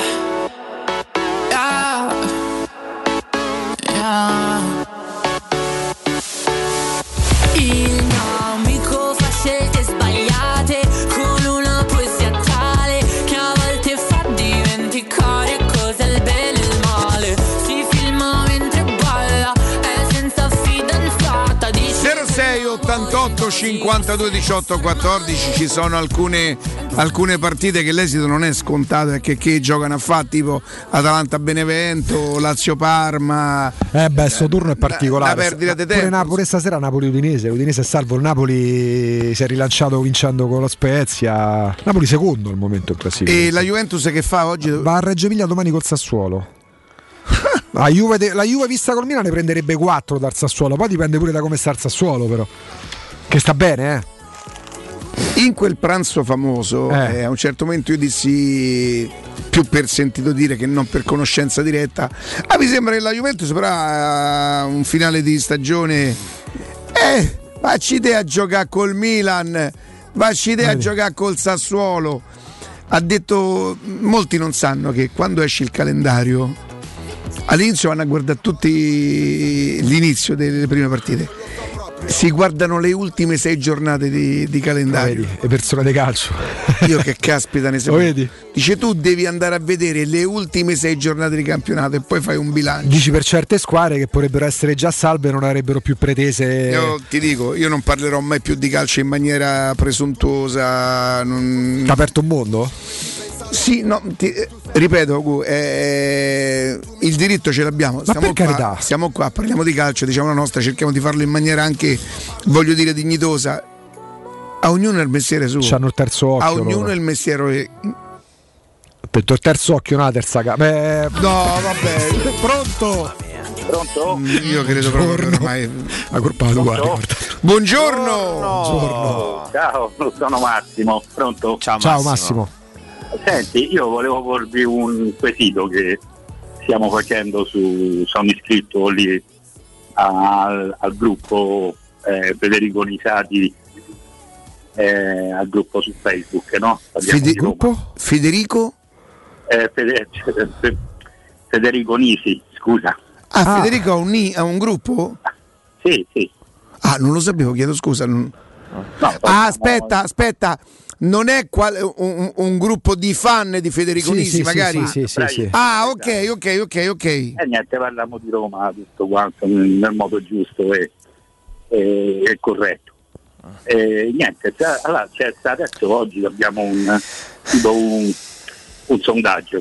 Speaker 19: Yeah. Yeah. Il mio amico fa scelte sbagliate con una poesia tale che a volte fa dimenticare cos'è il bene e il male. Si filma mentre balla, è senza fidanzata.
Speaker 28: zero sei ottantotto cinquantadue diciotto quattordici. Ci sono alcune, alcune partite che l'esito non è scontato e che, che giocano a fare, tipo Atalanta-Benevento, Lazio-Parma.
Speaker 3: Eh beh, sto turno è particolare.
Speaker 28: Una perdita di
Speaker 3: pure,
Speaker 28: tempo.
Speaker 3: Na- pure stasera Napoli-Udinese. Udinese è salvo, il Napoli si è rilanciato vincendo con la Spezia. Napoli secondo al momento in classifica.
Speaker 28: E la Juventus che fa oggi?
Speaker 3: Va a Reggio Emilia domani col Sassuolo. La Juve, de- la Juve vista col Milan ne prenderebbe quattro dal Sassuolo, poi dipende pure da come sta il Sassuolo, però che sta bene, eh.
Speaker 28: In quel pranzo famoso, eh. Eh, a un certo momento io dissi, più per sentito dire che non per conoscenza diretta, ah, mi sembra che la Juventus però ha un finale di stagione, eh, vacci te a giocare col Milan, vacci te a giocare col Sassuolo. Ha detto, molti non sanno che quando esce il calendario all'inizio vanno a guardare tutti l'inizio delle prime partite, si guardano le ultime sei giornate di, di calendario.
Speaker 3: Vedi, le persone di calcio.
Speaker 28: Io che caspita ne so. Dice, tu devi andare a vedere le ultime sei giornate di campionato e poi fai un bilancio.
Speaker 3: Dici per certe squadre che potrebbero essere già salve non avrebbero più pretese.
Speaker 28: Io ti dico, io non parlerò mai più di calcio in maniera presuntuosa. Non...
Speaker 3: T'ha aperto un mondo?
Speaker 28: Sì, no, ti, ripeto, eh, il diritto ce l'abbiamo.
Speaker 3: Ma
Speaker 28: stiamo
Speaker 3: per
Speaker 28: qua,
Speaker 3: carità.
Speaker 28: Stiamo qua, parliamo di calcio, diciamo la nostra, cerchiamo di farlo in maniera anche, voglio dire, dignitosa. A ognuno il mestiere suo.
Speaker 3: C'hanno il terzo occhio.
Speaker 28: A ognuno
Speaker 3: loro.
Speaker 28: il mestiere.
Speaker 3: Detto il terzo occhio, non la terza ca- Beh,
Speaker 28: no, vabbè.
Speaker 3: Pronto?
Speaker 29: Pronto?
Speaker 28: Io credo proprio che ormai
Speaker 3: la colpa tua.
Speaker 28: Buongiorno.
Speaker 3: Buongiorno.
Speaker 5: Ciao, sono Massimo. Pronto?
Speaker 3: Ciao, Ciao Massimo.
Speaker 5: Massimo. Senti, io volevo porvi un quesito che stiamo facendo su. Sono iscritto lì al, al gruppo eh, Federico Nisati, eh, al gruppo su Facebook, no?
Speaker 28: Fede- gruppo? Federico?
Speaker 5: Eh, Fede- Federico Nisi, scusa.
Speaker 28: Ah, ah. Federico ha un, ha un gruppo?
Speaker 5: Sì, sì.
Speaker 28: Ah, non lo sapevo, chiedo scusa. Non... No, ah, aspetta, aspetta. Non è qual- un, un gruppo di fan di Federico
Speaker 3: sì,
Speaker 28: Nisi,
Speaker 3: sì,
Speaker 28: magari?
Speaker 3: Sì, sì, sì, sì.
Speaker 28: Ah, ok, ok, ok, ok.
Speaker 5: E eh, niente, parliamo di Roma, tutto quanto nel modo giusto e, e, e corretto. E niente, cioè, allora, cioè, adesso oggi abbiamo un tipo un, un sondaggio.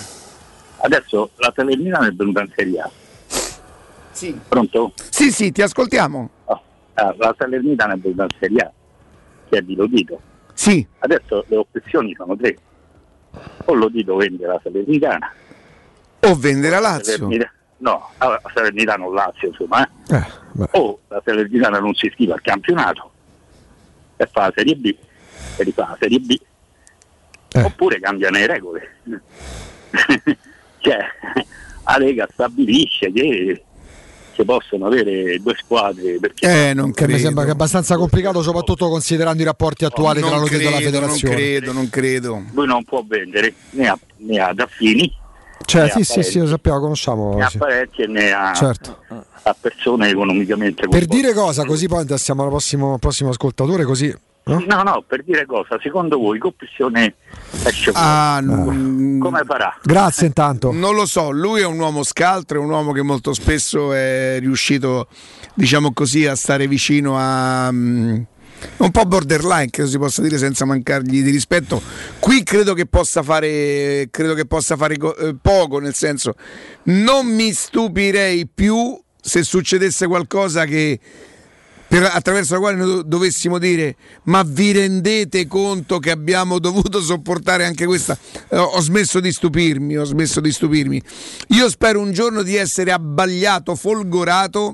Speaker 5: Adesso la Salernitana è venuta in Serie A.
Speaker 28: Sì.
Speaker 5: Pronto?
Speaker 28: Sì, sì, ti ascoltiamo.
Speaker 5: Oh, la Salernitana è venuta in Serie A, che è di Lodito.
Speaker 28: Sì.
Speaker 5: Adesso le opzioni sono tre. O Lodito vende la Salernitana,
Speaker 28: o vende la Lazio.
Speaker 5: Salernitana, no, la Salernitana o Lazio, insomma. Eh. Eh, o la Salernitana non si iscrive al campionato e fa la Serie B e rifà la Serie B. Eh. Oppure cambiano le regole. Cioè, la Lega stabilisce che si possono avere due squadre perché
Speaker 28: eh, non credo.
Speaker 3: Mi sembra che è abbastanza complicato, soprattutto considerando i rapporti attuali
Speaker 28: non
Speaker 3: tra Lodito e la federazione.
Speaker 28: Non credo, non credo.
Speaker 5: Lui non può vendere né a, né a Zaffini,
Speaker 3: cioè sì sì sì, lo sappiamo, conosciamo,
Speaker 5: né
Speaker 3: sì.
Speaker 5: a Parecchi né a,
Speaker 3: certo.
Speaker 5: a persone economicamente
Speaker 3: per dire cosa, così poi passiamo al prossimo, prossimo ascoltatore, così. No?
Speaker 5: no, no, per dire cosa, secondo voi Coppessione esce
Speaker 28: ah,
Speaker 5: n- come farà?
Speaker 3: Grazie intanto.
Speaker 28: Non lo so, lui è un uomo scaltro, è un uomo che molto spesso è riuscito, diciamo così, a stare vicino a um, un po' borderline, credo si possa dire senza mancargli di rispetto. Qui credo che possa fare credo che possa fare eh, poco, nel senso, non mi stupirei più se succedesse qualcosa che Per, attraverso la quale noi dovessimo dire: ma vi rendete conto che abbiamo dovuto sopportare anche questa? Eh, ho smesso di stupirmi, ho smesso di stupirmi. Io spero un giorno di essere abbagliato, folgorato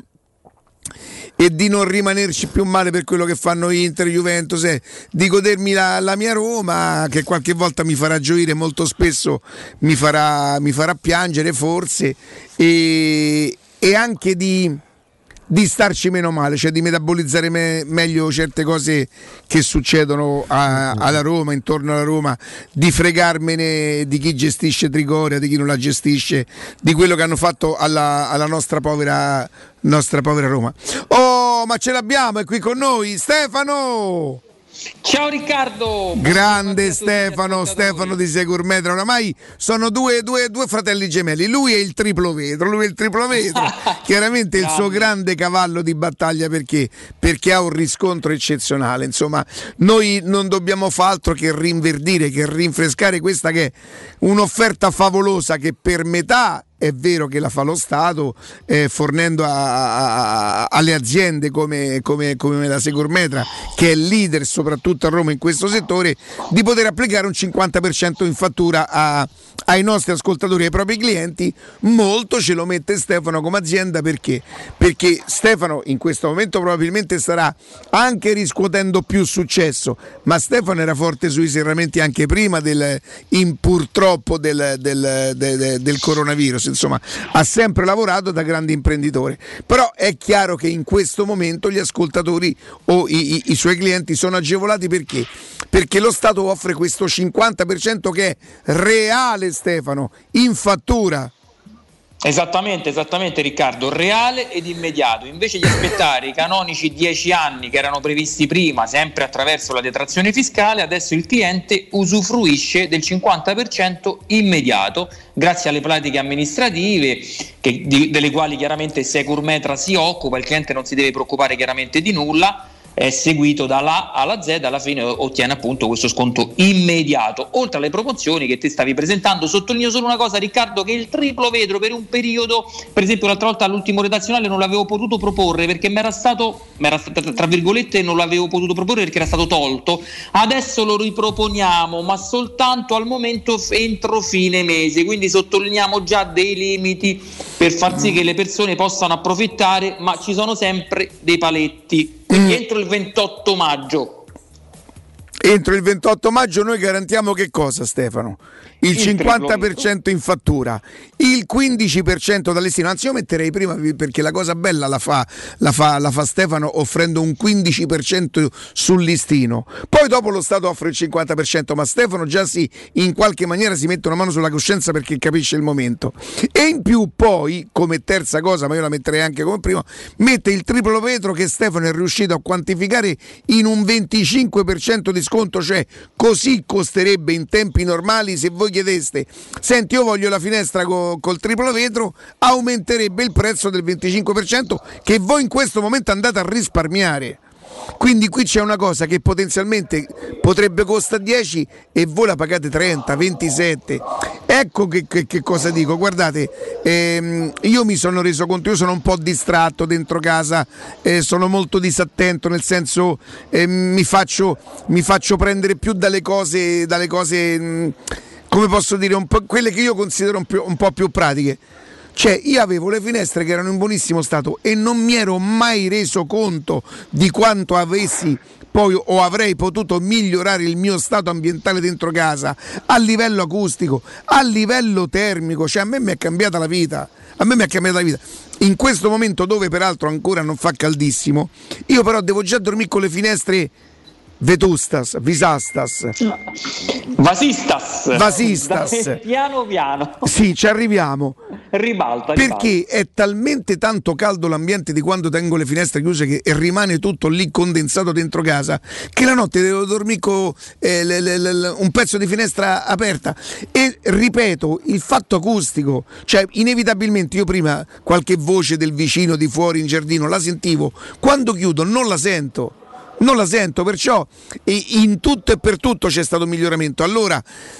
Speaker 28: e di non rimanerci più male per quello che fanno Inter, Juventus, eh, di godermi la, la mia Roma, che qualche volta mi farà gioire, molto spesso mi farà, mi farà piangere forse, e, e anche di di starci meno male, cioè di metabolizzare me- meglio certe cose che succedono a- alla Roma, intorno alla Roma, di fregarmene di chi gestisce Trigoria, di chi non la gestisce, di quello che hanno fatto alla, alla nostra povera nostra povera Roma. Oh, ma ce l'abbiamo, è qui con noi Stefano!
Speaker 8: Ciao Riccardo!
Speaker 28: Grande Stefano, Stefano di Segurmetra. Oramai sono due, due, due fratelli gemelli. Lui è il triplo vetro, lui è il triplo vetro. Chiaramente il suo grande cavallo di battaglia, perché? Perché ha un riscontro eccezionale. Insomma, noi non dobbiamo fare altro che rinverdire, che rinfrescare questa che è un'offerta favolosa, che per metà è vero che la fa lo Stato, eh, fornendo a, a, alle aziende come, come, come la Segurmetra, che è leader soprattutto a Roma in questo settore, di poter applicare un cinquanta per cento in fattura a, ai nostri ascoltatori e ai propri clienti. Molto ce lo mette Stefano come azienda, perché? Perché Stefano in questo momento probabilmente starà anche riscuotendo più successo, ma Stefano era forte sui serramenti anche prima del, in, purtroppo del, del, del, del, del coronavirus. Insomma, ha sempre lavorato da grande imprenditore, però è chiaro che in questo momento gli ascoltatori o i, i, i suoi clienti sono agevolati, perché? Perché lo Stato offre questo cinquanta per cento che è reale, Stefano, in fattura.
Speaker 8: Esattamente, esattamente Riccardo, reale ed immediato. Invece di aspettare i canonici dieci anni che erano previsti prima, sempre attraverso la detrazione fiscale, adesso il cliente usufruisce del cinquanta per cento immediato grazie alle pratiche amministrative che, di, delle quali chiaramente Segurmetra si occupa. Il cliente non si deve preoccupare chiaramente di nulla, è seguito dall'A alla Z, alla fine ottiene appunto questo sconto immediato. Oltre alle promozioni che ti stavi presentando, sottolineo solo una cosa Riccardo, che il triplo vetro per un periodo, per esempio l'altra volta all'ultimo redazionale non l'avevo potuto proporre perché mi era stato, m'era, tra virgolette non l'avevo potuto proporre perché era stato tolto, adesso lo riproponiamo ma soltanto al momento entro fine mese, quindi sottolineiamo già dei limiti per far sì che le persone possano approfittare, ma ci sono sempre dei paletti. quindi mm. entro il ventotto maggio.
Speaker 28: Entro il ventotto maggio noi garantiamo che cosa, Stefano? Il, il cinquanta per cento in fattura, il quindici per cento da listino. Anzi, io metterei prima, perché la cosa bella la fa, la fa, la fa Stefano offrendo un quindici per cento sul listino. Poi dopo lo Stato offre il cinquanta per cento, ma Stefano già si in qualche maniera si mette una mano sulla coscienza perché capisce il momento. E in più poi, come terza cosa, ma io la metterei anche come prima, mette il triplo vetro che Stefano è riuscito a quantificare in un venticinque per cento di sconto, cioè così costerebbe in tempi normali. Se voi chiedeste, senti, io voglio la finestra co- col triplo vetro, aumenterebbe il prezzo del venticinque per cento che voi in questo momento andate a risparmiare. Quindi qui c'è una cosa che potenzialmente potrebbe costare dieci e voi la pagate trenta, ventisette. Ecco che, che, che cosa dico. Guardate, ehm, io mi sono reso conto, io sono un po' distratto dentro casa, eh, sono molto disattento, nel senso eh, mi, faccio, mi faccio prendere più dalle cose, dalle cose mh, come posso dire, un po', quelle che io considero un, più, un po' più pratiche. Cioè, io avevo le finestre che erano in buonissimo stato e non mi ero mai reso conto di quanto avessi poi o avrei potuto migliorare il mio stato ambientale dentro casa, a livello acustico, a livello termico. Cioè, a me mi è cambiata la vita. A me mi è cambiata la vita. In questo momento, dove peraltro ancora non fa caldissimo, io però devo già dormire con le finestre vetustas, visastas,
Speaker 8: vasistas,
Speaker 28: vasistas.
Speaker 8: Piano piano.
Speaker 28: Sì, ci arriviamo.
Speaker 8: Ribalta,
Speaker 28: perché
Speaker 8: ribalta.
Speaker 28: È talmente tanto caldo l'ambiente di quando tengo le finestre chiuse che rimane tutto lì condensato dentro casa, che la notte devo dormire con eh, le, le, le, un pezzo di finestra aperta. E ripeto, il fatto acustico, cioè inevitabilmente io prima qualche voce del vicino di fuori in giardino la sentivo, quando chiudo non la sento. Non la sento, perciò in tutto e per tutto c'è stato un miglioramento. Allora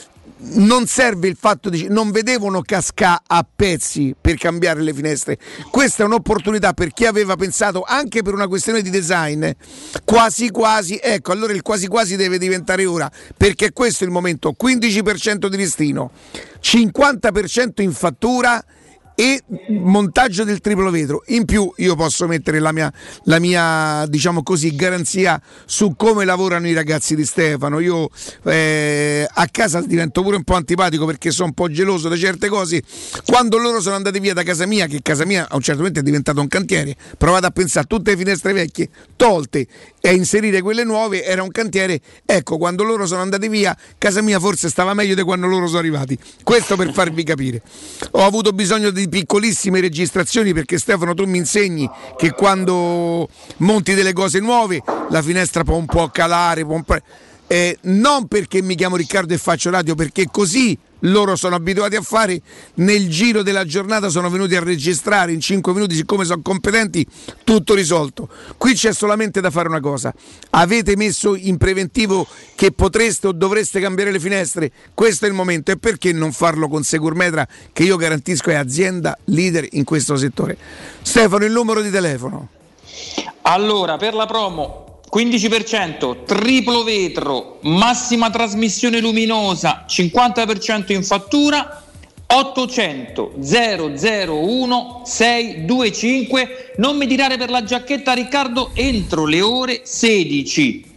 Speaker 28: non serve il fatto di non vedevano cascà a pezzi per cambiare le finestre. Questa è un'opportunità per chi aveva pensato, anche per una questione di design, quasi quasi, ecco, allora il quasi quasi deve diventare ora, perché questo è il momento. Quindici per cento di listino, cinquanta per cento in fattura e montaggio del triplo vetro. In più io posso mettere la mia, la mia diciamo così, garanzia su come lavorano i ragazzi di Stefano. Io eh, a casa divento pure un po' antipatico perché sono un po' geloso di certe cose. Quando loro sono andati via da casa mia, che casa mia a un certo punto è diventato un cantiere, provate a pensare, tutte le finestre vecchie tolte e a inserire quelle nuove, era un cantiere. Ecco, quando loro sono andati via, casa mia forse stava meglio di quando loro sono arrivati. Questo per farvi capire. Ho avuto bisogno di piccolissime registrazioni perché Stefano, tu mi insegni che quando monti delle cose nuove la finestra può un po' calare, può un po'... Eh, non perché mi chiamo Riccardo e faccio radio, perché così loro sono abituati a fare. Nel giro della giornata sono venuti a registrare in cinque minuti, siccome sono competenti, tutto risolto. Qui c'è solamente da fare una cosa: avete messo in preventivo che potreste o dovreste cambiare le finestre, questo è il momento. E perché non farlo con Securmetra, che io garantisco è azienda leader in questo settore. Stefano, il numero di telefono.
Speaker 8: Allora, per la promo quindici per cento, triplo vetro, massima trasmissione luminosa, cinquanta per cento in fattura, ottocento zero zero uno sei due cinque. Non mi tirare per la giacchetta, Riccardo, entro le ore sedici.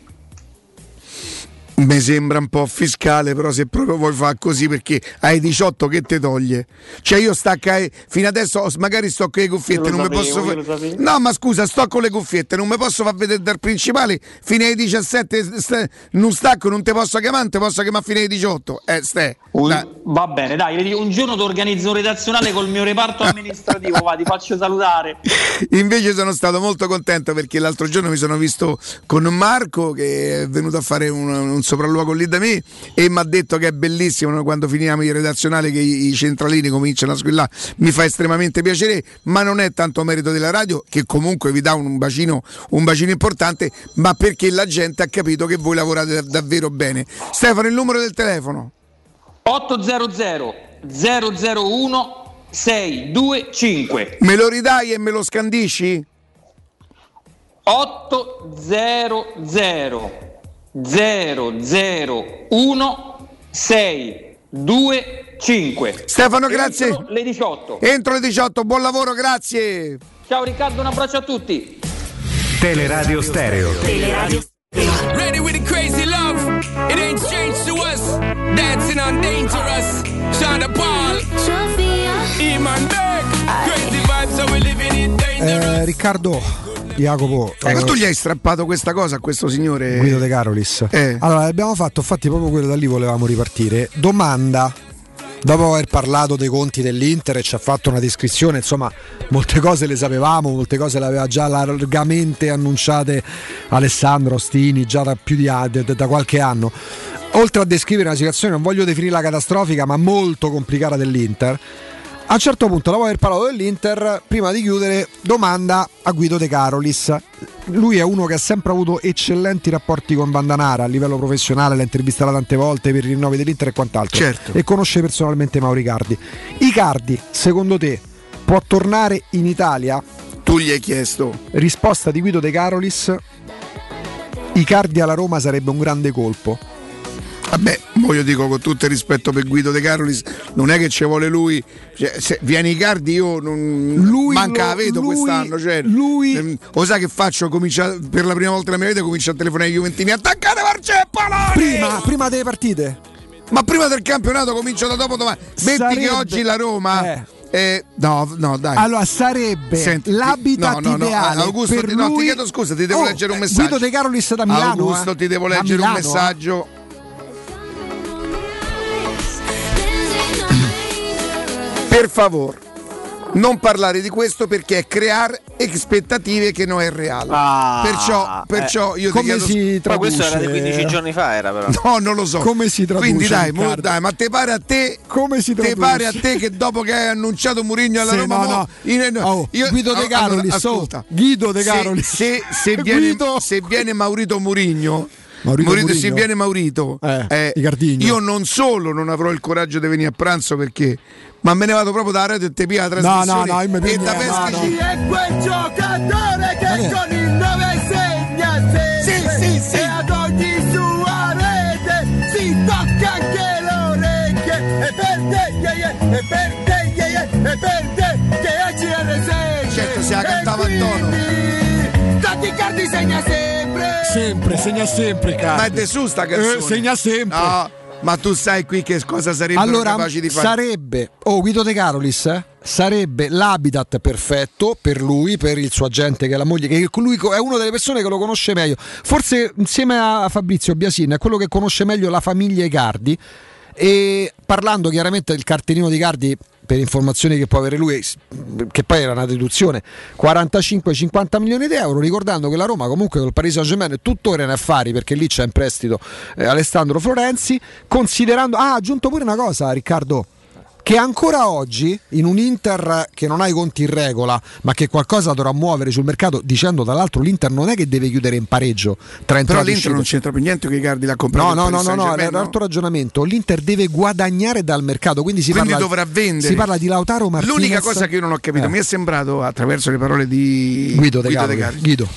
Speaker 28: Mi sembra un po' fiscale, però se proprio vuoi fare così, perché hai diciotto che te toglie. Cioè io staccai fino adesso, magari sto con le cuffiette, non mi posso fa... No, ma scusa, sto con le cuffiette, non mi posso far vedere dal principale fino ai diciassette, st... non stacco, non te posso chiamare, non te posso chiamare fino ai diciotto. Eh, ste.
Speaker 8: Un... Va bene, dai, un giorno ti organizzo un redazionale col mio reparto amministrativo, va, ti faccio salutare.
Speaker 28: Invece sono stato molto contento perché l'altro giorno mi sono visto con Marco, che è venuto a fare un, un sopralluogo lì da me, e mi ha detto che è bellissimo quando finiamo il redazionale che i, i centralini cominciano a squillare. Mi fa estremamente piacere, ma non è tanto merito della radio, che comunque vi dà un bacino, un bacino importante, ma perché la gente ha capito che voi lavorate davvero bene. Stefano, il numero del telefono?
Speaker 8: ottocento zero zero uno sei due cinque.
Speaker 28: Me lo ridai e me lo scandisci?
Speaker 8: ottocento zero zero uno sei due cinque.
Speaker 28: Stefano, grazie.
Speaker 8: Entro le diciotto.
Speaker 28: Entro le diciotto, buon lavoro, grazie.
Speaker 8: Ciao Riccardo, un abbraccio a tutti.
Speaker 23: Teleradio Stereo.
Speaker 4: Teleradio Stereo. Ready with the crazy love. It ain't strange to us. Dancing on dangerous. Shonda Paul. Iman Beck. Crazy vibes, so we living in dangerous.
Speaker 3: Eh, Riccardo, Jacopo,
Speaker 28: ecco, tu gli hai strappato questa cosa a questo signore
Speaker 3: Guido De Carolis.
Speaker 28: Eh.
Speaker 3: Allora, abbiamo fatto, infatti, proprio quello da lì volevamo ripartire. Domanda. Dopo aver parlato dei conti dell'Inter e ci ha fatto una descrizione, insomma, molte cose le sapevamo, molte cose le aveva già largamente annunciate Alessandro Ostini già da più di da, da qualche anno. Oltre a descrivere una situazione, non voglio definirla catastrofica, ma molto complicata dell'Inter, a un certo punto, dopo aver parlato dell'Inter, prima di chiudere, domanda a Guido De Carolis. Lui è uno che ha sempre avuto eccellenti rapporti con Vandanara a livello professionale, l'ha intervistata tante volte per i rinnovi dell'Inter e quant'altro,
Speaker 28: certo.
Speaker 3: E conosce personalmente Mauro Icardi. Icardi, secondo te, può tornare in Italia?
Speaker 28: Tu gli hai chiesto.
Speaker 3: Risposta di Guido De Carolis: Icardi alla Roma sarebbe un grande colpo.
Speaker 28: Vabbè, mo io dico con tutto il rispetto per Guido De Carolis, non è che ci vuole lui, cioè, se viene Icardi io non
Speaker 3: lui
Speaker 28: manca
Speaker 3: lo,
Speaker 28: la vedo
Speaker 3: lui,
Speaker 28: quest'anno, cioè,
Speaker 3: lui
Speaker 28: o sai che faccio? Comincia, per la prima volta nella mia vita comincio a telefonare ai Juventini, attaccate Marceppaloni!
Speaker 3: Prima, prima delle partite?
Speaker 28: Ma prima del campionato comincio da dopo domani. Metti
Speaker 3: sarebbe,
Speaker 28: che oggi la Roma
Speaker 3: eh.
Speaker 28: Eh, no, no, dai.
Speaker 3: Allora sarebbe
Speaker 28: Senti,
Speaker 3: l'habitat
Speaker 28: no, no, no,
Speaker 3: ideale
Speaker 28: Augusto,
Speaker 3: per
Speaker 28: ti,
Speaker 3: lui...
Speaker 28: no, ti chiedo scusa, ti devo
Speaker 3: oh,
Speaker 28: leggere un messaggio.
Speaker 3: Guido De Carolis da Milano.
Speaker 28: Augusto,
Speaker 3: eh?
Speaker 28: ti devo leggere
Speaker 3: Milano,
Speaker 28: un messaggio.
Speaker 3: Eh?
Speaker 28: Per favore, non parlare di questo perché è creare aspettative che non è reale.
Speaker 7: Ah,
Speaker 28: perciò, perciò
Speaker 7: eh,
Speaker 28: io
Speaker 3: come
Speaker 28: ti chiedo
Speaker 3: si
Speaker 7: ma questo era di quindici giorni fa, era però.
Speaker 28: No, non lo so.
Speaker 3: Come si traduce?
Speaker 28: Quindi dai, mo, dai, ma te pare a te?
Speaker 3: Come si traduce?
Speaker 28: Te pare a te che dopo che hai annunciato Mourinho alla
Speaker 3: sì,
Speaker 28: Roma,
Speaker 3: no,
Speaker 28: mo,
Speaker 3: no.
Speaker 28: In,
Speaker 3: Oh,
Speaker 28: io,
Speaker 3: Guido De Carolis,
Speaker 28: allora, ascolta.
Speaker 3: Guido De Carolis.
Speaker 28: Se, se, se viene se viene Maurito Mourinho Maurito, Maurito se viene Maurito
Speaker 3: eh,
Speaker 28: eh, io non solo non avrò il coraggio di venire a pranzo perché ma me ne vado proprio da radio e te pia la trasmissione.
Speaker 3: No, no, no, io mi
Speaker 28: e da
Speaker 3: no, no.
Speaker 28: È quel giocatore che con il nove segna sempre. Sì, sì, sì. E ad ogni sua rete si tocca anche le orecchie. E per te, yeah, yeah, e per te, yeah, yeah, e per te che è G R sei. Certo, se la cantava a tono. Tanti Cardi segna sempre.
Speaker 3: Sempre, segna sempre, Cardi.
Speaker 28: Ma è de su sta canzone.
Speaker 3: Eh, segna sempre.
Speaker 28: No. Ma tu sai qui che cosa sarebbero
Speaker 3: allora,
Speaker 28: capaci di fare?
Speaker 3: Sarebbe, oh Guido De Carolis, eh? Sarebbe l'habitat perfetto per lui, per il suo agente che è la moglie, che lui è una delle persone che lo conosce meglio. Forse insieme a Fabrizio Biasin è quello che conosce meglio la famiglia Icardi. E parlando chiaramente del cartellino di Icardi, per informazioni che può avere lui, che poi era una deduzione, quarantacinque cinquanta milioni di euro, ricordando che la Roma comunque col Paris Saint-Germain è tuttora in affari perché lì c'è in prestito eh, Alessandro Florenzi, considerando, ah, ha aggiunto pure una cosa Riccardo, che ancora oggi in un Inter che non ha i conti in regola ma che qualcosa dovrà muovere sul mercato, dicendo tra l'altro l'Inter non è che deve chiudere in pareggio tra
Speaker 28: però l'Inter
Speaker 3: uscite.
Speaker 28: Non c'entra più niente che Icardi l'ha comprato.
Speaker 3: No, no, no, no, no, è un altro ragionamento. L'Inter deve guadagnare dal mercato, quindi si
Speaker 28: quindi
Speaker 3: parla
Speaker 28: dovrà vendere.
Speaker 3: Si parla di Lautaro Martinez.
Speaker 28: L'unica cosa che io non ho capito, eh. mi è sembrato attraverso le parole di
Speaker 3: Guido De
Speaker 28: Guido,
Speaker 3: Carolis, Guido.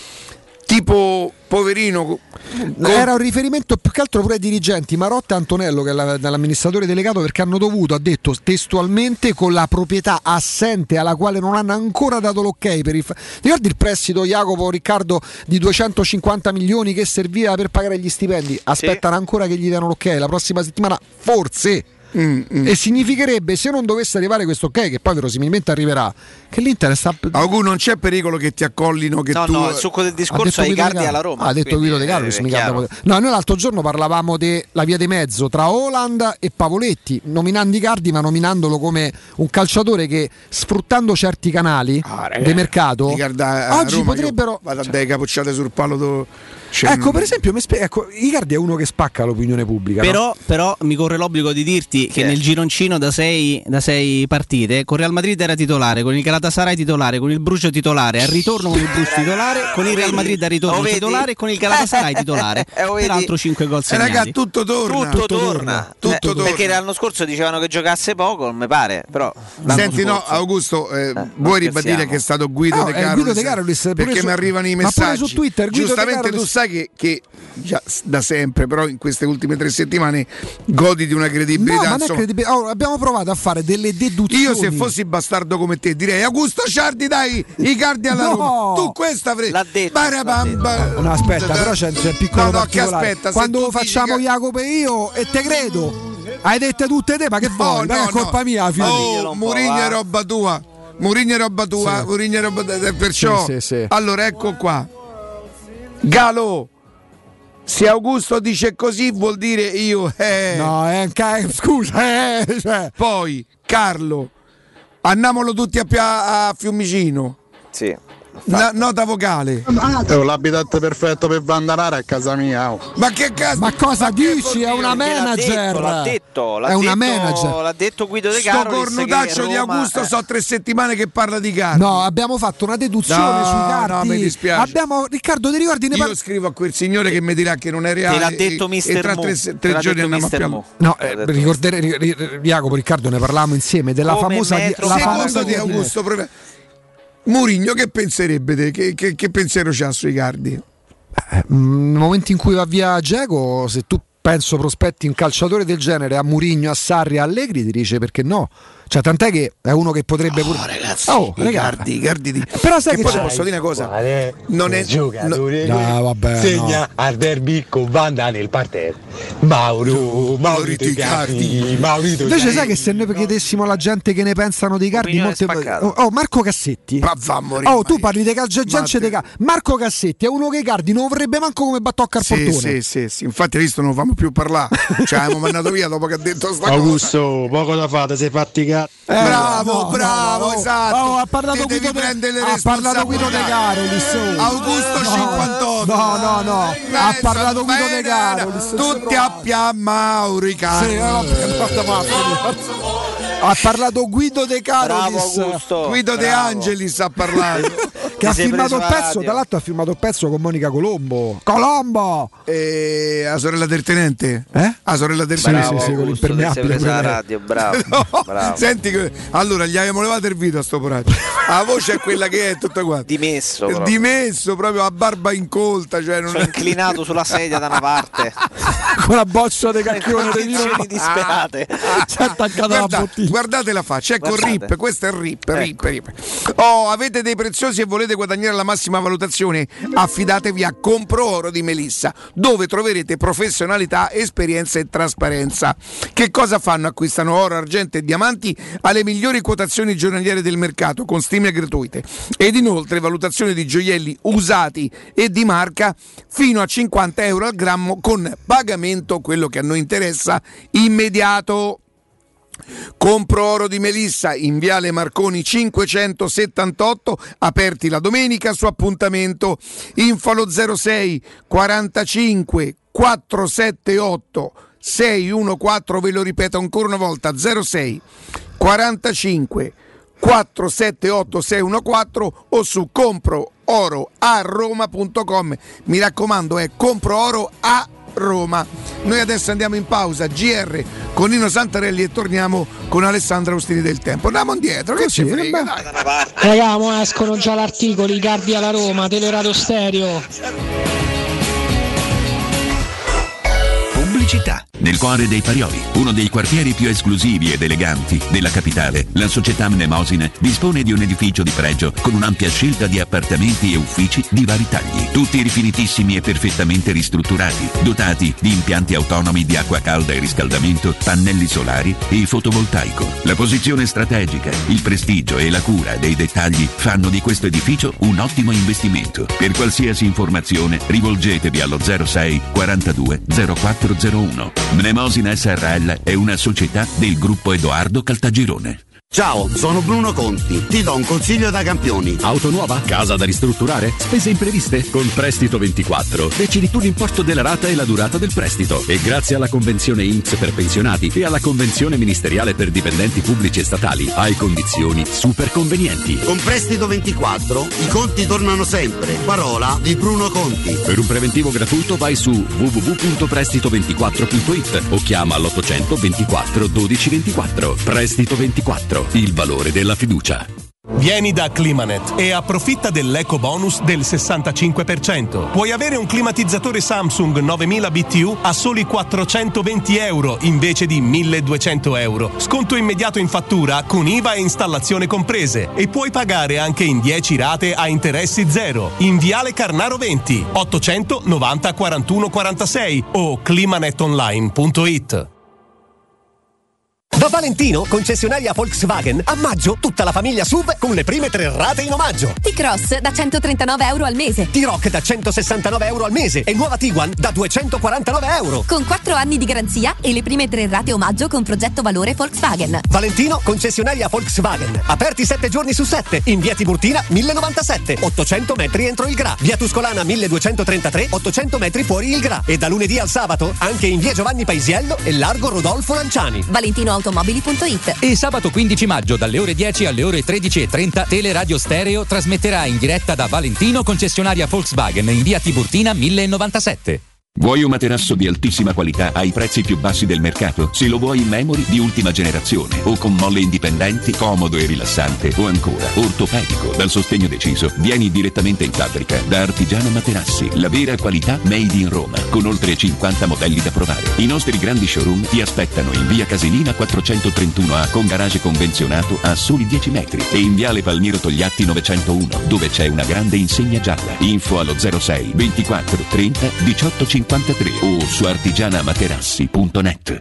Speaker 28: Tipo poverino
Speaker 3: con... era un riferimento più che altro pure ai dirigenti Marotta e Antonello, che è la, l'amministratore delegato, perché hanno dovuto, ha detto testualmente, con la proprietà assente alla quale non hanno ancora dato l'ok per il fa... ricordi il prestito, Jacopo, Riccardo, di duecentocinquanta milioni che serviva per pagare gli stipendi, aspettano sì. ancora che gli diano l'ok la prossima settimana forse. Mm, mm. E significherebbe, se non dovesse arrivare questo ok, che poi verosimilmente arriverà, che l'Inter sta.
Speaker 28: Augu, non c'è pericolo che ti accollino che
Speaker 7: no,
Speaker 28: tu.
Speaker 7: No, il succo del discorso è Icardi alla Roma.
Speaker 3: Ha detto Guido De Carolis, mica. No, noi l'altro giorno parlavamo della via di mezzo tra Haaland e Pavoletti, nominando Icardi, ma nominandolo come un calciatore che, sfruttando certi canali ah, del mercato,
Speaker 28: Ricarda,
Speaker 3: oggi
Speaker 28: Roma,
Speaker 3: potrebbero.
Speaker 28: Vado a dare capocciate sul palo. Do...
Speaker 3: Cioè, ecco, per esempio, mi spe- ecco, Icardi è uno che spacca l'opinione pubblica.
Speaker 7: Però,
Speaker 3: no?
Speaker 7: però mi corre l'obbligo di dirti che, che nel gironcino da sei, da sei partite con Real Madrid era titolare, con il Galatasaray titolare, con il Bruges titolare, al ritorno con il Bruges titolare, con il Real Madrid al ritorno titolare e con il Galatasaray titolare. Peraltro cinque gol segnati.
Speaker 28: Eh, raga, tutto torna.
Speaker 7: Tutto, tutto torna. Tutto eh, torna. Perché l'anno scorso dicevano che giocasse poco, non mi pare. Però
Speaker 28: senti, no, Augusto, eh, eh, vuoi ribadire che è stato Guido
Speaker 3: no,
Speaker 28: De Carolis?
Speaker 3: Guido De Carolis
Speaker 28: perché
Speaker 3: su,
Speaker 28: mi arrivano i messaggi.
Speaker 3: Ma pure su Twitter, Guido
Speaker 28: giustamente
Speaker 3: De Carolis.
Speaker 28: tu sai sai che, che già da sempre, però in queste ultime tre settimane godi di una credibilità.
Speaker 3: No, ma non è
Speaker 28: insomma.
Speaker 3: credibile. Oh, abbiamo provato a fare delle deduzioni.
Speaker 28: Io se fossi bastardo come te direi Augusto Ciardi dai i cardi alla
Speaker 3: No.
Speaker 28: Roma. Tu questa avrei.
Speaker 10: L'ha detto,
Speaker 28: Barabamba.
Speaker 3: No, aspetta, però c'è, c'è un piccolo
Speaker 28: No, no, che
Speaker 3: particolare.
Speaker 28: aspetta, se
Speaker 3: Quando
Speaker 28: tu
Speaker 3: facciamo
Speaker 28: dici che-
Speaker 3: Jacopo e io e te credo. Hai dette tutte te, ma che vuoi?
Speaker 28: no,
Speaker 3: Raga, è
Speaker 28: no.
Speaker 3: colpa mia, figli.
Speaker 28: Oh, Mourinho è roba tua. Mourinho è roba tua,
Speaker 3: Sì.
Speaker 28: Mourinho è roba tua. Perciò
Speaker 3: Sì, sì, sì.
Speaker 28: allora ecco qua. Galo. Se Augusto dice così vuol dire io eh.
Speaker 3: No, è un ca- scusa, eh, cioè.
Speaker 28: Poi Carlo, andiamolo tutti a, Pia- a Fiumicino.
Speaker 10: Sì.
Speaker 28: Na- nota vocale.
Speaker 12: È l'habitat perfetto per Vandanara a casa mia. Oh.
Speaker 28: Ma che cazzo?
Speaker 3: Ma cosa dici? È una
Speaker 10: L'ha
Speaker 3: manager.
Speaker 10: detto, l'ha detto, l'ha
Speaker 3: È una
Speaker 10: detto-
Speaker 3: manager.
Speaker 10: L'ha detto Guido De
Speaker 28: Sto
Speaker 10: Carolis
Speaker 28: cornutaccio
Speaker 10: che
Speaker 28: di
Speaker 10: Roma-
Speaker 28: Augusto
Speaker 10: eh.
Speaker 28: so tre settimane che parla di cardi.
Speaker 3: No, abbiamo fatto una deduzione
Speaker 28: No,
Speaker 3: sui
Speaker 28: no,
Speaker 3: cardi.
Speaker 28: mi dispiace.
Speaker 3: Abbiamo Riccardo, ti ricordi? Ne
Speaker 28: Io
Speaker 3: par-
Speaker 28: scrivo a quel signore che mi dirà che non è reale.
Speaker 10: Te l'ha detto
Speaker 28: e-
Speaker 10: mister
Speaker 28: E tra
Speaker 10: Mo.
Speaker 28: tre,
Speaker 10: Te
Speaker 28: tre
Speaker 10: l'ha
Speaker 28: giorni
Speaker 10: detto
Speaker 28: andiamo a
Speaker 10: mister
Speaker 28: piano.
Speaker 10: Mo.
Speaker 3: No, eh, ricordere, ri- ri- Jacopo, Riccardo, ne parlavamo insieme della
Speaker 10: Come
Speaker 3: famosa di-
Speaker 10: metro
Speaker 3: la
Speaker 10: quadrato.
Speaker 3: famosa
Speaker 28: Secondo te
Speaker 3: di-
Speaker 28: Augusto Preve- Mourinho che penserebbe te? Che, che, che pensiero c'ha sui cardi?
Speaker 3: Eh, mm, nel momento in cui va via Dzeko, se tu penso prospetti un calciatore del genere a Mourinho, a Sarri, a Allegri, ti dice perché no? Cioè, tant'è che è uno che potrebbe pure.
Speaker 28: Ragazzi,
Speaker 3: Oh,
Speaker 28: i
Speaker 3: raga.
Speaker 28: cardi, i cardi di...
Speaker 3: Però sai
Speaker 28: e
Speaker 3: che
Speaker 28: poi
Speaker 3: c'è?
Speaker 28: ti posso dire una cosa. Non è
Speaker 13: giocatore
Speaker 3: no, no, vabbè,
Speaker 13: segna
Speaker 3: no.
Speaker 13: al derby con Vanda nel parterre. Mauro, Maurito Icardi, Maurito
Speaker 3: Invece
Speaker 13: Icardi.
Speaker 3: sai che se noi chiedessimo alla gente che ne pensano dei cardi,
Speaker 10: Opinione
Speaker 3: molte...
Speaker 10: spaccata.
Speaker 3: oh, oh, Marco Cassetti.
Speaker 28: Ma va a morire,
Speaker 3: Oh, tu
Speaker 28: ma-
Speaker 3: parli dei calci gente dei cardi. Marco Cassetti è uno che i cardi non vorrebbe manco come battocca al
Speaker 28: Sì,
Speaker 3: portone.
Speaker 28: sì, sì, sì, infatti hai visto non fammo più parlare. Cioè, abbiamo mandato via dopo che ha detto sta
Speaker 13: Augusto, poco da fare, sei fatti cazzo.
Speaker 3: Eh,
Speaker 28: bravo,
Speaker 3: no,
Speaker 28: bravo,
Speaker 3: no, no.
Speaker 28: esatto.
Speaker 3: Oh, ha parlato
Speaker 28: Te devi
Speaker 3: Guido De-
Speaker 28: prendere le
Speaker 3: ha parlato Guido De Carolis. oh.
Speaker 28: Augusto
Speaker 3: No,
Speaker 28: cinquantotto.
Speaker 3: No, no, no. Ha
Speaker 28: Pensa
Speaker 3: parlato Guido
Speaker 28: bene,
Speaker 3: De Carolis.
Speaker 28: tutti a Pia Mauro i cardi.
Speaker 3: Sì, no, guarda, ma- ha parlato Guido De Carolis.
Speaker 10: Bravo Augusto.
Speaker 28: Guido De
Speaker 10: bravo.
Speaker 28: Angelis ha parlato.
Speaker 3: Che ha
Speaker 10: sei
Speaker 3: firmato il
Speaker 10: preso la
Speaker 3: pezzo,
Speaker 10: radio.
Speaker 3: tra l'altro ha firmato il pezzo con Monica Colombo. Colombo!
Speaker 28: E la sorella del tenente?
Speaker 3: Eh?
Speaker 28: La sorella del
Speaker 3: Sì,
Speaker 28: tenente.
Speaker 3: sì, sì, con
Speaker 10: Augusto, ti sei
Speaker 3: l'impermeabile
Speaker 10: presa la
Speaker 3: pure lei.
Speaker 10: radio, bravo.
Speaker 28: No,
Speaker 10: bravo.
Speaker 28: senti, che- allora gli abbiamo levato il video a sto poraggio. La voce è quella che è, tutta quanta.
Speaker 10: Dimesso proprio.
Speaker 28: Dimesso proprio a barba incolta. Cioè non
Speaker 10: Sono inclinato sulla sedia da una parte.
Speaker 3: Con la boccia di cacchione di vino.
Speaker 10: Condizioni disperate.
Speaker 3: C'è attaccata la
Speaker 28: Guarda,
Speaker 3: bottiglia.
Speaker 28: guardate la faccia, ecco
Speaker 10: Guardate.
Speaker 28: Rip, questo è il Rip, Rip,
Speaker 10: Ecco.
Speaker 28: Rip. Oh, avete dei preziosi e volete guadagnare la massima valutazione? Affidatevi a Compro Oro di Melissa, dove troverete professionalità, esperienza e trasparenza. Che cosa fanno? Acquistano oro, argento e diamanti alle migliori quotazioni giornaliere del mercato con stime gratuite ed inoltre valutazione di gioielli usati e di marca fino a cinquanta euro al grammo con pagamento, quello che a noi interessa, immediato. Compro Oro di Melissa in Viale Marconi cinquecentosettantotto, aperti la domenica su appuntamento. Info allo zero sei quarantacinque quattrocentosettantotto seicentoquarantadue, ve lo ripeto ancora una volta, zero sei quarantacinque quattrocentosettantotto seicentoquarantaquattro o su compro oro a roma punto com. Mi raccomando, è Compro Oro a Roma. Noi adesso andiamo in pausa G R con Nino Santarelli e torniamo con Alessandra Austini del Tempo. Andiamo indietro, che ci frega, dai.
Speaker 17: Raga, mo escono già l'articolo, i cardi alla Roma, Teleradio Stereo.
Speaker 23: Pubblicità. Nel cuore dei Parioli, uno dei quartieri più esclusivi ed eleganti della capitale, la società Mnemosine dispone di un edificio di pregio con un'ampia scelta di appartamenti e uffici di vari tagli, tutti rifinitissimi e perfettamente ristrutturati, dotati di impianti autonomi di acqua calda e riscaldamento, pannelli solari e fotovoltaico. La posizione strategica, il prestigio e la cura dei dettagli fanno di questo edificio un ottimo investimento. Per qualsiasi informazione rivolgetevi allo zero sei quarantadue zero quattro zero uno. Mnemosina S R L è una società del gruppo Edoardo Caltagirone.
Speaker 18: Ciao, sono Bruno Conti, ti do un consiglio da campioni.
Speaker 20: Auto nuova? Casa da ristrutturare? Spese impreviste? Con Prestito ventiquattro decidi tu l'importo della rata e la durata del prestito e grazie alla convenzione I N P S per pensionati e alla convenzione ministeriale per dipendenti pubblici e statali hai condizioni super convenienti.
Speaker 18: Con Prestito ventiquattro i conti tornano sempre. Parola di Bruno Conti.
Speaker 20: Per un preventivo gratuito vai su w w w punto prestito ventiquattro punto i t o chiama all'ottocento ventiquattro dodici ventiquattro. Prestito ventiquattro, il valore della fiducia.
Speaker 1: Vieni da Climanet e approfitta dell'eco bonus del sessantacinque per cento. Puoi avere un climatizzatore Samsung novemila B T U a soli quattrocentoventi euro invece di milleduecento euro. Sconto immediato in fattura con I V A e installazione comprese. E puoi pagare anche in dieci rate a interessi zero. In Viale Carnaro venti, ottocento novanta quarantuno quarantasei o climanetonline punto it.
Speaker 2: Da Valentino, concessionaria Volkswagen, a maggio tutta la famiglia S U V con le prime tre rate in omaggio.
Speaker 27: T-Cross da centotrentanove euro al mese.
Speaker 2: T-Rock da centosessantanove euro al mese e nuova Tiguan da duecentoquarantanove euro.
Speaker 27: Con quattro anni di garanzia e le prime tre rate omaggio con progetto valore Volkswagen.
Speaker 2: Valentino, concessionaria Volkswagen. Aperti sette giorni su sette. In via Tiburtina mille novantasette, ottocento metri entro il Gra. Via Tuscolana milleduecentotrentatré, ottocento metri fuori il Gra. E da lunedì al sabato anche in via Giovanni Paisiello e largo Rodolfo Lanciani.
Speaker 27: Valentino automobili punto it.
Speaker 6: E sabato quindici maggio dalle ore dieci alle ore tredici e trenta Teleradio Stereo trasmetterà in diretta da Valentino, concessionaria Volkswagen in via Tiburtina mille novantasette.
Speaker 23: Vuoi un materasso di altissima qualità ai prezzi più bassi del mercato? Se lo vuoi in memory di ultima generazione o con molle indipendenti, comodo e rilassante, o ancora ortopedico dal sostegno deciso, vieni direttamente in fabbrica da Artigiano Materassi, la vera qualità made in Roma, con oltre cinquanta modelli da provare. I nostri grandi showroom ti aspettano in via Casilina quattrocentotrentuno A con garage convenzionato a soli dieci metri e in viale Palmiro Togliatti novecentouno dove c'è una grande insegna gialla. Info allo zero sei ventiquattro trenta diciotto cinquantatré o su artigianamaterassi punto net.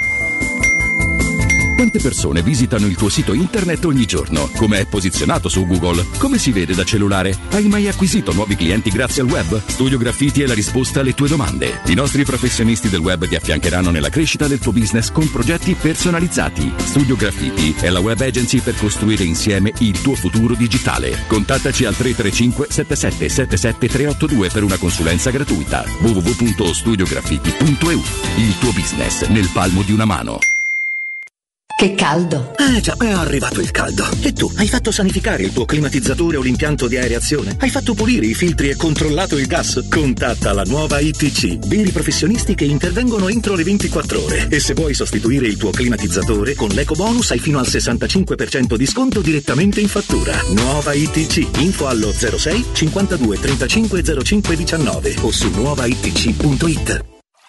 Speaker 20: Quante persone visitano il tuo sito internet ogni giorno? Come è posizionato su Google? Come si vede da cellulare? Hai mai acquisito nuovi clienti grazie al web? Studio Graffiti è la risposta alle tue domande. I nostri professionisti del web ti affiancheranno nella crescita del tuo business con progetti personalizzati. Studio Graffiti è la web agency per costruire insieme il tuo futuro digitale. Contattaci al tre tre cinque sette sette sette sette tre otto due per una consulenza gratuita. w w w punto studio graffiti punto e u. Il tuo business nel palmo di una mano.
Speaker 11: Che caldo!
Speaker 14: Eh già, è arrivato il caldo. E tu, hai fatto sanificare il tuo climatizzatore o l'impianto di areazione? Hai fatto pulire i filtri e controllato il gas? Contatta la nuova I T C, veri professionisti che intervengono entro le ventiquattro ore. E se vuoi sostituire il tuo climatizzatore, con l'eco bonus hai fino al sessantacinque per cento di sconto direttamente in fattura. Nuova I T C, info allo zero sei cinquantadue trentacinque zero cinque diciannove o su nuova i t c punto it.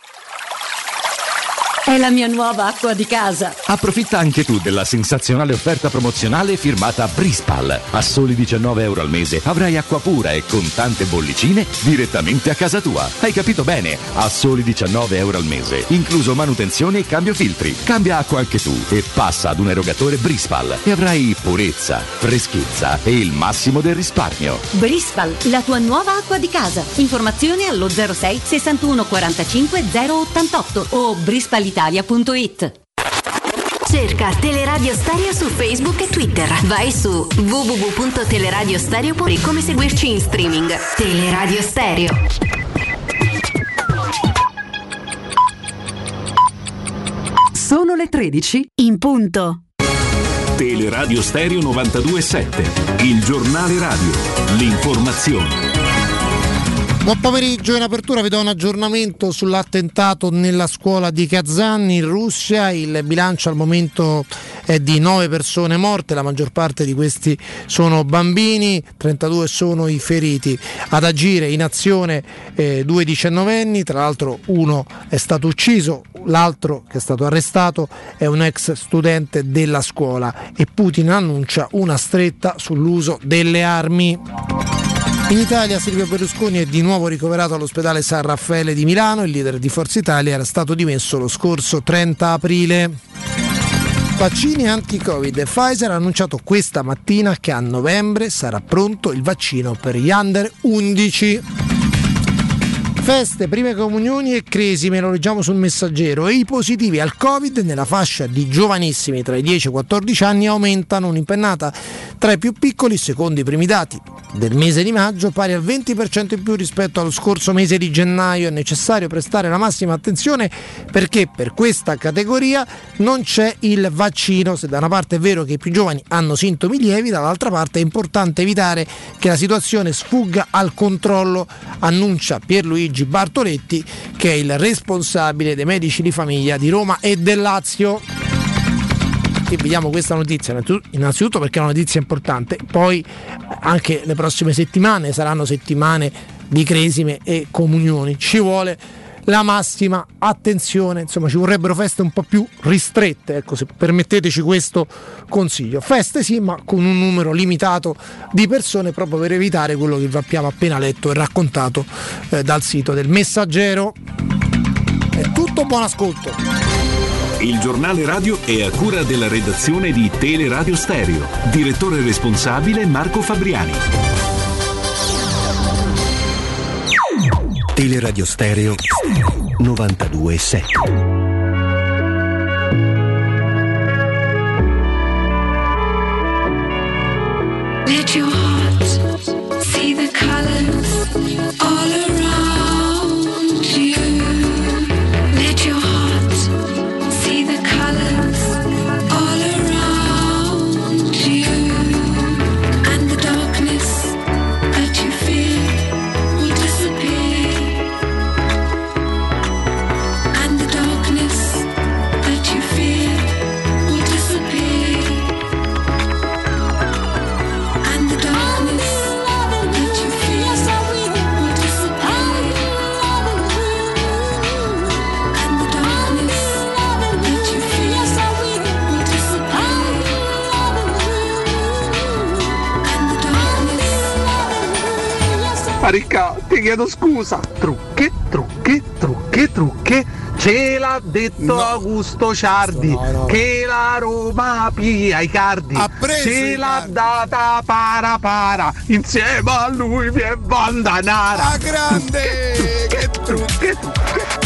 Speaker 11: È la mia nuova acqua di casa.
Speaker 6: Approfitta anche tu della sensazionale offerta promozionale firmata Brispal. A soli diciannove euro al mese avrai acqua pura e con tante bollicine direttamente a casa tua. Hai capito bene? A soli diciannove euro al mese, incluso manutenzione e cambio filtri. Cambia acqua anche tu e passa ad un erogatore Brispal e avrai purezza, freschezza e il massimo del risparmio.
Speaker 11: Brispal, la tua nuova acqua di casa. Informazioni allo zero sei sessantuno quarantacinque zero ottantotto o brispal italia punto it.
Speaker 9: Cerca Teleradio Stereo su Facebook e Twitter. Vai su w w w punto teleradiostereo punto it come seguirci in streaming. Teleradio Stereo.
Speaker 16: Sono le tredici in punto.
Speaker 24: Teleradio Stereo novantadue virgola sette, il giornale radio, l'informazione.
Speaker 25: Buon pomeriggio, in apertura vi do un aggiornamento sull'attentato nella scuola di Kazan in Russia. Il bilancio al momento è di nove persone morte, la maggior parte di questi sono bambini, trentadue sono i feriti. Ad agire in azione eh, due diciannovenni, tra l'altro uno è stato ucciso, l'altro che è stato arrestato è un ex studente della scuola e Putin annuncia una stretta sull'uso delle armi. In Italia Silvio Berlusconi è di nuovo ricoverato all'ospedale San Raffaele di Milano. Il leader di Forza Italia era stato dimesso lo scorso trenta aprile. Vaccini anti-Covid. Pfizer ha annunciato questa mattina che a novembre sarà pronto il vaccino per gli under undici. Feste, prime comunioni e cresime, lo leggiamo sul Messaggero. E i positivi al Covid nella fascia di giovanissimi tra i dieci e i quattordici anni aumentano, un'impennata tra i più piccoli, secondo i primi dati del mese di maggio, pari al venti per cento in più rispetto allo scorso mese di gennaio. È necessario prestare la massima attenzione perché per questa categoria non c'è il vaccino. Se da una parte è vero che i più giovani hanno sintomi lievi, dall'altra parte è importante evitare che la situazione sfugga al controllo, annuncia Pierluigi Bartoletti, che è il responsabile dei medici di famiglia di Roma e del Lazio. e vediamo questa notizia innanzitutto perché è una notizia importante, poi anche le prossime settimane saranno settimane di cresime e comunioni, ci vuole la massima attenzione, insomma ci vorrebbero feste un po' più ristrette, ecco, se permetteteci questo consiglio, feste sì ma con un numero limitato di persone proprio per evitare quello che vi abbiamo appena letto e raccontato eh, dal sito del Messaggero. È tutto, buon ascolto.
Speaker 24: Il giornale radio è a cura della redazione di Teleradio Stereo, direttore responsabile Marco Fabriani.
Speaker 4: Teleradio Stereo novantadue sette.
Speaker 5: Let your heart see the colors all around you. Let your heart see the colors all around you. And the darkness that you feel will disappear. And the darkness that you feel will disappear. And the darkness that you feel will disappear. And the darkness that you feel will disappear. And the darkness.
Speaker 8: Ricca, ti chiedo scusa. Trucche, trucche, trucche, trucche. Ce l'ha detto
Speaker 28: No.
Speaker 8: Augusto Ciardi
Speaker 28: No, no.
Speaker 8: che la Roma pia i cardi.
Speaker 28: Ha preso
Speaker 8: Ce
Speaker 28: i
Speaker 8: l'ha
Speaker 28: cardi.
Speaker 8: data para para. Insieme a lui vi è Bandanara.
Speaker 28: Ah, grande!
Speaker 8: Che trucche, trucche.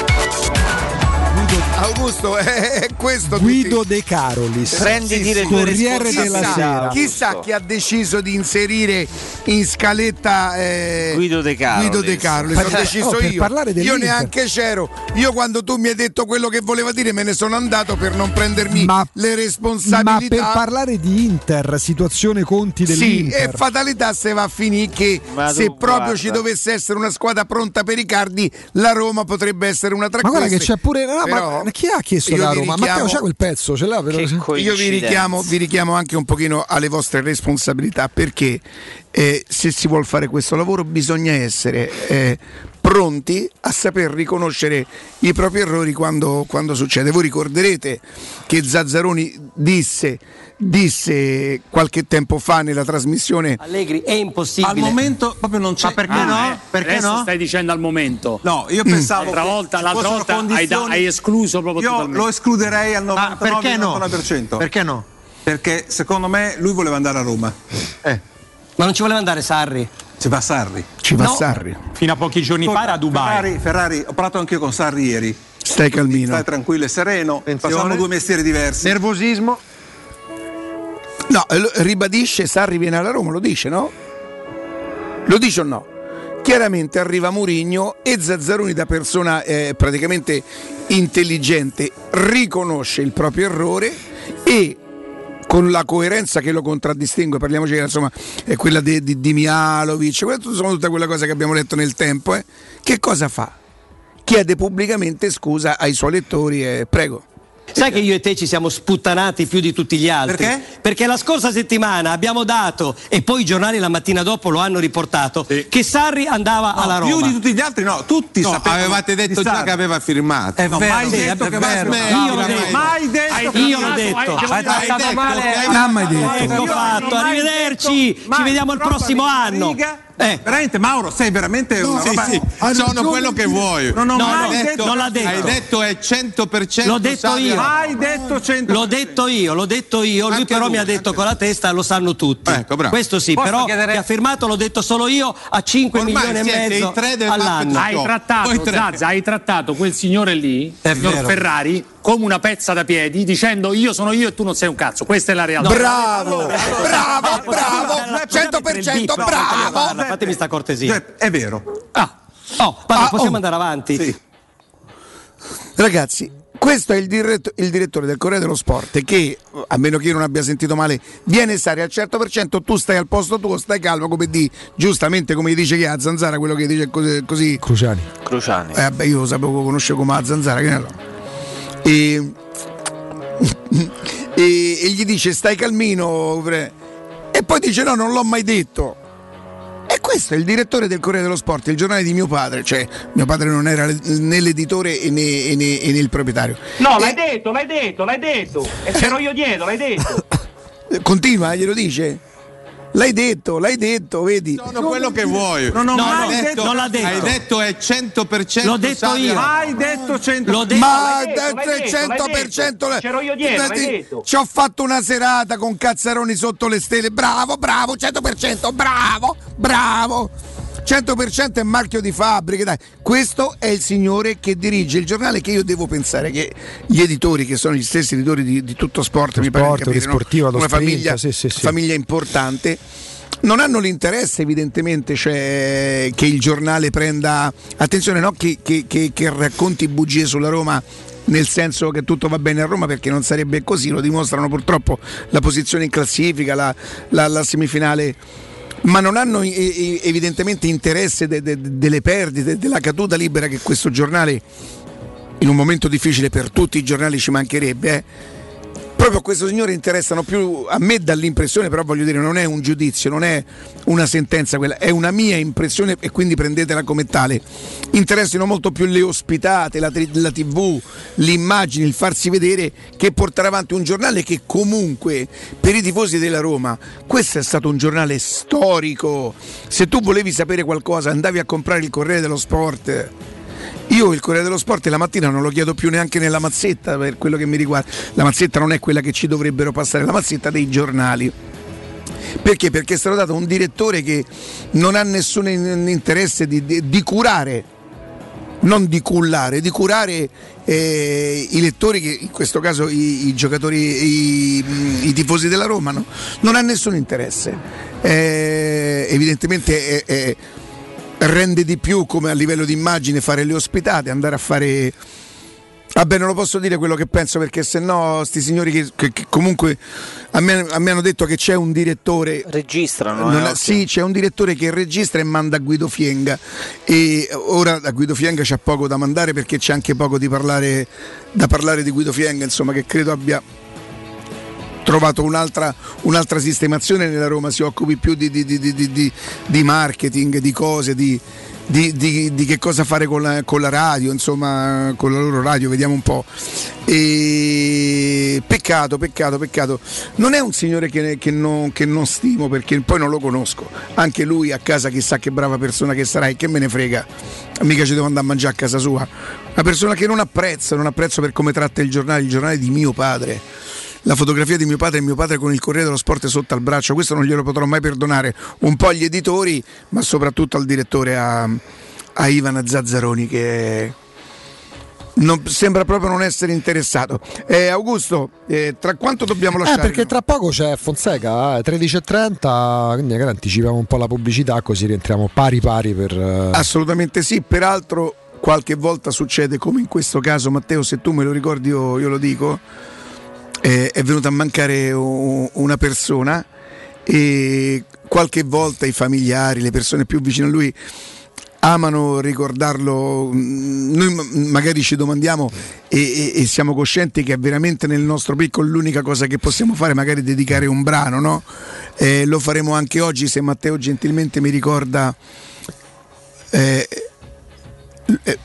Speaker 28: Augusto, è questo.
Speaker 3: Guido
Speaker 28: tutti-
Speaker 3: De Carolis,
Speaker 10: Prenditi le tue
Speaker 3: Corriere della
Speaker 10: responsabilità.
Speaker 3: Sera.
Speaker 28: Chissà chi ha deciso di inserire in scaletta eh,
Speaker 10: Guido De Carolis.
Speaker 28: Guido De Carolis. Ho
Speaker 3: Per-
Speaker 28: deciso
Speaker 3: oh, per
Speaker 28: io.
Speaker 3: parlare
Speaker 28: Io
Speaker 3: dell'Inter.
Speaker 28: neanche c'ero. Io quando tu mi hai detto quello che voleva dire me ne sono andato per non prendermi
Speaker 3: Ma-
Speaker 28: le
Speaker 3: Ma
Speaker 28: responsabilità.
Speaker 3: per parlare di Inter, situazione conti
Speaker 28: Sì,
Speaker 3: dell'Inter.
Speaker 28: e fatalità se va a finire che
Speaker 10: Ma
Speaker 28: se
Speaker 10: tu
Speaker 28: proprio
Speaker 10: guarda.
Speaker 28: ci dovesse essere una squadra pronta per i cardi, la Roma potrebbe essere una tra
Speaker 3: Ma guarda che
Speaker 28: queste.
Speaker 3: c'è pure. No,
Speaker 28: Però
Speaker 3: ma chi ha chiesto
Speaker 28: io
Speaker 3: da
Speaker 28: vi
Speaker 3: Roma?
Speaker 28: richiamo-
Speaker 3: Matteo c'ha quel pezzo, ce l'ha però.
Speaker 10: Che
Speaker 28: Io vi
Speaker 10: coincidenza.
Speaker 28: richiamo, vi richiamo anche un pochino alle vostre responsabilità perché eh, se si vuol fare questo lavoro bisogna essere eh, pronti a saper riconoscere i propri errori quando, quando succede. Voi ricorderete che Zazzaroni disse, disse qualche tempo fa nella trasmissione
Speaker 15: Allegri è impossibile.
Speaker 19: Al momento proprio non c'è.
Speaker 15: Ma perché
Speaker 19: Ah,
Speaker 15: no?
Speaker 19: eh, Perché
Speaker 15: Adesso
Speaker 19: no?
Speaker 15: stai dicendo al momento.
Speaker 19: No, io pensavo
Speaker 15: L'altra
Speaker 19: che
Speaker 15: volta,
Speaker 19: ci
Speaker 15: l'altra
Speaker 19: fossero
Speaker 15: volta hai, da-
Speaker 19: condizioni-
Speaker 15: hai escluso proprio
Speaker 19: Io
Speaker 15: totalmente.
Speaker 19: lo escluderei al
Speaker 15: Ah,
Speaker 19: novantanove
Speaker 15: perché no?
Speaker 19: novantanove per cento.
Speaker 15: Perché no?
Speaker 19: Perché secondo me lui voleva andare a Roma.
Speaker 15: Ma non ci voleva andare Sarri?
Speaker 19: Ci va Sarri.
Speaker 28: ci va
Speaker 15: No.
Speaker 28: Sarri.
Speaker 15: Fino a pochi giorni fa era a Dubai.
Speaker 19: Ferrari, Ferrari, ho parlato anche io con Sarri ieri.
Speaker 28: Stai calmino.
Speaker 19: Stai tranquillo e sereno. Facciamo due mestieri diversi.
Speaker 25: Nervosismo.
Speaker 28: No, eh, lo- ribadisce Sarri viene alla Roma, lo dice, no? Lo dice o no? Chiaramente arriva Mourinho e Zazzaroni da persona eh, praticamente intelligente riconosce il proprio errore e con la coerenza che lo contraddistingue, parliamoci, insomma, è quella di, di, di Mialovic, quelle sono tutte quelle cose che abbiamo letto nel tempo, eh. Che cosa fa? Chiede pubblicamente scusa ai suoi lettori e prego.
Speaker 15: Sai che io e te ci siamo sputtanati più di tutti gli altri?
Speaker 19: Perché?
Speaker 15: Perché la scorsa settimana abbiamo dato, e poi i giornali la mattina dopo lo hanno riportato, che Sarri andava
Speaker 19: No,
Speaker 15: alla Roma.
Speaker 19: più di tutti gli altri no, tutti
Speaker 21: No,
Speaker 19: sapevano
Speaker 21: avevate detto
Speaker 19: di
Speaker 21: già
Speaker 19: Sarri.
Speaker 21: che aveva firmato.
Speaker 19: È No, vero, mai
Speaker 15: sì,
Speaker 19: detto
Speaker 15: è
Speaker 19: che
Speaker 15: vero.
Speaker 19: va
Speaker 15: Io l'ho detto.
Speaker 19: mai detto che
Speaker 15: Io
Speaker 19: va
Speaker 15: l'ho detto.
Speaker 19: Hai
Speaker 15: Hai
Speaker 19: detto
Speaker 15: male.
Speaker 19: che
Speaker 3: Non ha mai detto.
Speaker 15: Ecco
Speaker 19: Io
Speaker 15: fatto,
Speaker 19: non ho mai
Speaker 15: arrivederci,
Speaker 19: detto,
Speaker 15: ci
Speaker 19: ma
Speaker 15: vediamo il
Speaker 19: roba
Speaker 15: prossimo
Speaker 19: di
Speaker 15: anno.
Speaker 19: riga.
Speaker 15: Eh.
Speaker 19: Veramente Mauro, sei veramente una
Speaker 21: Sì,
Speaker 19: roba.
Speaker 21: sì, sono quello che vuoi.
Speaker 19: Non ho
Speaker 15: No,
Speaker 19: mai
Speaker 15: no,
Speaker 19: detto,
Speaker 15: non l'ha detto.
Speaker 21: Hai detto è cento per cento
Speaker 15: L'ho detto
Speaker 21: Sarri.
Speaker 15: io.
Speaker 19: Hai detto cento.
Speaker 15: L'ho detto io, l'ho detto io, lui
Speaker 21: Anche
Speaker 15: però
Speaker 21: lui,
Speaker 15: mi ha detto
Speaker 21: anche
Speaker 15: con la testa, lo sanno tutti.
Speaker 21: Ecco, bravo.
Speaker 15: Questo sì,
Speaker 19: Posso
Speaker 15: però
Speaker 19: chiedere-
Speaker 15: che ha firmato l'ho detto solo io a cinque
Speaker 21: Ormai
Speaker 15: milioni e
Speaker 21: siete
Speaker 15: mezzo
Speaker 21: i tre del
Speaker 15: all'anno.
Speaker 21: Muppet
Speaker 15: Hai
Speaker 21: Show.
Speaker 15: trattato,
Speaker 21: Voi tre.
Speaker 15: Zazza, hai trattato quel signore lì, È signor vero. Ferrari, come una pezza da piedi, dicendo io sono io e tu non sei un cazzo. Questa è la realtà.
Speaker 28: Bravo, bravo, bravo, cento per cento bravo.
Speaker 15: Fatemi sta cortesia.
Speaker 19: È vero.
Speaker 15: Ah, oh, vabbè,
Speaker 28: Ah,
Speaker 15: possiamo
Speaker 28: oh.
Speaker 15: andare avanti?
Speaker 19: Sì.
Speaker 28: Ragazzi, questo è il, diretto- il direttore del Corriere dello Sport che, a meno che io non abbia sentito male, viene Sarri al cento per cento, tu stai al posto tuo, stai calmo, come di giustamente come dice chi ha Zanzara, quello che dice così. così.
Speaker 3: Cruciani.
Speaker 10: Cruciani.
Speaker 28: Eh, vabbè, io lo sapevo, conoscevo come a Zanzara, che ne so. E, e gli dice stai calmino e poi dice no, non l'ho mai detto. E questo è il direttore del Corriere dello Sport, il giornale di mio padre, cioè mio padre non era né l'editore e né, e né, e né il proprietario.
Speaker 1: No,
Speaker 28: e...
Speaker 1: l'hai detto, l'hai detto, l'hai detto. E c'ero io dietro, l'hai detto.
Speaker 28: Continua, glielo dice? L'hai detto, l'hai detto, vedi?
Speaker 21: Sono quello che vuoi.
Speaker 1: Non ho
Speaker 21: no,
Speaker 1: mai
Speaker 21: no,
Speaker 1: detto,
Speaker 21: detto,
Speaker 1: non l'ha detto.
Speaker 21: Hai detto è cento per cento.
Speaker 1: L'ho detto io.
Speaker 21: Hai detto cento
Speaker 1: L'ho detto.
Speaker 28: Ma
Speaker 1: l'hai detto, l'hai detto,
Speaker 28: cento per cento
Speaker 1: l'hai detto. C'ero io dietro, l'hai detto.
Speaker 28: Ci ho fatto una serata con Cazzaroni sotto le stelle. Bravo, bravo, cento per cento, bravo, bravo. cento per cento è marchio di fabbrica, dai. Questo è il signore che dirige il giornale, che io devo pensare che gli editori, che sono gli stessi editori di, di Tutto Sport, mi pare di capire,
Speaker 3: Sportiva,
Speaker 28: no? Una
Speaker 3: sprint,
Speaker 28: famiglia,
Speaker 3: sì, sì, sì.
Speaker 28: famiglia importante, non hanno l'interesse evidentemente, cioè, che il giornale prenda attenzione, no? che, che, che, che racconti bugie sulla Roma, nel senso che tutto va bene a Roma, perché non sarebbe così, lo dimostrano purtroppo la posizione in classifica, la, la, la semifinale, ma non hanno evidentemente interesse de, de, delle perdite, della caduta libera che questo giornale, in un momento difficile per tutti i giornali, ci mancherebbe, eh. Proprio a questo signore interessano più, a me dà l'impressione, però voglio dire, non è un giudizio, non è una sentenza quella, è una mia impressione e quindi prendetela come tale. Interessano molto più le ospitate, la, la tivù, l'immagine, il farsi vedere, che portare avanti un giornale che comunque per i tifosi della Roma questo è stato un giornale storico. Se tu volevi sapere qualcosa andavi a comprare il Corriere dello Sport. Io il Corriere dello Sport la mattina non lo chiedo più neanche nella mazzetta, per quello che mi riguarda. La mazzetta non è quella che ci dovrebbero passare, la mazzetta dei giornali. Perché? Perché è stato dato un direttore che non ha nessun interesse di, di, di curare, non di cullare, di curare eh, i lettori, che in questo caso i, i giocatori, i, i tifosi della Roma, no? Non ha nessun interesse. Eh, evidentemente è, è rende di più, come a livello di immagine, fare le ospitate, andare a fare, vabbè, non lo posso dire quello che penso, perché sennò sti signori che, che, che comunque a me, a me hanno detto che c'è un direttore,
Speaker 10: registrano,
Speaker 28: non
Speaker 10: eh,
Speaker 28: ha, sì, c'è un direttore che registra e manda a Guido Fienga, e ora da Guido Fienga c'è poco da mandare, perché c'è anche poco di parlare, da parlare di Guido Fienga, insomma, che credo abbia trovato un'altra, un'altra sistemazione nella Roma, si occupi più di, di, di, di, di, di marketing, di cose, di, di, di, di che cosa fare con la, con la radio, insomma, con la loro radio, vediamo un po'. E peccato, peccato, peccato. Non è un signore che, che, non, che non stimo, perché poi non lo conosco. Anche lui a casa chissà che brava persona che sarà, e che me ne frega, mica ci devo andare a mangiare a casa sua. Una persona che non apprezzo, non apprezzo per come tratta il giornale, il giornale di mio padre. La fotografia di mio padre e mio padre con il Corriere dello Sport sotto al braccio, questo non glielo potrò mai perdonare, un po' agli editori, ma soprattutto al direttore, a, a Ivan Zazzaroni, che non, sembra proprio non essere interessato. eh, Augusto, eh, tra quanto dobbiamo lasciare?
Speaker 3: Eh, perché tra poco c'è Fonseca, eh, tredici e trenta, quindi magari anticipiamo un po' la pubblicità, così rientriamo pari pari per... Eh...
Speaker 28: Assolutamente sì, peraltro qualche volta succede, come in questo caso, Matteo, se tu me lo ricordi io, io lo dico, eh, è venuta a mancare un, una persona, e qualche volta i familiari, le persone più vicine a lui amano ricordarlo. Noi magari ci domandiamo e, e, e siamo coscienti che è veramente nel nostro piccolo l'unica cosa che possiamo fare, magari dedicare un brano, no? Eh, lo faremo anche oggi, se Matteo gentilmente mi ricorda. Eh, eh,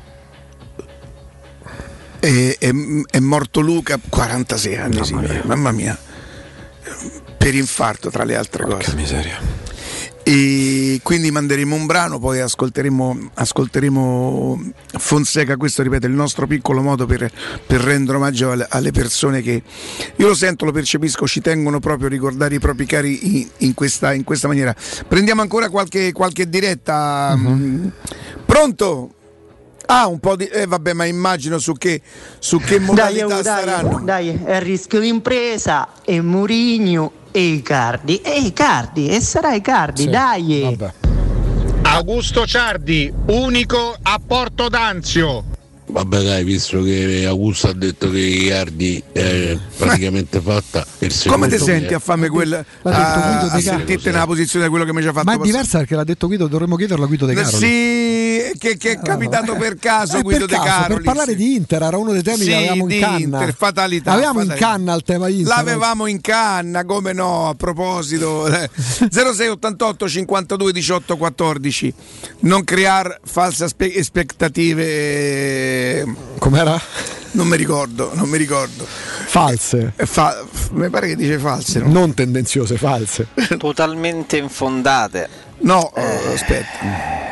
Speaker 28: è, è, è morto Luca, quarantasei anni, mamma, sì, mia. mamma mia, per infarto tra le altre Porca cose. Miseria. E quindi manderemo un brano, poi ascolteremo, ascolteremo Fonseca. Questo, ripeto, è il nostro piccolo modo per, per rendere omaggio alle, alle persone che, io lo sento, lo percepisco, ci tengono proprio a ricordare i propri cari in, in, questa, in questa maniera. Prendiamo ancora qualche, qualche diretta. Uh-huh. Pronto? Ah, un po' di... Eh, vabbè, ma immagino su che, su che modalità
Speaker 7: dai,
Speaker 28: saranno.
Speaker 7: Dai, è a rischio d'impresa, e Mourinho e Icardi. E Icardi, e sarà Icardi, sì, dai. Vabbè.
Speaker 12: Augusto Ciardi, unico a Porto d'Anzio.
Speaker 13: Vabbè dai, visto che Augusto ha detto che Icardi è praticamente fatta, il
Speaker 28: come ti senti a farmi quella, a, a sentirti nella posizione di quello che mi ci ha fatto
Speaker 3: ma è
Speaker 28: passare.
Speaker 3: Diversa, perché l'ha detto Guido, dovremmo chiederlo a Guido De Caro.
Speaker 28: Sì, che, che, che è capitato per caso
Speaker 3: Eh,
Speaker 28: Guido
Speaker 3: per
Speaker 28: De
Speaker 3: caso,
Speaker 28: Carolis.
Speaker 3: per parlare di Inter era uno dei temi
Speaker 28: Sì,
Speaker 3: che avevamo
Speaker 28: di
Speaker 3: in canna.
Speaker 28: Inter, fatalità,
Speaker 3: Avevamo in
Speaker 28: fatalità.
Speaker 3: canna il tema Inter.
Speaker 28: L'avevamo in canna, come no, a proposito. zero sei ottantotto cinquantadue diciotto quattordici. Non creare false aspe- aspettative.
Speaker 3: Com'era?
Speaker 28: Non mi ricordo, non mi ricordo.
Speaker 3: False.
Speaker 28: Eh, Fa- f- mi pare che dice false, no?
Speaker 3: Non tendenziose, false.
Speaker 10: Totalmente infondate.
Speaker 28: No, eh, aspetta.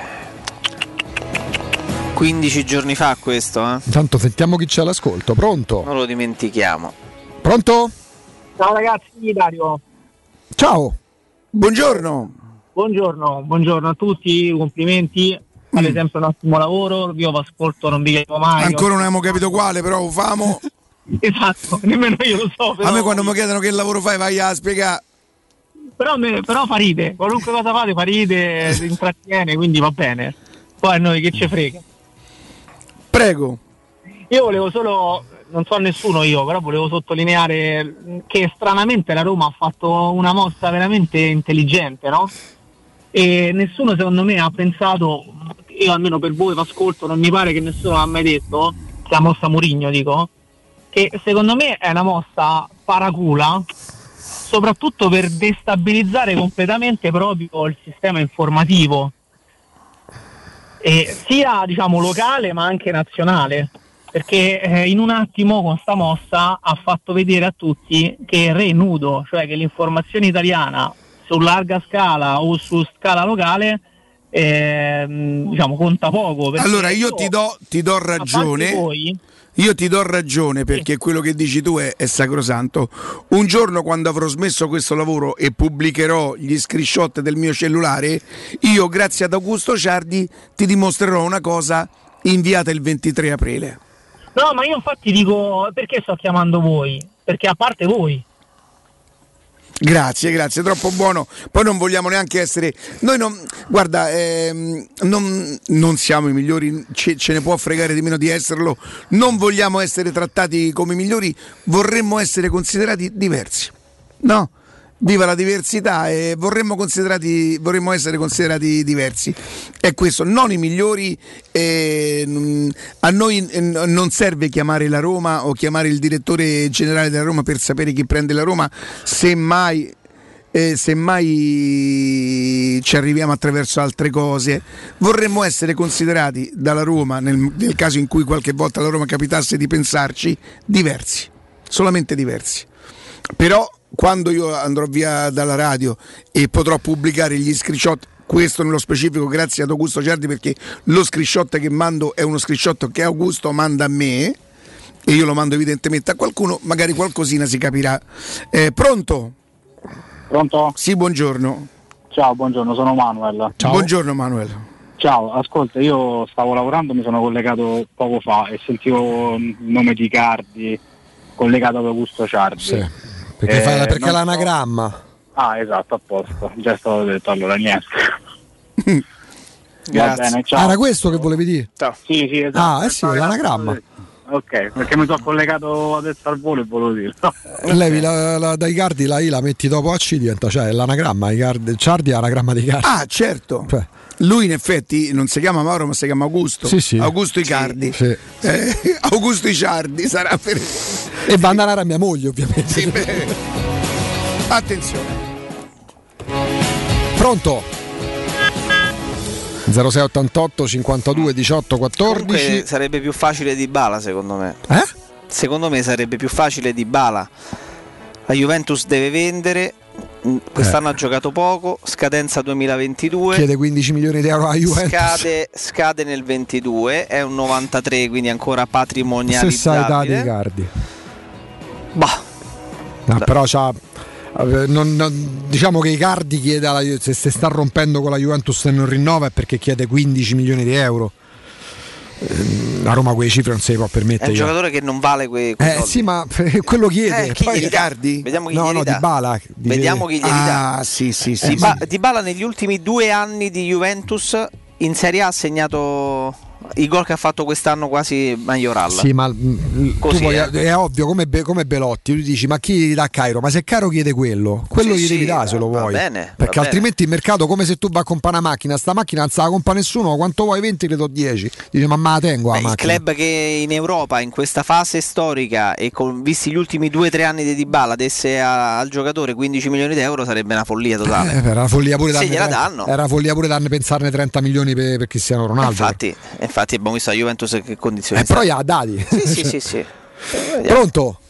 Speaker 10: quindici giorni fa questo, eh?
Speaker 3: Intanto sentiamo chi c'è all'ascolto. Pronto?
Speaker 10: Non lo dimentichiamo.
Speaker 3: Pronto?
Speaker 2: Ciao ragazzi, Dario.
Speaker 3: Ciao.
Speaker 28: Buongiorno.
Speaker 2: Buongiorno, buongiorno a tutti, complimenti. Fate sempre un ottimo lavoro, io vi ascolto, non vi chiamo mai.
Speaker 28: Ancora non abbiamo capito quale, però lo famo.
Speaker 2: Esatto, nemmeno io lo so. Però...
Speaker 28: A me quando mi chiedono che lavoro fai, vai a spiegare.
Speaker 2: Però, me, però fa ride, qualunque cosa fate fa ride, intrattiene, quindi va bene. Poi a noi che ci frega.
Speaker 28: Prego.
Speaker 2: Io volevo solo, non so nessuno io, però volevo sottolineare che stranamente la Roma ha fatto una mossa veramente intelligente, no? E nessuno secondo me ha pensato, io almeno per voi vi ascolto, non mi pare che nessuno ha mai detto, la mossa Mourinho dico, che secondo me è una mossa paracula, soprattutto per destabilizzare completamente proprio il sistema informativo, e sia diciamo locale ma anche nazionale, perché eh, in un attimo con sta mossa ha fatto vedere a tutti che è re nudo, cioè che l'informazione italiana su larga scala o su scala locale eh, diciamo conta poco.
Speaker 28: Allora io ti do, ti do ragione.
Speaker 2: Voi,
Speaker 28: Io ti do ragione perché quello che dici tu è, è sacrosanto. Un giorno quando avrò smesso questo lavoro e pubblicherò gli screenshot del mio cellulare, io grazie ad Augusto Ciardi ti dimostrerò una cosa inviata il ventitré aprile.
Speaker 2: no, ma io infatti dico, perché sto chiamando voi? Perché a parte voi.
Speaker 28: Grazie, grazie, troppo buono. Poi non vogliamo neanche essere. Noi non. Guarda, ehm, non, non siamo i migliori, ce, ce ne può fregare di meno di esserlo. Non vogliamo essere trattati come i migliori, vorremmo essere considerati diversi. No? Viva la diversità e vorremmo, considerati, vorremmo essere considerati diversi. È questo, non i migliori. Eh, a noi eh, non serve chiamare la Roma o chiamare il direttore generale della Roma per sapere chi prende la Roma, semmai, eh, semmai ci arriviamo attraverso altre cose. Vorremmo essere considerati dalla Roma, nel, nel caso in cui qualche volta la Roma capitasse di pensarci, diversi, solamente diversi. Però quando io andrò via dalla radio e potrò pubblicare gli screenshot, questo nello specifico grazie ad Augusto Ciardi, perché lo screenshot che mando è uno screenshot che Augusto manda a me e io lo mando evidentemente a qualcuno, magari qualcosina si capirà. Eh, pronto?
Speaker 2: Pronto?
Speaker 28: Sì, buongiorno.
Speaker 2: Ciao, buongiorno, sono Manuel.
Speaker 28: Ciao. Buongiorno Manuel.
Speaker 2: Ciao, ascolta, io stavo lavorando, mi sono collegato poco fa e sentivo il nome di Cardi collegato ad Augusto Ciardi.
Speaker 3: Sì. Perché,
Speaker 2: Eh,
Speaker 3: fa, perché
Speaker 2: non
Speaker 3: è l'anagramma.
Speaker 2: so- Ah, esatto, a posto. Già è stato detto, allora niente. Va
Speaker 10: Grazie.
Speaker 2: bene, ciao.
Speaker 3: Ah, era questo che volevi dire?
Speaker 2: Sì, sì, esatto.
Speaker 3: Ah, eh sì, l'anagramma.
Speaker 2: Ok, perché mi sono collegato adesso al volo e volevo dire.
Speaker 3: Levi la, la, dai Cardi, la I la metti dopo A C, diventa, cioè l'anagramma. I Cardi, Ciardi è l'anagramma dei Cardi.
Speaker 28: Ah, certo.
Speaker 3: Cioè.
Speaker 28: Lui in effetti non si chiama Mauro ma si chiama Augusto.
Speaker 3: Sì, sì.
Speaker 28: Augusto Icardi.
Speaker 3: Sì.
Speaker 28: Eh, Augusto Icardi sarà per...
Speaker 3: E Vandanara mia moglie, ovviamente.
Speaker 28: Sì, beh. Attenzione.
Speaker 3: Pronto? zero sei ottantotto cinquantadue diciotto quattordici.
Speaker 10: Comunque sarebbe più facile Dybala secondo me.
Speaker 3: Eh?
Speaker 10: Secondo me sarebbe più facile Dybala. La Juventus deve vendere. Quest'anno
Speaker 3: Eh.
Speaker 10: ha giocato poco, scadenza duemilaventidue.
Speaker 3: Chiede quindici milioni di euro a Juventus.
Speaker 10: Scade, scade nel ventidue, è un novantatré, quindi ancora
Speaker 3: Stessa età
Speaker 10: patrimonializzabile.
Speaker 3: di Cardi.
Speaker 10: Bah.
Speaker 3: No, però c'ha, eh, non- non- diciamo che Icardi chiede alla, se si sta rompendo con la Juventus e non rinnova è perché chiede quindici milioni di euro. Eh, La Roma quelle cifre non se le può
Speaker 10: È
Speaker 3: permettere.
Speaker 10: un
Speaker 3: io.
Speaker 10: giocatore che non vale quei, quei
Speaker 3: Eh
Speaker 10: soldi.
Speaker 3: sì, ma quello chiede.
Speaker 10: Eh, chi
Speaker 3: Poi-
Speaker 10: glieli dà? Vediamo chi
Speaker 3: no,
Speaker 10: glieli
Speaker 3: no,
Speaker 10: dà.
Speaker 3: Dybala.
Speaker 10: Vediamo chi glieli dà.
Speaker 28: Ah, sì, sì, sì.
Speaker 10: Dyba-
Speaker 28: sì.
Speaker 10: Dybala negli ultimi due anni di Juventus in Serie A ha segnato i gol che ha fatto quest'anno quasi Majoral.
Speaker 3: Sì, ma mm,
Speaker 10: Così,
Speaker 3: tu vuoi-
Speaker 10: eh.
Speaker 3: è ovvio come, Be- come Belotti, tu dici ma chi gli dà Cairo? Ma se Cairo chiede quello, quello
Speaker 10: Sì,
Speaker 3: gli devi
Speaker 10: sì,
Speaker 3: dare se lo
Speaker 10: va
Speaker 3: vuoi.
Speaker 10: bene,
Speaker 3: Perché
Speaker 10: va
Speaker 3: altrimenti il mercato, come se tu vai a comprare una macchina, sta macchina non se la compra nessuno, quanto vuoi venti le do dieci. Dici ma me la tengo la
Speaker 10: Beh, il
Speaker 3: macchina.
Speaker 10: club che in Europa in questa fase storica e con, visti gli ultimi due o tre anni di Dybala desse a- al giocatore quindici milioni di euro sarebbe una follia totale.
Speaker 3: Eh, era una follia pure
Speaker 10: Se
Speaker 3: darne
Speaker 10: gliela
Speaker 3: trenta
Speaker 10: danno.
Speaker 3: Era una follia pure darne pensarne trenta milioni per, per Cristiano Ronaldo.
Speaker 10: Infatti, infatti abbiamo visto la Juventus che condizioni
Speaker 3: Eh, però
Speaker 10: sta.
Speaker 3: gli ha dati.
Speaker 10: Sì, sì, sì, sì.
Speaker 3: Pronto?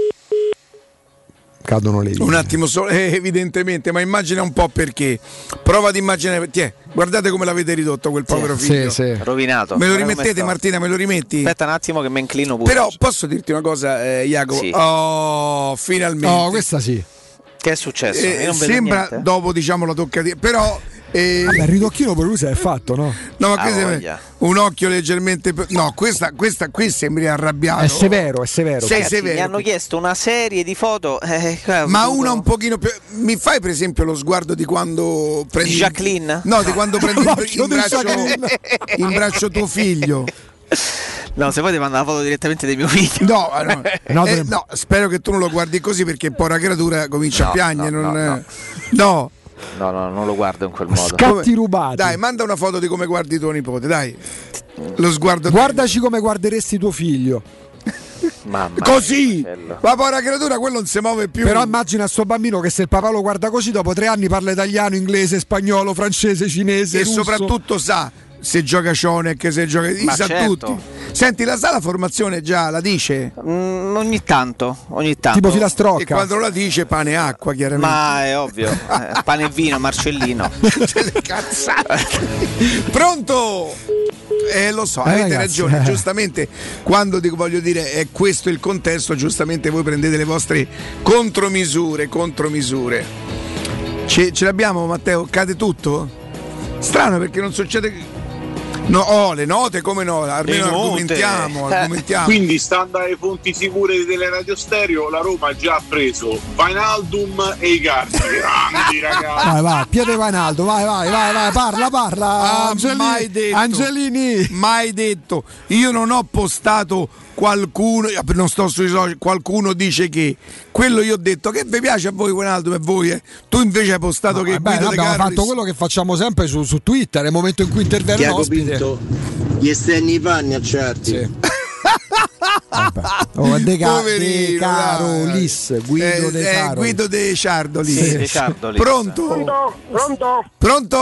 Speaker 3: Cadono le linee.
Speaker 28: Un attimo solo, eh, evidentemente, ma immagina un po' perché. Prova ad immaginare, tiè, guardate come l'avete ridotto quel povero
Speaker 3: Sì,
Speaker 28: figlio.
Speaker 3: sì.
Speaker 10: Rovinato.
Speaker 28: Me lo
Speaker 10: Guarda come
Speaker 28: rimettete
Speaker 10: sta.
Speaker 28: Martina, me lo rimetti?
Speaker 10: Aspetta un attimo che mi inclino pure.
Speaker 28: Però posso dirti una cosa, eh, Jacopo?
Speaker 10: Sì.
Speaker 28: Oh, finalmente.
Speaker 3: Oh, questa sì.
Speaker 10: Che è successo?
Speaker 28: Eh,
Speaker 10: Io non vedo
Speaker 28: sembra
Speaker 10: niente.
Speaker 28: dopo diciamo la toccatina, però eh,
Speaker 3: Vabbè, il ridocchino per lui si è fatto, no?
Speaker 28: no, ma
Speaker 10: Ah,
Speaker 28: questo è
Speaker 10: voglia.
Speaker 28: un occhio leggermente pe- no, questa, questa qui sembri arrabbiato.
Speaker 3: È severo, è severo.
Speaker 28: Sei
Speaker 10: Ragazzi,
Speaker 28: severo.
Speaker 10: mi hanno chiesto una serie di foto. eh, qua,
Speaker 28: Ma
Speaker 10: ho
Speaker 28: una
Speaker 10: dovuto-
Speaker 28: un pochino più. Mi fai per esempio lo sguardo di quando prendi.
Speaker 10: Di Jacqueline?
Speaker 28: No, di quando prendi in,
Speaker 3: L'occhio
Speaker 28: in
Speaker 3: di
Speaker 28: braccio,
Speaker 3: Jacqueline.
Speaker 28: in braccio tuo figlio.
Speaker 10: No, se poi ti manda la foto direttamente dei miei figli.
Speaker 28: No, no,
Speaker 3: No,
Speaker 28: eh,
Speaker 3: per-
Speaker 28: no, spero che tu non lo guardi così perché poi la creatura comincia
Speaker 10: No,
Speaker 28: a piangere.
Speaker 10: no,
Speaker 28: non,
Speaker 10: no, no.
Speaker 28: no.
Speaker 10: No, no, non lo guardo in quel modo.
Speaker 3: Scatti rubati.
Speaker 28: Dai, manda una foto di come guardi tuo nipote, dai. Lo sguardo.
Speaker 3: Guardaci come guarderesti tuo figlio.
Speaker 10: Mamma
Speaker 28: Così!
Speaker 10: mia, bello.
Speaker 28: Ma povera creatura, quello non si muove più.
Speaker 3: Però immagina sto bambino che se il papà lo guarda così, dopo tre anni parla italiano, inglese, spagnolo, francese, cinese.
Speaker 28: e
Speaker 3: russo.
Speaker 28: soprattutto sa se gioca Cionek, se gioca. Li
Speaker 10: Ma
Speaker 28: sa
Speaker 10: certo.
Speaker 28: tutti. Senti, la sa la formazione già, la dice?
Speaker 10: Mm, ogni tanto, ogni tanto.
Speaker 3: Tipo
Speaker 28: E
Speaker 3: filastrocca.
Speaker 28: quando la dice pane e acqua, chiaramente.
Speaker 10: Ma è ovvio. Eh, pane e vino, Marcellino.
Speaker 28: Delle cazzate. Pronto? Eh, lo so,
Speaker 3: Eh,
Speaker 28: avete
Speaker 3: ragazzi,
Speaker 28: ragione.
Speaker 3: eh.
Speaker 28: Giustamente, quando dico, voglio dire, è questo il contesto, giustamente voi prendete le vostre contromisure. Contromisure. Ce, ce l'abbiamo, Matteo? Cade tutto? Strano perché non succede. No, oh, le note come no? Almeno
Speaker 10: Le note.
Speaker 28: argomentiamo,
Speaker 10: Eh.
Speaker 28: argomentiamo.
Speaker 12: Quindi, stando alle fonti sicure di Teleradio Stereo, la Roma ha già preso Wijnaldum e Icardi. Grandi ragazzi.
Speaker 3: Vai, vai, Piede Vanaldo, vai, vai, vai, vai, parla, parla.
Speaker 28: Ah,
Speaker 3: Angelini,
Speaker 28: mai detto.
Speaker 3: Angelini.
Speaker 28: Mai detto. Io non ho postato qualcuno, non sto sui social, qualcuno dice che quello io ho detto che vi piace a voi Wijnaldum e voi, eh. Tu invece hai postato che
Speaker 3: Eh, beh,
Speaker 28: Guido De
Speaker 3: abbiamo
Speaker 28: Carlis-
Speaker 3: fatto quello che facciamo sempre su, su Twitter nel momento in cui interviene un
Speaker 14: Tiago
Speaker 3: ospite.
Speaker 14: Pinto, gli esterni i panni a certi.
Speaker 3: Sì. Oh, De, Ca-
Speaker 28: Poverino,
Speaker 3: De Carolis, Guido
Speaker 28: Eh,
Speaker 3: De
Speaker 28: eh,
Speaker 3: Carolis.
Speaker 28: Guido De Ciardolis.
Speaker 10: Sì, De Ciardolis.
Speaker 28: Pronto?
Speaker 17: Pronto? Pronto?
Speaker 28: Pronto?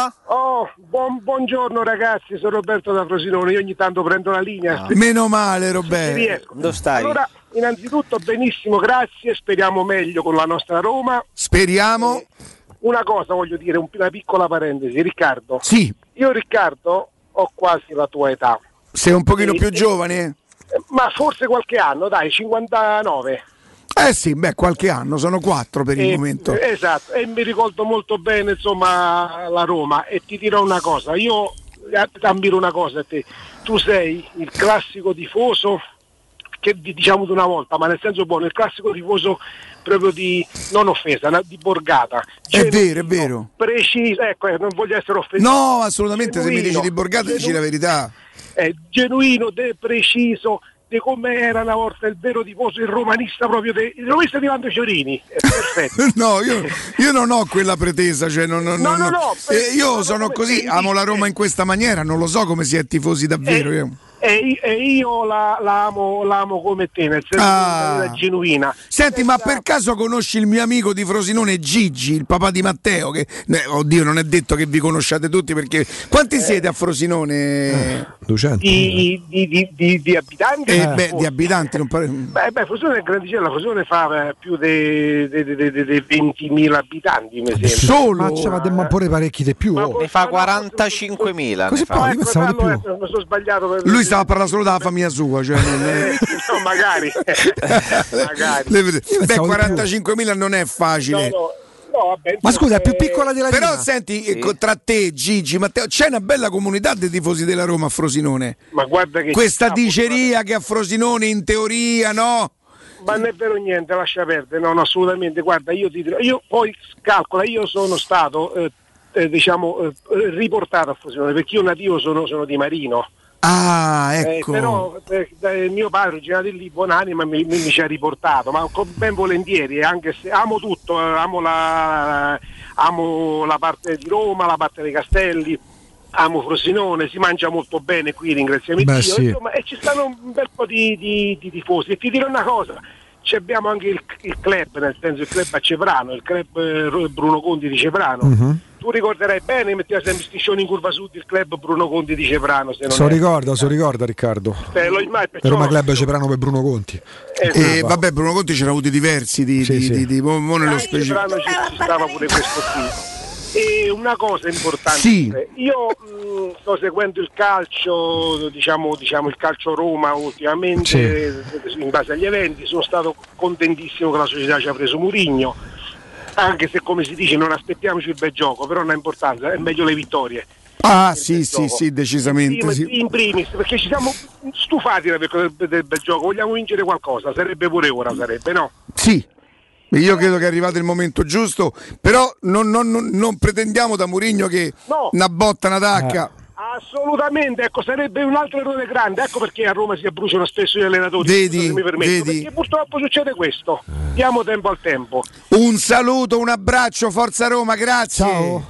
Speaker 17: Oh, buon- buongiorno ragazzi, sono Roberto da Frosinone, io ogni tanto prendo la linea.
Speaker 28: Meno male,
Speaker 17: Se
Speaker 28: Roberto.
Speaker 17: riesco.
Speaker 10: Dove stai?
Speaker 17: Allora, innanzitutto benissimo, grazie, speriamo meglio con la nostra Roma.
Speaker 28: Speriamo.
Speaker 17: Una cosa voglio dire, un- una piccola parentesi, Riccardo.
Speaker 28: Sì,
Speaker 17: Io Riccardo ho quasi la tua età,
Speaker 28: sei un pochino
Speaker 17: Sì.
Speaker 28: più giovane?
Speaker 17: Eh, ma forse qualche anno, dai, cinquantanove.
Speaker 28: Eh sì, beh, qualche anno, sono quattro per il
Speaker 17: E-
Speaker 28: momento.
Speaker 17: Esatto, e mi ricordo molto bene insomma la Roma e ti dirò una cosa, io eh, ammiro una cosa a te, tu sei il classico tifoso che di- diciamo di una volta, ma nel senso buono, il classico tifoso proprio di non offesa, na- di borgata.
Speaker 28: È vero, è vero.
Speaker 17: Preciso, ecco, eh, non voglio essere offeso.
Speaker 28: No, assolutamente, se mi
Speaker 17: Genuino,
Speaker 28: dici di Borgata dici la verità.
Speaker 17: È genuino, de- preciso, di come era una volta il vero tifoso, il romanista proprio, de- il romanista di Vando Fiorini. È perfetto.
Speaker 28: No, io, io non ho quella pretesa, cioè non, non-
Speaker 17: No,
Speaker 28: non-
Speaker 17: no, no, per-
Speaker 28: eh, io
Speaker 17: no,
Speaker 28: sono
Speaker 17: come
Speaker 28: così,
Speaker 17: si
Speaker 28: amo la
Speaker 17: dice.
Speaker 28: Roma in questa maniera, non lo so come si è tifosi davvero.
Speaker 17: E,
Speaker 28: io.
Speaker 17: e io- e io la, la amo, la amo come te, nel senso
Speaker 28: Ah.
Speaker 17: di una genuina.
Speaker 28: Senti, ma per caso conosci il mio amico di Frosinone Gigi, il papà di Matteo? Che, eh, oddio, non è detto che vi conosciate tutti perché. Quanti siete a Frosinone?
Speaker 3: duecento.
Speaker 17: Di, di, di, di, di abitanti?
Speaker 28: Eh, beh, di abitanti non pare.
Speaker 17: Beh, beh, Frosinone è grandicella, Frosinone fa eh, più di ventimila abitanti, mi sembra.
Speaker 28: Solo?
Speaker 3: Ma ce ma pure parecchi di più. oh.
Speaker 10: Ne fa quarantacinquemila.
Speaker 3: Così
Speaker 10: ne fa.
Speaker 3: poi, io
Speaker 17: Ecco,
Speaker 3: pensavo di
Speaker 17: allora,
Speaker 3: più.
Speaker 17: eh, mi sono sbagliato. Per...
Speaker 28: Lui stava a parlare solo della famiglia sua, cioè non è-
Speaker 17: Eh, no, magari. magari.
Speaker 28: Le- Beh,
Speaker 3: pensavo di più.
Speaker 28: quarantacinquemila non è facile.
Speaker 17: No, no, no, vabbè,
Speaker 3: Ma scusa, è più
Speaker 17: eh,
Speaker 3: piccola della
Speaker 28: Però
Speaker 3: Rina.
Speaker 28: senti, ecco, tra te, Gigi, Matteo, c'è una bella comunità dei tifosi della Roma a Frosinone.
Speaker 17: Ma guarda che
Speaker 28: Questa
Speaker 17: ci sta,
Speaker 28: diceria che a Frosinone in teoria, no?
Speaker 17: ma non è vero niente, lascia perdere, no, no, assolutamente. Guarda, io ti dirò, io poi calcola, io sono stato eh, eh, diciamo eh, riportato a Frosinone perché io nativo sono, sono di Marino.
Speaker 28: Ah,
Speaker 17: Eh,
Speaker 28: ecco.
Speaker 17: però eh, eh, mio padre, originario di lì, buonanima, mi, mi, mi ci ha riportato, ma con- ben volentieri, anche se amo tutto, eh, amo la, amo la parte di Roma, la parte dei Castelli, amo Frosinone, si mangia molto bene qui, ringraziamo
Speaker 3: Beh,
Speaker 17: Dio,
Speaker 3: sì.
Speaker 17: insomma, e ci stanno un bel po' di, di, di tifosi. E ti dirò una cosa, ci abbiamo anche il, il club, nel senso il club a Ceprano, il club eh, Bruno Conti di Ceprano.
Speaker 3: Mhm.
Speaker 17: Tu ricorderai bene, metteva sempre striscioni in curva sud, il club Bruno Conti di Ceprano. Se non
Speaker 3: Se lo
Speaker 17: è-
Speaker 3: ricorda, se lo ricorda Riccardo.
Speaker 17: Eh, lo immagino, perciò-
Speaker 3: Roma Club Ceprano per Bruno Conti.
Speaker 28: E vabbè, Bruno Conti c'era avuti diversi di,
Speaker 3: Sì,
Speaker 28: di,
Speaker 3: sì.
Speaker 28: di, di- mo- mo nello
Speaker 17: Ah,
Speaker 28: specifico.
Speaker 17: Ceprano ci, ci stava pure questo qui. E una cosa importante,
Speaker 28: Sì.
Speaker 17: io mh, sto seguendo il calcio, diciamo, diciamo il calcio Roma ultimamente, in base agli eventi, sono stato contentissimo che la società ci ha preso Mourinho, anche se come si dice non aspettiamoci il bel gioco, però non ha importanza, è meglio le vittorie.
Speaker 28: Ah, sì, sì, sì, decisamente.
Speaker 17: In,
Speaker 28: Sì.
Speaker 17: in primis, perché ci siamo stufati del, del, del bel gioco, vogliamo vincere qualcosa, sarebbe pure ora, sarebbe, no?
Speaker 28: Sì. Io credo che è arrivato il momento giusto, però non, non- non- non pretendiamo da Mourinho che
Speaker 17: No.
Speaker 28: una botta, una tacca.
Speaker 17: Assolutamente, ecco, sarebbe un altro errore grande, ecco perché a Roma si abbruciano spesso gli allenatori,
Speaker 28: Vedi,
Speaker 17: se mi permetto,
Speaker 28: vedi.
Speaker 17: perché purtroppo succede questo, diamo tempo al tempo.
Speaker 28: Un saluto, un abbraccio, Forza Roma, grazie.
Speaker 3: Ciao.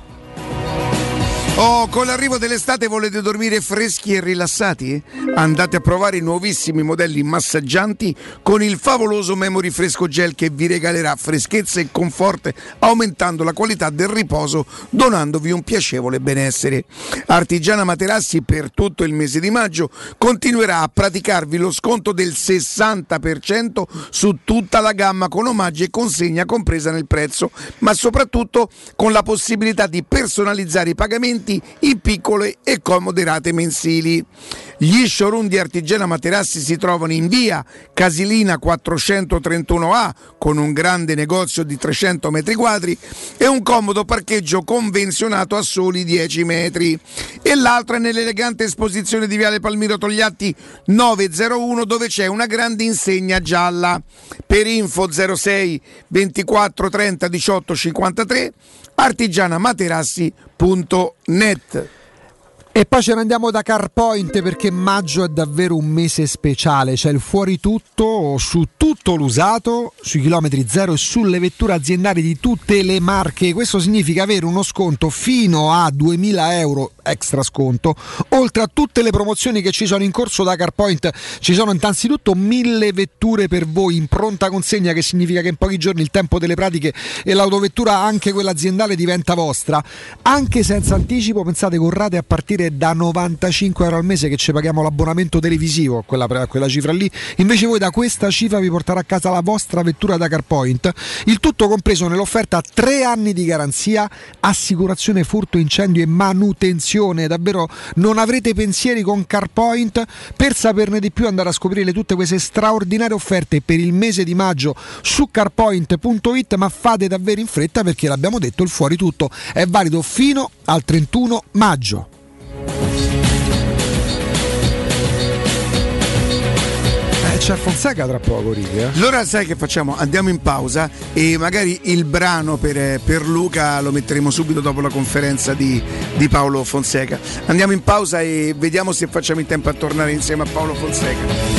Speaker 28: Oh, con l'arrivo dell'estate volete dormire freschi e rilassati? Andate a provare i nuovissimi modelli massaggianti con il favoloso Memory Fresco Gel che vi regalerà freschezza e conforto, aumentando la qualità del riposo, donandovi un piacevole benessere. Artigiana Materassi per tutto il mese di maggio continuerà a praticarvi lo sconto del sessanta per cento su tutta la gamma con omaggi e consegna compresa nel prezzo, ma soprattutto con la possibilità di personalizzare i pagamenti in piccole e comode rate mensili. Gli showroom di Artigiana Materassi si trovano in via Casilina quattrocentotrentuno A con un grande negozio di trecento metri quadri e un comodo parcheggio convenzionato a soli dieci metri, e l'altra è nell'elegante esposizione di Viale Palmiro Togliatti novecentouno dove c'è una grande insegna gialla. Per info zero sei ventiquattro trenta diciotto cinquantatré artigianamaterassi punto net.
Speaker 3: E poi ce ne andiamo da CarPoint perché maggio è davvero un mese speciale, c'è il fuori tutto su tutto l'usato, sui chilometri zero e sulle vetture aziendali di tutte le marche. Questo significa avere uno sconto fino a duemila euro extra sconto, oltre a tutte le promozioni che ci sono in corso da CarPoint. Ci sono innanzitutto mille vetture per voi in pronta consegna, che significa che in pochi giorni il tempo delle pratiche e l'autovettura, anche quella aziendale, diventa vostra, anche senza anticipo. Pensate, con rate a partire da novantacinque euro al mese, che ci paghiamo l'abbonamento televisivo, quella, quella cifra lì. Invece voi da questa cifra vi porterà a casa la vostra vettura da CarPoint, il tutto compreso nell'offerta tre anni di garanzia, assicurazione furto, incendio e manutenzione. Davvero non avrete pensieri con CarPoint. Per saperne di più, andare a scoprire tutte queste straordinarie offerte per il mese di maggio su carpoint punto it, ma fate davvero in fretta perché l'abbiamo detto, il fuori tutto è valido fino al trentuno maggio. Eh, c'è Fonseca tra poco, Ricky, eh?
Speaker 28: Allora sai che facciamo? Andiamo in pausa e magari il brano per, per Luca lo metteremo subito dopo la conferenza di, di Paolo Fonseca. Andiamo in pausa e vediamo se facciamo in tempo a tornare insieme a Paolo Fonseca.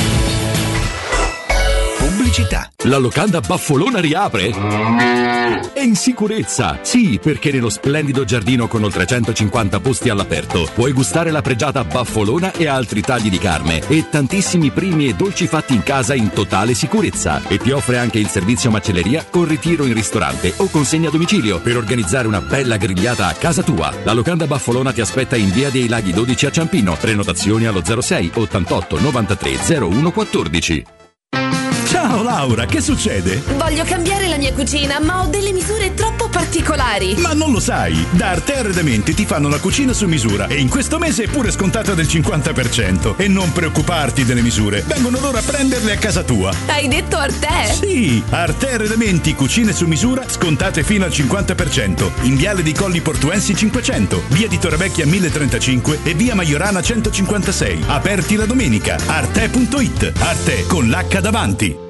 Speaker 24: Pubblicità. La locanda Baffolona riapre? È in sicurezza, sì, perché nello splendido giardino con oltre centocinquanta posti all'aperto puoi gustare la pregiata Baffolona e altri tagli di carne e tantissimi primi e dolci fatti in casa in totale sicurezza, e ti offre anche il servizio macelleria con ritiro in ristorante o consegna a domicilio per organizzare una bella grigliata a casa tua. La locanda Baffolona ti aspetta in via dei Laghi dodici a Ciampino. Prenotazioni allo zero sei ottantotto novantatré zero uno quattordici.
Speaker 6: Ciao Laura, che succede?
Speaker 9: Voglio cambiare la mia cucina, ma ho delle misure troppo particolari.
Speaker 6: Ma non lo sai, da Arte Arredamenti ti fanno la cucina su misura e in questo mese è pure scontata del cinquanta per cento. E non preoccuparti delle misure, vengono loro a prenderle a casa tua.
Speaker 9: Hai detto Arte?
Speaker 6: Sì, Arte Arredamenti, cucine su misura, scontate fino al cinquanta per cento. In Viale dei Colli Portuensi cinquecento, via di Torrevecchia mille trentacinque e via Maiorana centocinquantasei. Aperti la domenica. Arte punto it, Arte con l'H davanti.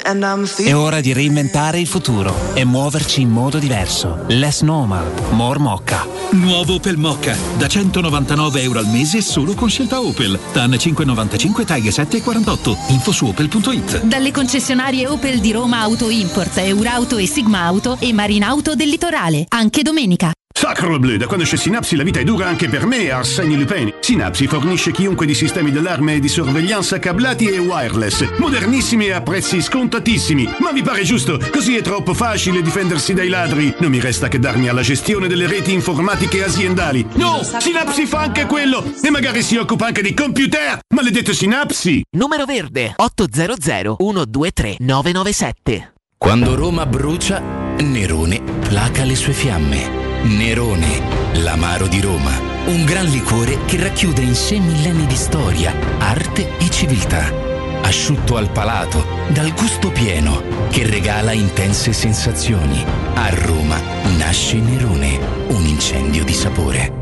Speaker 11: È ora di reinventare il futuro e muoverci in modo diverso. Less normal, more Mokka.
Speaker 16: Nuovo Opel Mokka, da centonovantanove euro al mese solo con scelta Opel. TAN cinque virgola novantacinque, Tag sette virgola quarantotto. Info su opel punto it.
Speaker 18: Dalle concessionarie Opel di Roma Auto Import, Eurauto e Sigma Auto e Marinauto del Litorale. Anche domenica.
Speaker 20: Sacre bleu, da quando c'è Synapsi la vita è dura anche per me, Arsène Lupin. Synapsi fornisce chiunque di sistemi d'allarme e di sorveglianza cablati e wireless, modernissimi e a prezzi scontatissimi. Ma vi pare giusto? Così è troppo facile difendersi dai ladri. Non mi resta che darmi alla gestione delle reti informatiche aziendali. No, Synapsi fa anche quello e magari si occupa anche di computer. Maledetto Synapsi.
Speaker 11: Numero verde otto zero zero uno due tre nove nove sette.
Speaker 4: Quando Roma brucia, Nerone placa le sue fiamme. Nerone, l'amaro di Roma, un gran liquore che racchiude in sé millenni di storia, arte e civiltà. Asciutto al palato, dal gusto pieno, che regala intense sensazioni. A Roma nasce Nerone, un incendio di sapore.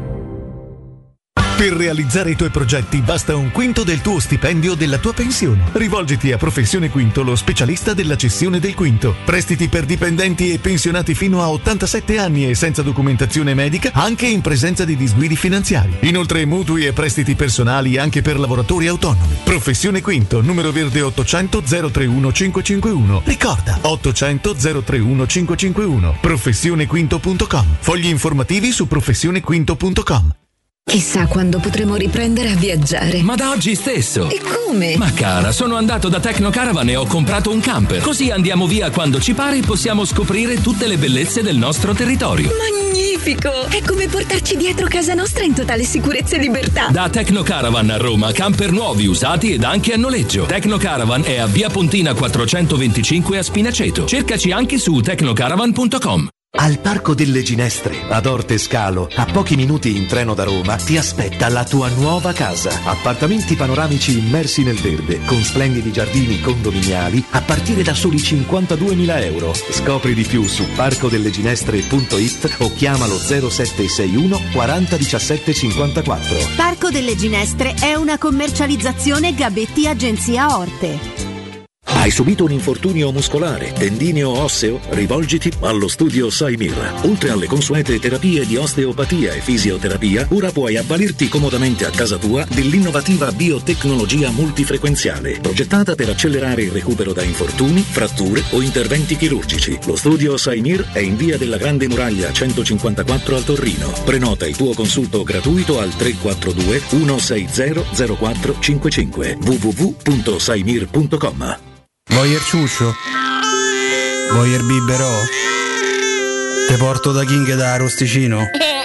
Speaker 22: Per realizzare i tuoi progetti basta un quinto del tuo stipendio della tua pensione. Rivolgiti a Professione Quinto, lo specialista della cessione del quinto. Prestiti per dipendenti e pensionati fino a ottantasette anni e senza documentazione medica, anche in presenza di disguidi finanziari. Inoltre mutui e prestiti personali anche per lavoratori autonomi. Professione Quinto, numero verde ottocento zero trentuno cinquecentocinquantuno. Ricorda, ottocento zero trentuno cinquecentocinquantuno. professione quinto punto com. Fogli informativi su professione quinto punto com.
Speaker 23: Chissà quando potremo riprendere a viaggiare.
Speaker 24: Ma da oggi stesso.
Speaker 23: E come?
Speaker 24: Ma cara, sono andato da Tecno Caravan e ho comprato un camper. Così andiamo via quando ci pare e possiamo scoprire tutte le bellezze del nostro territorio.
Speaker 23: Magnifico! È come portarci dietro casa nostra in totale sicurezza e libertà.
Speaker 24: Da Tecno Caravan a Roma, camper nuovi, usati ed anche a noleggio. Tecno Caravan è a Via Pontina quattrocentoventicinque a Spinaceto. Cercaci anche su tecnocaravan punto com.
Speaker 26: Al Parco delle Ginestre, ad Orte Scalo, a pochi minuti in treno da Roma, ti aspetta la tua nuova casa. Appartamenti panoramici immersi nel verde, con splendidi giardini condominiali, a partire da soli cinquantaduemila euro. Scopri di più su parco delle ginestre punto it o chiamalo zero sette sei uno quaranta diciassette cinquantaquattro.
Speaker 9: Parco delle Ginestre è una commercializzazione Gabetti Agenzia Orte.
Speaker 26: Hai subito un infortunio muscolare, tendineo o osseo? Rivolgiti allo studio Saimir. Oltre alle consuete terapie di osteopatia e fisioterapia, ora puoi avvalerti comodamente a casa tua dell'innovativa biotecnologia multifrequenziale, progettata per accelerare il recupero da infortuni, fratture o interventi chirurgici. Lo studio Saimir è in via della Grande Muraglia centocinquantaquattro al Torrino. Prenota il tuo consulto gratuito al tre quattro due uno sei zero zero quattro cinque cinque w w w punto saimir punto com.
Speaker 27: Voyer ciuscio? Voyer biberò? Te porto da King da Arosticino?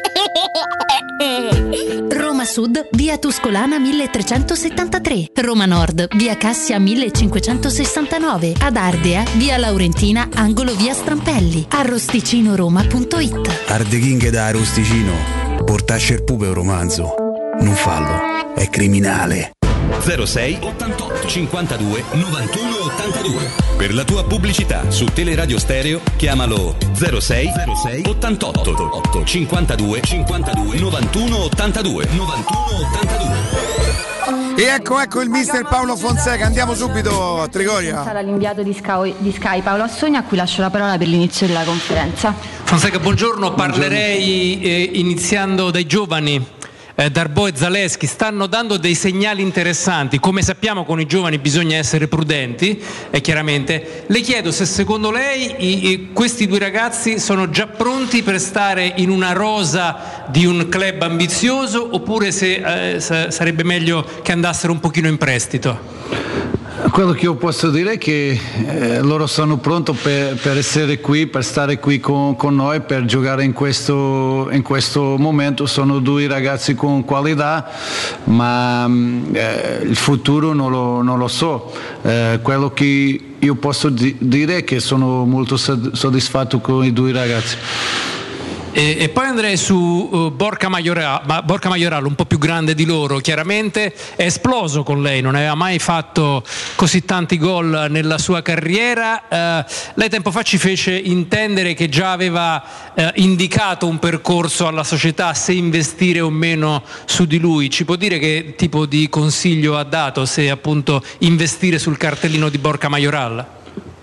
Speaker 18: Roma Sud, via Tuscolana milletrecentosettantatré. Roma Nord, via Cassia millecinquecentosessantanove. Ad Ardea, via Laurentina, angolo via Strampelli. Arrosticinoroma punto it.
Speaker 27: Arde King da Arosticino. Portasce il pupe un romanzo. Non fallo, è criminale.
Speaker 24: zero sei ottantotto cinquantadue novantuno ottantadue. Per la tua pubblicità su Teleradio Stereo chiamalo zero sei ottantotto cinquantadue cinquantadue novantuno ottantadue novantuno ottantadue.
Speaker 28: E ecco ecco il mister Paolo Fonseca, andiamo subito a Trigoria.
Speaker 29: Sarà l'inviato di Sky, di Sky Paolo Assogna, a cui lascio la parola per l'inizio della conferenza.
Speaker 30: Fonseca, buongiorno, parlerei eh, iniziando dai giovani. Eh, Darboe e Zaleschi stanno dando dei segnali interessanti. Come sappiamo, con i giovani bisogna essere prudenti, e chiaramente le chiedo se secondo lei i, i, questi due ragazzi sono già pronti per stare in una rosa di un club ambizioso, oppure se eh, sa, sarebbe meglio che andassero un pochino in prestito.
Speaker 31: Quello che io posso dire è che eh, loro sono pronti per, per essere qui, per stare qui con, con noi, per giocare in questo, in questo momento. Sono due ragazzi con qualità, ma eh, il futuro non lo, non lo so. Eh, quello che io posso di- dire è che sono molto soddisfatto con i due ragazzi.
Speaker 30: E, e poi andrei su uh, Borca Majoral, Borca Majoral, un po' più grande di loro, chiaramente è esploso con lei, non aveva mai fatto così tanti gol nella sua carriera. Uh, lei tempo fa ci fece intendere che già aveva uh, indicato un percorso alla società, se investire o meno su di lui. Ci può dire che tipo di consiglio ha dato, se appunto investire sul cartellino di Borca Majoral?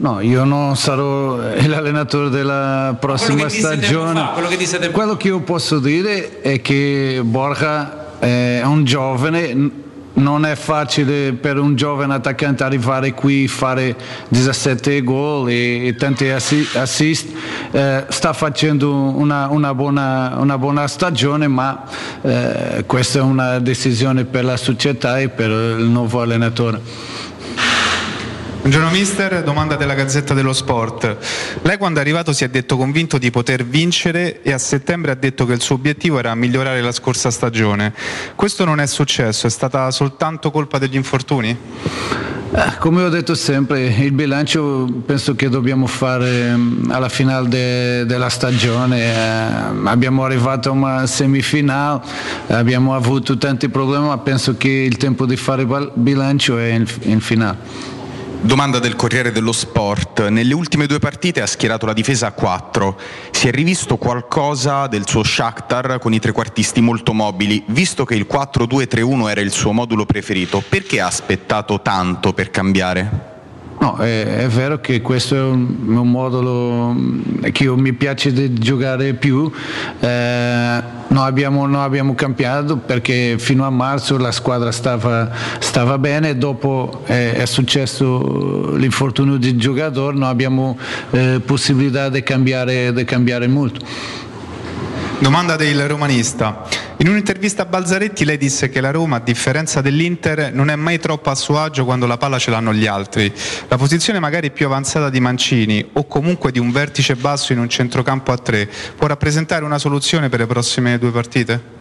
Speaker 31: No, io non sarò l'allenatore della prossima stagione.
Speaker 30: Fa, quello, che dite
Speaker 31: quello che io posso dire è che Borja è un giovane, non è facile per un giovane attaccante arrivare qui, fare diciassette gol e, e tanti assist. Eh, sta facendo una, una, buona, una buona stagione, ma eh, questa è una decisione per la società e per il nuovo allenatore.
Speaker 1: Buongiorno mister, domanda della Gazzetta dello Sport. Lei quando è arrivato si è detto convinto di poter vincere e a settembre ha detto che il suo obiettivo era migliorare la scorsa stagione. Questo non è successo, è stata soltanto colpa degli infortuni?
Speaker 31: Eh, come ho detto sempre, il bilancio penso che dobbiamo fare alla finale de, della stagione. Eh, abbiamo arrivato a una semifinale, abbiamo avuto tanti problemi, ma penso che il tempo di fare il bilancio è in, in finale.
Speaker 2: Domanda del Corriere dello Sport. Nelle ultime due partite ha schierato la difesa a quattro. Si è rivisto qualcosa del suo Shakhtar con i trequartisti molto mobili? Visto che il quattro due tre uno era il suo modulo preferito, perché ha aspettato tanto per cambiare?
Speaker 31: No, è, è vero che questo è un, un modulo che io, mi piace di giocare più. Eh, non abbiamo, non abbiamo cambiato perché fino a marzo la squadra stava, stava bene, dopo è, è successo l'infortunio del giocatore, non abbiamo eh, possibilità di cambiare, di cambiare molto.
Speaker 1: Domanda del romanista. In un'intervista a Balzaretti lei disse che la Roma, a differenza dell'Inter, non è mai troppo a suo agio quando la palla ce l'hanno gli altri. La posizione magari più avanzata di Mancini o comunque di un vertice basso in un centrocampo a tre può rappresentare una soluzione per le prossime due partite?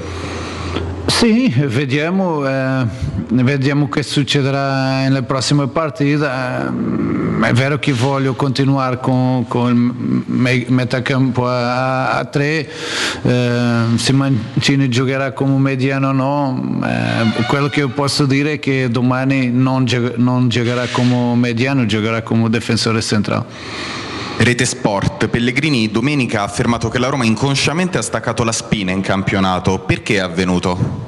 Speaker 31: Sì, vediamo, eh, vediamo che succederà nelle prossime partite. Eh, è vero che voglio continuare con, con il metacampo a, a tre, eh, se Mancini giocherà come mediano o no, eh, quello che io posso dire è che domani non, gio- non giocherà come mediano, giocherà come difensore centrale.
Speaker 2: Rete Sport. Pellegrini domenica ha affermato che la Roma inconsciamente ha staccato la spina in campionato. Perché è avvenuto?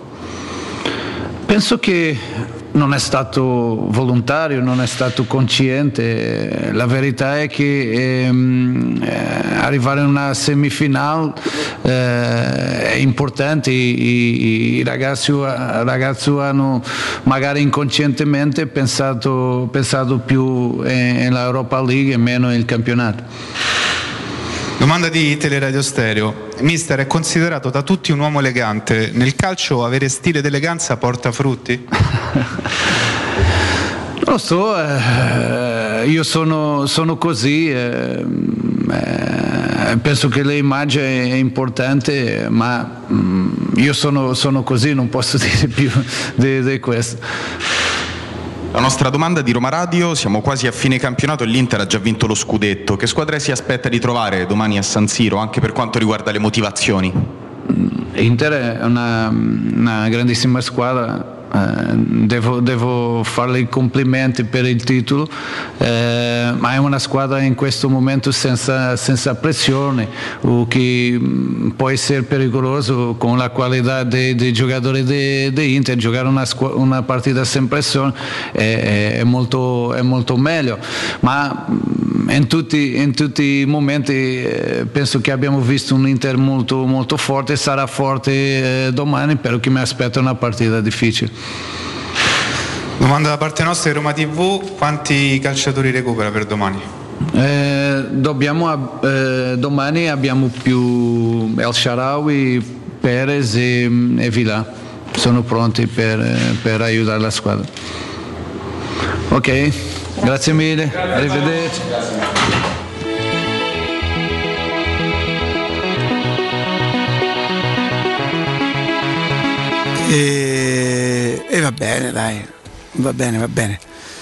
Speaker 31: Penso che non è stato volontario, non è stato consciente. La verità è che ehm, eh, arrivare in una semifinale eh, è importante. I, i ragazzi, ragazzi hanno magari inconscientemente pensato, pensato più nell'Europa League e meno nel campionato.
Speaker 1: Domanda di Teleradio Stereo. Mister, è considerato da tutti un uomo elegante. Nel calcio avere stile ed eleganza porta frutti?
Speaker 31: Non lo so, eh, io sono, sono così, eh, eh, penso che l'immagine è importante, ma mm, io sono, sono così, non posso dire più di, di questo.
Speaker 2: La nostra domanda di Roma Radio, siamo quasi a fine campionato e l'Inter ha già vinto lo scudetto. Che squadra si aspetta di trovare domani a San Siro, anche per quanto riguarda le motivazioni?
Speaker 31: Inter è una, una grandissima squadra. Eh, devo, devo farle i complimenti per il titolo, eh, ma è una squadra in questo momento senza, senza pressione, o che mh, può essere pericoloso con la qualità dei, dei giocatori di, di Inter. Giocare una, una partita senza pressione è, è, molto, è molto meglio, ma mh, in, tutti, in tutti i momenti eh, penso che abbiamo visto un Inter molto, molto forte, sarà forte eh, domani, però che mi aspetta una partita difficile.
Speaker 1: Domanda da parte nostra di Roma tivù, quanti calciatori recupera per domani?
Speaker 31: Eh, dobbiamo, eh, domani abbiamo più El Shaarawy, Perez e, e Villa, sono pronti per, per aiutare la squadra. Ok, grazie mille, arrivederci.
Speaker 28: E, e va bene, dai, va bene, va bene.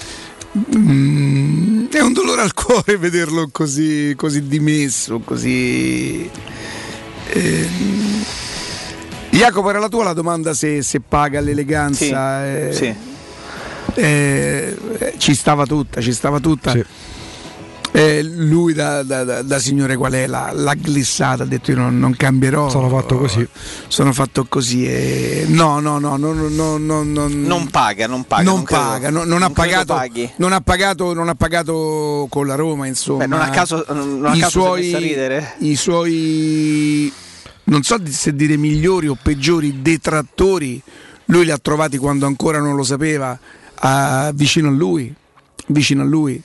Speaker 28: Mm, è un dolore al cuore vederlo così, così dimesso, così. Eh, Jacopo, era la tua la domanda se, se paga l'eleganza?
Speaker 10: Sì,
Speaker 28: eh,
Speaker 10: sì.
Speaker 28: Eh, ci stava tutta, ci stava tutta. Sì. Eh, lui da, da, da, da signore qual è l'ha, l'ha glissata, ha detto io non, non cambierò,
Speaker 3: sono fatto così
Speaker 28: sono fatto così e no no no no, no, no, no, no
Speaker 10: non paga non paga
Speaker 28: non,
Speaker 10: non
Speaker 28: paga
Speaker 10: credo,
Speaker 28: non, non,
Speaker 10: non
Speaker 28: ha pagato
Speaker 10: paghi.
Speaker 28: non ha pagato non ha pagato con la Roma, insomma.
Speaker 10: Beh, non a caso non a
Speaker 28: i
Speaker 10: caso
Speaker 28: suoi
Speaker 10: si è messo a ridere.
Speaker 28: i suoi non so se dire migliori o peggiori detrattori lui li ha trovati quando ancora non lo sapeva, a, vicino a lui vicino a lui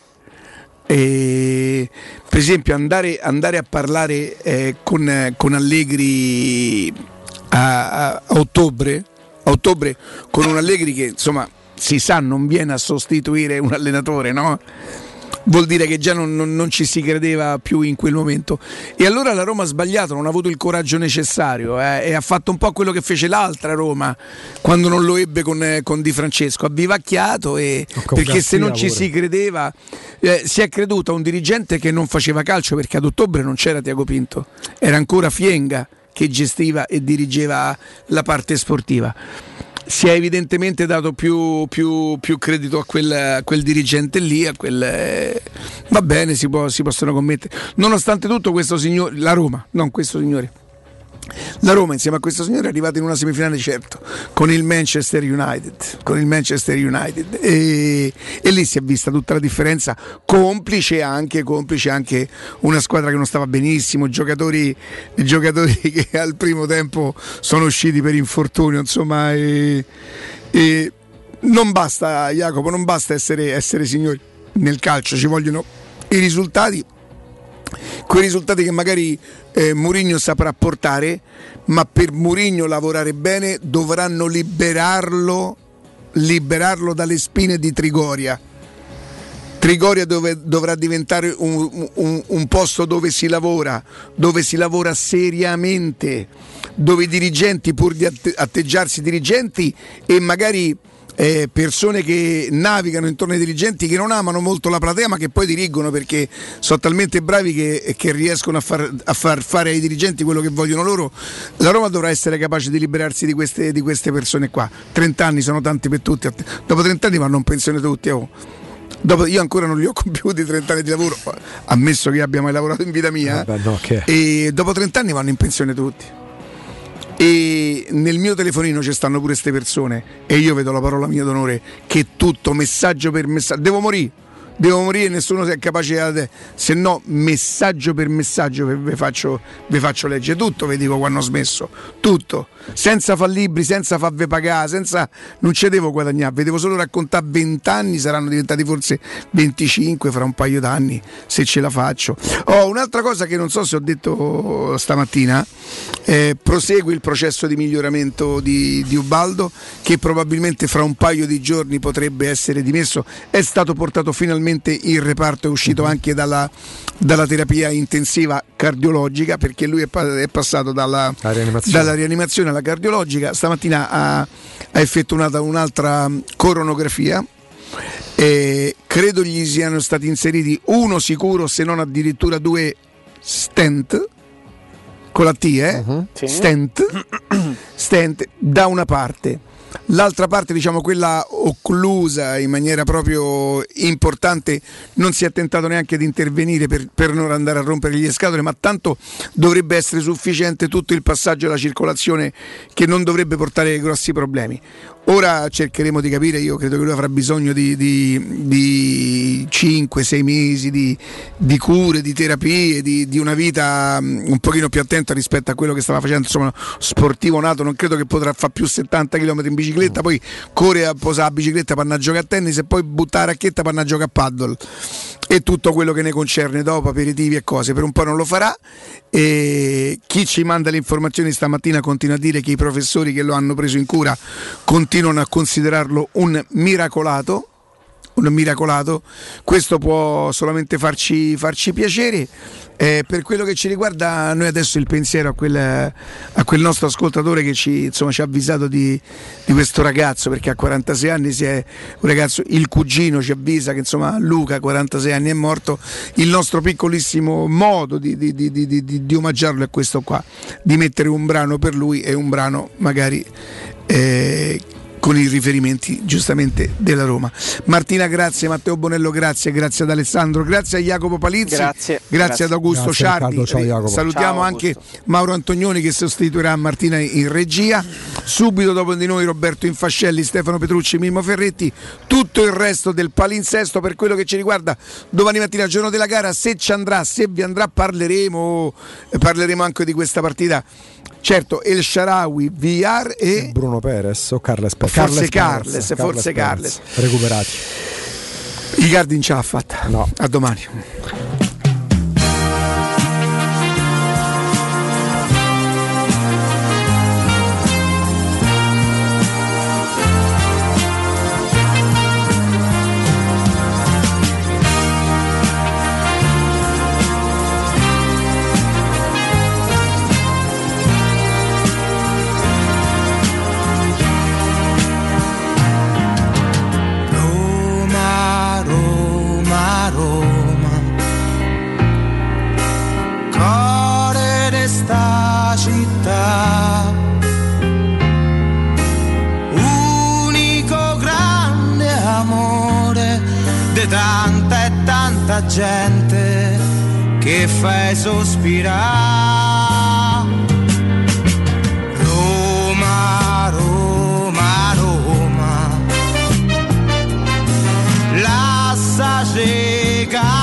Speaker 28: E, per esempio andare, andare a parlare eh, con, con Allegri a, a, a ottobre a ottobre con un Allegri che insomma si sa non viene a sostituire un allenatore, no? Vuol dire che già non, non, non ci si credeva più in quel momento, e allora la Roma ha sbagliato, non ha avuto il coraggio necessario eh, e ha fatto un po' quello che fece l'altra Roma quando non lo ebbe con, eh, con Di Francesco, ha vivacchiato e, perché se non ci si credeva eh, si è creduto a un dirigente che non faceva calcio, perché ad ottobre non c'era Tiago Pinto, era ancora Fienga che gestiva e dirigeva la parte sportiva. Si è evidentemente dato più, più, più credito a quel, a quel dirigente lì, a quel, eh, va bene, si, può, si possono commettere. Nonostante tutto questo signore, la Roma, non questo signore, la Roma insieme a questo signore è arrivata in una semifinale, certo, con il Manchester United, con il Manchester United e, e lì si è vista tutta la differenza, complice anche, complice anche una squadra che non stava benissimo, giocatori, giocatori che al primo tempo sono usciti per infortunio, insomma, e, e non basta, Jacopo, non basta essere, essere signori nel calcio, ci vogliono i risultati, quei risultati che magari eh, Mourinho saprà portare, ma per Mourinho lavorare bene dovranno liberarlo liberarlo dalle spine di Trigoria. Trigoria dove dovrà diventare un, un, un posto dove si lavora, dove si lavora seriamente, dove i dirigenti, pur di atteggiarsi dirigenti e magari Eh, persone che navigano intorno ai dirigenti, che non amano molto la platea ma che poi dirigono perché sono talmente bravi che, che riescono a far, a far fare ai dirigenti quello che vogliono loro. La Roma dovrà essere capace di liberarsi di queste, di queste persone qua. trenta anni sono tanti per tutti, dopo trenta anni vanno in pensione tutti, oh. Dopo, io ancora non li ho compiuti trenta anni di lavoro, ammesso che abbia mai lavorato in vita mia.
Speaker 3: Vabbè, no, che...
Speaker 28: E dopo trenta anni vanno in pensione tutti. E nel mio telefonino ci stanno pure queste persone e io vedo la parola mia d'onore che tutto messaggio per messaggio, devo morire, devo morire, nessuno è capace di, se no messaggio per messaggio vi faccio, vi faccio leggere tutto, vi dico quando ho smesso, tutto, senza far libri, senza farvi pagare, senza, non ci devo guadagnare, vi devo solo raccontare. Vent'anni saranno diventati forse venticinque fra un paio d'anni, se ce la faccio. Oh, un'altra cosa che non so se ho detto stamattina, eh, prosegue il processo di miglioramento di, di Ubaldo, che probabilmente fra un paio di giorni potrebbe essere dimesso, è stato portato finalmente in reparto, è uscito anche dalla, dalla terapia intensiva cardiologica, perché lui è, è passato dalla rianimazione. dalla rianimazione alla cardiologica. Stamattina ha, ha effettuato un'altra coronografia e credo gli siano stati inseriti uno sicuro, se non addirittura due stent con la T, eh? Uh-huh. Sì. stent stent da una parte, l'altra parte, diciamo quella occlusa in maniera proprio importante, non si è tentato neanche di intervenire per, per non andare a rompere gli scatole, ma tanto dovrebbe essere sufficiente tutto il passaggio alla circolazione, che non dovrebbe portare grossi problemi. Ora cercheremo di capire, io credo che lui avrà bisogno di, di, di cinque sei mesi di, di cure, di terapie, di, di una vita un pochino più attenta rispetto a quello che stava facendo. Insomma, sportivo nato, non credo che potrà fare più settanta chilometri in bicicletta, poi corre a posare la bicicletta per andare a giocare a tennis e poi buttare la racchetta per andare a giocare a paddle e tutto quello che ne concerne dopo, aperitivi e cose. Per un po' non lo farà, e chi ci manda le informazioni stamattina continua a dire che i professori che lo hanno preso in cura continuano a considerarlo un miracolato, un miracolato. Questo può solamente farci, farci piacere. Eh, per quello che ci riguarda, noi adesso il pensiero a quel, a quel nostro ascoltatore che ci, insomma, ci ha avvisato di, di questo ragazzo, perché a quarantasei anni si è un ragazzo, il cugino ci avvisa che insomma Luca a quarantasei anni è morto. Il nostro piccolissimo modo di, di, di, di, di, di omaggiarlo è questo qua, di mettere un brano per lui e un brano magari eh, con i riferimenti giustamente della Roma. Martina grazie, Matteo Bonello grazie, grazie ad Alessandro, grazie a Jacopo Palizzi,
Speaker 10: grazie,
Speaker 28: grazie,
Speaker 10: grazie.
Speaker 28: ad Augusto
Speaker 3: Grazie,
Speaker 28: Ciardi.
Speaker 3: Riccardo, ciao, Jacopo.
Speaker 28: Salutiamo
Speaker 10: Ciao,
Speaker 28: anche Mauro Antonioni che sostituirà Martina in regia. Subito dopo di noi Roberto Infascelli, Stefano Petrucci, Mimmo Ferretti. Tutto il resto del palinsesto per quello che ci riguarda domani mattina, giorno della gara. Se ci andrà, se vi andrà, parleremo parleremo anche di questa partita. Certo, El Shaarawy, V R e
Speaker 3: Bruno Perez o Carles Perez.
Speaker 28: Forse Carles, forse Carles.
Speaker 3: Recuperati.
Speaker 28: Icardi in ce l'ha fatta.
Speaker 3: No.
Speaker 28: A domani.
Speaker 5: Città, unico grande amore di tanta e tanta gente che fai sospirare. Roma, Roma, Roma, la sa cieca